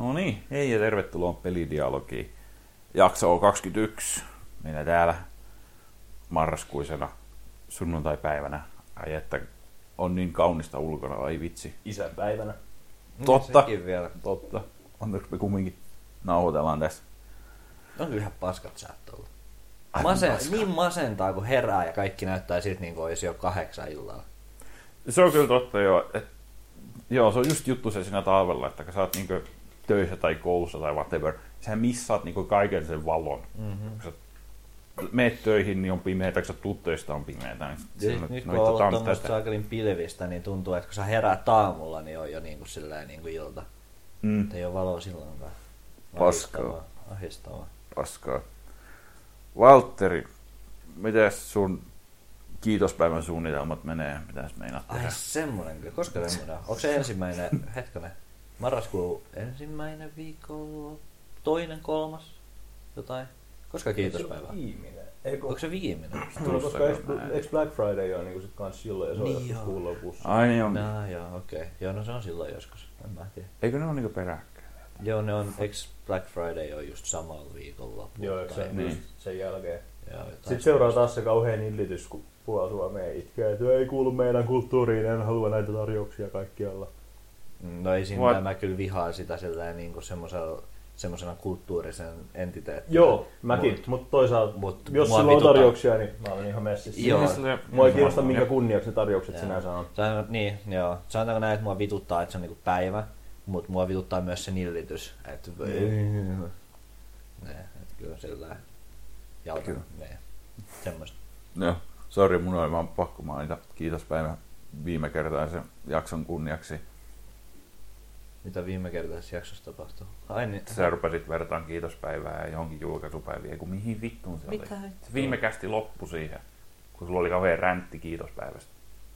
No niin, hei ja tervetuloa Pelidialogiin. Jakso 21. Minä täällä marraskuisena sunnuntaipäivänä. Ai että on niin kaunista ulkona, ai vitsi. Isänpäivänä. Totta, Sekin vielä. totta. Onneksi me kumminkin nauhoitellaan tässä. On kyllä ihan paskat säät ollut. Aivan paskat. Niin masentaa, kun herää ja kaikki näyttää siltä, niin kuin olisi jo 8 illalla. Se on kyllä totta, joo. Joo, se on just juttu se siinä talvella, että kun sä oot niinku töissä tai koulussa tai whatever, sä missaat niinku kaiken sen valon. Mm-hmm. Kun sä meet töihin, niin on pimeätä, kun sä tuut töistä, on pimeätä. Niin Nyt kun on ollut tuommoista saakelin pilvistä, niin tuntuu, että kun sä heräät aamulla, niin on jo niin kuin silleen niin kuin ilta. Ei ole valoa silloinkaan. Paskaa. Ahistavaa. Paskaa. Valtteri, mitäs sun kiitospäivän suunnitelmat menee? Mitäs meinaat tehdä? Ai semmonen kyllä. Koska semmonen? Onko se ensimmäinen, hetkinen, marraskuun ensimmäinen viikolla, toinen, kolmas, jotain? Koska kiitospäivä? Viimeinen. Onko se viimeinen? Koska eikö Black Friday ole niin sit kans silloin ja se on Niin joskus kuun lopussa? Ai niin on. No joo, okei. Joo, no se on silloin joskus. En mä tiedä. Eikö ne ole niinku peräkkäin? Joo, ne on, eikö Black Friday on just samalla viikolla? Joo, eikö se Niin. just sen jälkeen? Joo, Sitten seuraa taas se kauhean nillitys, kun puolella Suomea itkee, että ei kuulu meidän kulttuuriin, en halua näitä tarjouksia kaikkialla. No ei siinä, mä kyllä vihaan sitä sellainen niin kuin semmosena kulttuurisen entiteettinä. Joo, mäkin, mutta toisaalta, jos sulla on tarjouksia, niin mä olen ihan messissä. Joo. Mua ei kiinnosta minkä kunniaksi ne tarjoukset sinänsä on. Niin, joo. Sanotaanko näin, että mua vituttaa, että se on niinku päivä, mutta mua vituttaa myös se nillitys. Että kyllä sillä jalka. Kyllä. Semmoista. Joo, sori, mun oli vaan pakko mainita kiitospäivän viime kertaisen jakson kunniaksi. Mitä viime kertaisessa jaksossa tapahtui? Ai niin. Sä rupesit vertaan kiitospäivää ja johonkin julkaisupäiviin, kun mihin vittuun se Mitä? oli? Se viime kästi loppui siihen, kun sulla oli kauhean räntti kiitospäivästä.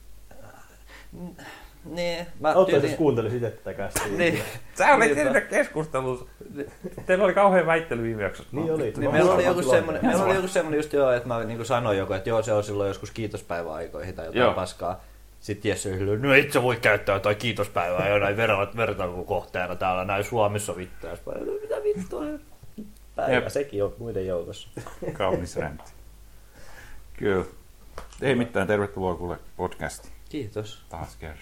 Niin. Auttaisi, jos kuuntelisit itse tätä kästiä. Niin. Sä olit siinä keskustelussa. Teillä oli kauhean väittely viime jaksossa. Niin oli. Niin meillä oli joku semmonen just joo, että mä niinku sanoin joku, että joo se on silloin joskus kiitospäiväaikoihin tai jotain paskaa. Sitten Jesse on silleen, no et sä voi käyttää jotain kiitospäivää jonain vertailukohteena täällä näin Suomessa vittua. No mitä vittua? Päivä, sekin on muiden joukossa. Kaunis räntti. Kyllä. Ei mitään, tervetuloa kuule podcastiin. Kiitos. Taas kerran.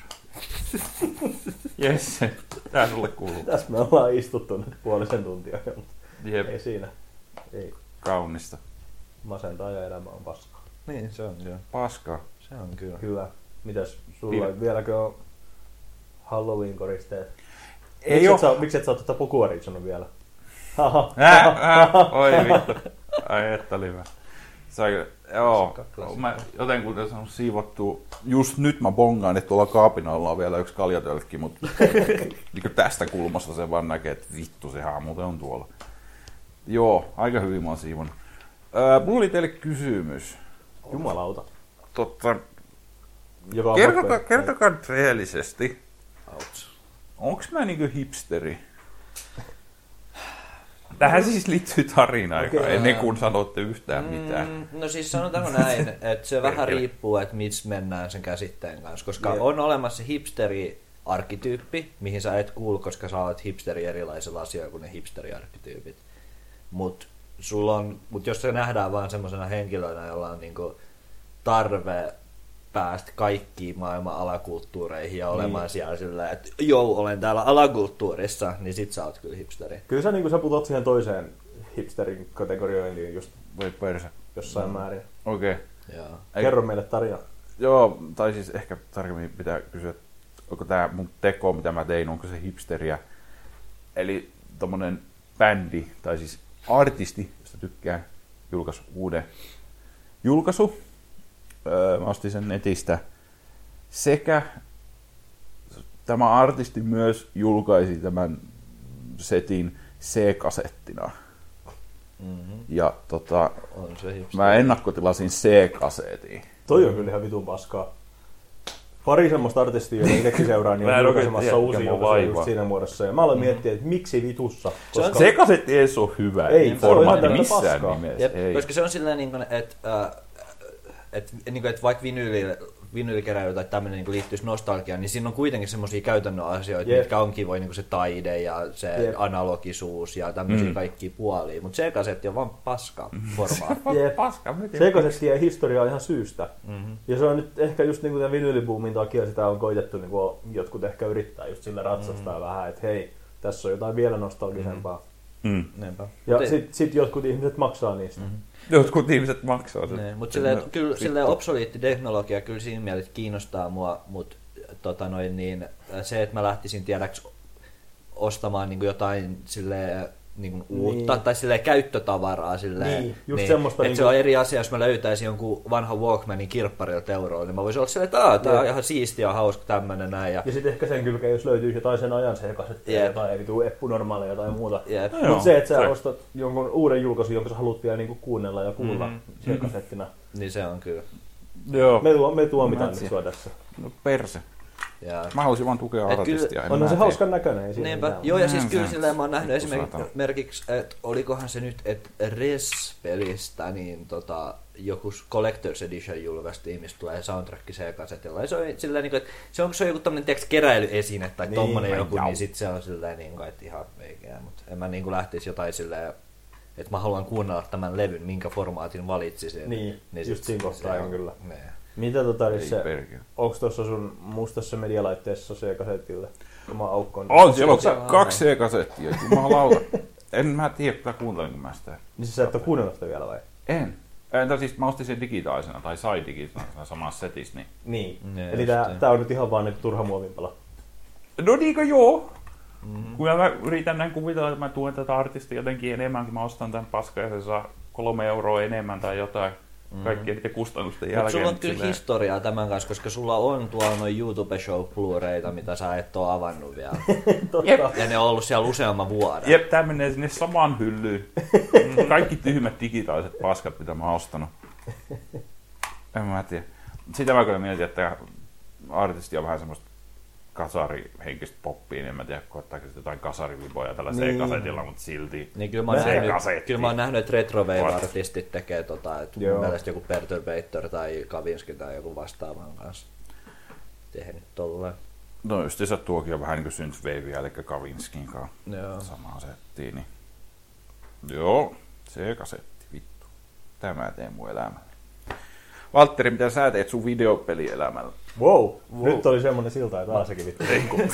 Jesse, tää sulle kuuluu. Tässä me ollaan istuttu nyt puolisen tuntia, mutta Jep. ei siinä. Ei. Kaunista. Masentaa ja elämä on paskaa. Niin, se on joo. Paskaa. Se on kyllä. Hyvä. Mitäs sulla vieläkö on Halloween-koristeet? Miksi et sä oot pukua ritsonut vielä? Oi vittu. Ai että oli hyvä. Joo, mä jotenkin saanut siivottua. Just nyt mä bongaan, että tuolla kaapin alla on vielä yksi kaljatölkki, mutta niin tästä kulmasta se vaan näkee, että vittu sehän muuten on tuolla. Joo, aika hyvin mä oon siivonnut. Mulla oli teille kysymys. Jumalauta. Kertokaa nyt rehellisesti. Onks mä niinku hipsteri? Tähän siis liittyy tarina, joka ennen kuin sanotte yhtään mitään. No siis sanotaanko näin, että se vähän riippuu, että missä mennään sen käsitteen kanssa, koska on olemassa se hipsteri-arkkityyppi, mihin sä et kuulu, koska sä olet hipsteri erilaisilla asioilla kuin ne hipsteri-arkkityypit. Mut jos se nähdään vaan semmosena henkilönä, jolla on niinku tarve päästä kaikkiin maailman alakulttuureihin ja olemaan siellä sillä, että joo, olen täällä alakulttuurissa, niin sit sä oot kyllä hipsteri. Kyllä sä, niin sä putot siihen toiseen hipsterin kategoriointiin just Voi perse. jossain määrin. Okei. Joo. Kerro meille tarina. Joo, tai siis ehkä tarkemmin pitää kysyä, onko tää mun teko, mitä mä tein, onko se hipsteriä. Eli tommonen bändi, tai siis artisti, josta tykkään, julkaisi uuden julkaisu. Mä ostin sen netistä. Sekä tämä artisti myös julkaisi tämän setin C-kasettina. Mm-hmm. Ja On se hipsteri. mä ennakkotilasin C-kasetin. Toi on kyllä ihan vitun paskaa. Pari semmoista artistia, joita itsekin seuraa, niin on julkaisemassa uusia julkaisuja just siinä muodossa. Ja mä aloin miettiä, että miksi vitussa. Koska C-kasetti ei ole hyvä formaatti missään nimessä. Koska se on silleen, että vaikka vinylikeräily tai tämmöinen niin liittyisi nostalgiaan, niin siinä on kuitenkin semmoisia käytännön asioita, mitkä on kivoja, niin kuin se taide ja se analogisuus ja tämmöisiä kaikkia puolia. Mutta C-kasetti on vaan paska formaatti. C-kasetti ja historia on ihan syystä. Ja se on nyt ehkä just niin kuin tämän vinylibuumin takia sitä on koitettu, niin kuin jotkut ehkä yrittää just sillä ratsastaa vähän, että hei, tässä on jotain vielä nostalgisempaa. Ja sit jotkut ihmiset maksaa niistä. Jotkut ihmiset maksaa sen. Mutta silleen obsoliittiteknologia kyllä siinä mielessä kiinnostaa mua, mutta se, että mä lähtisin tiedäks ostamaan niinku jotain silleen niinku uutta tai silleen käyttötavaraa silleen, semmoista että se on eri asia, jos mä löytäisin jonkun vanhan Walkmanin kirpparilta euroilla, niin mä voisin olla silleen, että tää on ihan siistiä ja hauska tämmönen näin. Ja sit ehkä sen kylkeen, jos löytyisi jotain sen ajan C-kasettia, jotain vitu eppunormaalia jotain muuta. Mutta se, että sä ostat jonkun uuden julkaisun, jonka sä haluat vielä niinku kuunnella ja kuulla C-kasettina. Niin se on kyllä. Joo. Me tuomitaan nyt sua tässä. No perse. Mä haluaisin vaan tukea artistia. On se hauskan näköinen. Niinpä. Joo, ja siis kyllä silleen mä oon nähnyt esimerkiksi, että olikohan se nyt, että Res-pelistä niin joku Collector's Edition julkaistiin, mistä tulee soundtrack C-kasetilla. Ja se on silleen, että se on joku tämmönen keräilyesine tai tommonen joku, niin sit se on silleen, että ihan veikeä. Mutta en mä lähtisi jotain silleen, että mä haluan kuunnella tämän levyn, minkä formaatin valitsisin. Niin just siinä kohtaa on kyllä. Mitä onko tuossa sun mustassa medialaitteessa C-kasetille? Oma aukko on. Siellä on 2 C-kasettia, jumalauta. En mä tiedä, mitä kuuntelinko mä sitä. Niin sä et ole kuunnellut sitä vielä vai? En. Siis mä ostin sen digitaalisena, tai sai digitaalisena samassa setissä. Niin. Eli tää on nyt ihan vaan niin turha muovinpala. No niinkö joo. Kun mä yritän näin kuvitella, että mä tuen tätä artistia jotenkin enemmän, kun mä ostan tämän paskan ja se saa 3 euroa enemmän tai jotain. Kaikkien niiden kustannusten jälkeen. Sulla on kyllä historiaa tämän kanssa, koska sulla on tuolla noin YouTube Show Blu-rayta, mitä sä et ole avannut vielä. Ja ne on ollut siellä useamman vuoden. Jep, tää menee sinne samaan hyllyyn. Kaikki tyhmät digitaaliset paskat, mitä mä oon ostanut. En mä tiedä. Sitä mä kyllä mietin, että artisti on vähän semmoista kasarihenkistä poppia, niin en mä tiedä, koettaako sitten jotain kasariviboja tällä C-kasetilla, mutta silti niin kyllä mä oon nähnyt, että Retrowave-artistit tekee että mun mielestä joku Perturbator tai Kavinsky tai joku vastaavan kanssa tehnyt tolleen. No just se tuokin on vähän niin kuin Synthwavea, eli Kavinskin kanssa samaa settiä, niin joo, C-kasetti, vittu. Tämä tee mun elämällä. Valtteri, mitä sä teet sun videopelielämällä? Wow. Nyt oli semmonen silta, että taassakin vittu.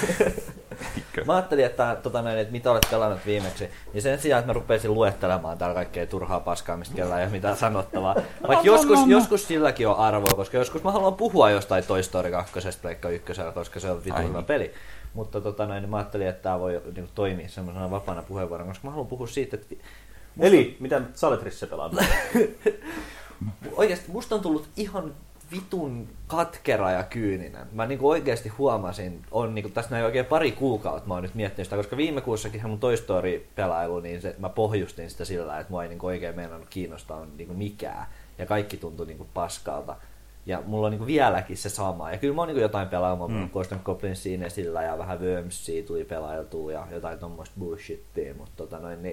Mä ajattelin, että mitä olet pelannut viimeksi, niin sen sijaan, että mä rupeaisin luettelemaan täällä kaikkea turhaa paskaa, mistä kellään ei ole mitään sanottavaa. Vaikka joskus silläkin on arvoa, koska joskus mä haluan puhua jostain Toy Story 2, Pleikka 1, koska se on vitun hyvä peli. Mutta niin mä ajattelin, että tää voi niin toimia semmoisena vapaana puheenvuorona, koska mä haluan puhua siitä, että... Eli, mitä sä olet Risse pelannut? Oikeesti, musta on tullut ihan vitun katkera ja kyyninen. Mä niinku oikeesti huomasin, tässä näin oikein pari kuukautta mä oon nyt miettinyt sitä, koska viime kuussakin mun Toy Story-pelailu, niin mä pohjustin sitä sillä, että mua ei niinku oikein meinannut kiinnostaa niinku mikään. Ja kaikki tuntui niinku paskalta. Ja mulla on niinku vieläkin se sama. Ja kyllä mä oon niinku jotain pelaamaan, mä oon koostanut Goblinsiin esillä ja vähän Wormsia tuli pelailtua ja jotain tommoista bullshittia, mutta niin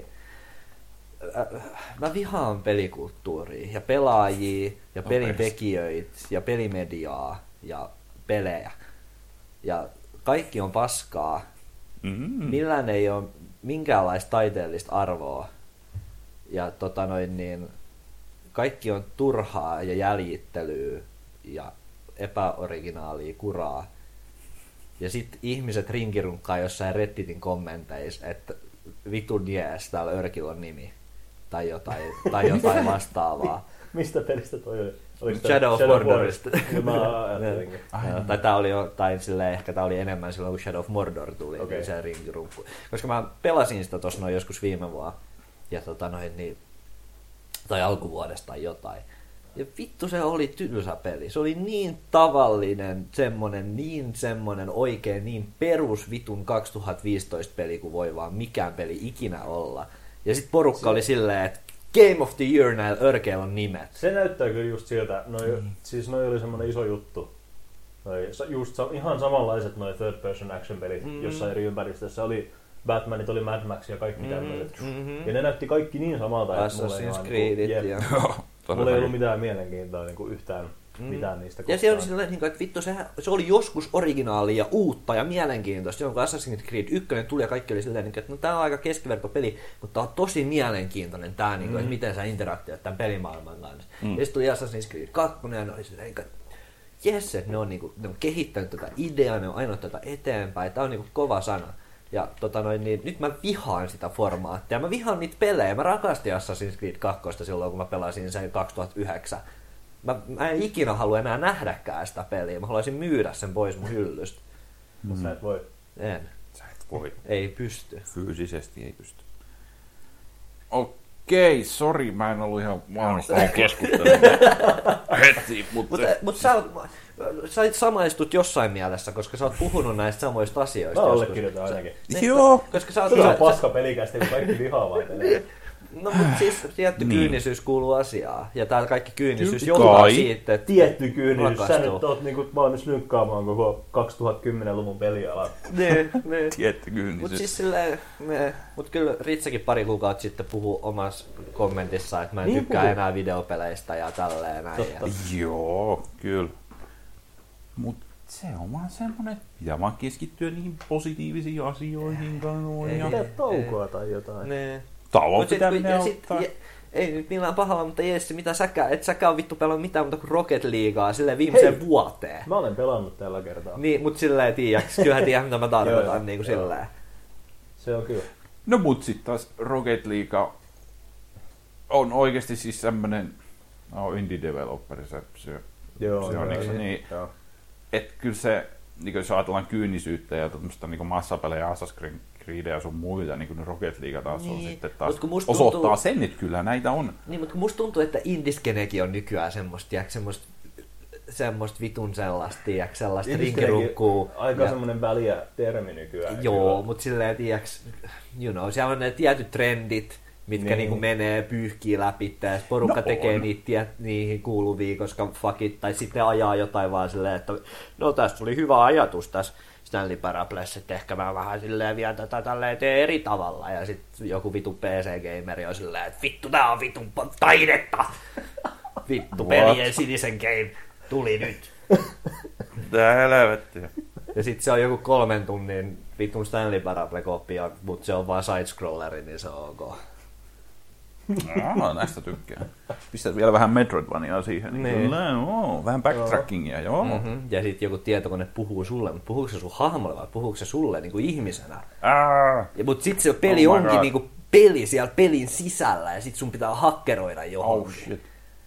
mä vihaan pelikulttuuria ja pelaajia ja pelintekijöitä ja pelimediaa ja pelejä. Ja kaikki on paskaa. Millään ei ole minkäänlaista taiteellista arvoa. Ja kaikki on turhaa ja jäljittelyä ja epäoriginaalia kuraa. Ja sit ihmiset rinkirunkkaa jossain Redditin kommenteissa, että vitun jees, täällä Örkillä on nimi. Tai jotain vastaavaa. Mistä pelistä toi oli? Shadow of Mordorista. Tai tää oli jotain silleen, ehkä tää oli enemmän silloin kun Shadow of Mordor tuli, niin se rinkirunkku. Koska mä pelasin sitä tossa noin joskus viime vuonna. Ja tai alkuvuodesta tai jotain. Ja vittu se oli tylsä peli. Se oli niin tavallinen, semmonen oikein niin perus vitun 2015 peli kuin voi vaan mikään peli ikinä olla. Ja sit porukka oli silleen, että Game of the Year näillä örkeillä on nimet. Se näyttää kyllä just siltä. Siis noi oli semmonen iso juttu. Ihan samanlaiset noi third person action pelit jossain eri ympäristössä. Oli Batmanit, oli Mad Max ja kaikki tämmöiset. Ja ne näytti kaikki niin samalta. Assassin's Creedit. Mulla ei ollut mitään mielenkiintoa niinku yhtään mitään niistä kohtaan. Ja se oli silleen, että vittu, se oli joskus originaali ja uutta ja mielenkiintoista. Silloin kun Assassin's Creed 1 tuli ja kaikki oli silleen, että no tää on aika keskivertopeli, mutta tää on tosi mielenkiintoinen tää, että miten sä interaktoit tämän pelimaailman kanssa. Ja sitten tuli Assassin's Creed 2 ja ne oli silleen, että jes, että ne on kehittänyt tätä ideaa, ne on ainoa tätä eteenpäin. Tää on kova sana. Ja niin, nyt mä vihaan sitä formaattia. Mä vihaan niitä pelejä. Mä rakastin Assassin's Creed 2 silloin, kun mä pelasin sen 2009. Mä en ikinä halua enää nähdäkään sitä peliä. Mä haluaisin myydä sen pois mun hyllystä. Mutta sä et voi. En. Sä et voi. Ei pysty. Fyysisesti ei pysty. Okei, sori, mä en ollut ihan valmis tähän keskusteluun heti, mutta sä samaistut jossain mielessä, koska sä oot puhunut näistä samoista asioista. Mä allekirjoitan ainakin. Joo. Koska sä oot... Se on paska pelikästi, kun kaikki vihaa vaan pelejä. No, mutta siis tietty kyynisyys kuuluu asiaan. Ja tää kaikki kyynisyys johtaa siitä, että... Tietty kyynisyys. Sä nyt oot valmis nynkkaamaan koko 2010-luvun pelialaa. Niin. Tietty kyynisyys. Mut siis silleen... Mut kyllä Ritsäkin pari kuukautta sitten puhui omassa kommentissa, että mä en tykkää enää videopeleistä ja tälleen näin. Joo, kyllä. Mut se on vaan semmonen, pitää vaan keskittyä niihin positiivisiin asioihin. Pitää taukoa tai jotain. Ne. Tauon pitäminen auttaa. Ei nyt millään pahalla, mutta Jessi, mitä et säkään ole vittu pelannut mitään muuta kuin Rocket Leaguea silleen viimeiseen vuoteen. Mä olen pelannut tällä kertaa. Niin, mut silleen tiiäks, kyllähän tiedä mitä mä tarkoitan, niinku silleen. Se on kyllä. No mut sit taas Rocket League on oikeesti siis semmonen indie developer, se on niin, et kyllä se, niin jos ajatellaan kyynisyyttä ja tämmöstä niin massapelejä, Assassin's Creed ja sun muita, niin Rocket League taas on sitten taas osoittaa sen, että kyllä näitä on. Niin, mutta musta tuntuu, että indiskenekin on nykyään semmoista vitun sellaista rinkirunkkuu. Aika semmoinen väliä termi nykyään. Joo, mutta silleen, tiiäks, siellä on ne tietyt trendit, mitkä niinku menee pyyhkii läpi, ja porukka tekee niihin kuuluvia, koska fuckit, tai sitten ajaa jotain vaan silleen, että no tässä oli hyvä ajatus tässä Stanley Parables, että ehkä mä vähän silleen vielä tätä tälleen tee eri tavalla, ja sitten joku vitu PC-gameri on silleen, että vittu tää on vitun taidetta, vittu pelien sinisen game tuli nyt. Tää helvettiä. Ja sitten se on joku 3 tunnin vitun Stanley Parable-kopia, mutta se on vaan side-scrolleri, niin se on ok. Näistä tykkää. Pistät vielä vähän Metroidvaniaa siihen. Niin. Kyllä, vähän backtrackingia, joo. Mm-hmm. Ja sitten joku tietokone puhuu sulle, mutta puhuuko se sun hahmolle vai puhuuko se sulle niin kuin ihmisenä? Mutta sitten se peli onkin niin kuin peli siellä pelin sisällä ja sitten sun pitää hakkeroida johonkin. Oh shit.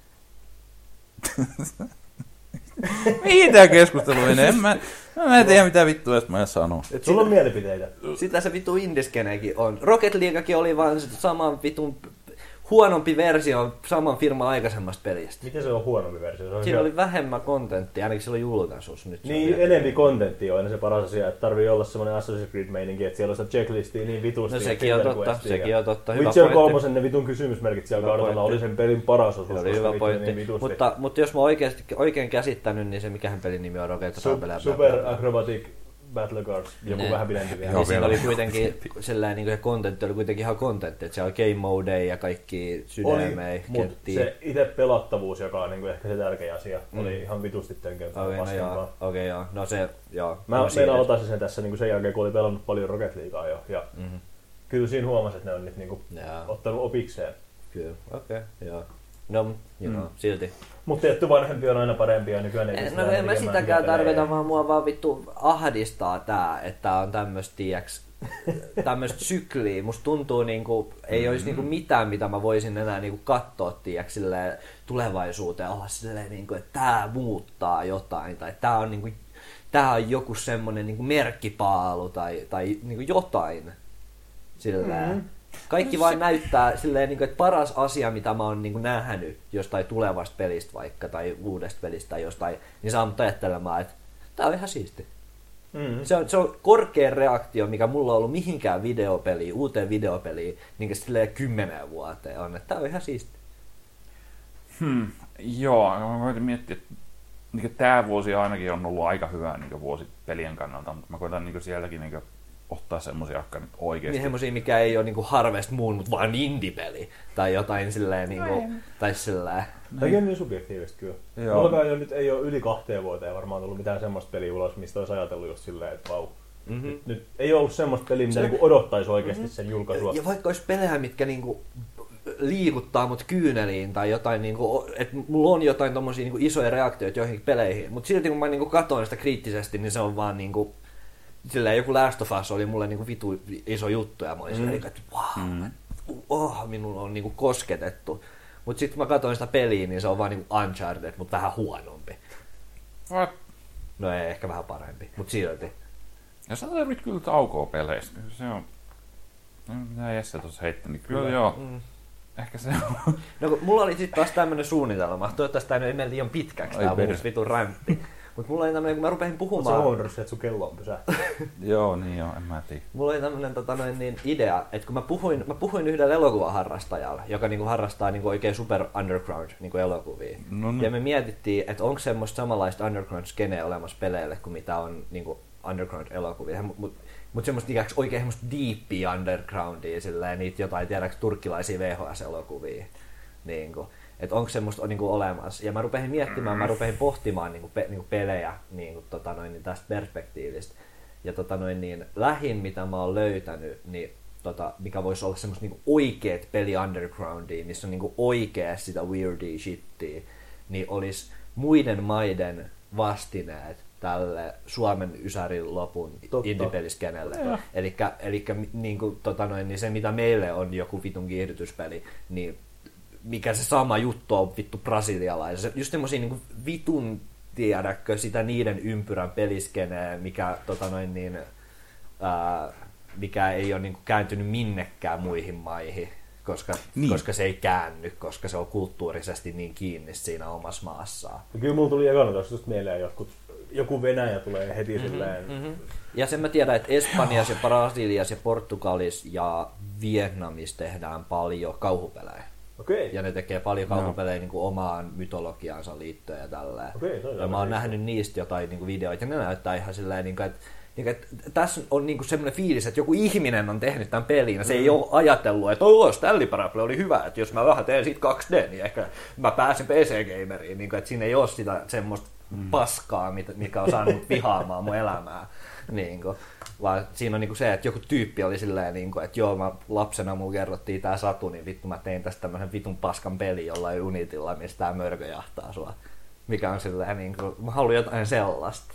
Mihin tää keskustelu menee? Mä en tiedä mitä vittua edes mä sanon. Sulla on mielipiteitä. Sitä se vitu indiskenekin on. Rocket Leaguekin oli vaan saman vitun huonompi versio saman firman aikaisemmasta pelistä. Miten se on huonompi versio? Siinä oli vähemmän kontenttia, ainakin silloin julkaisuus. Nyt niin, enempi kontenttia on aina se paras asia, että tarvii olla semmoinen Assassin's Creed-meininki, että siellä on sitä checklistia niin vitusti. No sekin on totta. Witcher 3 ne vitun kysymysmerkit siellä kartalla oli sen pelin paras osuus. Se oli hyvä pointti. Niin mutta jos mä oikein käsittänyt, niin se mikähän pelin nimi on Rocket League. Super Acrobatic Battle Cards, joku vähän pidempi vielä. Ja siinä oli kuitenkin sellainen, niin kuin se kontentti oli kuitenkin ihan kontentti, että siellä oli game mode ja kaikki sydämejä, mutta se itse pelattavuus, joka on niin kuin ehkä se tärkeä asia, oli ihan vitusti tönkömpää paskempaa. Okei, joo. No se, joo. Mä ottaisin sen tässä niin kuin sen jälkeen, kun oli pelannut paljon Rocket Leaguea jo. Ja kyllä siinä huomasi, että ne on nyt niin kuin ottanut opikseen. Kyllä, okei, joo. No, silti. Mutta tietty vanhempi on aina parempi ja nykyään ei no en mä sitäkään tarkoita, vaan mua vaan vittu ahdistaa tää, että on tämmöstä sykliä. Musta tuntuu niinku, ei olisi niinku mitään, mitä mä voisin enää niinku katsoa silleen, tulevaisuuteen olla silleen, niinku, että tää muuttaa jotain tai tää on joku semmonen niinku merkkipaalu tai niinku jotain silleen. Kaikki vain näyttää silleen, että paras asia, mitä mä oon nähnyt jostain tulevasta pelistä vaikka, tai uudesta pelistä tai jostain, niin saa mut ajattelemaan, että tää on ihan siisti. Se on korkea reaktio, mikä mulla on ollut mihinkään videopeliin, uuteen videopeliin, niin silleen 10 vuoteen on, että tää on ihan siisti. Joo, mä koitin miettiä, että tää vuosi ainakin on ollut aika hyvä vuosi pelien kannalta, mutta mä koitan sielläkin ottaa semmosia, jotka nyt oikeesti... Niin semmosia, mikä ei ole niinku Harvest Moon, mutta vaan indie-peli. Tai jotain silleen niinku... Tai silleen... Tämäkin on niin subjektiivista kyllä. Mullakaan nyt ei ole yli 2 vuoteen varmaan tullut mitään semmoista peliä ulos, mistä olisi ajatellut just silleen, että vau. Nyt ei ollut semmoista peliä, mitä niinku odottaisi oikeasti sen julkaisua. Ja vaikka olisi pelejä, mitkä niinku liikuttaa mut kyyneliin tai jotain, niinku, että mulla on jotain tommosia niinku isoja reaktioita joihinkin peleihin, mutta silti kun mä niinku katsoin sitä kriittisesti, niin se on vaan niinku... Silleen joku Last of Us oli mulle niinku vitu iso juttu ja mä olin silleen, että minulla on niinku kosketettu. Mut sit kun mä katsoin sitä peliä, niin se on vaan niinku Uncharted, mut vähän huonompi. What? No ei, ehkä vähän parempi, mut silti. Ja sä tarvit kyllä taukoa peleistä. Se on... Mitä Jesse tuossa heitti, niin kyllä joo. Ehkä se on. No kun mulla oli sit taas tämmönen suunnitelma. Toivottavasti tää ei mene liian pitkäksi tää mun vitun räntti. Mut mulla oli tämmönen, kun mä rupesin puhumaan... Oot sä huomannut, että sun kello on pysähtynyt? Joo, en mä tiedä. Mulla oli tämmönen idea, että kun mä puhuin yhdellä elokuvaharrastajalla, joka niinku harrastaa niinku oikein super underground niinku elokuvia. No. Ja me mietittiin, että onko semmoista samanlaista underground-skeneä olemassa peleille kuin mitä on niinku underground-elokuvia. Mut semmoista ikään oikein semmoista deepia undergroundia, silleen niitä jotain tiedäks turkkilaisia VHS-elokuvia. Niinku. Että onko semmoista niinku olemassa. Ja mä rupesin miettimään, mä rupesin pohtimaan niinku pelejä niinku, niin tästä perspektiivistä. Ja lähin mitä mä oon löytänyt, niin mikä voisi olla semmoista niinku oikeet peli undergroundia, missä on niinku oikeasti sitä weirdia shittia, niin olisi muiden maiden vastineet tälle Suomen Ysärin lopun indie-peliskenelle. Elikkä niinku, niin se mitä meille on joku vitun kiihdytyspeli, niin mikä se sama juttu on vittu brasilialaisessa. Just semmosia niinku vitun, tiedäkö, sitä niiden ympyrän peliskenee, mikä mikä ei ole niinku kääntynyt minnekään muihin maihin, koska se ei käänny, koska se on kulttuurisesti niin kiinni siinä omassa maassaan. Ja kyllä mulla tuli ekana tuossa just mieleen joku Venäjä tulee heti silleen. Ja sen mä tiedän, että Espanjassa ja Brasiliassa ja Portugalissa ja Vietnamissa tehdään paljon kauhupelejä. Okay. Ja ne tekee paljon kauhupelejä niin kuin omaan mytologiaansa liittyen ja tälleen. Ja mä oon nähnyt niistä jotain niin kuin videoita, ja ne näyttää ihan silleen, että tässä on niin kuin semmoinen fiilis, että joku ihminen on tehnyt tämän pelin, ja se ei ole ajatellut, että Stanley Parable oli hyvä, että jos mä vähän teen siitä 2D, niin ehkä mä pääsen PC-gameriin, niin kuin, että siinä ei ole sitä semmoista paskaa, mikä on saanut vihaamaan mun elämää. Niin kuin, vaan siinä on niin kuin se, että joku tyyppi oli silleen, niin kuin, että joo, mä lapsena mulle kerrottiin tää satu, niin vittu mä tein tästä tämmöisen vitun paskan peli jollain Unitilla, missä tää mörkö jahtaa sua. Mikä on silleen, niin kuin, mä haluan jotain sellaista.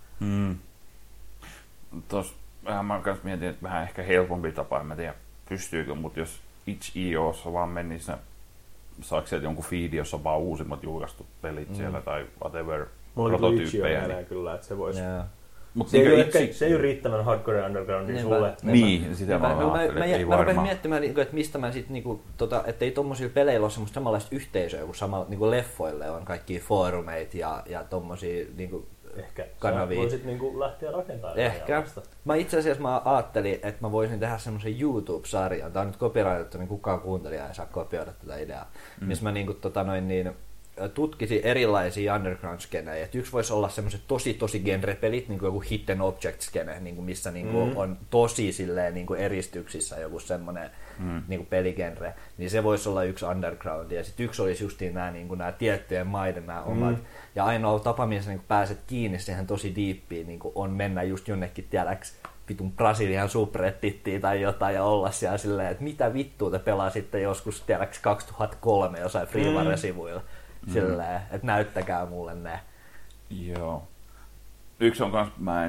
Mä kans mietin, että vähän ehkä helpompi tapa, en mä tiedä pystyykö, mutta jos itch.iossa vaan menisi, saako sieltä jonkun feedi, jossa on vaan uusimmat julkaistut pelit siellä tai whatever prototyyppejä. Mulla kyllä, että se voisi... Mut se ei ole riittävän hardcore undergroundia sulle. Niin, sitä mä ajattelin. Mä rupesin miettimään, että mistä mä sit, että ei tommosilla peleillä ole semmoista samanlaista yhteisöä kuin niinku leffoille on kaikki foorumeita ja tommosia niinku kanavia. Ehkä voisit niinku lähteä rakentamaan. Ehkä. Mä itse asiassa mä ajattelin, että mä voisin tehdä semmoisen YouTube-sarjan. Tää on nyt copyrightattu, niin kukaan kuuntelija ei saa kopioida tätä ideaa. Missä mä niinku tutkisin erilaisia underground-skenejä. Yksi voisi olla semmoiset tosi genre-pelit, niin kuin joku hidden object-skene, niin kuin missä niin kuin on tosi silleen, niin kuin eristyksissä joku semmoinen niin kuin peligenre. Niin se voisi olla yksi underground. Ja sitten yksi olisi justiin nämä, niin kuin nämä tiettyjen maiden nämä omat. Ja ainoa tapa, missä niin pääset kiinni siihen tosi diippiin, niin kuin on mennä just jonnekin, tiedäks, vitun Brasilian subreddittiin tai jotain ja olla siellä silleen, että mitä vittua te pelasitte joskus, tiedäks, 2003 jossain Freeware-sivuilla. Silleen, että näyttäkää mulle ne. Joo. Yksi on kans,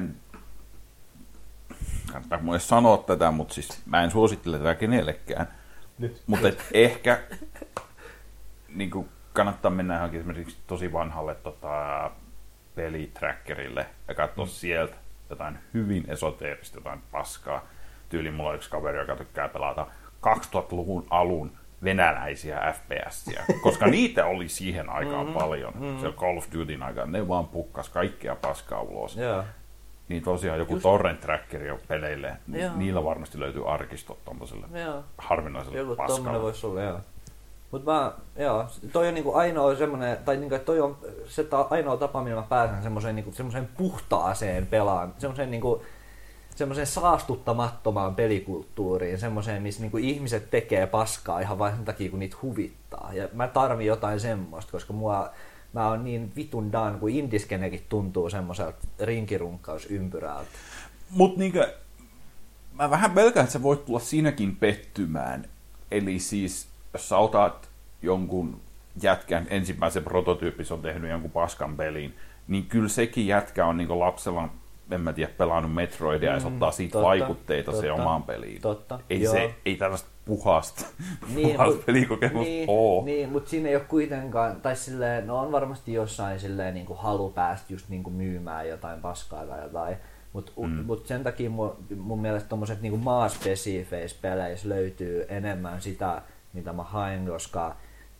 kannattaako mulle sanoa tätä, mutta siis mä en suosittele tätä kenellekään. Mutta ehkä niin kannattaa mennä johonkin esimerkiksi tosi vanhalle pelitrackerille ja katsoa sieltä jotain hyvin esoteerista, jotain paskaa. Tyyliin mulla on yksi kaveri, joka tykkää pelata 2000-luvun alun venäläisiä FPS:iä, koska niitä oli siihen aikaan paljon. Se Call of Dutyn aikaan, ne vaan pukkas kaikkea paskaa ulos. Yeah. Niin tosiaan joku torrent-trackeri on peleille, niillä varmasti löytyy arkistot tommoselle harvinaiselle joku paskalle. Joku tommonen voisi olla, joo. Mut toi on niinku ainoa semmonen, tai niinku, toi on se ainoa tapa, millä mä pääsen semmoseen puhtaaseen pelaan, semmoseen niinku, semmoiseen saastuttamattomaan pelikulttuuriin, semmoiseen, missä niinku ihmiset tekee paskaa ihan vain sen takia, kun niitä huvittaa. Ja mä tarvin jotain semmoista, koska mä oon niin vitun done, kun indiskenekin tuntuu semmoiselta rinkirunkkausympyrältä. Mut niinkö, mä vähän pelkään, että sä voit tulla siinäkin pettymään. Eli siis, jos sä otat jonkun jätkän ensimmäisen prototyyppis on tehnyt jonkun paskan pelin, niin kyllä sekin jätkä on niinku lapsella, en mä tiedä, pelannut Metroidia ja se ottaa siitä vaikutteita se omaan peliin. Totta, ei tällaista puhasta pelikokemusta ole. Niin, mutta siinä ei ole kuitenkaan, tai silleen, no on varmasti jossain silleen niinku halu päästä just niinku myymään jotain paskaa tai jotain, mutta sen takia mun mielestä tommoset niinku maaspesifeissä peleissä löytyy enemmän sitä, mitä mä haen, koska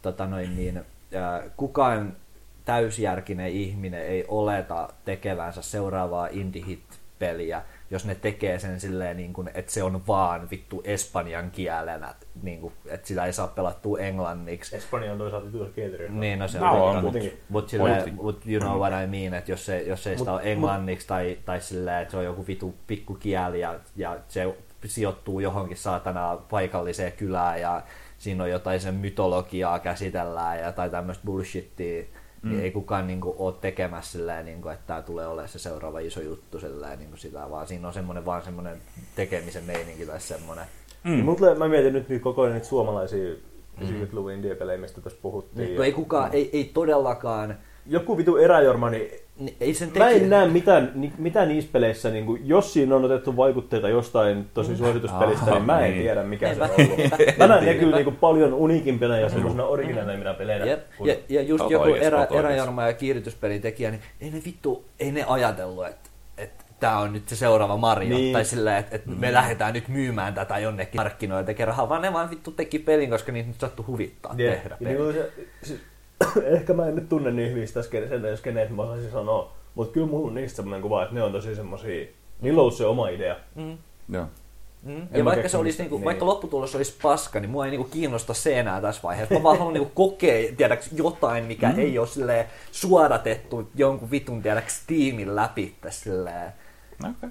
kukaan täysjärkinen ihminen ei oleta tekevänsä seuraavaa indie-hit-peliä, jos ne tekee sen silleen, niin kuin, että se on vaan vittu espanjan kielenä, niin kuin, että sitä ei saa pelattua englanniksi. Espanja on toisaalta työskentelyä. Niin, no se on. Mutta you know what I mean, että jos ei sitä ole englanniksi tai silleen, että se on joku vittu pikkukieli ja se sijoittuu johonkin saatana paikalliseen kylään ja siinä on jotain sen mytologiaa käsitellään ja tai tämmöistä bullshittia, niin ei kukaan niinku ole tekemässä silleen, niinku, että tämä tulee olemaan se seuraava iso juttu silleen, niinku sitä, vaan siinä on semmoinen tekemisen meininki tai semmoinen. Mä mietin nyt koko ajan niitä suomalaisia 90-luvun indie-pelejä, mistä tässä puhuttiin. No, ei todellakaan. Joku vitu eräjorma, niin ei sen mä en näe mitään niissä peleissä, niin kuin, jos siinä on otettu vaikutteita jostain tosi suosituspelistä, niin mä en tiedä mikä se on ollut. Mä näen ne kyllä niin paljon uniikimpina ja semmoisena originaalimina peleinä. Ja just joku eräjorma ja kiihdytyspelin tekijä, niin ei ne ajatellut, että tää on nyt se seuraava Mario, niin. Tai silleen, että me lähdetään nyt myymään tätä jonnekin markkinoille tekee rahaa, vaan ne vaan vittu teki pelin, koska niitä nyt sattui huvittaa tehdä peli. Ehkä mä en nyt tunne niin hyvin sitä skeneä, että mä osaisin sanoa, mutta kyllä mulla on niistä semmoinen kuva, että ne on tosi semmosia, niillä on ollut se oma idea. Joo. Ja vaikka se olisi vaikka lopputulos olisi paska, niin mua ei kiinnosta se enää tässä vaiheessa. Mä vaan haluan kokea, tiedäks, jotain, mikä ei ole silleen suodatettu jonkun vitun, tiedäks, tiimin läpi silleen. Okay.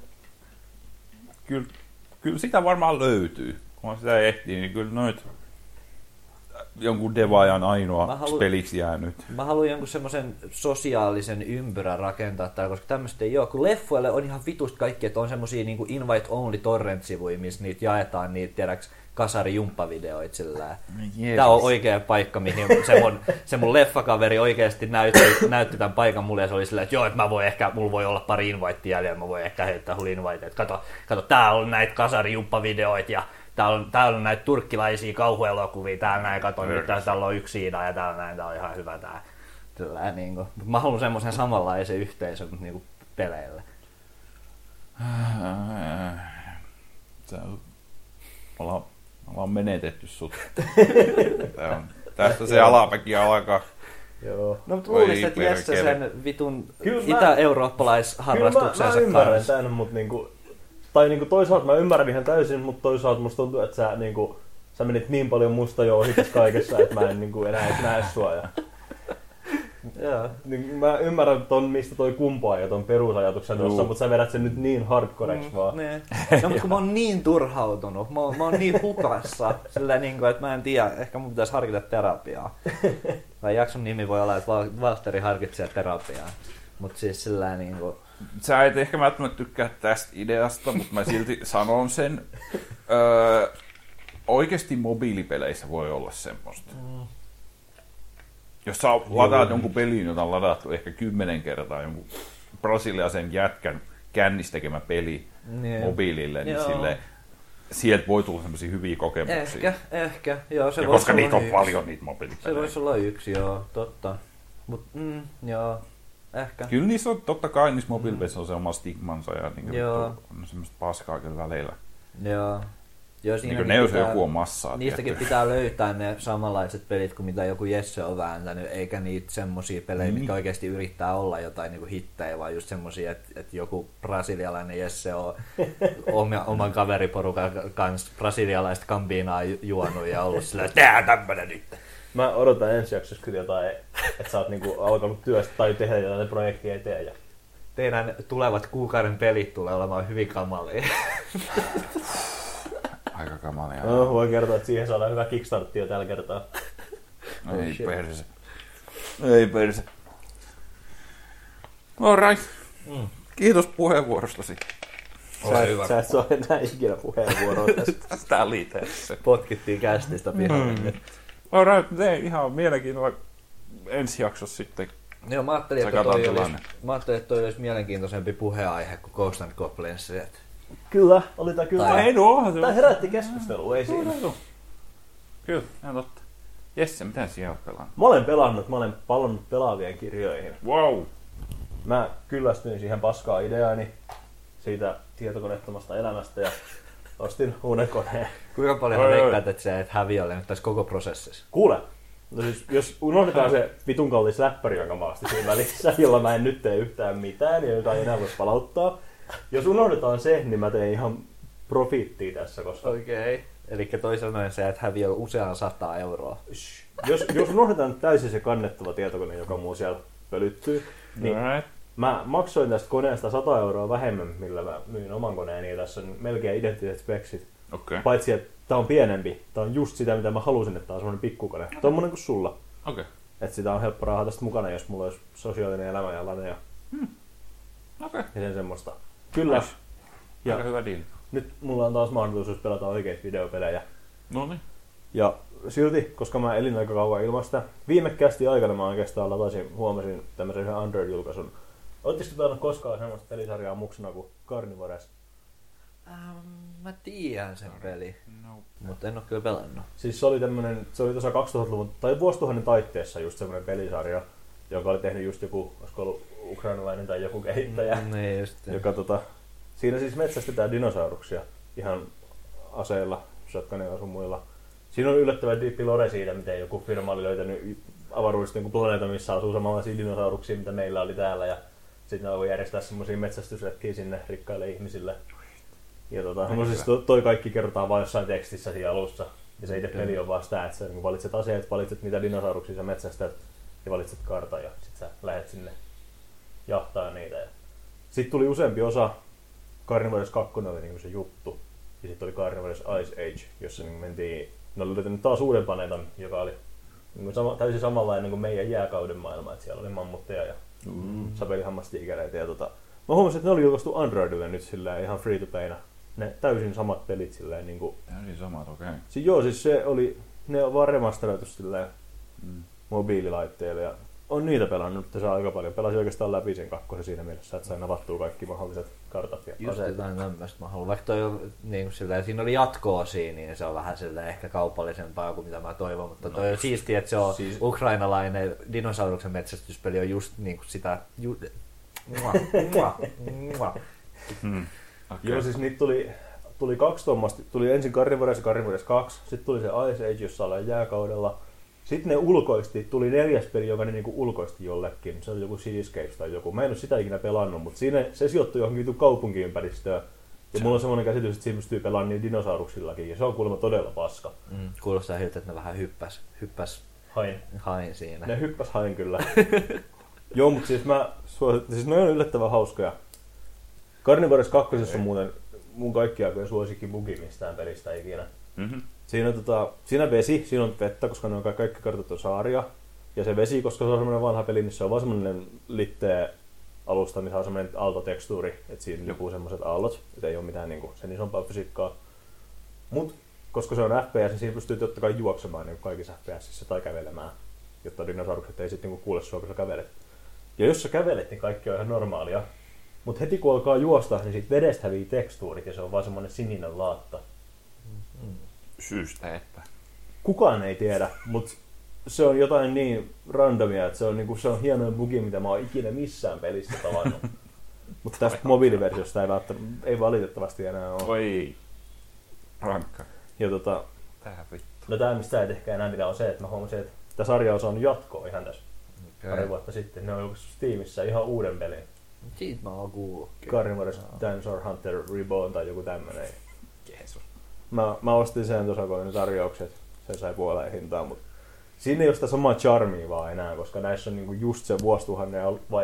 Kyllä sitä varmaan löytyy. Kun sitä ehtii, niin kyllä noit jonkun devaajan ainoa peliksi jäänyt. Mä haluan jonkun semmoisen sosiaalisen ympyrän rakentaa täällä, koska tämmöistä ei ole. Kun leffoille on ihan vitusta kaikki, että on semmosia niinku invite-only torrent-sivuja, missä niitä jaetaan niitä, tiedäks, kasari-jumppavideoita sillä. Tää on oikea paikka, mihin se mun leffakaveri oikeasti näytti tämän paikan mulle ja se oli silleen, että joo, että mulla voi olla pari invite jäljellä, mä voin ehkä heittää hull invite. Kato, tää on näitä kasari-jumppavideoita ja täällä on näitä turkkilaisia kauhuelokuvia, täällä näin, kato, nyt täällä on yksi Iida ja täällä näin, tää on ihan hyvä tää. Tällä, niin kuin. Mä haluan semmoisen samanlaisen yhteisön niin kuin peleille. Ollaan menetetty sut. Tästä se alamäki alkaa. Joo. No mutta luulisin, että Jesse sen vitun itä-eurooppalaisharrastuksensa kanssa. Mä ymmärrän tämän, mutta toisaalta mä ymmärrän ihan täysin, mutta toisaalta musta tuntuu, että sä menit niin paljon musta jo ohitus kaikessa, että mä en enää edes näe sua. Mä ymmärrän mistä toi kumpuaa ja ton perusajatuksen tuossa, mutta sä vedät sen nyt niin hardcoreksi vaan. No, mutta kun mä oon niin turhautunut, mä oon niin hukassa, silleen, että mä en tiedä, ehkä mun pitäisi harkita terapiaa. Tai jakson nimi voi olla, että Valtteri harkitsee terapiaa. Mutta siis silleen niinku... Sä et ehkä välttämättä tykkää tästä ideasta, mutta mä silti sanon sen. Oikeesti mobiilipeleissä voi olla semmoista. Jos sä lataat jonkun pelin, jota on ladattu ehkä 10 kertaa, jonkun brasilialaisen jätkän kännis tekemä peli mobiilille, niin sieltä voi tulla semmosia hyviä kokemuksia. Ehkä. Joo, se ja koska niitä on paljon, niitä mobiilipelejä. Se voisi olla yksi, joo, totta. Mut, joo. Ehkä. Kyllä niissä on, totta kai niissä mobiilipelissä on se oma stigmansa ja on semmoista paskaa kyllä välillä. Joo. Niin ne jos joku on massaa. Niistäkin pitää löytää ne samanlaiset pelit kuin mitä joku Jesse on vääntänyt, eikä niitä semmosia pelejä, mitkä oikeasti yrittää olla jotain niinku hittejä, vaan just semmosia, että joku brasilialainen Jesse on oman kaveriporukan kanssa brasilialaista kambiinaa juonut ja ollut sillä, että tehdään tämmönen nyt. Mä odotan ensi jaksossa kyllä jotain, että sä oot alkanut työstä tai tehdä jotain projektia eteen ja teidän tulevat kuukauden pelit tulee olemaan hyvin kamalia. Aika kamalia. No, voi kertoa, että siihen saadaan hyvä kickstartti jo tällä kertaa. Ei perse. Ei perse. Alright. Kiitos puheenvuorostasi. Sä et saa enää ikinä puheenvuoroa tästä. Tästä liiteessä. Potkittiin kästistä pihalle. Alright, ihan mielenkiintoinen ensi jaksossa sitten. Joo, mä ajattelin, että toi olisi mielenkiintoisempi puheenaihe kuin Ghost and Goblins. Kyllä, oli tää kyllä. Tää herätti keskustelua, ei siinä. Kyllä, ihan totta. Jesse, mitä siellä olet pelannut? Mä olen pelannut, palannut pelaavien kirjoihin. Wow! Mä kyllästyin siihen paskaa ideaani siitä tietokoneettomasta elämästä ja ostin uuden koneen. Kuinka paljon veikkaat, että sä et häviölle nyt tässä koko prosessissa? Kuule, no siis, jos unohdetaan se vitun kallis läppäri, jonka mä ostin siinä välissä, jolla mä en nyt tee yhtään mitään ja jota ei enää voi palauttaa. Jos unohdetaan se, niin mä teen ihan profiittia tässä, koska... Okei. Eli toisin sanoen sä et häviö useaan 100 euroa. Jos unohdetaan täysin se kannettava tietokone, joka muu siellä pölyttyy, niin mä maksoin tästä koneesta 100 euroa vähemmän, millä mä myin oman koneen, ja tässä on melkein identtiset speksit. Okay. Paitsi, että tää on pienempi. Tää on just sitä, mitä mä halusin, että tää on semmonen pikkukone. Tommonen kuin sulla. Okay. Että sitä on helppo rahaa tästä mukana, jos mulla olisi sosiaalinen elämä ja laneja. Okay. Ja sen semmoista. Kyllä. Ja aika hyvä deal. Nyt mulla on taas mahdollisuus pelata oikeita videopelejä. Noniin. Ja silti, koska mä elin aika kauan ilman sitä, viime kästi aikana mä oikeastaan huomasin tämmöisen yhden Android-julkaisun. Ootteko tainnut koskaan semmoista pelisarjaa muksuna kuin Carnivores? Mä tiedän sen peli, Nope. mutta en oo kyllä pelannut. Siis se oli tuossa 2000-luvun tai vuosituhannen taitteessa just semmoinen pelisarja, joka oli tehnyt just joku, olisiko ollut ukrainalainen tai joku kehittäjä, Niin just. joka siinä siis metsästetään dinosauruksia ihan aseilla, shotgunilla sun muilla. Siinä on yllättävän deep lore siitä, miten joku firma oli löytänyt avaruudesta joku planeetan, missä asuu samanlaisia dinosauruksia, mitä meillä oli täällä. Ja sitten ne voi järjestää semmoisia metsästysretkiä sinne rikkaille ihmisille. Ja no siis toi kaikki kerrotaan vain jossain tekstissä siinä alussa. Ja se itse peli on vaan sitä, että sä niin valitset aseet, valitset mitä dinosauruksia sä metsästät ja valitset kartan ja sit sä lähet sinne jahtaa niitä. Sitten tuli useampi osa. Carnivores 2 oli niin se juttu. Ja sitten oli Carnivores Ice Age, jossa niin mentiin... Ne oli löytänyt taas uuden planeetan, joka oli niin täysin samanlainen kuin meidän jääkauden maailma. Että siellä oli mammutteja ja sapelihammastiikereitä. Ja mä huomasin, että ne oli julkaistu Androidille nyt silleen ihan free to payna. Ne täysin samat pelit silleen niinku... Täysin samat, okei. Okay. Joo, siis se oli... Ne on vaan remasteroitu silleen mobiililaitteille ja on niitä pelannut tässä aika paljon. Pelasin oikeastaan läpi sen kakkosen siinä mielessä, että sain avattua kaikki mahdolliset kartat ja just aseet. jotain tämmöistä mä haluan. Vaikka toi on, niin silleen, siinä oli jatko-osia, niin se on vähän silleen ehkä kaupallisempaa kuin mitä mä toivon. Mutta toi on siistiä, että se on siis... ukrainalainen dinosauruksen metsästyspeli on just niin kuin sitä... Joo, siis niitä tuli kaksi tuommoista. Tuli ensin Carnivores ja Carnivores 2, sitten tuli se Ice Age, jossa ollaan jääkaudella. Sitten ne ulkoisti, tuli 4. peli, joka ne niinku ulkoisti jollekin. Se oli joku Seascapes tai joku. Mä en ole sitä ikinä pelannut, mutta siinä se sijoittui johonkin kaupunkiympäristöön. Ja mulla on semmoinen käsitys, että siinä pystyy pelaamaan niin dinosauruksillakin. Ja se on kuulemma todella paska. Kuulostaa siltä, että ne vähän hyppäs hain siinä. Ne hyppäs hain kyllä. Joo, mutta siis siis ne on yllättävän hauskoja. Carnivores 2 on muuten mun kaikki aikojen suosikki bugi mistään pelistä ikinä. Mm-hmm. Siinä vesi, siinä on vettä, koska ne on kaikki kartat on saaria. Ja se vesi, koska se on semmoinen vanha peli, niin se on vaan semmoinen litteä alusta, missä on semmoinen aaltotekstuuri, että siinä lipuu semmoiset aallot, että ei ole mitään niinku sen isompaa fysiikkaa. Mut koska se on FPS, niin siinä pystyy totta kai juoksemaan niin kaikissa FPSissä tai kävelemään, jotta dinosaurukset ei sitten niinku kuule sua, kun sä kävelet. Ja jos sä kävelet, niin kaikki on ihan normaalia. Mut heti kun alkaa juosta, niin siitä vedestä hävii tekstuurit ja se on vaan semmoinen sininen laatta. Syystä, että... Kukaan ei tiedä, mutta se on jotain niin randomia, että se on hienoin bugi, mitä mä oon ikinä missään pelissä tavannut. Mutta tästä mobiiliversiosta ei valitettavasti enää ole. Oi, rankka. Ja Tähän vittu. no tää mistä ei ehkä enää mitään on se, että mä huomasin, että tämä sarja on saanut jatkoa ihan tässä pari vuotta sitten. Ne on julkaissut Steamissa ihan uuden pelin. Siitä mä oon kuullut. Carnivores Dinosaur Hunter Reborn tai joku tämmönen. Jeesus. Mä ostin sen tuossa, kun ne tarjoukset. Se sai puoleen hintaan, mutta siinä ei ole sitä samaa charmia vaan enää, koska näissä on niinku just se vuosituhannen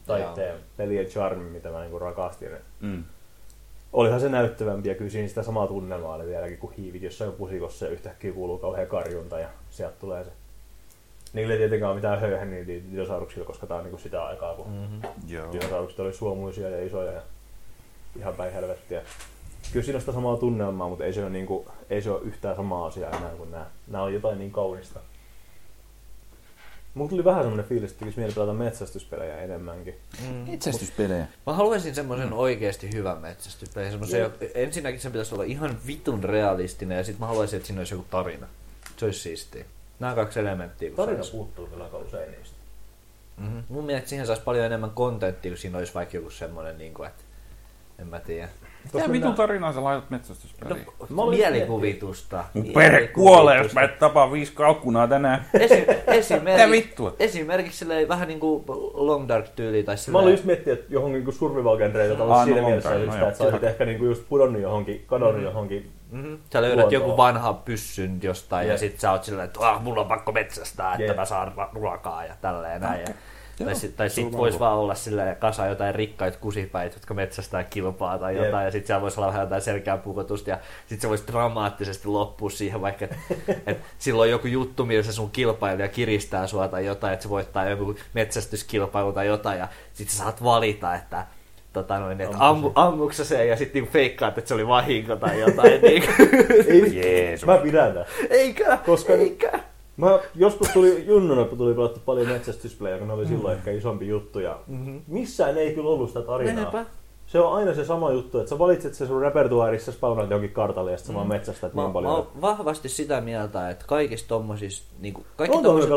taitteen pelien charmi, mitä mä niinku rakastin. Olihan se näyttävämpi ja kyllä siinä sitä samaa tunnelmaa oli vieläkin, kun hiivit jossain pusikossa ja yhtäkkiä kuuluu kauhean karjunta ja sieltä tulee se. Niillä ei tietenkään ole mitään höyhänniä dinosauruksilla, koska tää on niinku sitä aikaa, kun dinosaurukset oli suomuisia ja isoja ja ihan päin helvettiä. Kyllä siinä on sitä samaa tunnelmaa, mutta ei se ole, niinku, ei se ole yhtään samaa asiaa enää kuin nämä. Nämä on jotain niin kaunista. Mulla tuli vähän semmoinen fiilis, että tekisi mieli pelata metsästyspelejä enemmänkin. Metsästyspelejä? Mä haluaisin semmoisen oikeesti hyvän metsästyspelejä. Ensinnäkin sen pitäisi olla ihan vitun realistinen ja sit mä haluaisin, että siinä olisi joku tarina. Se olisi siistiä. Nämä 2 elementtiä. Tarina puuttuu kyllä aika usein niistä. Mun mielestä siihen saisi paljon enemmän kontenttia, kun siinä olisi vaikka joku semmoinen, että en mä tiedä. Mitä vitun tarinaa sä laitat metsästyspeliin? No, mielikuvitusta. Mun perhe kuolee, jos mä et tapaa 5 kalkkunaa tänään. Esimerkiksi vähän niinku Long Dark-tyyli. Tai mä olin just miettinyt, että johonkin niin survival-genreitä olisi siinä mielessä yksi, että sä olisit ehkä niinku just pudonnut johonkin, kadonnut johonkin. Sä löydät joku vanha pyssyn jostain ja sit sä oot silleen, että mulla on pakko metsästää, että mä saan ruokaa ja tälleen näin. Tai sit voisi vaan olla silleen kasa jotain rikkaita kusipäitä, jotka metsästää kilpaa tai jotain, ja sit siellä voisi olla vähän jotain selkääpukotusta, ja sit se voisi dramaattisesti loppua siihen, vaikka että silloin on joku juttu, millä se sun kilpailija kiristää sua tai jotain, että se voittaa joku metsästyskilpailu tai jotain, ja sit sä saat valita, että ammuksä sen ja sitten niinku feikkaat, että se oli vahinko tai jotain. Jeesus. Mä pidän tätä. Eikä? Mä joskus junnuna tuli pelattu paljon metsästyspelejä, kun ne oli silloin ehkä isompi juttu ja missään ei kyllä ollut sitä tarinaa. Menepä. Se on aina se sama juttu, että sä valitset sen sun repertuaarissa, spawnaat johonkin kartalle ja sit sä vaan metsästät niin paljon. Mä oon vahvasti sitä mieltä, että kaikissa tommosissa niinku kaikki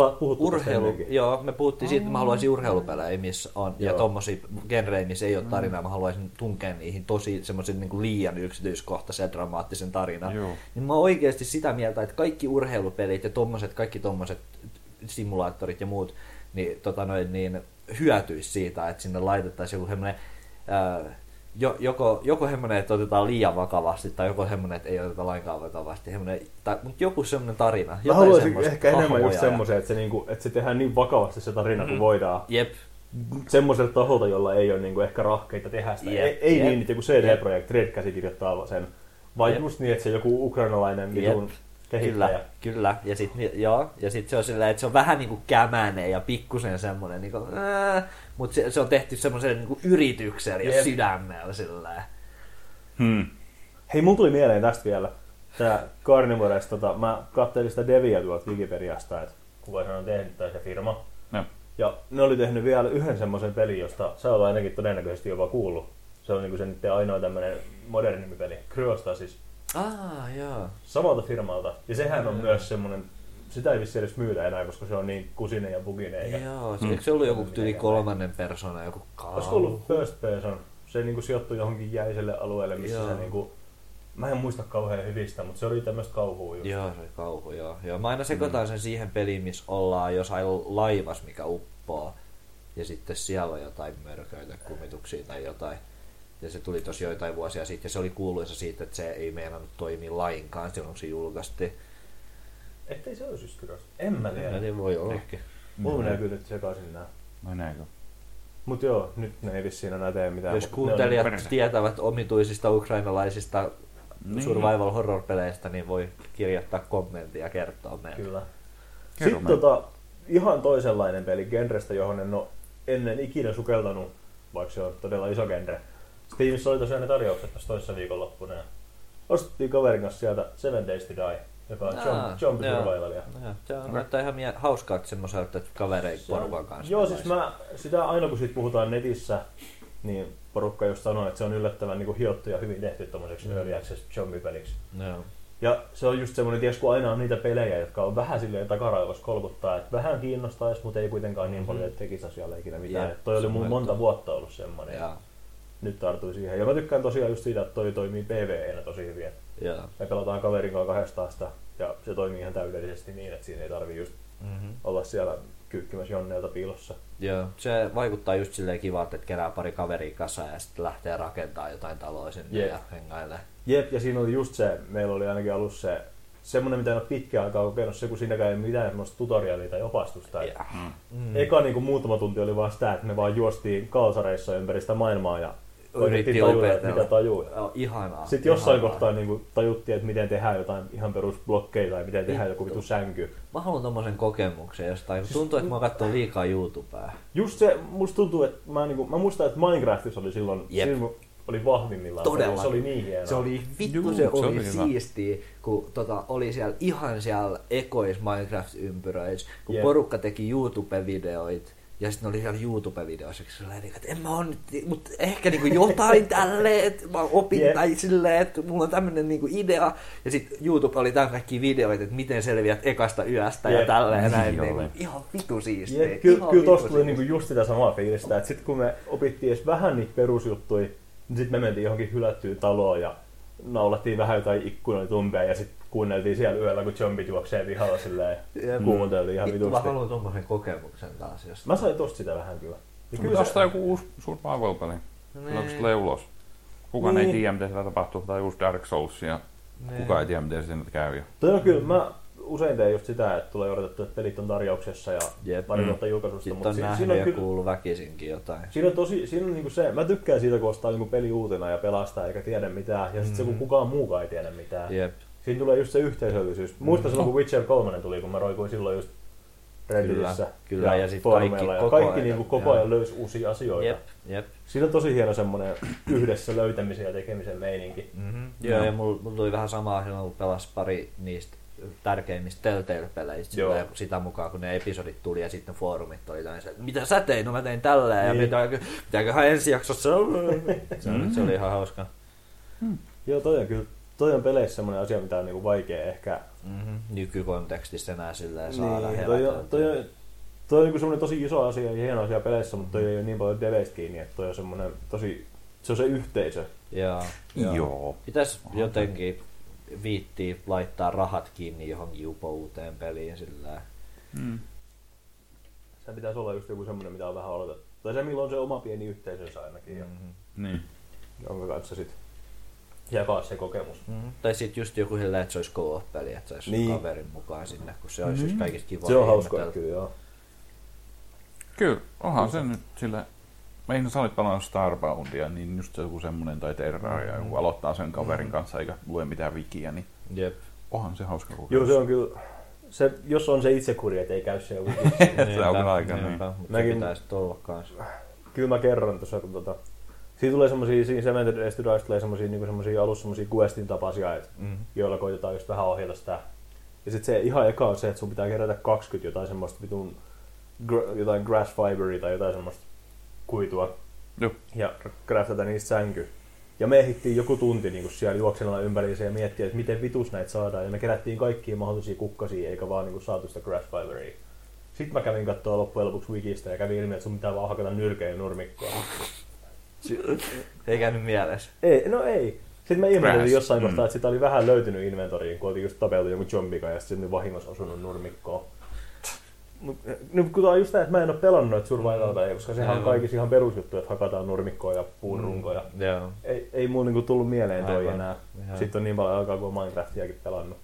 me puhuttiin siitä, että mä haluaisin urheilupelejä, missä on ja tommosia genrejä, missä ei ole tarinaa, mä haluaisin tunkea niihin tosi semmoisen niinku liian yksityiskohtaisen dramaattisen tarinan. Niin mä oon oikeesti sitä mieltä, että kaikki urheilupelit ja kaikki tommoset simulaattorit ja muut niin hyötyis siitä, että sinne laitettaisiin joku semmoinen joko semmoinen, että otetaan liian vakavasti, tai joko semmoinen, että ei oteta lainkaan vakavasti, mutta joku semmoinen tarina. Mä haluaisin ehkä enemmän just semmoisen, että se tehdään niin vakavasti se tarina kuin voidaan. Jep. Semmoiselta taholta, jolla ei ole niinku ehkä rahkeita tehdä sitä. Ei niin, että joku CD-projekt Red käsikirjoittaa sen, vaan just niin, että se joku ukrainalainen vitun kehittäjä. Kyllä. Ja sit se on silleen, että se on vähän niinku kämäinen ja pikkusen semmoinen niinku, mutta se on tehty semmoiselle niinku yrityksellä ja sydämellä silleen. Hei, mun tuli mieleen tästä vielä. Tää Carnivores, mä katselin sitä deviä tuolta Wikipediasta, että kuka sen on tehnyt tai se firma. Ja ne oli tehnyt vielä yhden semmoisen pelin, josta sä oot ainakin todennäköisesti jopa kuullut. Se on niinku se niiden ainoa tämmönen modernimpi peli, Cryostasis. Joo. Samalta firmalta. Ja sehän on myös semmonen, sitä ei vissi edes myydä enää, koska se on niin kusinen ja buginen. Joo, eikö se ollut joku tyyli 3. persona, joku olisiko ollut first person? Se niinku sijoittui johonkin jäiselle alueelle, missä se niinku, mä en muista kauhean hyvistä, mutta se oli tämmöistä kauhua just. Joo, se oli kauhu, joo. Mä aina sekoitan sen siihen peliin, missä ollaan jossain laivas, mikä uppoo. Ja sitten siellä on jotain mörköitä, kumituksia tai jotain. Ja se tuli tosi joitain vuosia sitten, ja se oli kuuluisa siitä, että se ei meinannut toimia lainkaan silloin, kun se julkaistiin. Ettei se olisi just kyllä. En mä tiedä. En voi olla. Mulla menee kyllä nyt sekaisin nää. Meneekö? Mut joo, nyt ne ei vissiin enää tee mitään. Jos kuuntelijat tietävät omituisista ukrainalaisista survival horror-peleistä, niin voi kirjoittaa kommenttia ja kertoa meille. Kyllä. Sitten ihan toisenlainen peli genrestä, johon en ole ennen ikinä sukeltanut, vaikka se on todella iso genre. Steamissa oli tosiaan ne tarjoukset tässä toisessa viikonloppuna. Ostettiin kaverin kanssa sieltä 7 Days to Die, joka on zombie survivalia. Se on näyttää ihan hauskaa, että semmoiselta kaverein porukan kanssa. Joo, siis sitä aina kun siitä puhutaan netissä, niin porukka just sanoo, että se on yllättävän niin kuin hiottu ja hyvin tehty tommoseksi early access zombie-peliksi. Ja se on just semmoinen, että kun aina on niitä pelejä, jotka on vähän silleen takaraivossa kolkuttaa, että vähän kiinnostaisi, mutta ei kuitenkaan niin paljon, että tekisi asialle ikinä mitään. Toi oli mun monta vuotta ollut semmoinen. Nyt tartui siihen. Ja mä tykkään tosiaan just siitä, että toi toimii PvE:nä tosi hyvin. Me pelataan kaverin kanssa 200 sitä, ja se toimii ihan täydellisesti niin, että siinä ei tarvii just olla siellä kyykkimässä jonneilta piilossa. Joo, se vaikuttaa just silleen kivalta, että kerää pari kaveria kasaan ja sitten lähtee rakentamaan jotain taloa sinne ja hengailee. Jep, ja siinä oli just se, meillä oli ainakin alussa se semmoinen, mitä en ole pitkään aikaa kokenut, se kun siinäkään ei mitään semmoista tutoriaalia tai opastusta. Eka niin kuin muutama tunti oli vaan sitä, että me vaan juostiin kalsareissa ympäri sitä maailmaa ja yritti tajuta, että mitä tajuu. Ihanaa. Sitten jossain kohtaa niin kuin tajuttiin, että miten tehdään jotain ihan perusblokkeja tai miten tehdään joku vitu sänky. Mä haluan tommosen kokemuksen jostain. Tuntuu, että mä katsoo liikaa YouTubea. Just se, musta tuntuu, että mä muistan, että Minecraftissa oli silloin oli vahvimmillaan. Todella. Se oli niin hienoa. Se oli vittu, se oli siistiä, kun oli siellä ihan siellä ekois Minecraft-ympyröissä, kun porukka teki YouTube-videoita. Ja sitten oli siellä YouTube-videoissa, että en mä oo nyt, mutta ehkä niinku jotain tälleen, että mä opin tai silleen, että mulla on tämmönen niinku idea. Ja sitten YouTube oli tämän kaikki videoita, että miten selviät ekasta yöstä ja tälleen näin. Niinku, ihan vitu siistiä. Kyllä tosta tuli niinku just sitä samaa fiilistä, että sitten kun me opittiin edes vähän niitä perusjuttuja, niin sitten me mentiin johonkin hylättyyn taloon ja naulattiin vähän jotain ikkunoita umpeen ja sitten kuunneltiin siellä yöllä, kun zombit juoksee pihalla silleen ja kuumoteltiin ihan vitusti. Mä haluan tommosen kokemuksen taas. Mä sain tosta sitä vähän kyllä. Kyllä tosta joku uusi survival-peli. Onko se tulee ulos? Kukaan ei tiedä, miten sitä tapahtuu. Tai uusi Dark Souls ja kukaan ei tiedä, miten se nyt käy. Toi on kyllä, mä usein teen just sitä, että tulee odotettu, että pelit on tarjouksessa ja pari vuotta julkaisusta. Sitten on nähnyt ja kuullut väkisinkin jotain. Siinä on niinku se, mä tykkään siitä, kun ostaa niinku peli uutena ja pelastaa eikä tiedä mitään. Ja sitten se, kun kukaan muukaan ei tiedä mitään. Jep. Siinä tulee just se yhteisöllisyys. Muistan silloin, kun Witcher 3 tuli, kun mä roikuin silloin just Redditissä. Kyllä, ja sitten kaikki niinku koko ajan löysi uusia asioita. Jep. Siinä on tosi hieno semmoinen yhdessä löytämisen ja tekemisen meininki. Joo, ja mulla tuli vähän samaa silloin, kun pelasin pari niistä tärkeimmistä Telltale-peleistä sitä mukaan, kun ne episodit tuli ja sitten foorumit oli näin, että mitä sä tein? No mä tein tälleen ja pitääköhän ensi jaksossa se oli ihan hauska. Joo, toi on peleissä semmoinen asia, mitä on niinku vaikea ehkä nykykontekstissa enää silleen saada toi on niinku semmoinen tosi iso asia ja hieno asia peleissä, mutta toi ei ole niin paljon deveistä kiinni, että toi on semmoinen tosi, se on se yhteisö. Joo. Pitäis jotenkin viittii laittaa rahat kiinni johonkin upouuteen peliin sillä. Se pitäisi olla just joku semmoinen, mitä on vähän odotettu. Tai se, milloin se oma pieni yhteisönsä ainakin. Niin. Jonka kanssa sit jakaa se kokemus. Tai sitten just joku silleen, että se olisi co-op-peli, että saisi kaverin mukaan sinne, kun se olisi just kaikista kivaa. Se on hauskaa kyllä, joo. Kyllä, onhan se nyt sillä. Mä sä olit pelannut Starboundia, niin just joku semmonen tai Terraria, joku aloittaa sen kaverin kanssa eikä lue mitään wikiä, niin onhan se hauska kokemus. Joo, se on kyllä. Se, jos on se itsekuri, et ei käy se joku. Se on kyllä aika niin. Mäkin pitäisi olla kanssa. Kyllä mä kerron tuossa, kun siinä tulee semmosia, siinä Cemented Days to Die tulee semmosia alussa semmosia questin tapaisia, joilla koitetaan just vähän ohjata sitä. Ja sit se ihan eka on se, että sun pitää kerätä 20 jotain semmoista vitun jotain grass fiberia tai jotain semmoista kuitua. Ja craftata niistä sänky. Ja me ehdittiin joku tunti niin siellä juoksenalla ympäriinsä ja miettiä, että miten vitus näitä saadaan. Ja me kerättiin kaikkia mahdollisia kukkasia, eikä vaan niin saatu sitä grass fiberia. Sitten mä kävin katsoa loppujen lopuksi wikistä ja kävi ilmi, että sun pitää vaan hakata nyrkeä ja nurmikkoa. Ei käynyt mielessä. Ei. Sitten mä ihmettelin jossain kohtaa, että sitä oli vähän löytynyt inventoriin, kun oltiin just tapeltu joku zombika ja sitten vahingossa osunut nurmikkoon. No, kun on just tämä, että mä en ole pelannut noita survival-pelejä, koska sehän on kaikissa ihan perusjuttu, että hakataan nurmikkoa ja puun runkoja. Ei mulla niinku tullut mieleen toi enää. Sitten on niin paljon aikaa, kun on Minecraftiakin pelannut.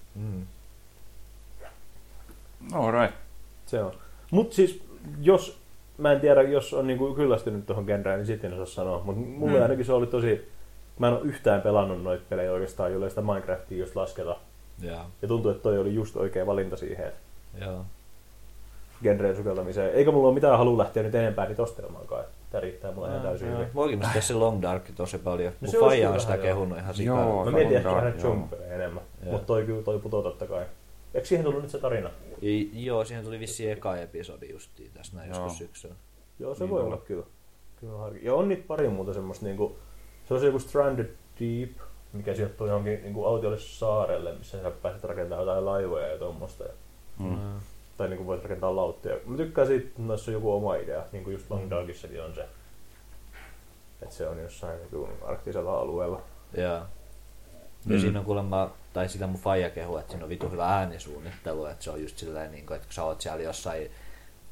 Alright. Se on. Mut siis, mä en tiedä, jos on niinku kyllästynyt tuohon genreen, niin sitten en osaa sanoa. Mutta mulle ainakin se oli tosi. Mä en ole yhtään pelannut noita pelejä oikeastaan, jollei sitä Minecraftia just lasketa. Ja tuntuu, että toi oli just oikea valinta siihen. Genreen sukeltamiseen. Eikä mulla ole mitään halua lähteä nyt enempää niitä ostelemaankaan. Tää riittää mulle ihan täysin hyvin. Voikin tehdä se Long Dark tosi paljon. Mun faija on sitä kehunut ihan sikana. Mä mietin ehkä vähän jumpeja enemmän. Mutta toi putoo totta kai. Eikö siihen tullut nyt se tarina? Joo, siihen tuli vissiin eka episodi justiin tässä näin joskus syksyllä. Joo, se voi olla kyllä. Ja on niitä pari muuta semmoista niinku. Se on se joku Stranded Deep, mikä sijoittuu johonkin niinku autiolle saarelle, missä sä pääset rakentamaan jotain laivoja ja tommoista. Tai niinku voit rakentaa lauttia. Mä tykkään siitä, että noissa on joku oma idea, niin kuin just Long Darkissakin on se. Että se on jossain arktisella alueella. Ja siinä on kuulemma, tai sitä mun faija kehu, että siinä on vitu hyvä äänisuunnittelu, että se on just silleen, että kun sä oot siellä jossain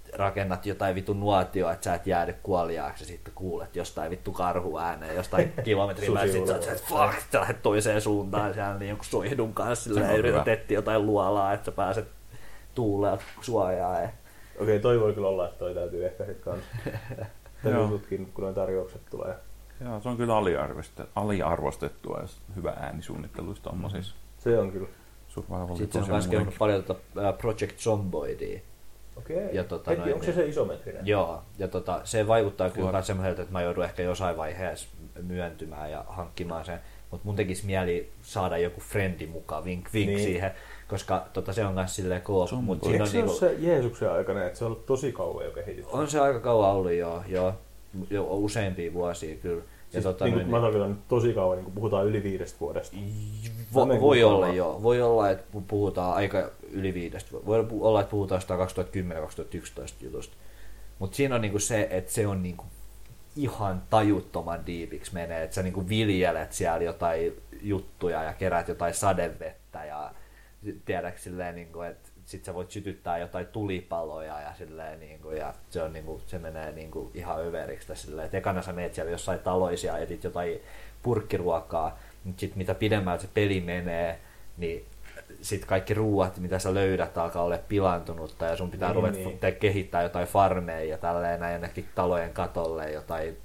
rakennat jotain vittu nuotioa, että sä et jäädy kuoliaaksi ja sitten kuulet jostain vittu karhu ääneen jostain kilometrin päästä, sit sä oot että fuck, sä lähdet toiseen suuntaan siellä niin jonkun soihdun kanssa silleen, yrität etsiä jotain luolaa, että sä pääset tuuleelta suojaan. Okei, toi voi kyllä olla, että toi täytyy ehkä sit kans. Täytyy tutkin, kun noin tarjoukset tulee. Joo, se on kyllä aliarvostettua ja hyvä äänisuunnitteluista tommosissa. Se on kyllä. Sitten se on myös käynyt paljon Project Zomboidia. Okei. Ja onko se isometrinen? Joo, ja se vaikuttaa kyllä myös semmoiselta, että mä joudun ehkä jossain vaiheessa myöntymään ja hankkimaan sen. Mutta mun tekisi mieli saada joku frendi mukaan, vink niin. Siihen, koska se on myös silleen cool. Eikö se ole se Jeesuksen aikana, että se on ollut tosi kauan jo kehitystä? On se aika kauan ollut jo useampia vuosia kyllä. Ja siis, mä tarkoitan nyt tosi kauan, niin kun puhutaan yli 5 vuodesta. Voi olla joo. Voi olla, että puhutaan aika yli 5. Voi olla, että puhutaan 2010-2011 jutusta. Mutta siinä on niinku se, että se on niinku ihan tajuttoman diipiksi menee. Että sä niinku viljelet siellä jotain juttuja ja kerät jotain sadevettä ja tiedätkö silleen, niinku, että sit sä voit sytyttää jotain tulipaloja ja silleen niinku, ja se on niinku, se menee niinku ihan överiksi silleen, että ekana sä meet siellä jossain taloissa ja etit jotain purkkiruokaa, mutta sit mitä pidemmälle se peli menee, niin sit kaikki ruuat, mitä sä löydät, alkaa olla pilantunutta ja sun pitää ruveta kehittää jotain farmeja ja tälleen näin jonnekin talojen katolle jotain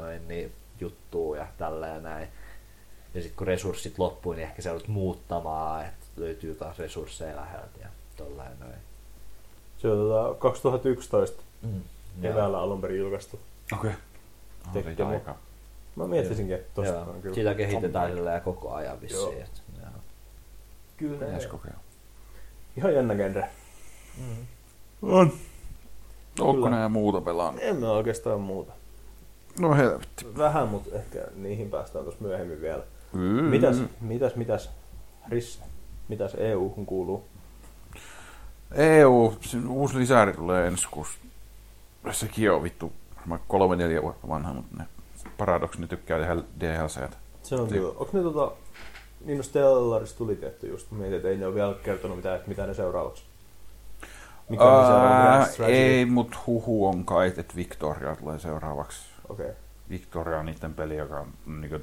juttua ja tälleen näin. Ja sit kun resurssit loppuu, niin ehkä sä joudut muuttamaan, että löytyy taas resursseja läheltä ja tollain noin. Se on 2011 keväällä alun perin julkaistu. Okei. Siitä aikaa. Mä miettisinkin, että tosta on kyllä. Sitä kehitetään silleen koko ajan vissiin. Kyllä. Pitäis kokeilla. Ihan jännä genre. On. Onko nää muuta pelannut? En mä oikeastaan muuta. No helvetti. Vähän, mutta ehkä niihin päästään tuossa myöhemmin vielä. Mitäs Risse? Mitäs EU-hun kuuluu? EU, uusi lisäri tulee ensi kuussa. Sekin on vittu 3-4 vuotta vanha, mutta ne Paradox, ne tykkää tehdä DLC:tä. Se on kyllä. Onko ne niin no Stellarissa tuli tehty just, mietin, että ei ne ole vielä kertonut mitään, että mitä ne seuraavaksi. Mikä on seuraavaksi? Ei, mutta huhu on kai, että Victoria tulee seuraavaksi. Okay. Victoria on niiden peli, joka on niin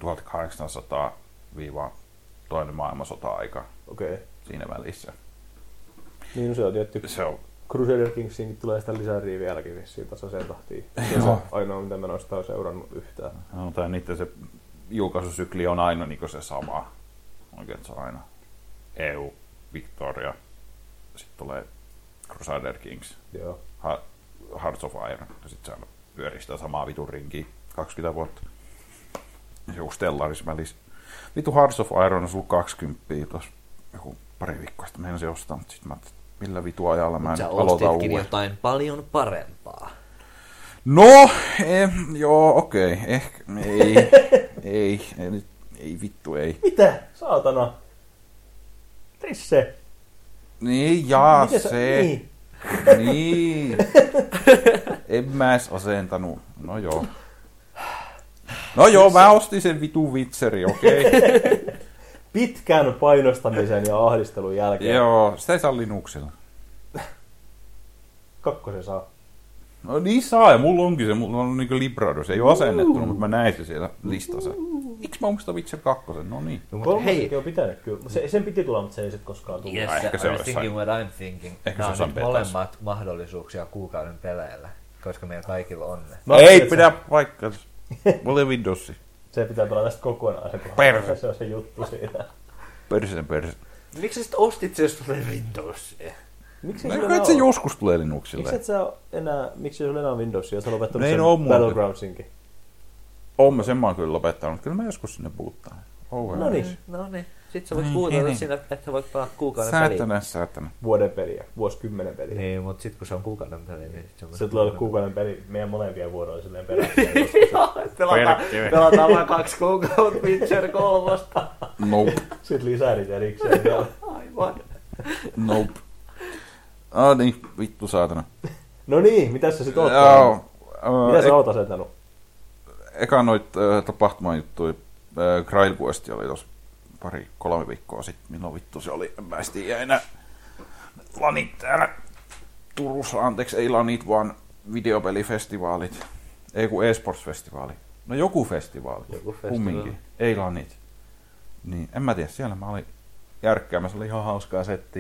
1800-toinen maailmansota-aika. Okay. Siinä välissä. Niin, no se on tietty. Se on. Crusader Kingsiinkin tulee sitä lisäriä vieläkin vissiin tasaiseen tahtiin. Se on ainoa, mitä mä noista on seurannut yhtään. No, tai niiden se julkaisusykli on aina niin se sama. Oikein se on aina EU, Victoria, sitten tulee Crusader Kings, joo. Hearts of Iron, ja sitten se pyörii sitä samaa vitun rinkiä 20 vuotta. Joku Stellaris välissä. Vitu Hearts of Iron on ollut 20 tuossa joku pari viikkoa sitten meinasin ostaa, mutta sitten mä ajattelin, millä vitu ajalla mä en aloita uuden. Jotain paljon parempaa. No, joo, okei, ehkä, ei vittu, ei. Mitä? Saatana. Risse. Niin, jaa, miten se. Niin. En mä edes asentanut. No joo, mä ostin sen vitun Witcheri, okei. Pitkän painostamisen ja ahdistelun jälkeen. Joo, sitä ei saa Linuxilla. 2 saa. No niin saa, ja mulla onkin se, mulla on niinku Librado, se ei ole asennettu, mutta mä näin se siellä listassa. Miksi mä omistan Witcher 2? No niin. No, hei, on pitänyt kyllä. Sen piti tulla, mutta se ei sit koskaan tullut. Yes, ehkä se I'm thinking what I'm thinking. Ehkä se on molemmat mahdollisuuksia kuukauden peleillä, koska meillä kaikilla on ne. Ei pidä paikkaa. Mulla ei Windowsi. Se pitää tulla tästä kokonaan. Se on se juttu siinä. Perse. Miksi sä sit ostit se, jos tulee Windowsia? Miksi se joskus tulee Linuxille? Miksi ei ole enää Windowsia, jos sä lopettanut sen Battlegroundsinkin? Oon mä sen kyllä lopettanut. Kyllä mä joskus sinne puuttaan. No niin. Sitten sä voit puutata siinä, että sä voit pelaa kuukauden peliä. Säätänä. Vuoden peliä, vuosikymmenen peliä. Niin, mutta sitten kun se on kuukauden peli, niin se tulee olla kuukauden peli meidän molempien vuoroilla silleen perässä. Pelataan vain 2 kuukautta Witcher 3. Nope. Sitten lisärit erikseen vielä. Aivan. Nope. Niin, vittu saatana. No niin, mitäs sä sit oot? Mitä sä oot asentanut? Eka noit tapahtumajuttuja. Grail Quest oli tossa 2-3 viikkoa sitten. Milloin vittu se oli? En mä tiedä enää. Lanit täällä. Turussa, anteeksi, ei Lanit, vaan videopelifestivaalit. Ei kun eSports-festivaali. No joku festivaali. Kumminkin. Ei Lanit. Niin, en mä tiedä, siellä mä olin järkkäämässä, oli ihan hauskaa settiä.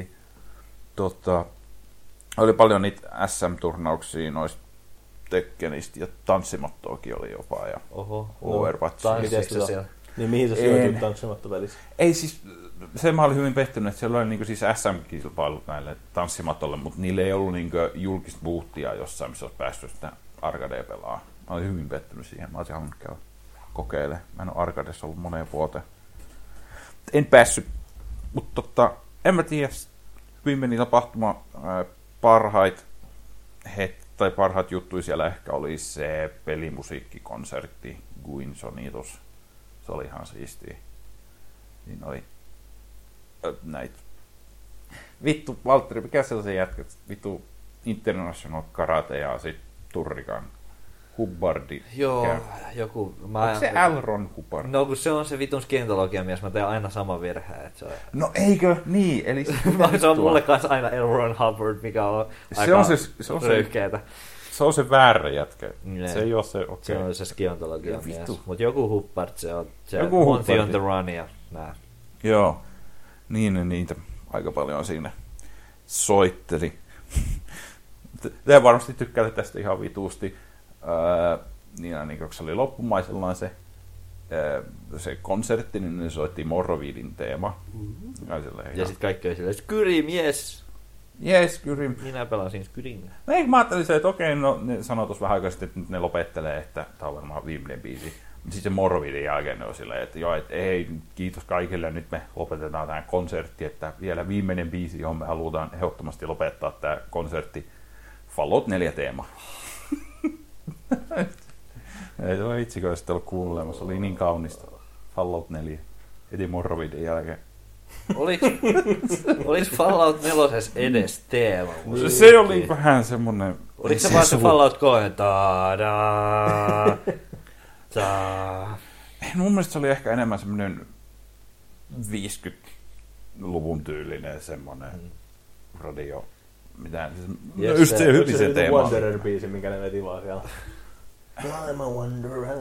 Oli paljon niitä SM-turnauksia noista Tekkenistä ja tanssimattoakin oli jopa ja Overwatchia. Niin mihin sä sijoitut tanssimattopelissä? Ei siis, se mä olin hyvin pettynyt, että siellä oli niinku siis SM-kilpailut näille tanssimatolle, mutta niillä ei ollut niinku julkista boothia jossain, missä olisi päässyt sitä arcadea pelaa. Mä olin hyvin pettynyt siihen, mä olisin halunnut käydä kokeilemaan. Mä en ole arcadessa ollut moneen vuoteen. En päässyt, mutta en mä tiedä, hyvin meni tapahtuma. Parhaat juttuja siellä ehkä oli se pelimusiikkikonsertti Guinsonitos. Se oli ihan siistiä. Siinä oli näitä. Vittu, Valtteri, mikä sellaisen jätkät? Vittu International Karate ja sit Turrikan Hubbardi. Joo, joku. Onko se Elron Hubbard? No kun se on se vitun skientologiamies, mä teen aina sama virhe. Että se on... No eikö? Niin, eli se on mulle kanssa aina Elron Hubbard, mikä on aika röyhkeetä. Se on se väärä jätkä. Ne. Se ei ole se, okei. Okay. Se on se skientologiamies. Mutta joku Hubbard, se on se joku Monty on the Run ja nää. Joo, niin niitä aika paljon siinä soitteli. Te varmasti tykkäätte tästä ihan vituusti. Niin kun se oli loppumaisellaan se konsertti, niin ne soitti Morrowindin teema. Ja sitten kaikki oli silleen, Skyrim, yes! Yes, Skyrim. Minä pelasin Skyrimia. No ei, mä ajattelin se, että okei, no ne sanoi tuossa vähän aikaa sitten, että nyt ne lopettelee, että tämä on varmaan viimeinen biisi. Mutta sitten se Morrowindin jälkeen ne on silleen, että joo, että ei, kiitos kaikille, nyt me lopetetaan tämä konsertti, että vielä viimeinen biisi, johon me halutaan ehdottomasti lopettaa tämä konsertti. Fallout 4 teema. Ei se ole itsikö sitten ollut kuulemassa, oli niin kaunista. Fallout 4, heti Morrowindin jälkeen. Olis Fallout 4 edes teema? Se oli vähän semmonen... Oliko se vaan se Fallout 3? Mun mielestä se oli ehkä enemmän semmonen 50-luvun tyylinen semmonen radio... Mitä? Yes, just se hyvin se teema. Wanderer-biisi, minkä ne veti vaan siellä. I'm a wanderer.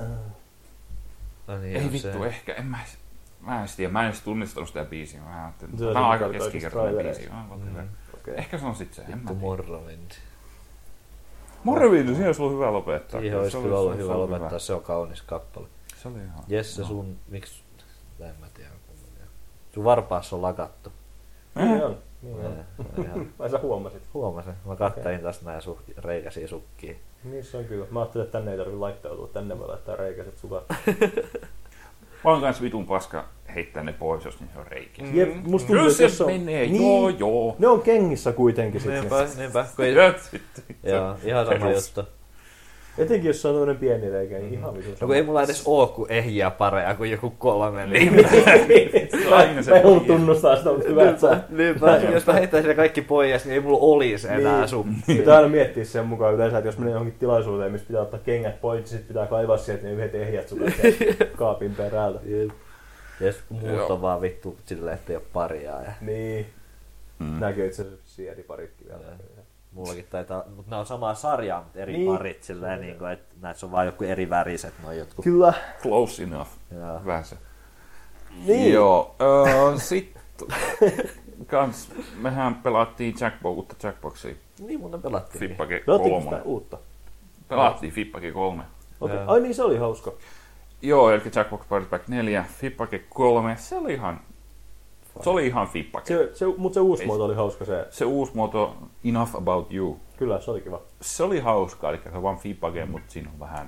No niin, ei vittu, se. Ehkä, mä en tiedä, mä en edes tunnistanut sitä biisiä. Mä ajattelin, tämä on aika keskikertainen biisi. Okay. Ehkä se on sit se. Vittu Morrowind. Morrowind, siinä olisi ollut hyvä lopettaa. Siihen olisi kyllä ollut hyvä lopettaa, se on kaunis kappale. Se oli ihan... Jesse, sun, miksi, en mä tiedä. Sun varpaassa on lakattu. Niin on. Vai sä huomasit? Huomasin. Mä kattelin tästä näin reikäisiä sukkia. Niin se on kyllä. Mä ajattelin, että tänne ei tarvitse laittautua. Tänne voi laittaa reikäiset sukat. Mä oon kans vitun paska heittää ne pois, jos niissä on reikiä. Jep, musta tuntuu, että jos on... menee, niin, joo. Ne on kengissä kuitenkin sitten. Niinpä. Joo, ihan sama juttu. Etenkin jos se on tämmönen pieni reikä, niin ihan vitun. No kun ei mulla edes oo kuin ehjiä pareja kuin joku 3. Mä en ollut tunnustaa sitä, mutta hyvä, että sä... Niinpä, jos mä heittäisin ne kaikki pois, niin ei mulla olisi enää sukkia. Pitää aina miettiä sen mukaan yleensä, että jos menee johonkin tilaisuuteen, missä pitää ottaa kengät pois, niin sit pitää kaivaa sieltä ne yhdet ehjät sukat kaapin perältä. Ja muut on vaan vittu silleen, ettei oo paria. Niin. Näkyy itse asiassa eri paritkin vielä. Mullakin taitaa, mutta nämä on samaa sarjaa, mutta eri parit silleen, niin kuin, että näissä on vaan joku eri väriset noi jotkut. Kyllä. Close enough. Vähän se. Niin. Joo, sitten kans mehän pelattiin uutta Jackboxia. Niin, muuten pelattiin. Fippake 3. uutta? Pelattiin Fippake 3. Okay. Ai niin, se oli hauska. Joo, eli Jackbox Party Pack 4, Fippake 3, se oli ihan Fippake. Mutta se uusi muoto oli hauska se uusi muoto, Enough About You. Kyllä, se oli kiva. Se oli hauska, eli se on vaan Fippake, mutta siinä on vähän...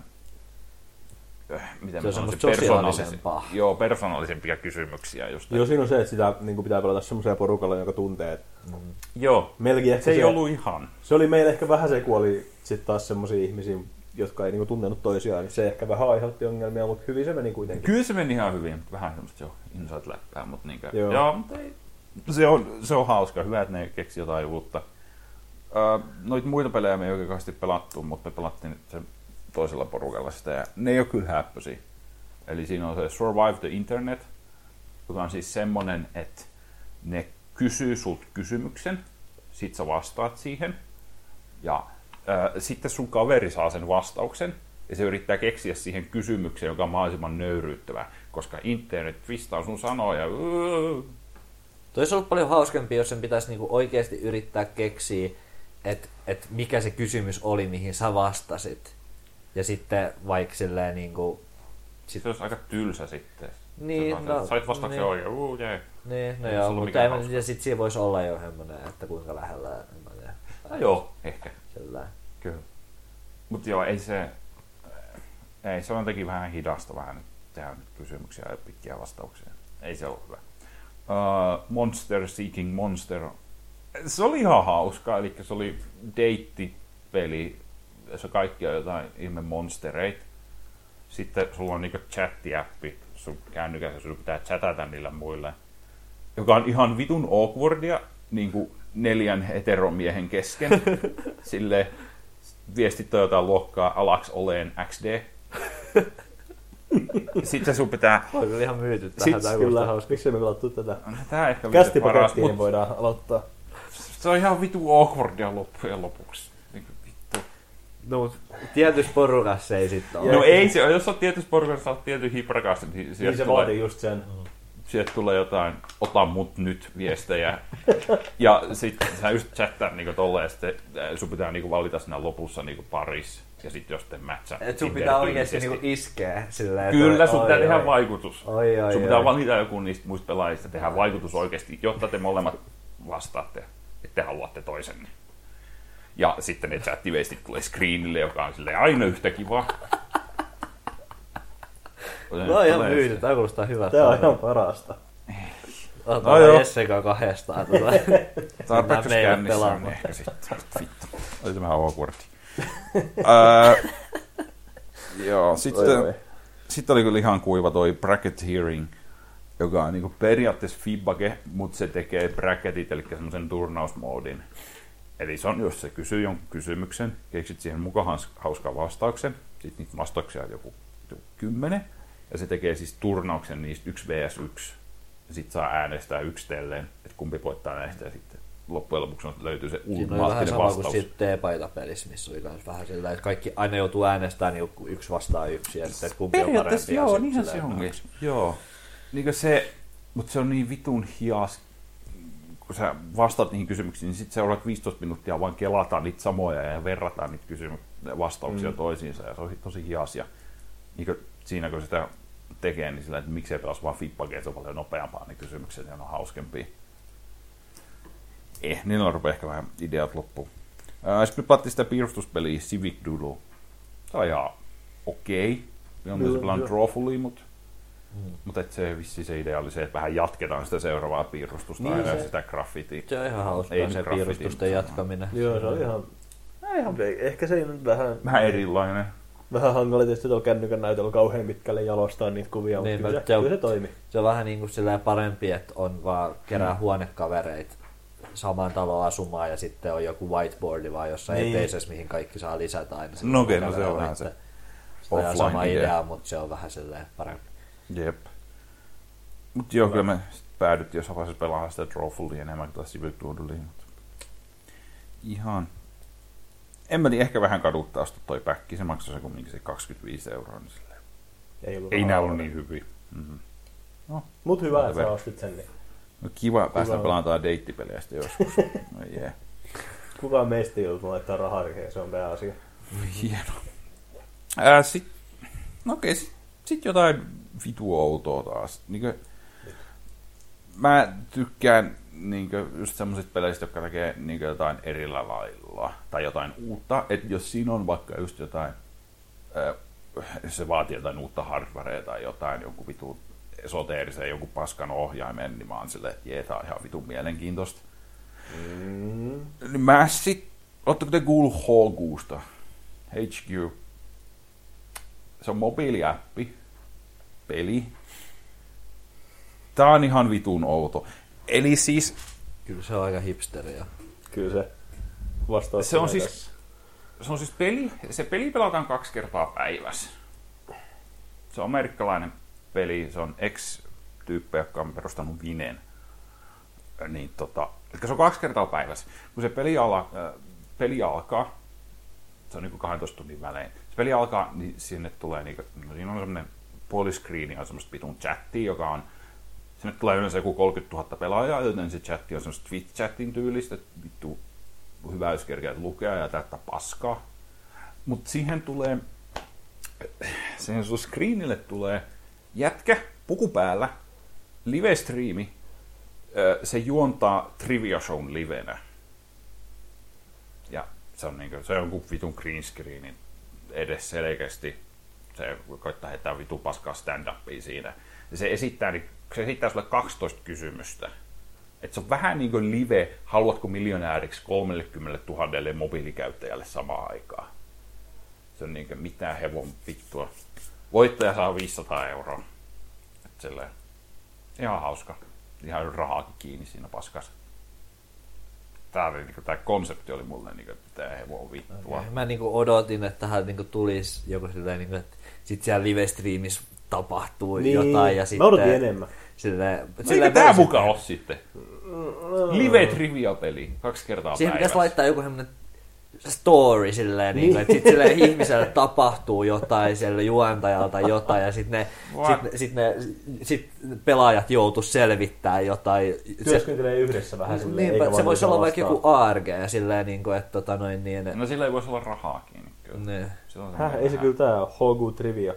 Miten se on semmoista sosiaalisempaa. Joo, persoonallisempia kysymyksiä. Just joo, siinä on se, että sitä niin pitää pelata semmoisella porukalla, joka tuntee. Joo, se ei ollut ihan. Se oli meillä ehkä vähän se, kun oli sitten taas semmoisia ihmisiä, jotka ei niin tuntenut toisiaan, niin se ehkä vähän aiheutti ongelmia, mutta hyvin se meni kuitenkin. Kyllä se meni ihan hyvin, mutta vähän semmoista inside-läppää, mutta niinkö. Joo, mutta ei. Se on hauska, hyvä, että ne keksi jotain uutta. Noita muita pelejä me ei oikein kauheasti pelattu, mutta me pelattiin sen toisella porukalla sitä, ja ne ei ole kyllä häppöisiä. Eli siinä on se Survive the Internet, joka on siis semmonen, että ne kysyy sut kysymyksen, sit sä vastaat siihen, Ja sitten sun kaveri saa sen vastauksen, ja se yrittää keksiä siihen kysymykseen, joka on mahdollisimman nöyryyttävä, koska internet twistaa sun sanoja. Toi olisi ollut paljon hauskempi, jos sen pitäisi niinku oikeasti yrittää keksiä, että mikä se kysymys oli, mihin sä vastasit. Ja sitten vaikka silleen niinku... Se olisi aika tylsä sitten. Niin, sait vastauksen oikein, jee. Niin, no joo, mutta ja sitten siinä voisi olla jo semmoinen, että kuinka lähellä... Joo, ehkä. Sellainen. Kyllä. Mutta joo, ei se on jotenkin vähän hidasta vähän tehdä kysymyksiä ja pitkiä vastauksia. Ei se ole hyvä. Monster Seeking Monster. Se oli ihan hauska, eli se oli deittipeli, jossa kaikki on jotain ihme monstereita. Sitten sulla on niinku chatti-appi sun kännykässä, sun pitää chatata niillä muille. Joka on ihan vitun awkwardia, niinku 4 heteromiehen kesken. Silleen viestittää jotain luokkaa alaks oleen XD. Sitten sun pitää... Oli ihan myyty tähän. Sitten kyllä, miksi me pelattu tätä? Tää ehkä Kästipakettiin niin voidaan aloittaa. Se on ihan vitu awkwardia loppujen lopuksi. Vittu. No, tietyssä porukassa ei sit ole. No ei se, jos oot tietyssä porukassa, sä oot tietyn hiprakassa, niin se vaatii just sen. Sieltä tulee jotain, ota mut nyt viestejä. Ja sitten sä just chattaa niinku tolleen, ja sitten sun pitää niinku valita siinä lopussa niinku paris. Ja sitten jos te matchat. Et sun pitää oikeesti niinku iskeä silleen. Kyllä, sun pitää tehdä vaikutus. Sun pitää valita joku niistä muista pelaajista, tehdä vaikutus oikeesti, jotta te molemmat vastaatte, että te haluatte toisen. Ja sitten ne chattiveistit tulee screenille, joka on silleen aina yhtä kiva. No ihan myyty, tää kuulostaa hyvältä. Tää on ihan parasta. Otetaan Jessekaan kahdestaan. Tarpeeksi kännissä on ehkä sitten. Vittu. Oli tämä awkward. Joo, sitten oli kyllä ihan kuiva toi bracket hearing, joka on niinku periaatteessa feedbacke, mutta se tekee bracketit, eli semmoisen turnausmoodin. Eli se on, jos se kysyy jonkun kysymyksen, keksit siihen mukaan hauskan vastauksen, sitten niitä vastauksia on joku 10, ja se tekee siis turnauksen niistä 1 vs 1, ja sitten saa äänestää yksitellen, että kumpi voittaa näistä, ja sitten loppujen lopuksi löytyy se ultimaattinen vastaus. Siinä on vähän sama kuin sitten T-paitapelissä, missä oli myös vähän sillä, että kaikki aina joutuu äänestämään niin 1 vastaan 1, ja sitten kumpi on parempi. Joo, niinhän se onkin. Joo. Niin se, mutta se on niin vitun hias, kun sä vastaat niihin kysymyksiin, niin sitten seuraat 15 minuuttia vaan kelataan niitä samoja ja verrataan niitä vastauksia toisiinsa, ja se on tosi hias. Ja niin siinä kun sitä tekee, niin sillä, että miksei pelasi vaan feedbackia, se on paljon nopeampaa, niin kysymykset ne on hauskempia. Niillä rupeaa ehkä vähän ideat loppuun. Sitten me pelattiin sitä piirustuspeliä Civic Doodle. Se on ihan okei. Me on myös pelannut Drawfully, mutta se vissi se idea oli se, että vähän jatketaan sitä seuraavaa piirustusta niin aina sitä graffitia. Se on ihan hauskaa se piirustusten jatkaminen. Joo, se on ihan ehkä se on vähän erilainen. Vähän hankala tietysti tuolla kännykän näytöllä kauhean pitkälle jalostaa niitä kuvia, niin, mutta kyllä se toimii. Se on vähän niin kuin parempi, että on vaan kerää huonekavereita samaan taloon asumaan ja sitten on joku whiteboardi vaan jossain eteisessä, mihin kaikki saa lisätä aina. No okei, no se on vähän se offline sama idea, mutta se on vähän silleen parempi. Jep. Mutta joo, kyllä me päädyttiin jossain vaiheessa pelaamaan sitä Drawfullia enemmän kuin Civic Doodlea. Ihan... En mä tiedä, ehkä vähän kaduttaa sitä toi päkki. Se maksaa se kumminkin se 25 €. Niin ei nää ollut niin hyviä. Mm-hmm. No, mut hyvä, että sä ostit sen. Niin. No kiva päästä pelaamaan deittipelejä sitten joskus. No yeah. Kukaan meistä ei joutunut laittaa rahaa, se on pääasia. Hieno. Sit jotain vitu outoa taas. Mä tykkään just semmoisista peleistä, jotka tekee jotain eri lailla tai jotain uutta. Että jos siinä on vaikka just jotain, jos se vaatii jotain uutta hardwarea tai jotain, joku vitu esoteerisen joku paskan ohjaimen, niin mä oon silleen, että tää on ihan vitun mielenkiintoista. Mä ootteko te kuullut HQsta? HQ. Se on mobiiliäppi, peli. Tää on ihan vitun outo. Eli siis... Kyllä se on aika hipsteriä. Kyllä se vastaus. Se on siis peli. Se peli pelataan 2 kertaa päivässä. Se on amerikkalainen peli. Se on ex-tyyppejä, jotka on perustanut Vinen. Niin eli se on 2 kertaa päivässä. Kun se peli peli alkaa, se on niinku 12 tunnin välein. Se peli alkaa, niin sinne tulee niinku, no siinä on semmoinen puoliskriini, on semmoista vitun chattia, joka on, sinne tulee yleensä joku 30 000 pelaajaa, joten se chatti on semmoista Twitch-chatin tyylistä, että vittu hyvä, jos kerkeät lukea ja täyttää paskaa. Mutta siihen tulee, siihen sun screenille tulee jätkä, puku päällä, live-striimi, se juontaa Trivia Shown livenä. Ja se on, niinku, se on kuin vitun green screenin edes selkeästi. Se koittaa heittää vitun paskaa stand-upia siinä. Ja se esittää sulle 12 kysymystä. Et se on vähän niin kuin live, haluatko miljonääriksi 30 000 mobiilikäyttäjälle samaan aikaan. Se on niin kuin mitään hevon vittua. Voittaja saa 500 €. Et silleen, ihan hauska. Ihan rahaakin kiinni siinä paskassa. Tämä konsepti oli mulle niin kuin, mitä hevon vittua. Okay. Mä niinku odotin, että tähän niinku tulisi joku silleen, niinku, että sit siellä live-streamissä tapahtuu jotain. Ja sitten, mä odotin enemmän. Eikö tää mukaan ole sitten? Live-trivia-peli 2 kertaa päivässä. Siihen pitäisi laittaa joku semmonen story silleen, niin. Että sitten silleen ihmiselle tapahtuu jotain, siellä juontajalta jotain, ja sitten sit pelaajat joutuu selvittämään jotain. Työskentelee yhdessä vähän silleen. Niinpä, se voisi olla vaikka joku ARG, silleen, niin kuin, että niin. No sillä ei voisi olla rahaakin. Niin. Ei se kyllä tää HG Trivia.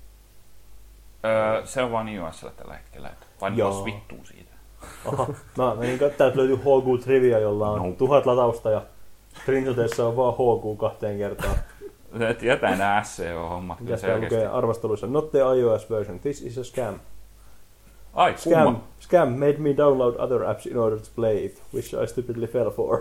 Se on vaan iOS:llä tällä hetkellä. Vain jos vittuu siitä. Aha. Mä menin katsomaan, että löytyy HG Trivia, jolla on 1000 latausta ja printoteessa on vaan HG 2 kertaa. Et jätä nää SEO-hommat. Mitäs tää lukee arvosteluissa? Not the iOS version. This is a scam. Ai, Scam made me download other apps in order to play it, which I stupidly fell for.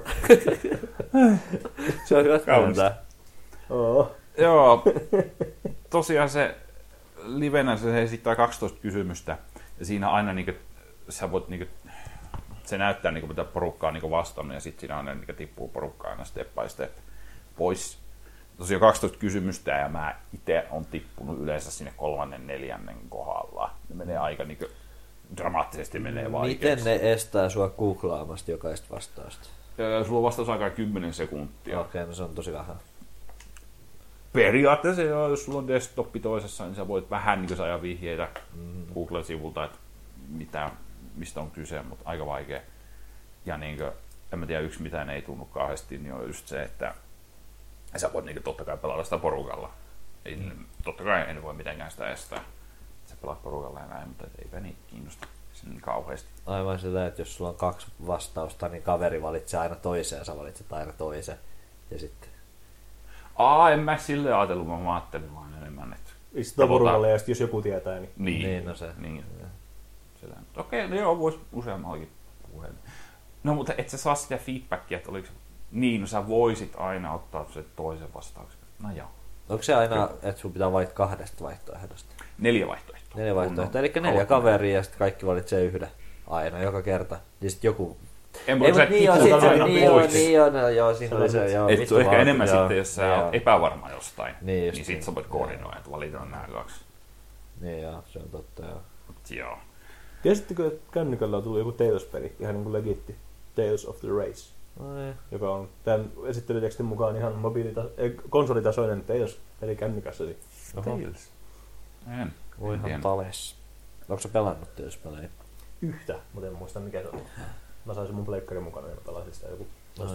Se on hyvä kaunista. Joo, tosiaan se livenä se esittää 12 kysymystä ja siinä aina niinku, sä voit niinku, se näyttää niinku, mitä porukkaa on niinku vastannut ja sitten siinä aina niinku, tippuu porukkaa aina step by step pois. Tosiaan 12 kysymystä ja mä itse on tippunut yleensä sinne 3., 4. kohdalla. Ne menee aika niinku, dramaattisesti menee vaikeaksi. Miten ne estää sua googlaamasta jokaista vastausta? Sulla on vastausaikaa 10 sekuntia. Okei, no se on tosi vähän. Periaatteessa jos sulla on desktoppi toisessa, niin sä voit vähän niin saada vihjeitä Google-sivulta, että mistä on kyse, mutta aika vaikea. Ja niin kuin, en mä tiedä, yksi mitä ei tunnu kauheasti, niin on just se, että sä voit niin totta kai pelata sitä porukalla. Totta kai en voi mitenkään sitä estää. Sä pelaat porukalla ja näin, mutta eipä niin kiinnosta niin kauheasti. Aivan sitä, että jos sulla on 2 vastausta, niin kaveri valitsee aina toisen ja sä valitset aina toisen. Ja sitten en mä silleen ajatellut, mä ajattelin vaan enemmän, että istutaan porukalle ja jos joku tietää, niin... Niin, no se. Niin. Okei, no joo, vois useammallakin puheen. No, mutta et sä saa sitä feedbackia, että oliko... Niin, no sä voisit aina ottaa sen toisen vastauksen. No joo. Onko se aina, että sun pitää valita 2 vaihtoehdosta? 4 vaihtoehtoa. 4 vaihtoehtoa, eli 4 kaveria ja sitten kaikki valitsee yhden aina, joka kerta. Ja sitten joku... En voi sä niin on, siinä oli se. Et se on ehkä enemmän sitten, jos sä oot epävarma jostain, niin sit sä voit koordinoida, että valitaan nämä 2. Niin joo, se on totta joo. Joo. Tiesittekö, että kännykällä on tullut joku Tales-peli, ihan niin kuin legitti, Tales of the Race, joka on tämän esittelytekstin mukaan ihan konsolitasoinen Tales-peli kännykässäsi. Tales? En. Voihan tales. Onko sä pelannut Tales-pelejä? Yhtä, mutta en muista mikä se oli. Mä sain sen mun pleikkarin mukana ja mä pelasin sitä joku.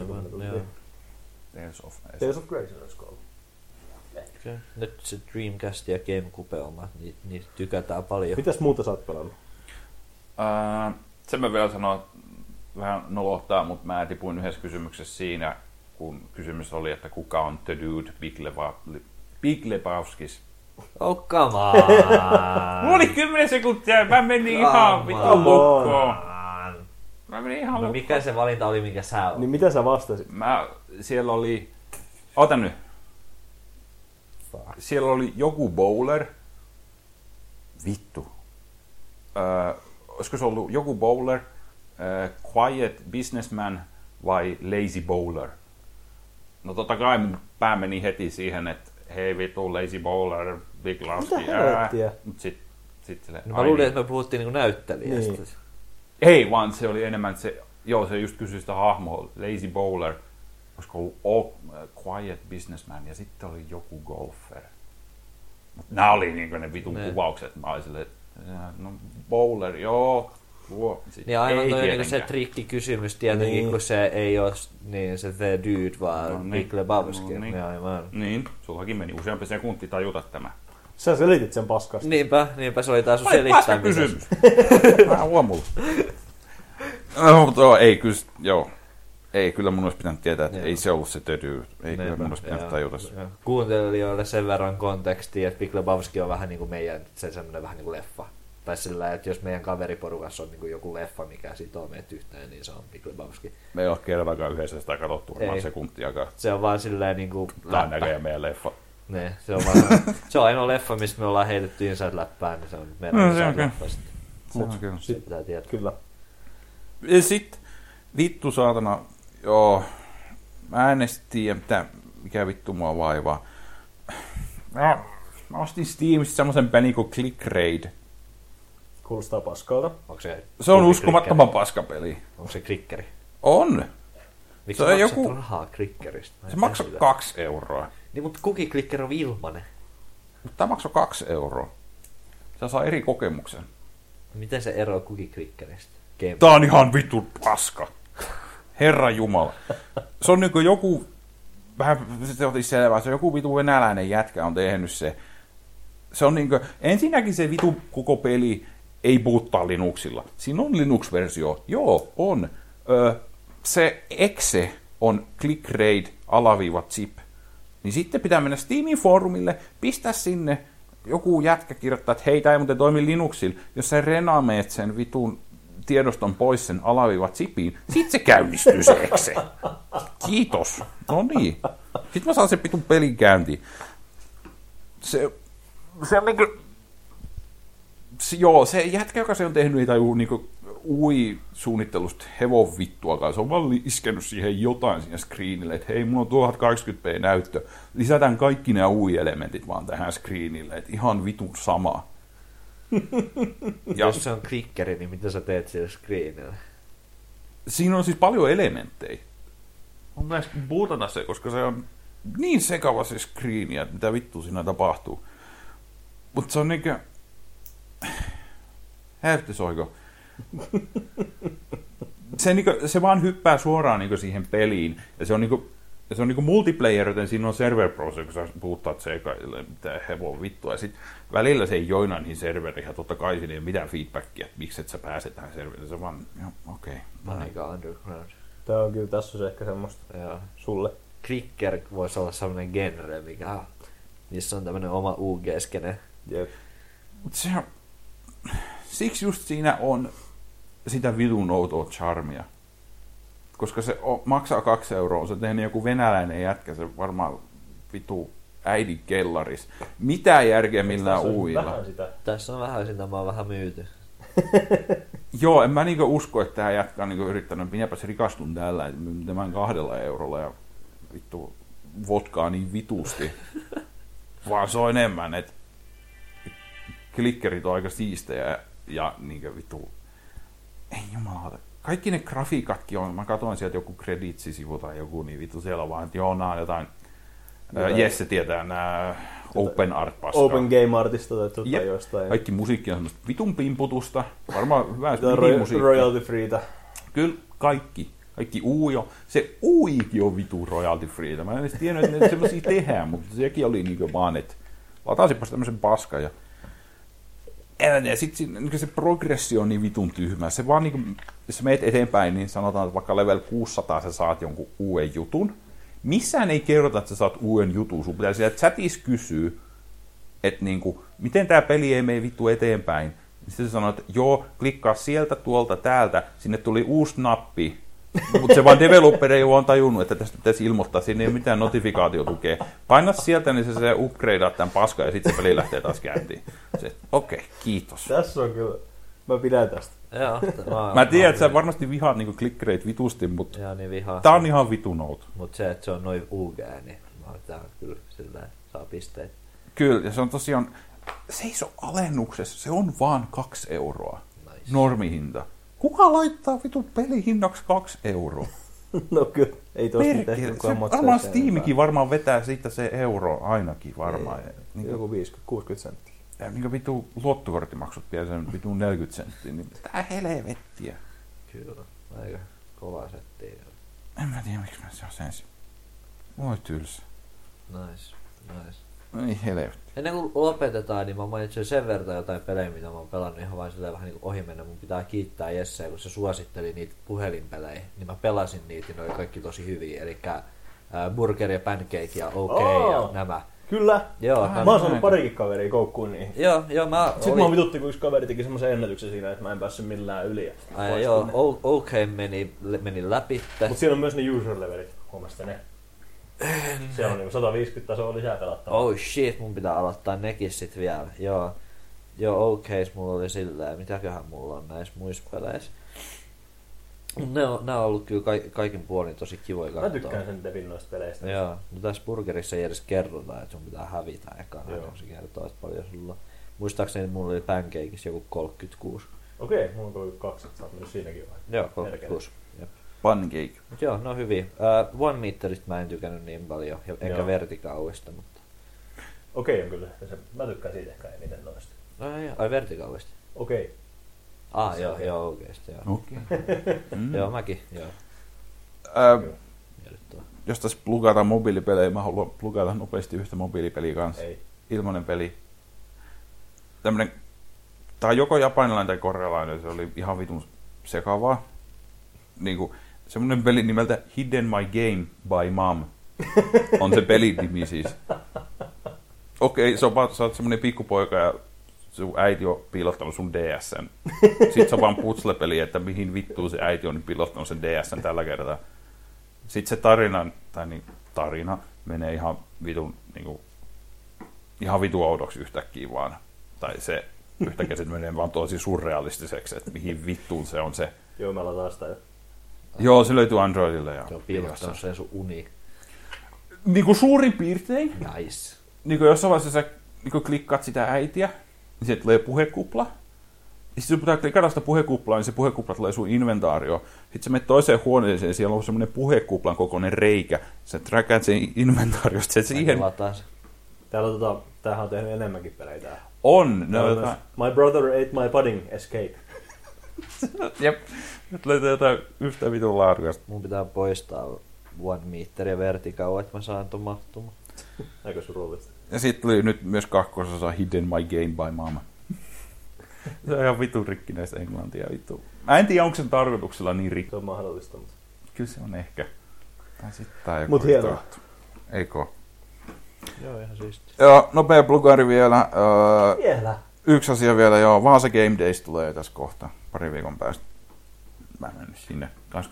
Tales of Grace olisi ollut. Okay. Nyt se Dreamcast ja GameCube, niitä tykätään paljon. Mitäs muuta sä oot pelannut? Sen mä vielä sanon, vähän nolottaa, mutta mä tipuin yhdessä kysymyksessä siinä, kun kysymys oli, että kuka on The Dude Big Lebowskis. Oh, come on! Mulla oli 10 sekuntia, mä menin ihan vittu lukkoon. Mä menin ihan lukkoon. Mikä se valinta oli, minkä sä olet? Niin mitä sä vastasit? Siellä oli... Ota nyt. Siellä oli joku bowler. Vittu. Olisiko se ollut joku bowler, quiet businessman vai lazy bowler? No totta kai mun pää meni heti siihen, että hei vittu, lazy bowler, Big Lebowski. Mitä helvettiä? Mut sit silleen, no mä luulin, että me puhuttiin niinku näyttelijästä. Niin. Ei, vaan se oli enemmän se, se just kysyi sitä hahmoa, lazy bowler. olisiko ollut Quiet Businessman ja sitten oli joku golfer. Mutta nämä oli niinku ne vitun kuvaukset. Mä olin silleen, no bowler, joo. Niin aina toi niinku se trikkikysymys tietenkin, kun se ei ole niin se The Dude, vaan Big Lebowski. Niin, sullakin meni useampi sekunti tajuta tämä. Sä selitit sen paskasti. Niinpä se oli taas sun selittää. Kysymys. Vähän huomulla. No, mutta ei kyllä, joo. Ei, kyllä mun olisi pitänyt tietää, että ei se ollut se The Dude. Ei kyllä mun olisi pitänyt tajuta se. Kuuntelijoille sen verran kontekstia, että Big Lebowski on vähän niin kuin meidän, se semmoinen vähän niin kuin leffa. Tai sillä, että jos meidän kaveriporukassa on niin kuin joku leffa, mikä sitoo meitä yhteen, niin se on Big Lebowski. Me ei ole kertakaan yhdessä sitä katsottu varmaan sekuntiakaan. Se on vaan silleen niin kuin tämä on näköjään meidän leffa. Ne, se on ainoa leffa, mistä me ollaan heitetty Inside-läppään, niin se on meidän Inside-läppä. Se pitää tietää. Kyllä. Ja sit, vittu saatana, joo, mä en edes tiedä, mikä vittu mua vaivaa. Mä ostin Steamista semmosen pelin kuin Click Raid. Kuulostaa paskalta. Se on uskomattoman paskapeli. Onko se klikkeri? On. Miksi sä maksat rahaa klikkeristä? Se maksaa 2 €. Niin, mutta Cookie-klikker on ilmanen. Mutta tämä maksaa 2 €. Sä saa eri kokemuksen. Miten se eroaa Cookie-klikkeristä? Tää on ihan vittu paska. Herra Jumala. Se on niinku joku, vähän se otin selvää, se on joku vitu venäläinen jätkä on tehnyt se. Se on niinku, ensinnäkin se vitu koko peli ei boottaa Linuxilla. Siinä on Linux-versio. Joo, on. Se exe on clickraid_zip. Niin sitten pitää mennä Steamin foorumille, pistää sinne, joku jätkä kirjoittaa, että hei, tää ei muuten toimi Linuxilla. Jos sä renameet sen vitun tiedoston pois sen --zipiin, sit se käynnistyy se exe. Kiitos. No niin. Sitten mä saan sen vitun pelin käyntiin. Se on niinku... Joo, se jätkä, joka se on tehnyt, ei taju niinku UI-suunnittelusta hevon vittuakaan. Se on vaan iskenyt siihen jotain siinä screenille, että hei, mulla on 1080p näyttö. Lisätään kaikki nämä UI-elementit vaan tähän screenille, että ihan vitun sama. Jos se on klikkeri, niin mitä sä teet sillä screenillä? Siinä on siis paljon elementtejä. On näistä bootata se, koska se on niin sekava se screeni, että mitä vittu siinä tapahtuu. Mutta se on niinkö... Häyhtysoiko? Se vaan hyppää suoraan niinku siihen peliin. Ja se on niinku multiplayer, joten siinä on server browser, kun sä puhuttaat sekaille, mitä hevon vittua. Ja sit välillä se ei joina niihin serveriin, ja totta kai siinä ei ole mitään feedbackia, että miksi et sä pääset tähän serveriin. Se vaan, okei. Aika underground. Tää on kyllä, tässä on ehkä semmoista sulle. Clicker voisi olla semmoinen genre, missä on tämmönen oma UG-skene. Jep. Mut se on... Siksi just siinä on sitä vitun outoa charmia. Koska se maksaa 2 €. Se on tehnyt joku venäläinen jätkä, se varmaan vitu äidin kellaris. Mitä järkeä millään uilla. Tässä on vähän sitä, mä oon vähän myyty. Joo, en mä niinku usko, että tää jätkä on niinku yrittänyt, minäpäs rikastun tällä, että tämän 2 € ja vittu vodkaa niin vitusti. Vaan se on enemmän, että klikkerit on aika siistejä ja niinkö vittu, ei jumalauta. Kaikki ne grafiikatkin on, mä katsoin sieltä joku credits-sivu tai joku, niin vittu siellä on vaan, että joo, nää on jotain, Jesse tietää nää open art paskaa. Open game artista tai jostain. Kaikki musiikki on semmoista vitun pimputusta, varmaan hyvää musiikkia. Royalty freetä. Kyllä, kaikki ujo. Se uikin on vitun royalty freetä. Mä en edes tiennyt, että ne semmosia tehdään, mutta sekin oli niinku vaan, että lataisipas tämmösen paskan ja sitten se progressio on niin vitun tyhmä. Se vaan niinku, jos sä meet eteenpäin, niin sanotaan, että vaikka level 600 sä saat jonkun uuden jutun. Missään ei kerrota, että sä saat uuden jutun. Sun pitää sieltä chatissa kysyä, että niinku, miten tää peli ei mene vittu eteenpäin. Sitten sä sanoo, että joo, klikkaa sieltä, tuolta, täältä. Sinne tuli uusi nappi. Mutta se vaan developer ei ole tajunnut, että tästä pitäisi ilmoittaa. Siinä ei ole mitään notifikaatiotukea. Paina sieltä, niin se upgradeaa tämän paskan ja sitten se peli lähtee taas käyntiin. Okei, kiitos. Tässä on kyllä. Mä pidän tästä. Joo, mä tiedän, että sä varmasti vihaat niinku klikkereit vitusti, mutta niin tää on ihan vitun out. Mutta se, että se on noin UG, niin tää on kyllä sillä saa pisteet. Kyllä, ja se on tosiaan, se ei ole alennuksessa, se on vaan 2 €. Nice. Normihinta. Kuka laittaa vitun pelihinnaksi 2 €? No kyllä, ei tosta Perkele, tehty se kukaan varmaan sen Steamikin varmaan vetää siitä se euro ainakin varmaan. Ei, joku 50-60 senttiä. Ja niin kuin vitu luottokorttimaksut vielä sen vitu 40 senttiä, niin mitä helvettiä. Kyllä, aika kova setti. En mä tiedä miksi mä se on sensi. Voi tylsä. Nice. Ei helvetti. Ennen kuin lopetetaan, niin mä mainitsin sen verran jotain pelejä, mitä mä oon pelannut ihan vain silleen vähän niin kuin ohi mennä. Mun pitää kiittää Jesseä, kun se suositteli niitä puhelinpelejä, niin mä pelasin niitä ja ne oli kaikki tosi hyviä. Elikkä Burger ja Pancake ja OK ja nämä. Kyllä. Joo, Mä oon saanut parikin kaveria koukkuun niihin. Joo, mä Sitten mä vitutti, kun yksi kaveri teki semmoisen ennätyksen siinä, että mä en päässyt millään yli. OK meni läpi. Mut siinä on myös ne user levelit, huomasitte ne? Siellä on niinku 150 tasoa lisää pelattavaa. Oh shit, mun pitää aloittaa nekin sit vielä. Joo, OKs mulla oli silleen, mitäköhän mulla on näissä muissa peleissä. Ne on ollut kyllä kaikin puolin tosi kivoja katsoa. Mä tykkään sen Devin noista peleistä. Joo, no tässä Burgerissa ei edes kerrota, että sun pitää hävitä ekana, kun se kertoo, että paljon sulla. Muistaakseni mulla oli Pancakeissa joku 36. Okei, mulla on 32, että sä oot mennyt siinäkin vai? Joo, 36. Pancake. Mut joo, no hyviä. One Meterista mä en tykännyt niin paljon, enkä Verticalista, mutta... Okei on kyllä, mä tykkään siitä ehkä eniten noista. Ai Verticalista? Okei. Joo, oikeesti, joo. Okei. Joo, mäkin, joo. Jos tässä plugataan mobiilipelejä, mä haluan plugata nopeasti yhtä mobiilipeliä kanssa. Ei. Ilmainen peli. Tämmönen, tää on joko japanilainen tai korealainen, se oli ihan vitun sekavaa. Niinku, semmonen peli nimeltä Hidden My Game by Mom on se pelin nimi siis. Okei, sä oot semmonen pikkupoika ja sun äiti on piilottanut sun DS:n. Sitten se on vaan putslepeli, että mihin vittuun se äiti on piilottanut sen DS:n tällä kertaa. Sitten se tarina menee ihan vitun niinku, ihan vitun oudoksi yhtäkkiä vaan. Tai se yhtäkkiä se menee vaan tosi surrealistiseksi, että mihin vittuun se on se. Joo, mä lataan sitä jo. Joo, se löytyy Androidille. Ja se on piilottanut sen sun uni. Niinku suurin piirtein. Nice. Niinku jossain vaiheessa sä niinku klikkaat sitä äitiä, niin sieltä tulee puhekupla. Ja sitten sun pitää klikata sitä puhekuplaa, niin se puhekupla tulee sun inventaario. Sitten sä menet toiseen huoneeseen, siellä on semmoinen puhekuplan kokoinen reikä. Sä träkäät sen inventaariosta, se siihen... Täällä tämähän on tehnyt enemmänkin pelejä tää. On! My brother ate my pudding, escape. Jep. Nyt löytyy jotain yhtä vitun laadukasta. Mun pitää poistaa One Meter ja Vertical, että mä saan ton mahtumaan. Aika surullista. Ja sitten tuli nyt myös kakkososa Hidden My Game by Mama. Se on ihan vitun rikkinäistä englantia vittu. Mä en tiedä, onko sen tarkoituksella niin rikki. Se on mahdollista, mutta... Kyllä se on ehkä. Tai sitten tää joku... Mut hienoa. Eikö? Joo, ihan siistiä. Joo, nopea plugari vielä. Vielä? Yksi asia vielä, joo. Vaasa Game Days tulee tässä kohta. Pari viikon päästä. Mä en mennyt sinne.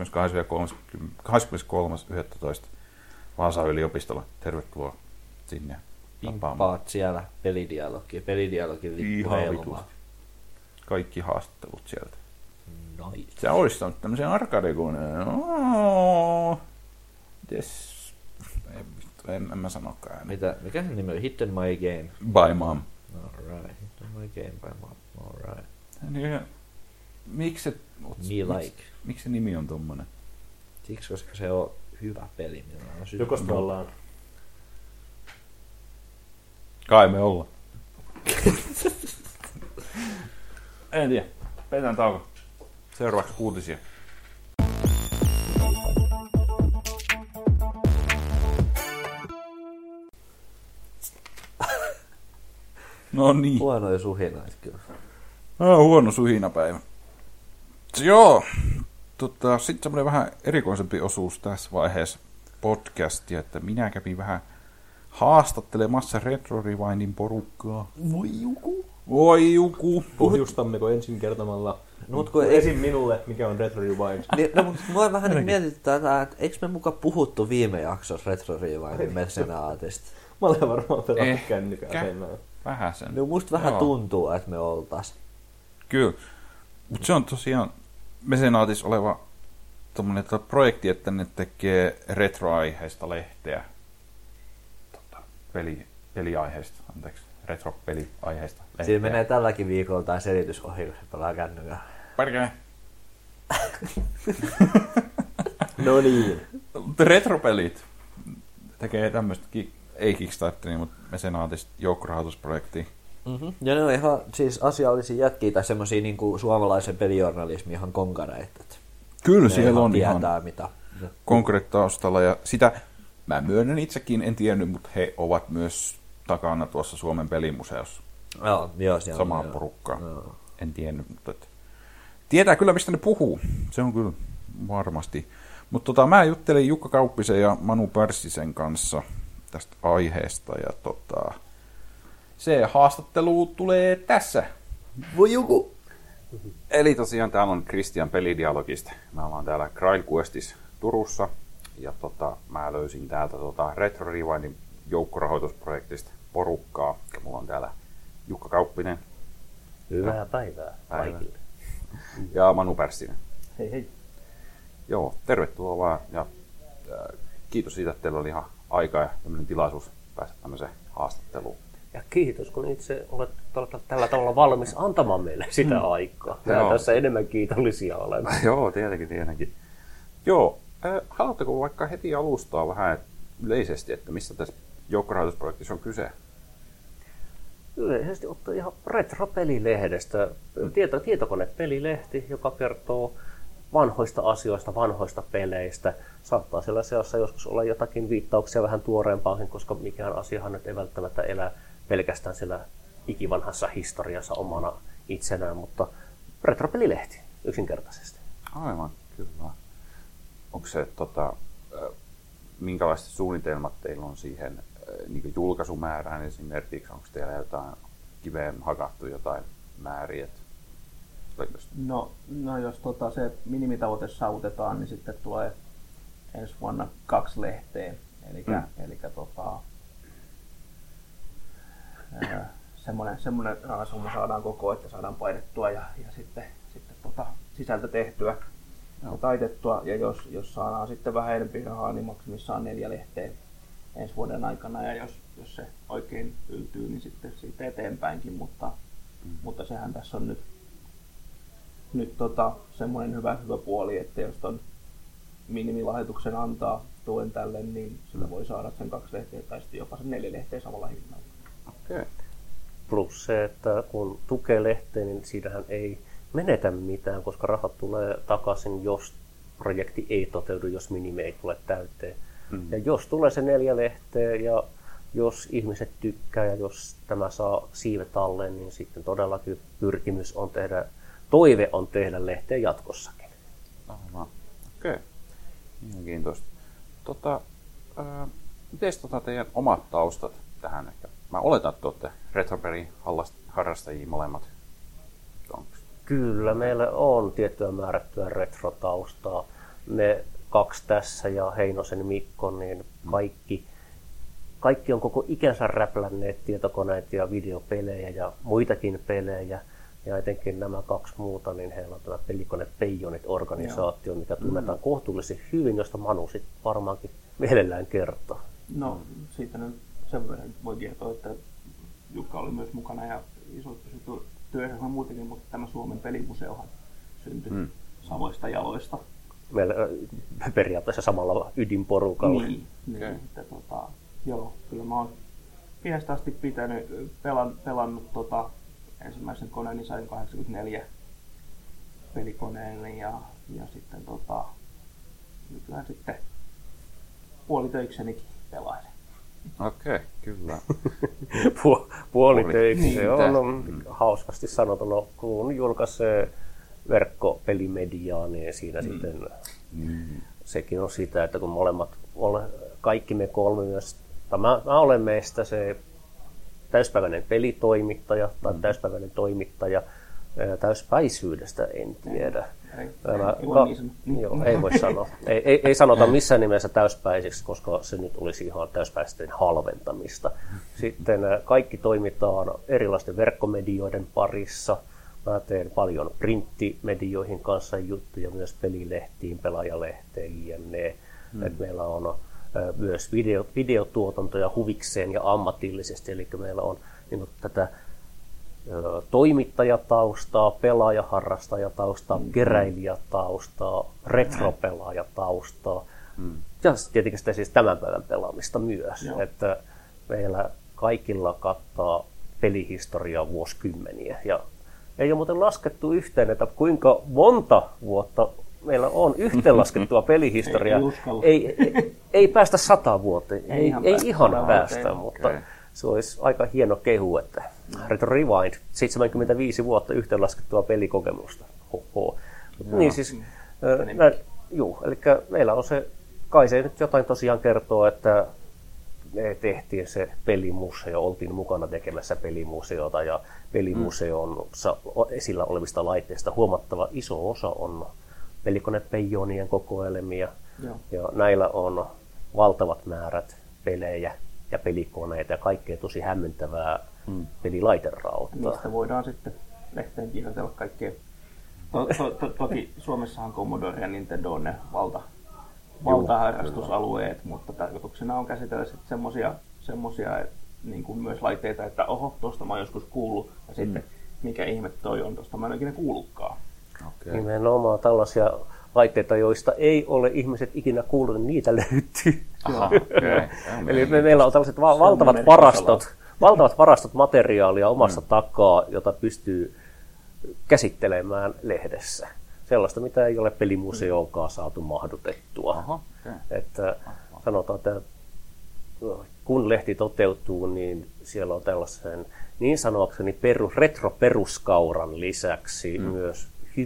23.11. Vaasan yliopistolla. Tervetuloa sinne. Pimppaat siellä pelidialogin vittu. Kaikki haastattelut sieltä. Nice. Se olisi saanut tämmöisen arcade-koneen. Yes. En mä sanokaan ääneen. Mikä sen nimi oli? Hidden My Game? By Mom. Alright. Hidden My Game by Mom. Alright. Niin, miksi se nimi on tommonen? Siksi, koska se on hyvä peli. Jokos me ollaan? Kai me ollaan. En tiedä. Petään tauko. Seuraavaksi uutisia. No niin. Huonoja suhinaita kyllä. Huono suhinapäivä. Joo. Sitten semmoinen vähän erikoisempi osuus tässä vaiheessa podcastia, että minä kävin vähän haastattelemassa Retro Rewindin porukkaa. Voi juku. Pohjustammeko ensin kertomalla esim. Minulle, mikä on Retro Rewind? Mutta mua vähän nyt mietityttää, että eikö me muka puhuttu viime jaksossa Retro Rewindin mecenaatista? Mä olen varmaan pelannut kännykää sen. Vähän sen. No musta vähän tuntuu, että me oltais. Kyllä. Mutta se on tosiaan mecenaatis oleva tommonen projekti, että ne tekee retroaiheista lehteä. Peliaiheista, anteeksi. Retro-peliaiheista lehteä. Siinä menee tälläkin viikolla tai selitys ohi, kun se pelaa kännykää. Perkele. No niin. Retropelit tekee tämmöistä, ei Kickstarteria, mutta mesenaatista joukkorahoitusprojektia. Mm-hmm. Ja ne on ihan siis asiallisia jätkiä tai semmosia niinku suomalaisen pelijournalismin ihan konkareita. Kyllä siellä on tietää, ihan mitä konkreettista taustalla ja sitä mä myönnän itsekin, en tiennyt, mutta he ovat myös takana tuossa Suomen pelimuseossa. Joo, siellä samaa on, porukkaa. Joo. En tiennyt, mutta tietää kyllä, mistä ne puhuu. Se on kyllä varmasti. Mutta mä juttelin Jukka Kauppisen ja Manu Pärssisen kanssa tästä aiheesta ja se haastattelu tulee tässä. Voi joku! Eli tosiaan täällä on Christian Pelidialogista. Mä ollaan täällä Grail Questis Turussa ja mä löysin täältä Retro Rewindin joukkorahoitusprojektista porukkaa. Ja mulla on täällä Jukka Kauppinen. Hyvää päivää kaikille. Ja Manu Pärssinen. Hei hei. Joo, tervetuloa vaan ja kiitos siitä, että teillä oli ihan aikaa ja tämmöinen tilaisuus päästä tämmöiseen haastatteluun. Ja kiitos, kun itse olet tällä tavalla valmis antamaan meille sitä aikaa. Mä tässä enemmän kiitollisia olen. Joo, tietenkin. Joo, haluatteko vaikka heti alustaa vähän yleisesti, että mistä tässä joukkorahoitusprojektissa on kyse? Yleisesti ottaa ihan retro-pelilehdestä. Tietokonepelilehti, joka kertoo vanhoista asioista, vanhoista peleistä. Saattaa siellä seassa joskus olla jotakin viittauksia vähän tuoreempaakin, koska mikään asiahan nyt ei välttämättä elä pelkästään siellä ikivanhassa historiassa omana itsenään, mutta retropelilehti yksinkertaisesti. Aivan, kyllä. Onko se, minkälaiset suunnitelmat teillä on siihen niin julkaisumäärään esimerkiksi? Onko teillä jotain kiveen hakattu jotain määriä? No jos se minimitavoite saavutetaan, niin sitten tulee ensi vuonna 2 lehteä. Semmoinen rahasumma saadaan koko, että saadaan painettua ja sitten sisältö tehtyä ja taitettua. Ja jos saadaan sitten vähän enemmän rahaa, niin maksimissaan 4 lehteä ensi vuoden aikana. Ja jos se oikein yltyy, niin sitten siitä eteenpäinkin. Mutta sehän tässä on nyt semmoinen hyvä puoli, että jos ton minimilahjoituksen antaa tuen tälle, niin sillä voi saada sen 2 lehteä tai sitten jopa sen 4 lehteä samalla hinnalla. Okay. Plus se, että kun tukee lehteen, niin siinähän ei menetä mitään, koska rahat tulee takaisin, jos projekti ei toteudu, jos minimi ei tule täyteen. Ja jos tulee se 4 lehteä ja jos ihmiset tykkää ja jos tämä saa siivet alleen, niin sitten todellakin pyrkimys on toive on tehdä lehteä jatkossakin. Okei. Mielenkiintoista. Miten teidän omat taustat tähän ehkä? Mä oletan, että olette retropelin harrastajia molemmat. Kyllä, meillä on tiettyä määrättyä retrotaustaa. Ne 2 tässä ja Heinosen Mikko, niin kaikki on koko ikänsä räplänneet tietokoneita ja videopelejä ja muitakin pelejä. Ja etenkin nämä 2 muuta, niin heillä on tämä Pelikone Peijonit-organisaatio, mikä tunnetaan kohtuullisen hyvin, josta Manu sitten varmaankin mielellään kertoo. No, siitä nyt sen verran voi kertoa, että Jukka oli myös mukana ja isoissa työssä muutenkin, mutta tämä Suomen pelimuseohan syntyi samoista jaloista. Meillä periaatteessa samalla ydinporukalla. Niin. Että, joo, kyllä mä oon pienestä asti pelannut ensimmäisen koneeni sain 84 pelikoneen ja sitten nykyään sitten puolitöiksenikin pelailen. Okei, kyllä. Puolitöiksi se on hauskasti sanottuna, kun julkaisee verkkopelimediaa, niin siinä sitten sekin on sitä, että kun kaikki me 3 myös, mä olen meistä se täyspäiväinen pelitoimittaja tai täyspäiväinen toimittaja. Täyspäisyydestä en tiedä. Ei voi sanoa. Ei sanota missään nimessä täyspäisiksi, koska se nyt olisi ihan täyspäisten halventamista. Sitten kaikki toimitaan erilaisten verkkomedioiden parissa. Mä teen paljon printtimedioihin kanssa juttuja, myös pelilehtiin, pelaajalehteen, jne. Meillä on myös videotuotantoja huvikseen ja ammatillisesti, eli meillä on niin tätä toimittajataustaa, pelaajaharrastajataustaa, keräilijätaustaa, retropelaajataustaa ja tietenkin sitä siis tämän päivän pelaamista myös. Joo. Että meillä kaikilla kattaa pelihistoriaa vuosikymmeniä ja ei ole muuten laskettu yhteen, että kuinka monta vuotta meillä on yhteenlaskettua pelihistoriaa. Ei päästä 100 vuoteen, ei ihan päästä, mutta se olisi aika hieno kehu, että Retro Rewind, 75 vuotta yhteenlaskettua pelikokemusta. Niin siis, eli meillä on se, kai se nyt jotain tosiaan kertoo, että me tehtiin se pelimuseo, oltiin mukana tekemässä pelimuseota ja pelimuseossa esillä olevista laitteista huomattava iso osa on pelikonepeijonien kokoelmia. Joo. Ja näillä on valtavat määrät pelejä ja pelikoneita ja kaikkea tosi hämmentävää pelilaiterautta. Niistä voidaan sitten lehteen kirjoitella kaikkea. Toki Suomessahan Commodore ja Nintendo on ne valtaharrastusalueet, mutta tarkoituksena on käsitellä sitten semmosia niin kuin myös laitteita, että oho, tosta mä oon joskus kuullut, ja sitten mikä ihme toi on, tosta mä en ikinä kuullutkaan. Okay. Nimenomaan tällaisia laitteita, joista ei ole ihmiset ikinä kuullut, niin niitä löytyy. Eli meillä on tällaiset valtavat varastot materiaalia omasta takaa, jota pystyy käsittelemään lehdessä. Sellaista, mitä ei ole pelimuseoonkaan saatu mahdutettua. Että sanotaan, että kun lehti toteutuu, niin siellä on tällaisen niin sanoakseni retroperuskauran lisäksi myös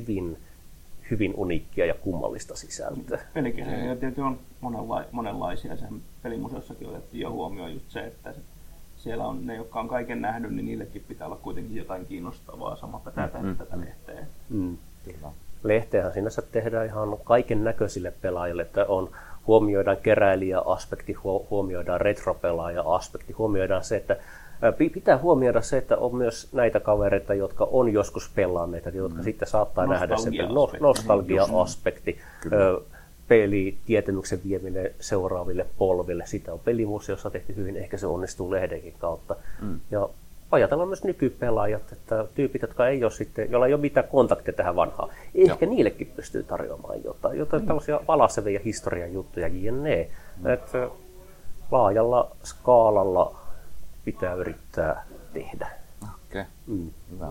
hyvin uniikkia ja kummallista sisältöä. Pelikirjoja tietysti on monenlaisia. Sen pelimuseossakin otettiin jo huomioon just se, että siellä on ne, jotka on kaiken nähnyt, niin niillekin pitää olla kuitenkin jotain kiinnostavaa. Sama pätää tätä lehteä. Lehteähän sinänsä tehdään ihan kaiken näköisille pelaajille, että huomioidaan keräilijä-aspekti, huomioidaan retropelaaja-aspekti, huomioidaan se, että pitää huomioida se, että on myös näitä kavereita, jotka on joskus pelanneet, jotka sitten saattaa nähdä sen nostalgia-aspekti, pelitietämyksen vieminen seuraaville polville. Sitä on pelimuseossa tehty hyvin, ehkä se onnistuu lehdenkin kautta. Ja ajatellaan myös nykypelaajat, että tyypit, jotka ei ole sitten, joilla ei ole mitään kontakteja tähän vanhaan, ehkä niillekin pystyy tarjoamaan jotain tällaisia valasevia historian juttuja, jne. Että laajalla skaalalla pitää yrittää tehdä. Okei, hyvä.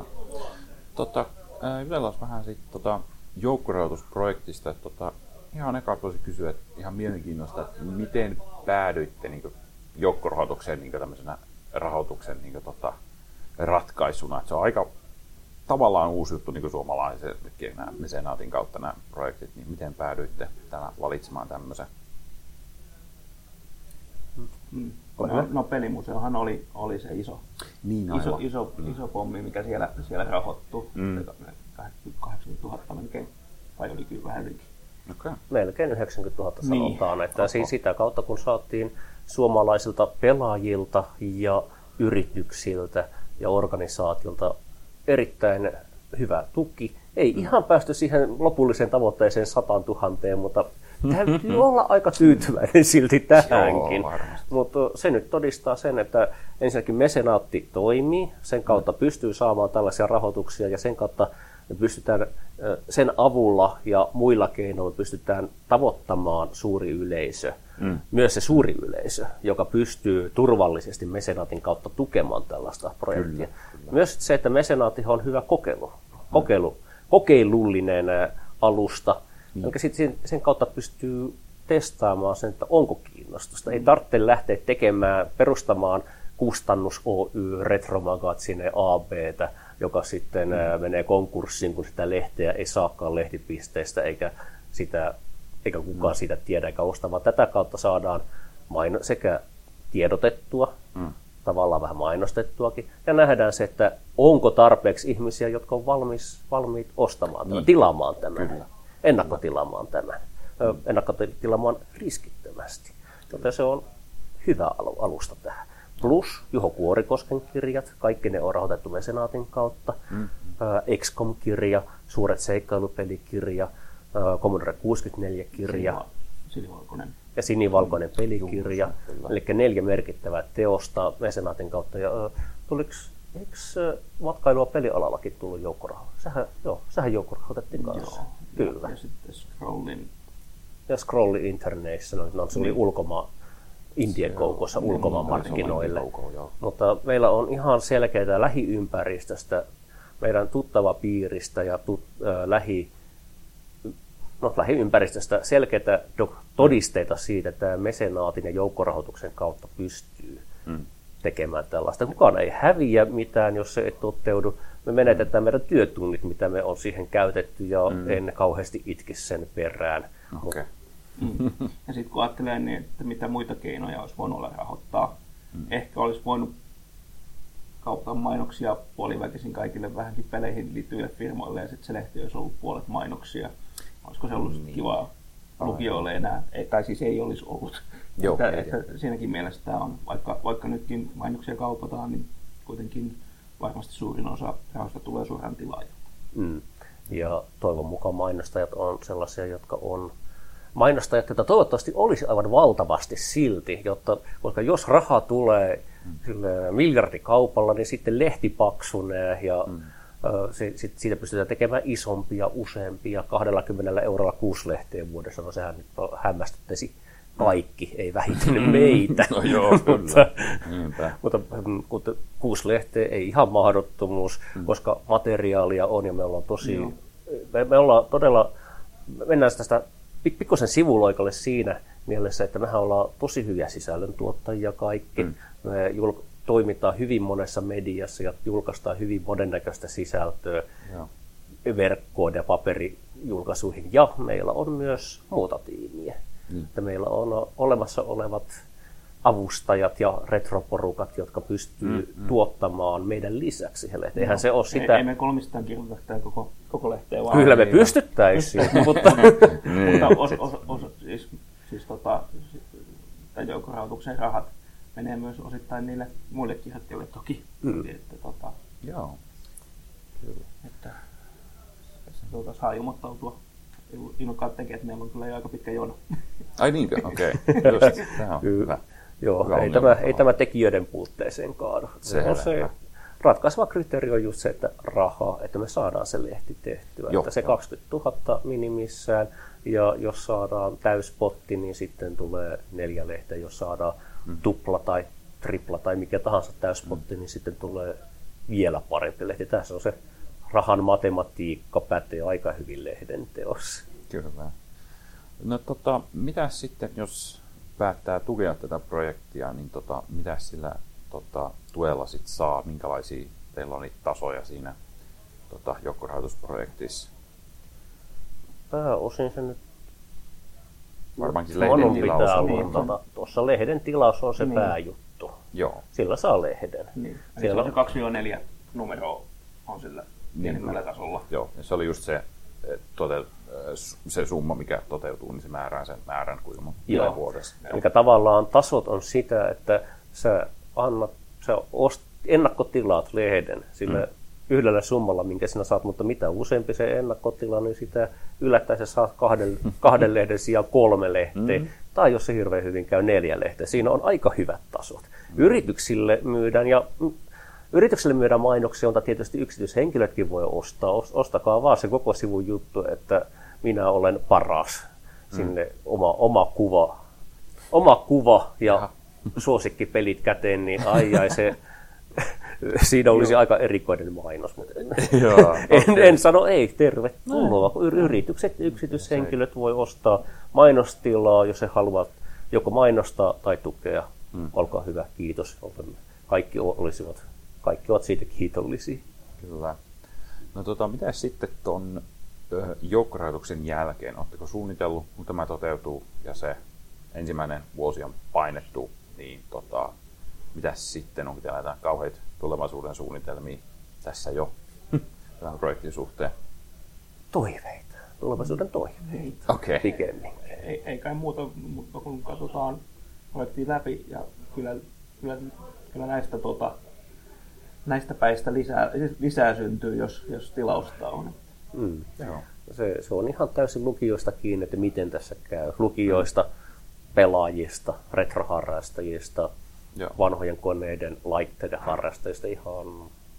Jutellaan vähän siitä joukkorahoitusprojektista. Ihan eka voisi kysyä, että ihan mielenkiinnosta, että miten päädyitte niin joukkorahoitukseen niin tämmöisenä rahoituksen niin ratkaisuna. Että se on aika tavallaan uusi juttu niin suomalaisen mesenaatin kautta nämä projektit. Niin miten päädyitte valitsemaan tämmöisen? No pelimuseohan oli se iso pommi, mikä siellä rahoittui. 80 000 melkein, vai oli kyllä vähän ylikin. Okay. Melkein 90 000 sanotaan, niin. Että siis sitä kautta kun saatiin suomalaisilta pelaajilta ja yrityksiltä ja organisaatiolta erittäin hyvä tuki. Ei ihan päästy siihen lopulliseen tavoitteeseen 100 000, mutta täytyy olla aika tyytyväinen silti tähänkin. Mutta se nyt todistaa sen, että ensinnäkin mesenaatti toimii, sen kautta pystyy saamaan tällaisia rahoituksia ja sen kautta pystytään sen avulla ja muilla keinoilla pystytään tavoittamaan suuri yleisö. Myös se suuri yleisö, joka pystyy turvallisesti mesenaatin kautta tukemaan tällaista projektia. Kyllä. Myös se, että mesenaatti on hyvä kokeilullinen alusta, jonka sitten sen kautta pystyy testaamaan sen, että onko kiinnostusta. Ei tarvitse lähteä perustamaan Kustannus Oy Retromagazine AB:tä, joka sitten menee konkurssiin, kun sitä lehteä ei saakaan lehtipisteestä, eikä kukaan siitä tiedä eikä osta, vaan tätä kautta saadaan sekä tiedotettua, tavallaan vähän mainostettuakin, ja nähdään se, että onko tarpeeksi ihmisiä, jotka on valmiit ostamaan tämän, tilaamaan tämän, ennakkotilaamaan tämän, ennakkotilaamaan riskittömästi. Joten se on hyvä alusta tähän. Plus Juho Kuorikosken kirjat, kaikki ne on rahoitettu mesenaatin kautta. XCOM-kirja, Suuret seikkailupelikirja, Commodore 64-kirja ja Sinivalkoinen pelikirja. Eli 4 merkittävää teosta mesenaatin kautta. Ja tuliko Eikö matkailua pelialallakin tullut joukkorahoa? Sehän joukkorahoitettiin kanssa. Joo. Kyllä. Ja sitten Scrollin. Ja Scroll International, se oli Indien koukossa ulkomaanmarkkinoille. Mutta meillä on ihan selkeää lähiympäristöstä, meidän tuttava piiristä ja lähiympäristöstä selkeitä todisteita siitä, että mesenaatin ja joukkorahoituksen kautta pystyy tekemään tällaista. Kukaan ei häviä mitään, jos se ei toteudu. Me menetetään meidän työtunnit, mitä me on siihen käytetty, ja en kauheasti itki sen perään. Okay. Ja sitten kun ajattelee, niin, että mitä muita keinoja olisi voinut olla rahoittaa, ehkä olisi voinut kaupata mainoksia puoliväkisin kaikille vähänkin peleihin liittyville firmoille, ja sitten se lehti olisi ollut puolet mainoksia. Olisiko se ollut kivaa lukijoille enää? Tai siis ei olisi ollut. Joo, että siinäkin mielessä tämä on, vaikka nytkin mainoksia kaupataan, niin kuitenkin varmasti suurin osa rahoista tulee suoraan tilaajalta. Ja toivon mukaan mainostajat on sellaisia, jotka on mainostajat, joita toivottavasti olisi aivan valtavasti silti, koska jos raha tulee miljardikaupalla, niin sitten lehti paksunee ja siitä pystytään tekemään isompia, useampia, 20 eurolla 6 lehteen vuodessa. No sehän nyt hämmästyttäisi kaikki, ei vähiten meitä. No joo, mutta 6 lehteä ei ihan mahdottomuus, koska materiaalia on ja me ollaan me ollaan todella, mennään tästä pikkusen sivuloikalle siinä mielessä, että mehän ollaan tosi hyviä sisällöntuottajia kaikki. Me toimitaan hyvin monessa mediassa ja julkaistaan hyvin monennäköistä sisältöä verkkoon ja paperijulkaisuihin. Ja meillä on myös muuta tiimiä. Että meillä on olemassa olevat avustajat ja retroporukat, jotka pystyy tuottamaan meidän lisäksi. Eihän se ole sitä... Ei me 300 kirjoittaa koko lehteä. Vaan kyllä me pystyttäisiin, mutta joukkorahoituksen rahat menee myös osittain niille muille kirjoittajille toki. Joo. Kyllä. Että saa ilmoittautua innokkaat tekijät, meillä on kyllä jo aika pitkä jono. Ai niinkö? Okei. Tämä on hyvä. Joo, ei tämä tekijöiden puutteeseen kaadu. Se ratkaiseva kriteeri on just se, että rahaa, että me saadaan se lehti tehtyä. Että se 20 000 minimissään, ja jos saadaan täyspotti, niin sitten tulee 4 lehteä. Jos saadaan tupla tai tripla tai mikä tahansa täyspotti, niin sitten tulee vielä parempi lehti. Tässä on se rahan matematiikka pätee aika hyvin lehden teossa. Kyllä. No mitä sitten, jos päättää tukea tätä projektia, niin mitä sillä tuella sit saa? Minkälaisia teillä on niitä tasoja siinä joukkorahoitusprojektissa? Pääosin se nyt varmaankin lehden tilaus on. Tuossa lehden tilaus on se pääjuttu. Joo. Sillä saa lehden. Niin. Siellä on se 2-4 numeroa on sillä pienimmällä tasolla. Joo, ja se oli just se summa, mikä toteutuu, niin se määrää sen määrän, kuinka monta vuodessa. Eli tavallaan tasot on sitä, että sä ennakkotilaat lehden sillä yhdellä summalla, minkä sinä saat, mutta mitä useampi se ennakkotila, niin sitä yllättäen sä saat 2 lehden sijaan 3 lehteä, tai jos se hirveän hyvin käy 4 lehteä. Siinä on aika hyvät tasot. Yrityksille myydään mainoksia, jota tietysti yksityishenkilötkin voi ostaa. Ostakaa vaan se koko sivun juttu, että minä olen paras. Sinne oma kuva ja suosikkipelit käteen, niin se siinä olisi aika erikoinen mainos. Mutta en sano ei, tervetuloa. Yritykset ja yksityishenkilöt voi ostaa mainostilaa, jos he haluavat joko mainostaa tai tukea. Olkaa hyvä, kiitos. Kaikki ovat siitä kiitollisia. Kyllä. No mitä sitten tuon joukkorahoituksen jälkeen? Oletteko suunnitellut, kun tämä toteutuu ja se ensimmäinen vuosi on painettu, niin mitä sitten? Onko teillä jotain kauheita tulevaisuuden suunnitelmia tässä jo tämän projektin suhteen? Toiveita. Tulevaisuuden toiveita. Okei. Pikemmin. Ei kai muuta, mutta kun katsotaan projektia läpi ja kyllä näistä päistä lisää syntyy, jos tilausta on. Se on ihan täysin lukijoista kiinni, että miten tässä käy. Lukijoista, pelaajista, retroharrastajista, vanhojen koneiden, laitteiden harrastajista, ihan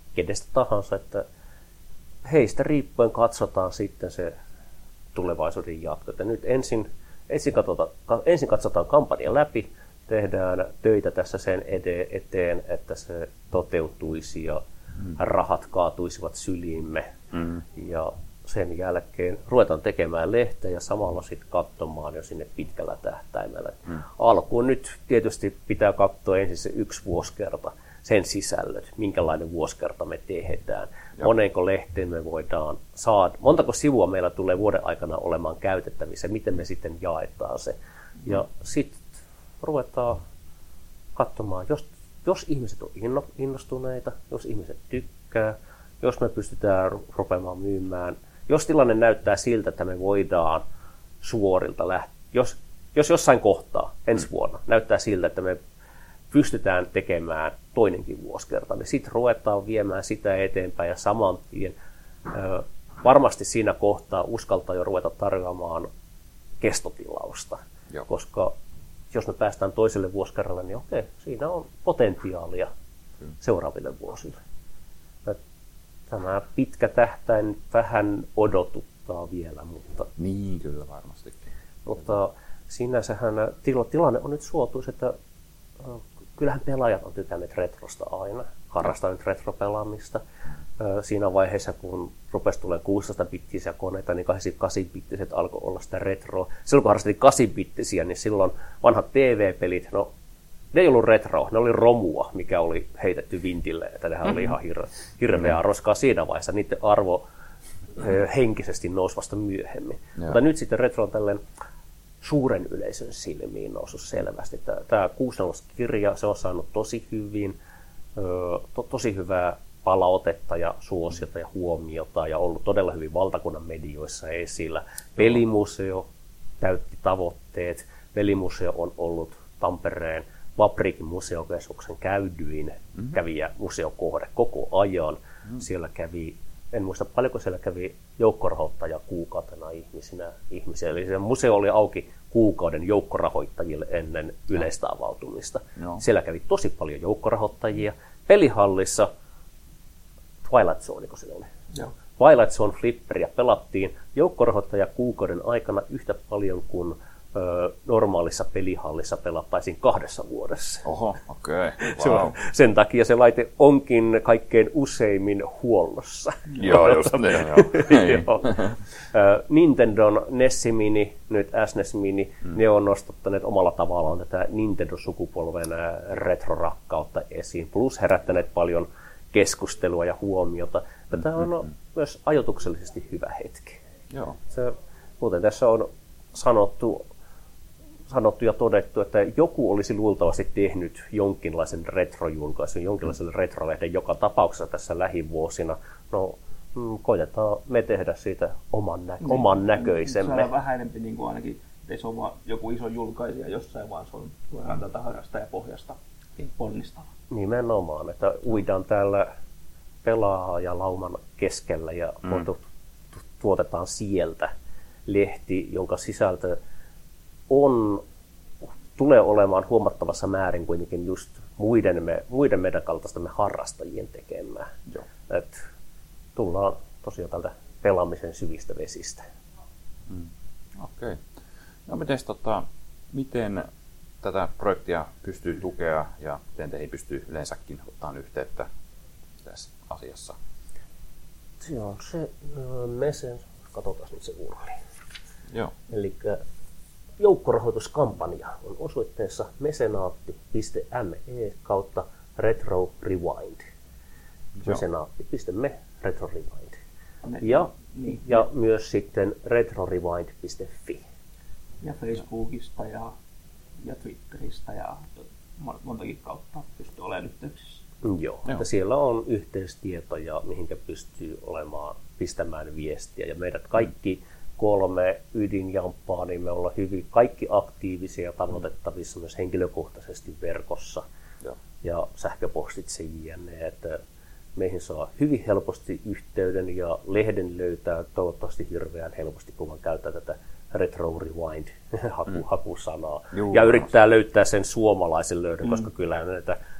kenestä tahansa, että heistä riippuen katsotaan sitten se tulevaisuuden jatko. Että nyt ensin katsotaan kampanja läpi, tehdään töitä tässä sen eteen, että se toteutuisi ja rahat kaatuisivat syliimme. Ja sen jälkeen ruvetaan tekemään lehteä ja samalla sitten katsomaan jo sinne pitkällä tähtäimellä. Alkuun nyt tietysti pitää katsoa ensin se 1 vuosikerta, sen sisällöt, minkälainen vuosikerta me tehdään, monenko lehteen me voidaan saada, montako sivua meillä tulee vuoden aikana olemaan käytettävissä, miten me sitten jaetaan se. Ja sitten ruvetaan katsomaan, jos ihmiset on innostuneita, jos ihmiset tykkää, jos me pystytään rupeamaan myymään, jos tilanne näyttää siltä, että me voidaan suorilta lähteä, jos jossain kohtaa ensi vuonna näyttää siltä, että me pystytään tekemään toinenkin vuosikerta, niin sitten ruvetaan viemään sitä eteenpäin ja saman tien varmasti siinä kohtaa uskaltaa jo ruveta tarjoamaan kestotilausta, koska jos me päästään toiselle vuosikerralle, niin okei, siinä on potentiaalia seuraaville vuosille. Tämä pitkä tähtäin vähän odotuttaa vielä, mutta... Niin, kyllä varmastikin. Mutta sinänsähän tilanne on nyt suotuisa, että kyllähän pelaajat on tykänneet retrosta aina, harrastaneet retropelaamista. Siinä vaiheessa, kun rupesi tulemaan 16-bittisiä koneita, niin 8-bittiset alkoi olla sitä retroa. Silloin kun harrastettiin 8-bittisiä, niin silloin vanhat TV-pelit, no ne ei ollut retroa, ne oli romua, mikä oli heitetty vintille, että nehän oli ihan hirveää roskaa siinä vaiheessa. Niiden arvo henkisesti nousi vasta myöhemmin. Mutta nyt sitten retro on tälleen suuren yleisön silmiin noussut selvästi. Tämä 6.0-kirja, se on saanut tosi hyvin, tosi hyvää palautetta ja suosiota ja huomiota ja ollut todella hyvin valtakunnan medioissa esillä. Pelimuseo täytti tavoitteet. Pelimuseo on ollut Tampereen Vaprikin museokeskuksen käydyin kävijämuseokohde koko ajan. Siellä kävi, en muista paljonko siellä kävi joukkorahoittaja kuukautena ihmisiä. Eli se museo oli auki kuukauden joukkorahoittajille ennen yleistä avautumista. Siellä kävi tosi paljon joukkorahoittajia. Pelihallissa Twilight Zone, kun se oli. Twilight Zone flipperia pelattiin joukkorahoittaja kuukauden aikana yhtä paljon kuin normaalissa pelihallissa pelattaisiin 2 vuodessa. Oho, okei. Wow. Sen takia se laite onkin kaikkein useimmin huollossa. Joo, just niin. Nintendon NES Mini, nyt SNES Mini, ne on nostattaneet omalla tavallaan tätä Nintendo-sukupolven retrorakkautta esiin, plus herättäneet paljon keskustelua ja huomiota. Tämä on myös ajoituksellisesti hyvä hetki. Joo. Muuten tässä on sanottu ja todettu, että joku olisi luultavasti tehnyt jonkinlaisen retrojulkaisun, jonkinlaisen retrolehden joka tapauksessa tässä lähivuosina. No, koitetaan me tehdä siitä oman näköisemme. Se on vähän enemmän niin kuin ainakin, ei se ole joku iso julkaisija jossain, vaan se on suoraan tätä harrastajapohjasta ponnistava. Nimenomaan, että uidaan täällä pelaajalauman keskellä ja tuotetaan sieltä lehti, jonka sisältö tulee olemaan huomattavassa määrin kuitenkin just muiden meidän kaltaistamme harrastajien tekemään. Tullaan tosiaan tältä pelaamisen syvistä vesistä. Okei. No miten tätä projektia pystyy tukea ja miten teihin pystyy yleensäkin ottamaan yhteyttä tässä asiassa? Se on se katsotaan nyt se urali. Joo. Eli joukkorahoituskampanja on osoitteessa mesenaatti.me kautta retro rewind. Mesenaatti.me retro rewind. Ja myös sitten retrorewind.fi. Ja Facebookista ja Twitteristä ja montakin kautta pystyy olemaan yhteyksissä. Joo. Että siellä on yhteystietoja, mihinkä pystyy pistämään viestiä. Ja meidät kaikki 3 ydinjamppaa, niin me ollaan kaikki aktiivisia ja tavoitettavissa myös henkilökohtaisesti verkossa. Ja sähköpostitse jne. Että meihin saa hyvin helposti yhteyden ja lehden löytää toivottavasti hirveän helposti, kun vaan käyttää tätä retro rewind hakusanaa. Ja yrittää löytää sen suomalaisen löydön, koska kyllä näitä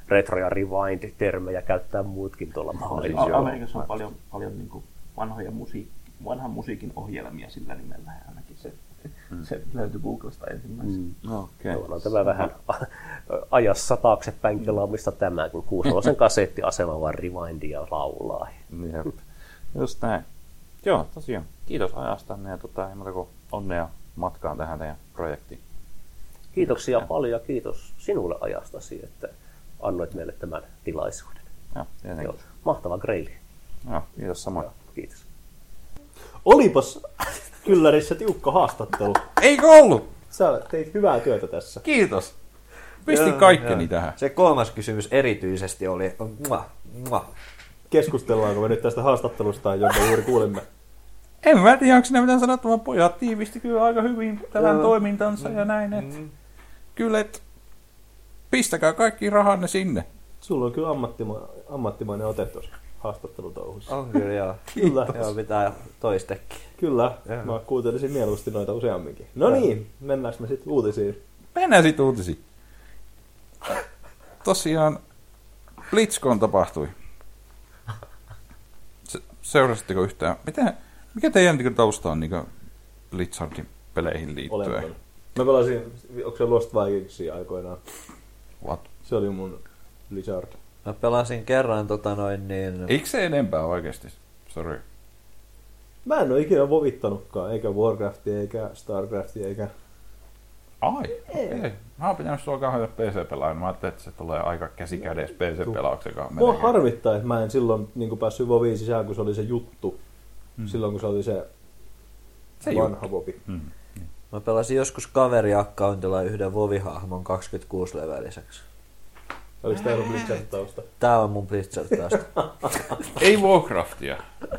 retro- ja rewind-termejä käyttää muutkin tuolla maailmassa. Amerikassa on paljon niin kuin vanhan musiikin ohjelmia sillä nimellä, ja ainakin se löytyi Googlesta ensimmäisenä. Okay. On tämä vähän ajassa taaksepäin kelaamista tämäkin. 6-vuosen kasettiasema vaan rewindia laulaa. Jep. Just näin. Joo, tosiaan. Kiitos ajastanne ja ei muuta kuin onnea matkaan tähän teidän projektiin. Kiitoksia paljon ja kiitos sinulle ajastasi, että annoit meille tämän tilaisuuden. Joo, tietenkin. Joo, mahtava greili. Joo, kiitos samoin. Kiitos. Olipas Kyllärissä tiukka haastattelu. Eikö ollut? Sä teit hyvää työtä tässä. Kiitos. Pistin kaikkeni tähän. Se kolmas kysymys erityisesti oli... Keskustellaanko me nyt tästä haastattelusta, jonka juuri kuulimme? En mä tiedä, onko sinä mitään sanottavaa. Pojat tiivisti kyllä aika hyvin tämän toimintansa ja näin. Kyllä, et pistäkää kaikki rahanne sinne. Sulla on kyllä ammattimainen ote tuossa haastattelutouhussa. On kyllä, joo. Kyllä. Joo, pitää toistekin. Kyllä, mä kuuntelisin mieluusti noita useamminkin. No niin, mennäänkö me sitten uutisiin? Mennään sitten uutisiin. Tosiaan BlizzCon tapahtui. Seurasitteko yhtään? Mikä teidän tausta on niin Blizzardin peleihin liittyen? Olen. Mä pelasin, onko se Lost Vikingsia aikoinaan? What? Se oli mun Blizzard. Mä pelasin kerran Eikö se enempää oikeasti? Sorry. Mä en ole ikinä vovittanutkaan, eikä Warcraftia, eikä Starcraftia, eikä... Ai, okei. Mä oon pitänyt sua kauhean PC-pelaajan. Mä ajattelin, että se tulee aika käsikädessä PC-pelauksen kanssa. Mua harmittaa, että mä en silloin niin päässyt voviin sisään, kun se oli se juttu. Silloin, kun se oli se vanha vovi. Mä pelasin joskus kaveri-accountilla yhden vovihahmon 26-leveliseksi. Oliko tää Blizzard tausta? Tää on mun Blizzard tausta. Ei Warcraftia.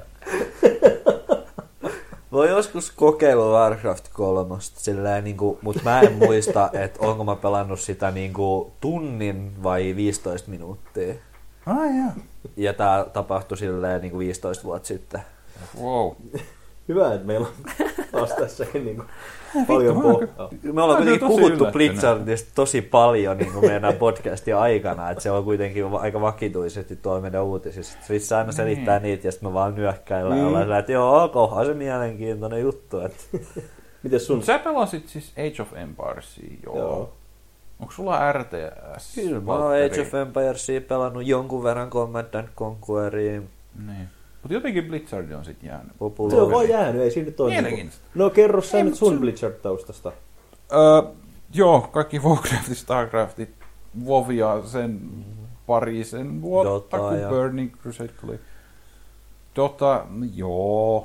Voi joskus kokeilla Warcraft 3, mutta mä en muista, että onko mä pelannut sitä tunnin vai 15 minuuttia. Ja tää tapahtui 15 vuotta sitten. Wow. Hyvä, että meillä on taas tässä paljon pohjaa. Me ollaan kuitenkin puhuttu Blizzardista tosi paljon meidän podcastin aikana, että se on kuitenkin aika vakituisesti tuolla meidän uutisissa. Vitsi aina selittää niitä ja sitten me vaan nyökkäillään ja ollaan että joo, onkohan se mielenkiintoinen juttu. Mites sun? Sä pelasit siis Age of Empiresia, joo. Onko sulla RTS? Kyllä, mä oon Age of Empiresia pelannut jonkun verran Command & Conqueria. Niin. Mutta jotenkin Blizzard on sitten jäänyt. Se on vaan jäänyt, ei siinä toimi. Mielenkiintoista. No kerro sä nyt sun Blizzard-taustasta. Joo, kaikki Warcraftit, Starcraftit, WoWia, sen parisen vuotta, kun Burning Crusade tuli. Dota, joo.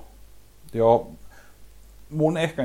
Mun ehkä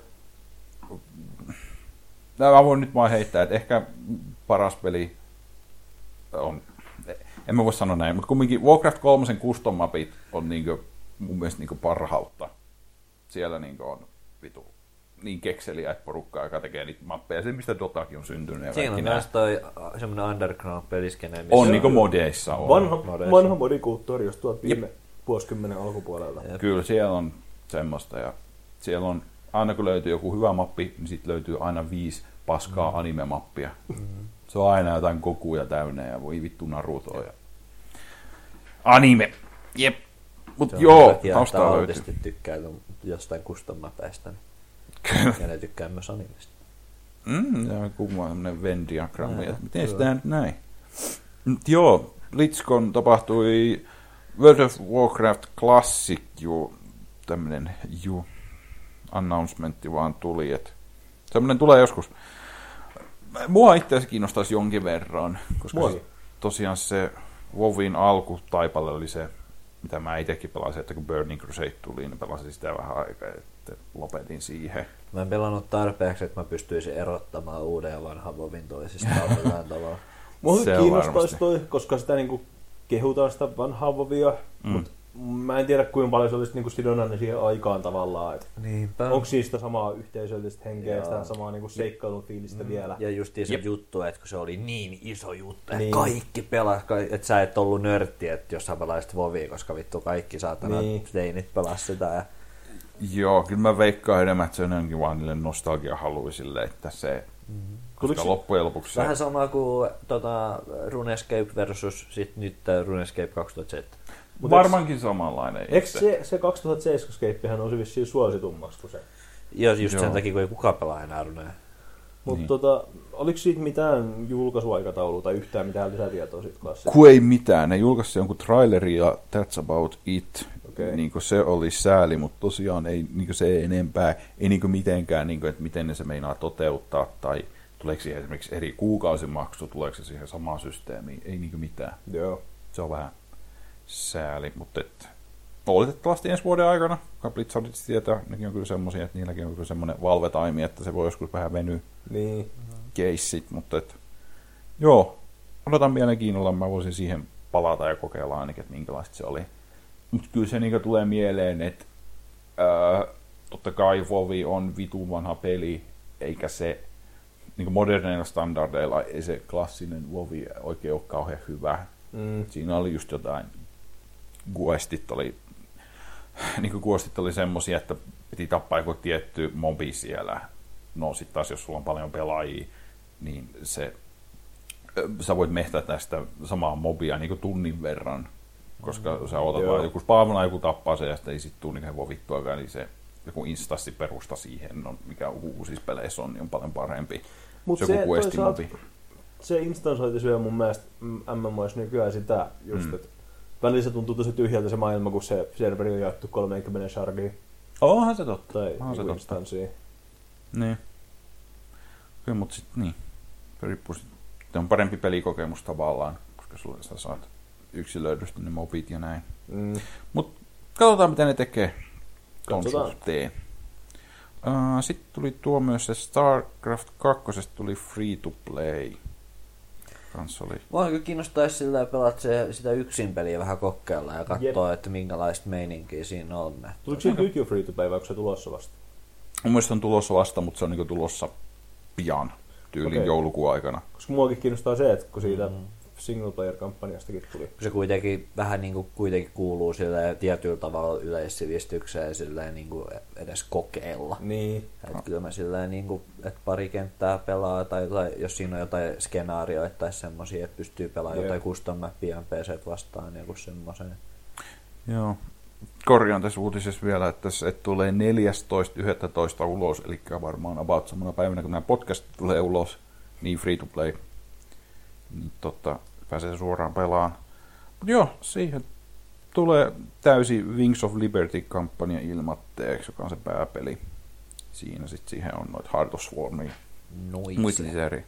mä voin nyt vaan heittää, että ehkä paras peli on... En mä voi sanoa näin, mutta kumminkin Warcraft 3 custom mapit on mun mielestä parhautta. Siellä on vitu niin kekseliäitä porukkaa, joka tekee niitä mappeja. Se, mistä Dotakin on syntynyt. Siinä on myös toi semmoinen underground-peliskene. On modeissa. Vanha modikulttuuri, jos tuot viime vuosikymmenen alkupuolelta. Kyllä, siellä on semmoista. Ja siellä on, aina kun löytyy joku hyvä mappi, niin sitten löytyy aina 5 paskaa anime-mappia. Se on aina jotain kokuja täynnä ja voi vittu Narutoa. Ja... Anime! Jep! Mut joo, taustaa löytyy. Autisti tykkää jostain custom-mapeista. Ja ne tykkää myös animesta. Ja kummaa tämmönen Venn-diagrammi. Miten sitä nyt näin? Joo, BlizzCon tapahtui World of Warcraft Classic, tämmönen announcementti vaan tuli, että semmonen tulee joskus. Mua itse asiassa kiinnostaisi jonkin verran, koska tosiaan se WoWin alkutaipale oli se, mitä mä itsekin pelasin, että kun Burning Crusade tuli, niin pelasin sitä vähän aikaa, että lopetin siihen. Mä en pelannut tarpeeksi, että mä pystyisin erottamaan uuden ja vanhan WoWin toisistaan jollain tavalla. Mua kiinnostaisi toi, koska sitä kehutaan sitä vanhaa WoWia, mutta mä en tiedä kuinka paljon se olisi sidonnainen siihen aikaan tavallaan. Onko siinä sitä samaa yhteisöllistä henkeä ja sitä samaa seikkailun fiilistä vielä. Ja justiin se juttu, että kun se oli niin iso juttu, että kaikki pelaa, että sä et ollut nörtti, että jos sä pelaisit WoWia, koska vittu kaikki saatana teinit pelas sitä. Ja... Joo, kyllä mä veikkaan enemmän, että se on jonkin vaan niille nostalgiahaluisille, että se Koska loppujen lopuksi vähän sama kuin RuneScape versus sit nyt RuneScape 2007. varmaankin samanlainen. Eikö se 2007 Scapehän on vissiin suositummaksi kuin se? Just sen takia, kun ei kukaan pelaa enää Runea. Mutta oliko siitä mitään julkaisuaikataulua tai yhtään mitään lisätietoa siitä klassista? Kun ei mitään. Ne julkaisi jonkun traileri ja That's About It. Okay. Niin se oli sääli, mutta tosiaan ei, niin se ei enempää, ei niin mitenkään, niin että miten ne se meinaa toteuttaa, tai tuleeko siihen esimerkiksi eri kuukausimaksu, tuleeko se siihen samaan systeemiin, ei niin mitään. Joo. Se on vähän sääli, mutta oletettavasti ensi vuoden aikana, kun Blizzardit tietää, nekin on kyllä semmoisia, että niilläkin on kyllä semmoinen valvetaimi, että se voi joskus vähän venyä niin. keissit, mutta joo, odotan mielenkiinnolla, mä voisin siihen palata ja kokeilla ainakin, että minkälaista se oli. Mutta kyllä se niin tulee mieleen, että totta kai WoW on vitun vanha peli, eikä se niin moderneilla standardeilla ei se klassinen WoW oikein ole kauhean hyvä. Siinä oli just jotain questit oli semmosia, että piti tappaa joku tietty mobi siellä. No sit taas jos sulla on paljon pelaajia, niin sä voit mehtää tästä samaa mobia niin tunnin verran, koska sä otat vaan joku spaavana, joku tappaa se ja sitten ei sit tunnin vovittuakaan, niin se joku instanssi perusta siihen, mikä uusissa peleissä on, niin on paljon parempi. Mutta se toisaalta se instansointi syö mun mielestä MMOissa nykyään sitä just, että välillä se tuntuu tosi tyhjältä se maailma, kun se serveri on jaettu 30 shardiin. Onhan se totta. Tai instanssiin. Niin. Kyllä, mutta sitten niin. On parempi pelikokemus tavallaan, koska sä saat yksilöidysti ne mobit ja näin. Mutta katsotaan, mitä ne tekee ton suhteen. Sitten tuli tuo myös se StarCraft 2, tuli free to play. Voinko kiinnostaisi sillä pelata sitä yksin peliä vähän kokeilla ja katsoa, että minkälaista meininkiä siinä on. Tuliko siitä nyt jo free to play vai onko se tulossa vasta? Mun mielestä on tulossa vasta, mutta se on niinku tulossa pian tyylin joulukuun aikana. Koska muakin kiinnostaa se, että kun siitä single player kampanjastakin tuli. Se kuitenkin vähän niin kuin kuitenkin kuuluu silleen tietyllä tavalla yleissivistykseen silleen niin kuin edes kokeilla. Niin. Että kyllä mä silleen niin kuin, että pari kenttää pelaa tai jos siinä on jotain skenaarioita tai semmosia, että pystyy pelaamaan jotain custom mappia NPCt vastaan joku semmoiseen. Joo. Korjaan tässä uutisessa vielä, että se tulee 14.11. ulos, eli varmaan about samana päivänä, kun nämä podcast tulee ulos, niin free to play. Niin pääsee suoraan pelaan. Mutta joo, siihen tulee täysi Wings of Liberty-kampanja ilmatteeksi, joka on se pääpeli. Siinä sitten siihen on noita Heart of Swarmia. Muita lisäriä.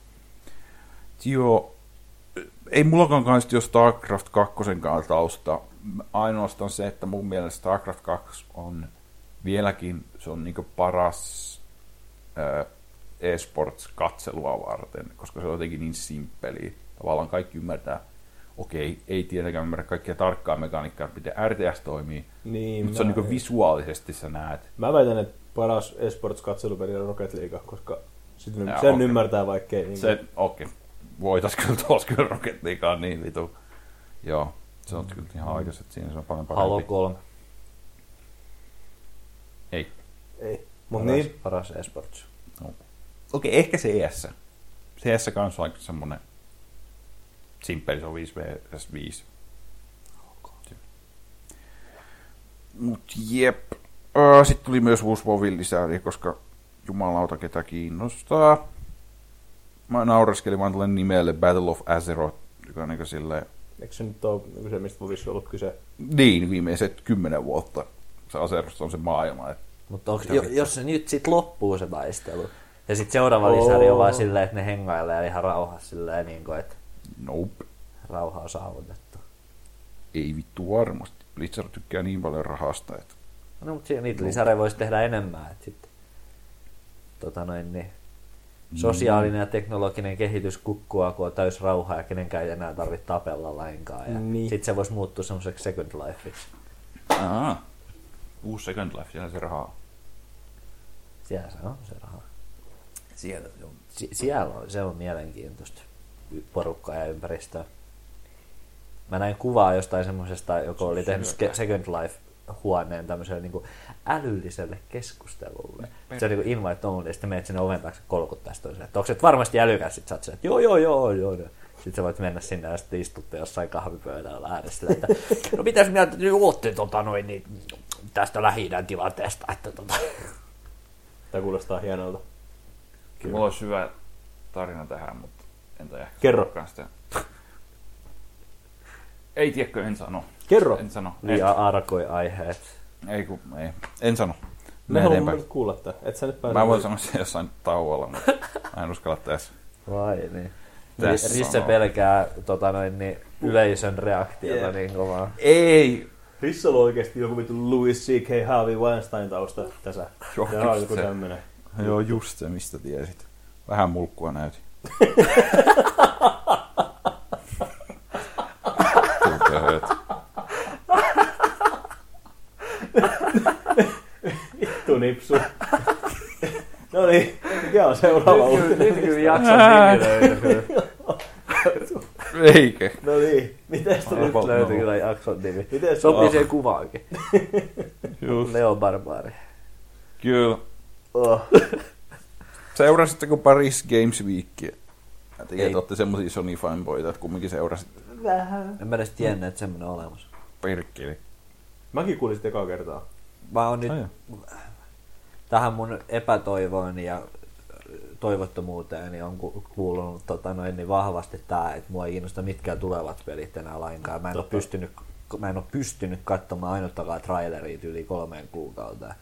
Joo, ei mullakaan kanssa jo StarCraft 2 tausta. Ainoastaan se, että mun mielestä StarCraft 2 on vieläkin se on niinku paras eSports-katselua varten, koska se on jotenkin niin simppeli. Tavallaan kaikki ymmärtää, ei tietenkään ymmärrä kaikkia tarkkaa mekaniikkaa, miten RTS toimii, niin, mutta se on niinku visuaalisesti sä näet. Mä väitän, että paras eSports-katselupeli on Rocket League, koska sen ymmärtää vaikkei. Niin voitais kyllä tuossa kyllä Rocket Leaguea niin vitu. Joo, se on kyllä ihan aikas, että siinä se on paljon parempi. Halo 3. Ei. Mut niin. Paras eSports. No. Ehkä CS. CS kanssa on semmonen simppeli, se on 5vs5. Mut jep. Sitten tuli myös uusi WoWin lisää, koska jumalauta ketä kiinnostaa. Mä nauraskelin vaan tuolle nimelle Battle of Azeroth, joka on niinku silleen... Eikö se nyt ole se, mistä WoWissa ollut kyse? Niin, viimeiset 10 vuotta. Se Azeroth on se maailma. Mutta jos se nyt sit loppuu se taistelu, ja sitten seuraava lisäri on vaan silleen, että ne hengailee ihan rauhassa silleen, niin kuin, että nope. Rauha on saavutettu. Ei vittu varmasti. Blizzard tykkää niin paljon rahasta, että... No, mutta niitä lisäreitä voisi tehdä enemmän, että sitten... Sosiaalinen ja teknologinen kehitys kukkuaa, kun on täys rauha ja kenenkään ei enää tarvitse tapella lainkaan. Ja sitten se voisi muuttua semmoiseksi Second Lifeiksi. Uusi Second Life, siellä se rahaa. Siellä se on se raha. Siellä on, se on mielenkiintoista porukkaa ja ympäristöä. Mä näin kuvaa jostain semmoisesta, joka oli tehnyt Second Life huoneen tämmöiselle niin kuin älylliselle keskustelulle. Se on niin kuin invite only, ja sitten menet sinne oven taakse kolkuttaa toiselle, että onko se varmasti älykäs, sitten sä oot se, että joo. Sitten sä voit mennä sinne ja sitten istutte jossain kahvipöydällä ääressä, että no mitäs mieltä te ootte niin, tästä Lähi-idän tilanteesta, että Tämä kuulostaa hienolta. Mulla olisi hyvä tarina tähän, mutta entä ehkä Kerro. sitä. Ei tiedäkö, en sano. Kerro. En sano. liian arkoi aiheet. Ei. En sano. Mä haluan nyt kuulla tämän. Et sä nyt pääse. Mä voin sanoa sen jossain tauolla, mutta mä en uskalla tässä. Vai niin. Tässä Risse sanoo. pelkää niin yleisön reaktiota niin kovaa. Ei! Rissalla on oikeesti joku vittu Louis C.K. Harvey Weinstein tausta tässä. Joo, Tämä on just joku se. tämmönen. Joo, just se, mistä tiesit. Vähän mulkkua näytin. Vittu nipsu. No niin, mikä on seuraava uutinen? Nyt kyllä jakson nimi löytyy. Eikö? No niin, mites tuli? Nyt löytyy kyllä jakson nimi. Mites Sopii siihen kuvaankin. Just. Leo Barbari. Kyllä. Oh. Seurasitteko Paris Games Weekia? Mä tiedän, Ei. että olette semmosia Sony fanboyta, että kumminkin seurasit En mä edes tiennyt, että semmonen on olemassa. perkkeli. Mäkin kuulin sitä ekaa kertaa. Mä oon nyt Ai joo. tähän mun epätoivoon ja toivottomuuteen niin on kuulunut niin vahvasti tää, että mua ei kiinnosta mitkään tulevat pelit enää lainkaan. Mä en oo pystynyt katsomaan ainuttakaan traileria yli 3 kuukauteen.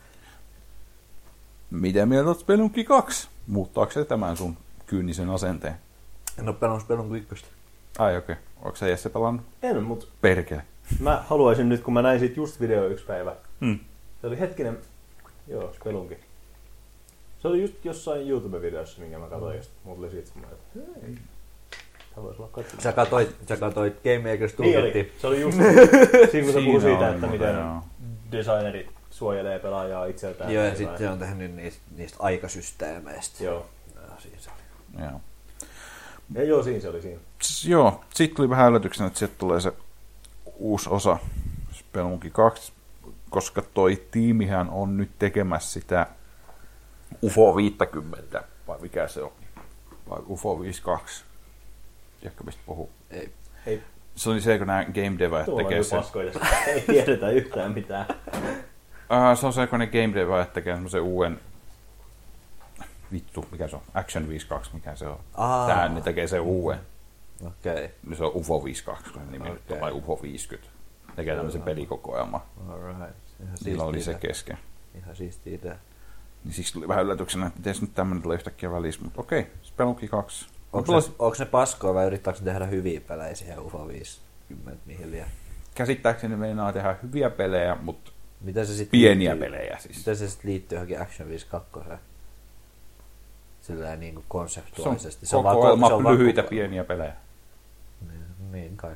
Mitä mieltä oot Spelunky 2? Muuttaako se tämän sun kyynisen asenteen? En oo pelannut Spelunky 1. Ai okei. Onko sä Jesse pelannut? En, mut Perkele. mä haluaisin nyt, kun mä näin siitä just video yksi päivä. Hmm. Se oli hetkinen, joo, Spelunky. Se oli just jossain YouTube-videossa, minkä mä katsoin, ja sitten mulla tuli siitä semmoinen, että hei, tää voisi olla katsomaan. Sä katoit Game Makers Niin Toolkitin. oli, se oli just siinä, kun se puhui Siinä siitä, oli että muuten, miten joo. designerit suojelee pelaajaa itseltään. Joo, ja Tai sitten se on tehnyt niistä aikasysteemeistä. Joo. Siinä se oli. Joo. Ja joo, siinä se oli siinä. Joo, sitten tuli vähän yllätyksenä, että sieltä tulee se uusi osa Spelunky 2, koska toi tiimihän on nyt tekemässä sitä UFO 50, vai mikä se on? Vai UFO 52? Tiedätkö mistä puhuu? Ei, Se oli se, kun nämä game devät tuolla tekee on sen. paskoja, ei tiedetä yhtään mitään. Se on se, kun ne game devät tekee semmoisen uuden, vittu, mikä se on? Action 52, mikä se on? Tää ne tekee sen uuden. Okei. Se on UFO 52, kun se nimi nyt on, Okei. vai UFO 50. Tekee tämmöisen pelikokoelman. Alright. Niillä oli se kesken. Ihan siistiä idea. Niin siksi tuli vähän yllätyksenä, että miten nyt tämmöinen tulee yhtäkkiä välissä. Mutta okei, Spelunky 2. Onko ne paskoa vai yrittääkö ne tehdä hyviä pelejä siihen UFO 50 mihin liian? Käsittääkseni meinaa tehdä hyviä pelejä, mutta Mitä se sit pieniä liittyy- pelejä siis. Miten se sitten liittyy johonkin Action 52? Silleen niin kuin konseptuaalisesti. Se on kokoelma lyhyitä vaan pieniä pelejä. Niin kai.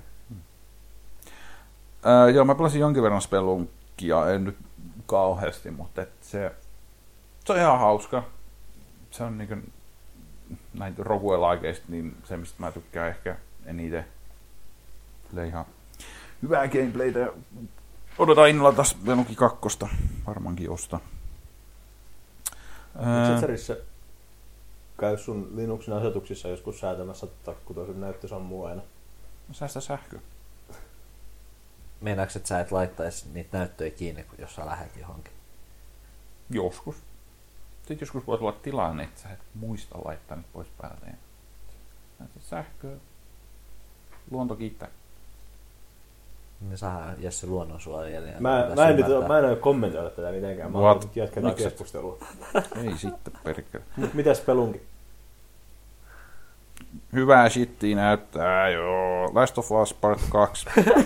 Joo, mä pelasin jonkin verran Spelunkia, en nyt kauheasti, mutta se on ihan hauska. Se on niinku näitä roguelikeista, niin se mistä mä tykkään ehkä eniten. Tulee ihan hyvää gameplaytä. Odotan innolla taas Spelunky 2. Varmaankin ostaa. Setserissä käy sun Linuxin asetuksissa joskus säätämässä takkutoisen näyttösammuu aina. Säästä sähköä. Meinaatko, että sä et laittaisi niitä näyttöjä kiinni, jos sä lähet johonkin? Joskus. Sitten joskus voisi olla tilanne, että sä et muista laittaa nyt pois päältä. Sähköä. Luonto kiittää. Niin saadaan Jesse luonnonsuojelija. Mä en ole kommentoida tätä mitenkään. Mä What? haluan jatketaan Miksi? keskustelua. Ei sitten perkele. Mitäs Spelunky? Hyvää shittiä näyttää, joo. Last of Us Part 2.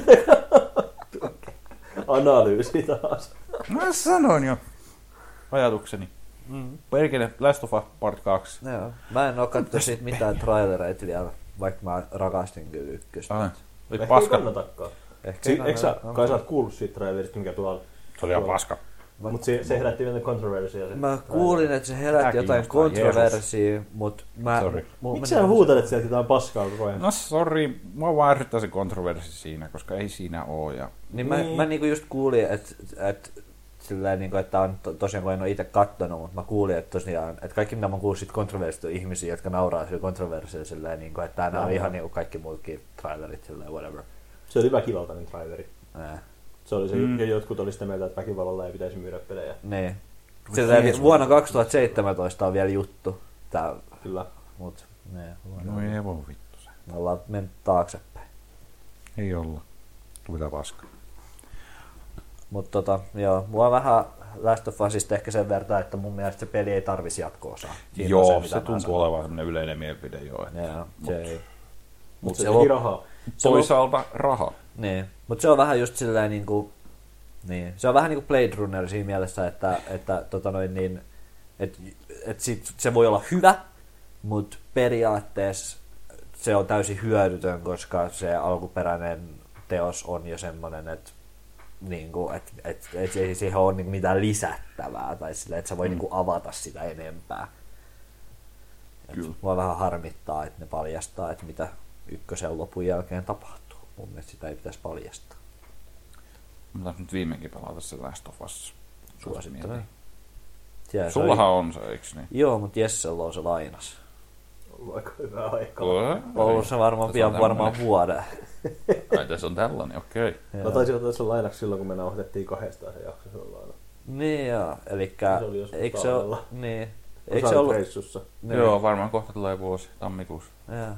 Analyysi taas. Mä sanoin jo ajatukseni. Perkele, Last of Us Part 2. Joo. Mä en oo katsonut siitä mitään trailereita vielä, vaikka mä rakastin kyllä ykköstä. Ai. Oli Ehkä ei paska. kannatakaan. Ehkä Eikö sä, kai sä oot kuullut siitä trailerista, mikä tuolla... Se oli ihan paska. Mutta se herätti jotain kontroversia. Mä kuulin, että se herätti Tää jotain kiinnostaa, kontroversia, mutta mä... Sorry. Miksi sä huutelet sieltä jotain paskaa koko ajan? No sori, mua vaan ärsyttää se kontroverssi siinä, koska ei siinä oo. Ja... Niin mä niinku just kuulin, että silleen, niin kuin, että on tosiaan, kun en ole itse kattonut, mutta mä kuulin, että tosiaan, että kaikki mitä mä kuulin siitä kontroversista on ihmisiä, jotka nauraa sille kontroversille silleen, niin kuin, että nämä on ihan niin kuin kaikki muutkin trailerit, silleen, whatever. Se oli väkivaltainen traileri. Nää. Se oli se, ja jotkut oli sitä mieltä, että väkivallalla ei pitäisi myydä pelejä. Niin. Silleen, vuonna 2017 on vielä juttu. Tää, Kyllä. mut, No ei voi vittu se. me ollaan mennyt taaksepäin. Ei olla. Tuli paskaa. Mutta joo, mua vähän Last of Usista ehkä sen verran, että mun mielestä se peli ei tarvisi jatko-osaa. Siinä on Joo, mitä se mä tuntuu sanon. olevan sellainen yleinen mielipide joo. Joo, se ei. Mutta se se teki lop- rahaa. Toisaalta raha. Niin, mutta se on vähän just silleen niinku, niin, se on vähän niinku Blade Runner siinä mielessä, että se voi olla hyvä, mutta periaatteessa se on täysin hyödytön, koska se alkuperäinen teos on jo semmoinen, että niinku, et ei siihen ole niinku mitään lisättävää tai silleen, että sä voi niinku avata sitä enempää. Kyllä. Mua vähän harmittaa, että ne paljastaa, että mitä ykkösen lopun jälkeen tapahtuu. Mun mielestä sitä ei pitäisi paljastaa. Mä taisin nyt viimeinkin pelata se Last of Us. Suosittelen. Sullahan on se, eiks niin? Joo, mutta Jessellä on se lainas. Ollut aika hyvää aikaa. Ollut se varmaan pian vuoden. Ai tässä on tällainen, okei. Mä taisin ottaa sen lainaksi silloin, kun me nauhoitettiin kahdestaan se jakso silloin laina. Niin joo, elikkä Se oli joskus eikö se ole, talvella. niin, eikö se ollut, reissussa. niin, Joo, varmaan kohta tulee vuosi tammikuussa. joo.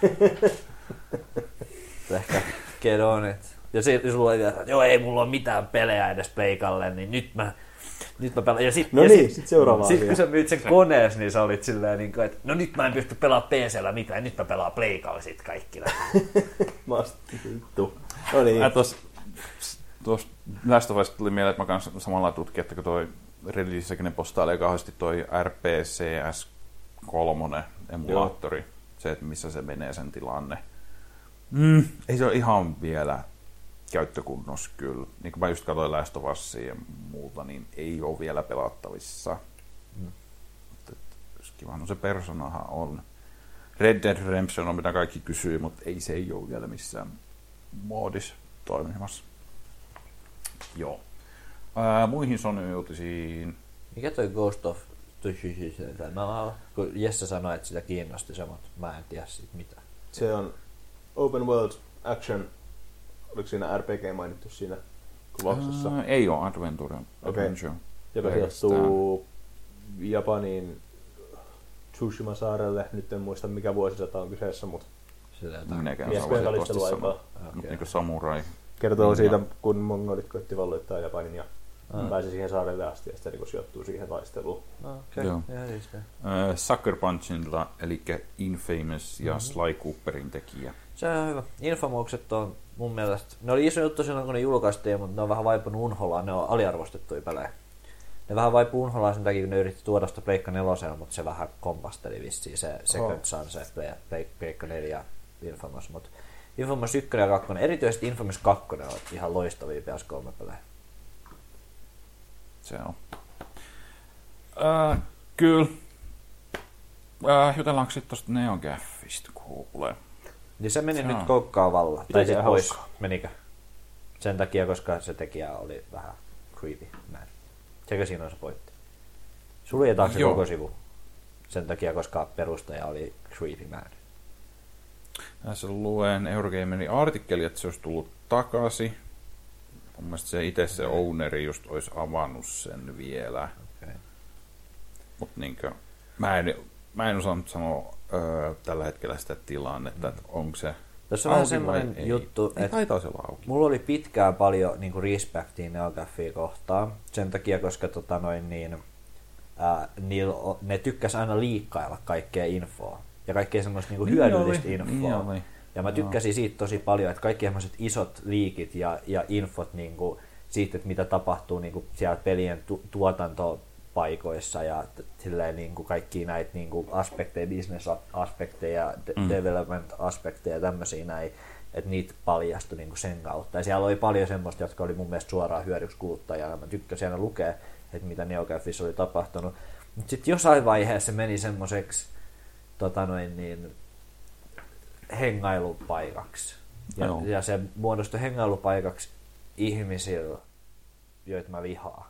Ehkä get on it. Ja sitten sulla oli vielä, että joo ei mulla ole mitään pelejä edes Pleikalle, niin nyt mä pelaan. Ja sit, No ja niin, sit seuraava Sitten asia. kun sä myyt sen konees, niin sä olit silleen, niin kuin, että no nyt mä en pysty pelaamaan PC:llä mitään, nyt mä pelaan Pleikalla sit kaikki läpi. Vittu. No niin. Tuossa Last of Us tuli mieleen, että mä kanssa samalla tutkin, että kun toi Reddissäkin ne postailee kauheasti toi RPCS3 emulaattori, se, että missä se menee sen tilanne. Ei se ole ihan vielä käyttökunnossa kyllä. Niin kuin mä just katsoin Last of Usia ja muuta, niin ei ole vielä pelattavissa. Kiva, no se Personahan on. Red Dead Redemption on mitä kaikki kysyy, mutta se ei ole vielä missään moodissa toimimassa. Joo. Muihin Sony-uutisiin. Mikä toi Ghost of Tsushima? Kun Jesse sanoi, että sitä kiinnosti se, mutta mä en tiedä siitä mitään. Se on Open World Action. Oliko siinä RPG mainittu siinä kuvauksessa? Ei ole Adventure. Joka sijoittuu Japanin Tsushima-saarelle. Nyt en muista mikä vuosisata on kyseessä, mutta Minäkään miespojen taisteluaikaa. Mutta niin kuin samurai. Kertoo siitä, kun mongolit koitti valloittaa Japanin ja pääsi siihen saarelle asti ja sitten niin sijoittuu siihen taisteluun. Joo. Sucker Punchilla, eli Infamous ja Sly Cooperin tekijä. Se on hyvä. Infomoukset on mun mielestä, ne oli iso juttu silloin kun ne julkaistiin, mutta ne on vähän vaipunut unholaan, ne on aliarvostettuja pelejä. Ne vähän vaipui unholaan sen takia, kun ne yritti tuoda sitä Pleikka 4, mutta se vähän kompasteli vissiin se Second Son, se Pleikka 4 Infamous. Mutta Infamous 1 ja 2, erityisesti Infamous 2 on ihan loistavia PS3-pelejä. Se on. Kyllä. Jutellaanko sitten tuosta Neon Gaffista kuulee? Niin se meni Se nyt on. koukkaan vallan. Tai Miten se sitten pois. hauskaa? Menikö? Sen takia, koska se tekijä oli vähän creepy. Näin. Sekö siinä on se pointti? Suljetaanko se Joo. koko sivu? Sen takia, koska perustaja oli creepy man. Tässä luen Eurogamerin artikkeli, että se olisi tullut takaisin. Mun mielestä se itse se owneri just olisi avannut sen vielä. Okay. Mutta niinkö, mä en osannut sanoa tällä hetkellä sitä tilannetta, että onko se Tässä on vähän auki semmoinen vai ei. juttu, Ei että taitaisi olla auki. mulla oli pitkään paljon niinku respektiä Neogaffia kohtaan. Sen takia, koska ne tykkäs aina liikkailla kaikkea infoa. Ja kaikkea semmoista niinku hyödyllistä infoa. Ja mä tykkäsin siitä tosi paljon, että kaikki semmoiset isot liikit ja infot niinku siitä, että mitä tapahtuu niinku siellä pelien tuotantopaikoissa ja silleen niinku kaikkia näitä niinku aspekteja, business-aspekteja, development-aspekteja ja tämmöisiä näin, että niitä paljastui niinku sen kautta. Ja siellä oli paljon semmoista, jotka oli mun mielestä suoraan hyödyksi kuluttajalle. Mä tykkäsin aina lukea. että mitä NeoGAFissa oli tapahtunut. Mutta sitten jossain vaiheessa se meni semmoiseksi hengailupaikaksi. Ja se muodostui hengailupaikaksi ihmisillä, joita mä vihaan.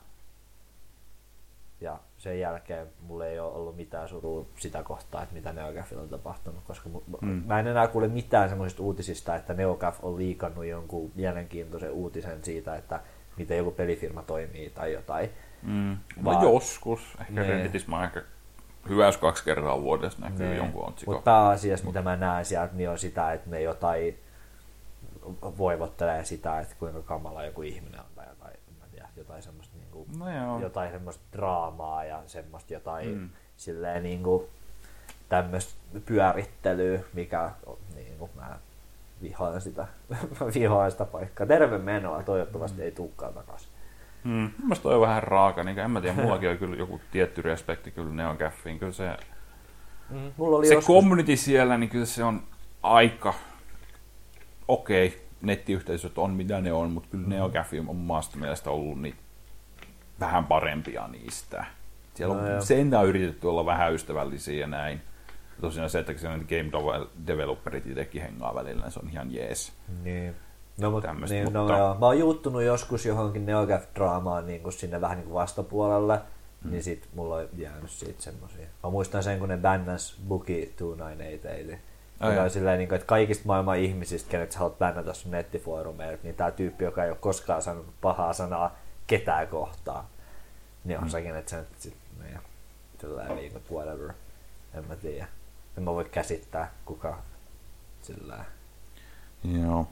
Ja sen jälkeen mulla ei ole ollut mitään surua sitä kohtaa, että mitä NeoGAFilla on tapahtunut, koska mä en enää kuule mitään semmoisista uutisista, että NeoGAF on liikannut jonkun mielenkiintoisen uutisen siitä, että miten joku pelifirma toimii tai jotain. Joskus. Ehkä Redditissä mä ehkä hyvä, jos 2 kertaa vuodessa näkyy jonkun otsikon. Mutta pääasiassa, mitä mä näen sieltä, niin on sitä, että ne jotain voivottelee sitä, että kuinka kamala joku ihminen on tai jotain semmoista jotain semmoista draamaa ja semmoista jotain silleen niinku tämmöistä pyörittelyä, mikä niinku mä vihaan sitä paikkaa. Terve menoa, toivottavasti ei tulekaan takaisin. Mielestäni toi on vähän raaka, niin en mä tiedä, mullakin on kyllä joku tietty respekti kyllä NeoGAFiin. Kyllä se community siellä, niin kyllä se on aika okei. Nettiyhteisöt on mitä ne on, mutta kyllä NeoGAF on omasta mielestä ollut niitä vähän parempia niistä. Siellä on sentään yritetty olla vähän ystävällisiä ja näin. Tosiaan se, että se game developerit itsekin hengaa välillä, se on ihan jees. Niin. Mä oon juuttunut joskus johonkin NeoGAF-draamaan niin sinne vähän niin kuin vastapuolelle, niin sit mulla on jäänyt siitä semmosia. Mä muistan sen, kun ne bännäs Bookie 2988. Ja silleen, niin kuin, että kaikista maailman ihmisistä, kenet sä haluat bännätä sun nettifoorumeille, niin tää tyyppi, joka ei ole koskaan sanonut pahaa sanaa ketään kohtaan, niin on sekin, että sä nyt silleen niin kuin whatever. En mä tiedä. En mä voi käsittää kuka silleen. Joo.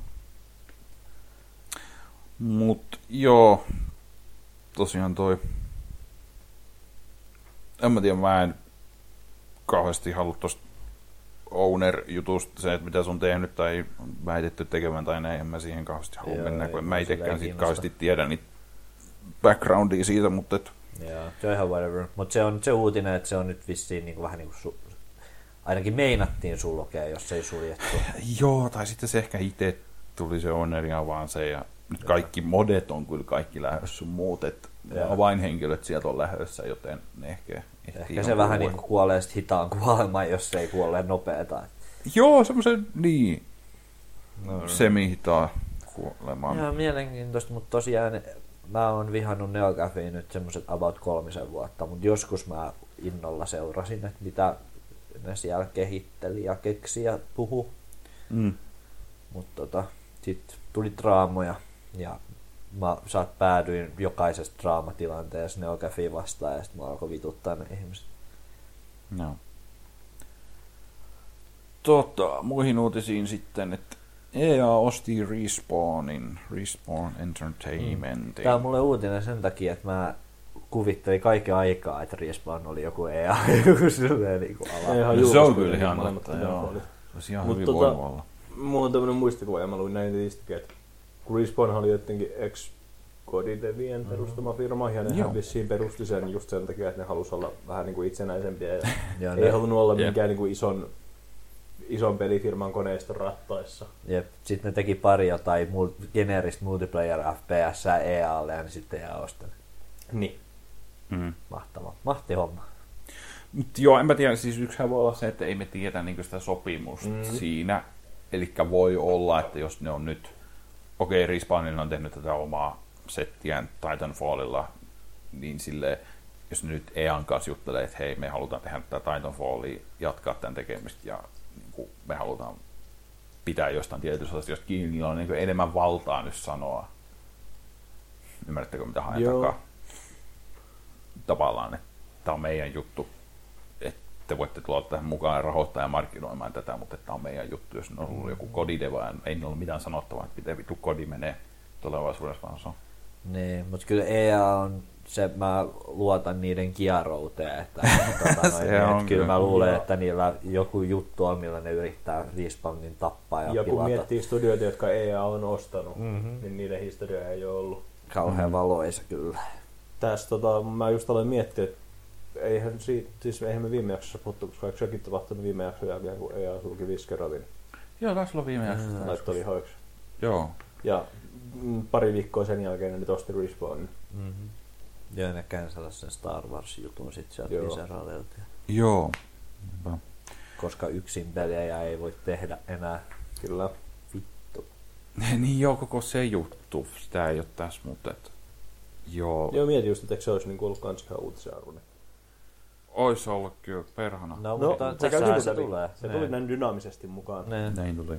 Mut joo, tosiaan toi, en mä tiedä, mä en kauheasti halua tosta Owner-jutusta se, että mitä sun tehnyt tai väitetty tekemään tai näin, en mä siihen kauheasti halua mennä, kun en mä itekään siitä kauheasti tiedä niitä backgroundia siitä, mutta joo, se on ihan whatever. Mutta se on se uutinen, että se on nyt vissiin niinku vähän niinku ainakin meinattiin sulkea, jos ei suljettu. Joo, tai sitten se ehkä itse tuli se Owneria vaan se, ja nyt kaikki modet on kyllä kaikki lähdössä sun muut, että avainhenkilöt sieltä on lähdössä, joten ne ehkä se vähän niin kuin kuolee sit hitaan kuolemaan, jos se ei kuole nopeeta. Joo, semmoisen semi-hitaan kuolemaan. Joo, mielenkiintoista, mutta tosiaan mä oon vihannut NeoGAFia nyt semmoiset about 3 vuotta, mutta joskus mä innolla seurasin, että mitä ne siellä kehitteli ja keksi ja puhu. Mutta sitten tuli draamoja ja mä päädyin jokaisesta draamatilanteessa NeoGAFia vastaan ja sitten mä alkoi vituttaa ne ihmiset. No. Muihin uutisiin sitten, että EA osti Respawn Entertainmentin. Tää on mulle uutinen sen takia, että mä kuvittelin kaiken aikaa, että Respawn oli joku EA silleen niinku ala. Se on kyllä ihan totta, joo. Se ihan hyvin voi olla. Mulla on tämmönen muistikuva ja mä luin näin niistäkin, että kun Respawn oli jotenkin ex-Kodidevien perustama firma ja nehän vissiin perusti sen just sen takia, että ne halusi olla vähän niinku itsenäisempiä ja ei halunnut olla minkään niinku ison pelifirman koneiston rattaissa. Jep. Sitten ne teki pari jotain geneeristä multiplayer FPS EAlle ja sitten EA osteli. Niin. Mahtava. Mahti homma. Mut joo, en mä tiedä, siis yksihän voi olla se, että ei me tiedä niinku sitä sopimusta siinä. Elikkä voi olla, että jos ne on nyt, Respawn on tehnyt tätä omaa settiään Titanfallilla, niin silleen, jos nyt EAN kanssa juttelee, että hei, me halutaan tehdä tätä Titanfallia, jatkaa tämän tekemistä ja niin me halutaan pitää jostain tietystä asioista kiinni, niin on niin enemmän valtaa nyt sanoa. Ymmärrättekö, mitä haen takaa? Tavallaan, että tämä on meidän juttu. Te voitte tulla tähän mukaan rahoittaa ja markkinoimaan tätä, mutta tämä on meidän juttu, jos on ollut joku kodideva ja ei ole mitään sanottavaa, että miten vittu kodi menee tulevaisuudessa vaan se on. Niin, mutta kyllä EA on se, mä luotan niiden kierouteen, että kyllä mä luulen, että niillä joku juttu on, millä ne yrittää Respawnin tappaa ja kun miettii studioita, jotka EA on ostanut, niin niiden historia ei ole ollut kauhean valoisa kyllä. Tässä mä just aloin miettiä, että eihän me viime jaksossa puhuttu, koska eikö sekin tapahtunut viime jakson jälkeen, kun EA sulki Visceradin. Joo, taisi olla viime jaksossa. Laittoi lihoiksi. Joo. Ja pari viikkoa sen jälkeen ne nyt osti Respawnin. Joo, ne cancelas sen Star Wars-jutun sit sieltä Visceralilta. Joo. Koska yksin pelejä ei voi tehdä enää. Kyllä. Vittu. Niin joo, koko se juttu. Sitä ei ole tässä, mutta joo. Joo, mietin just, että eikö se olisi niin ollut kans ihan uutisen arvoinen. Ois ollut kyllä perhana. No, mutta tässähän se tulee. Se tuli näin dynaamisesti mukaan. Näin tuli.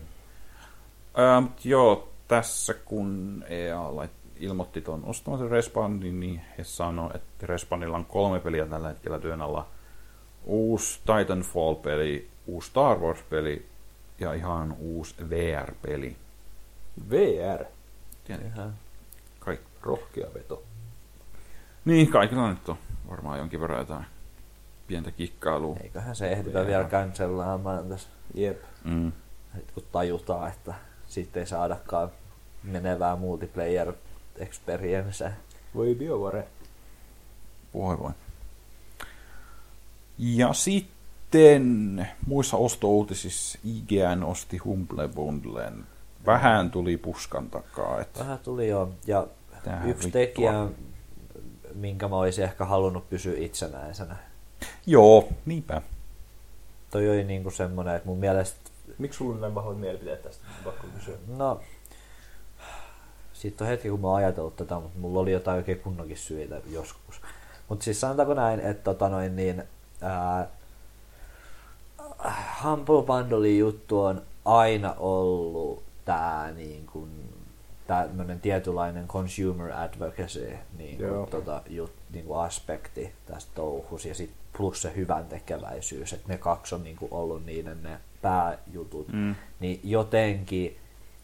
Joo, tässä kun EA ilmoitti tuon ostamisen Respawnin, niin he sanoivat, että Respawnilla on 3 peliä tällä hetkellä työn alla. Uusi Titanfall-peli, uusi Star Wars-peli ja ihan uusi VR-peli. VR? Ihan Kaikki. Rohkea veto. Niin, kaikilla nyt on varmaan jonkin verran jotain pientä kikkailua. eiköhän se ehditä vielä cancellaamaan tässä. Jep. Kun tajutaan, että sitten ei saadakaan menevää multiplayer experience. Voi BioWare. Voi. Ja sitten muissa osto-uutisissa IGN osti Humble Bundlen. Vähän tuli puskan takaa. Vähän tuli jo. Ja tähän yksi vittua. tekijä, minkä mä olisin ehkä halunnut pysyä itsenäisenä. Joo, niinpä. Toi oli niinku semmonen, että mun mielestä... Miksi sulla on näin vahvat mielipiteet tästä? Pakko kysyä. No, siitä on hetki, kun mä oon ajatellut tätä, mutta mulla oli jotain oikein kunnonkin syitä joskus. Mutta siis sanotaanko näin, että Humble Bundlein juttu on aina ollut tää niin kuin tämmönen tietynlainen consumer advocacy niin kuin aspekti tästä touhussa ja sit plus se hyvän tekeväisyys, että ne kaksi on niin kuin ollut niiden ne pääjutut, niin jotenkin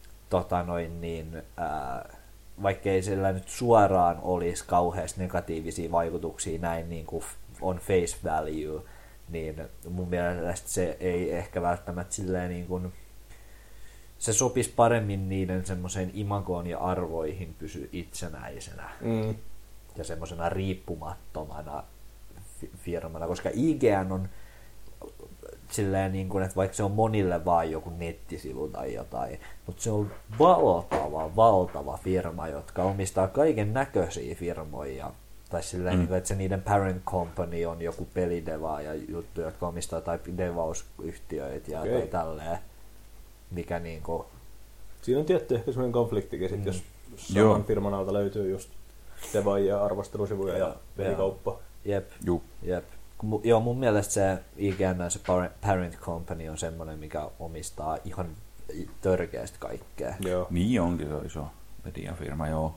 vaikka ei sillä nyt suoraan olisi kauheasti negatiivisia vaikutuksia näin niin kuin on face value, niin mun mielestä se ei ehkä välttämättä silleen niin kuin, se sopisi paremmin niiden semmoiseen imagoon ja arvoihin pysy itsenäisenä ja semmoisena riippumattomana firmana, koska IGN on silleen niin kuin, että vaikka se on monille vaan joku nettisivu tai jotain, mutta se on valtava firma, jotka omistaa kaiken näköisiä firmoja. Tai silleen, niin kuin, että se niiden parent company on joku pelideva ja juttu, jotka omistaa tai devausyhtiöitä ja tai tälleen. Mikä niinku... Siinä on tietty ehkä semmoinen konfliktikin, sit, jos saman firman alta löytyy just devaajia, arvostelusivuja ja pelikauppa. Jep. Joo, mun mielestä se IGN, se parent company on semmoinen, mikä omistaa ihan törkeästi kaikkea. Joo. Niin onkin, se on iso mediafirma, joo.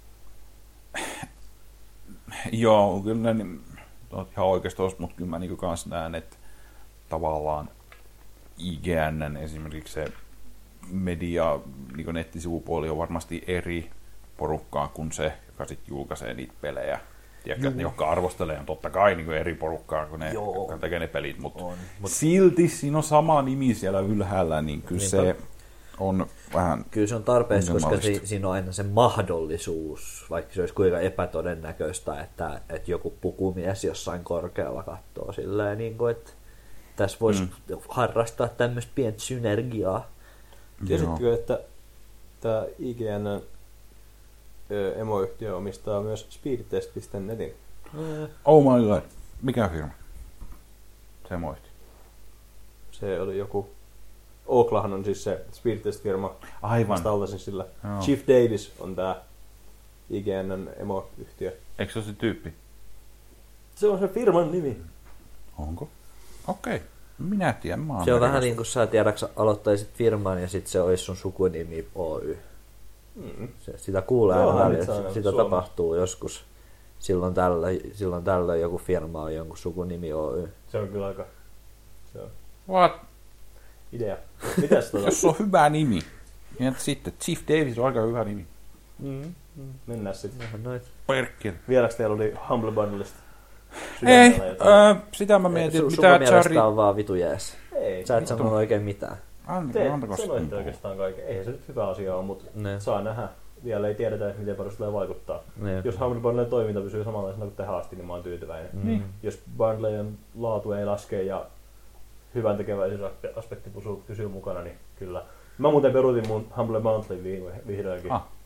Joo, kyllä ne on ihan oikeasti tossa, mutta kyllä mä niin kanssa näen, että tavallaan IGN esimerkiksi se media, niin nettisivupuoli on varmasti eri porukkaa kuin se, joka sitten julkaisee niitä pelejä. Tiedätkö, että ne, jotka arvostelee, on totta kai niin eri porukkaa kuin ne, jotka tekee ne pelit, mutta silti siinä on sama nimi siellä ylhäällä, niin kyllä se on vähän... Kyllä se on tarpeeksi, koska siinä on aina se mahdollisuus, vaikka se olisi kuinka epätodennäköistä, että joku pukumies jossain korkealla katsoo silleen, niin kuin, että tässä voisi harrastaa tämmöistä pientä synergiaa. Tiesitkö, että tämä IGN emoyhtiö omistaa myös speedtest.netin? Oh my god. Mikä firma? Se emoyhtiö. Se oli joku... Oaklahan on siis se speedtest-firma. Aivan. Vastautasin sillä. Joo. Chief Davis on tämä IGN:n emoyhtiö. Eikö se ole se tyyppi? Se on se firman nimi. Onko? Okei. Minä tiedän. Se on vähän niin kuin sä tiedäksä aloittaisit firman ja sitten se olisi sun sukunimi Oy. Sitä kuulee aina välillä. Sitä tapahtuu joskus. Silloin tällöin joku firma on jonkun sukunimi Oy. Se on kyllä aika... Se on What? idea. Mitäs Jos on hyvä nimi. Ja sitten Chief Davis on aika hyvä nimi. Mennään sitten. Perkkele. Vieläks teillä oli Humble Bundlesta? Ei, sitä mä mietin, että mitä Charlie... on vaan vitu jees. Ei. Sä et sanonut oikein mitään. Sanoitte oikeastaan kaiken. Eihän se nyt hyvä asia ole, mutta saa nähdä. Vielä ei tiedetä, että miten paljon se tulee vaikuttaa. Jos Humble Bundlen toiminta pysyy samanlaisena kuin tähän asti, niin mä oon tyytyväinen. Jos Bundlen laatu ei laske ja hyvän tekeväisyysaspekti pysyy mukana, niin kyllä. Mä muuten peruutin mun Humble Bundlen vihdoinkin.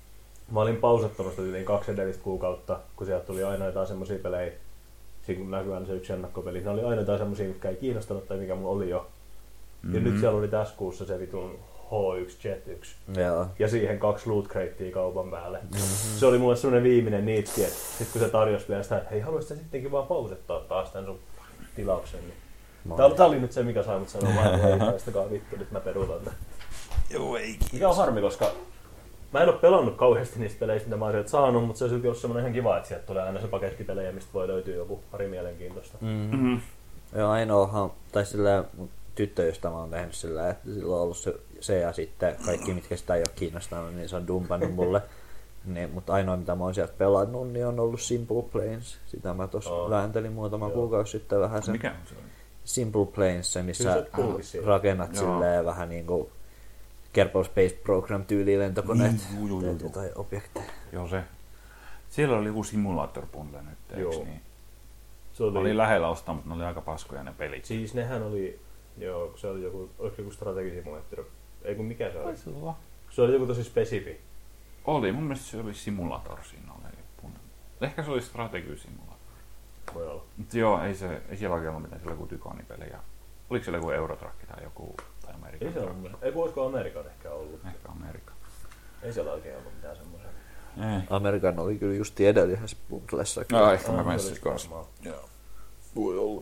Mä olin pausattanut sitä yli 2 edellistä kuukautta, kun sieltä tuli aina jotain semmosia pelejä. Siinä kun näkyy aina se yksi ennakkopeli, ne oli aina jotain semmosia, mitkä ei kiinnostanut tai mikä mulla oli jo. Ja nyt siellä oli tässä kuussa se vitun H1 Jet 1. Joo. Ja siihen 2 loot cratea kaupan päälle. Se oli mulle semmonen viimeinen niitti, että sit kun se tarjosi vielä sitä, että hei, haluaisit sä sittenkin vaan pausettaa taas tän sun tilauksen. Niin. Tää oli nyt se, mikä sai mut sanoa vaan, että ei taistakaan vittu, nyt mä peruutan tän. Joo, ei. Mikä on harmi, koska mä en oo pelannut kauheasti niistä peleistä, mitä mä oon sieltä saanut, mutta se on silti ollut semmonen ihan kiva, että sieltä tulee aina se pakettipelejä, mistä voi löytyä joku pari mielenkiintoista. Joo, ainoahan, tai sillä tyttöystävä on tehnyt sillä, että sillä on ollut se ja sitten kaikki, mitkä sitä ei ole kiinnostanut, niin se on dumpannut mulle. Niin, mutta ainoa, mitä mä oon sieltä pelannut, niin on ollut Simple Planes. Sitä mä tuossa vääntelin muutama kuukausi sitten vähän sen. Mikä on se? Simple Planes, se missä rakennat silleen vähän niinku Kerbal Space Program -tyyliin lentokoneet tai objekteja. Joo se. Siellä oli joku simulaattorpunle nyt, eiks niin? Se oli lähellä ostaa, mutta ne oli aika paskoja ne pelit. Siis nehän oli, joo, se oli joku strategisimulaattori. Ei kun mikä se oli? Se oli joku tosi spesifi. Oli, mun mielestä se oli simulator siinä oli. Ehkä se oli strategisimulaattori. Voi olla. Mutta joo, ei siellä oikein ollut mitään, siellä joku Tycoon-pelejä. Oliko siellä joku Eurotrack tai joku, tai Amerikan? Ei se ollut, ei kun olisiko Amerikan ehkä ollut. Ehkä Amerikan. Ei siellä oikein ollut mitään semmoisia. Ei. Amerikan oli kyllä just edellisessä bundlessa. Ehkä mä menisin kanssa. Joo. Voi olla.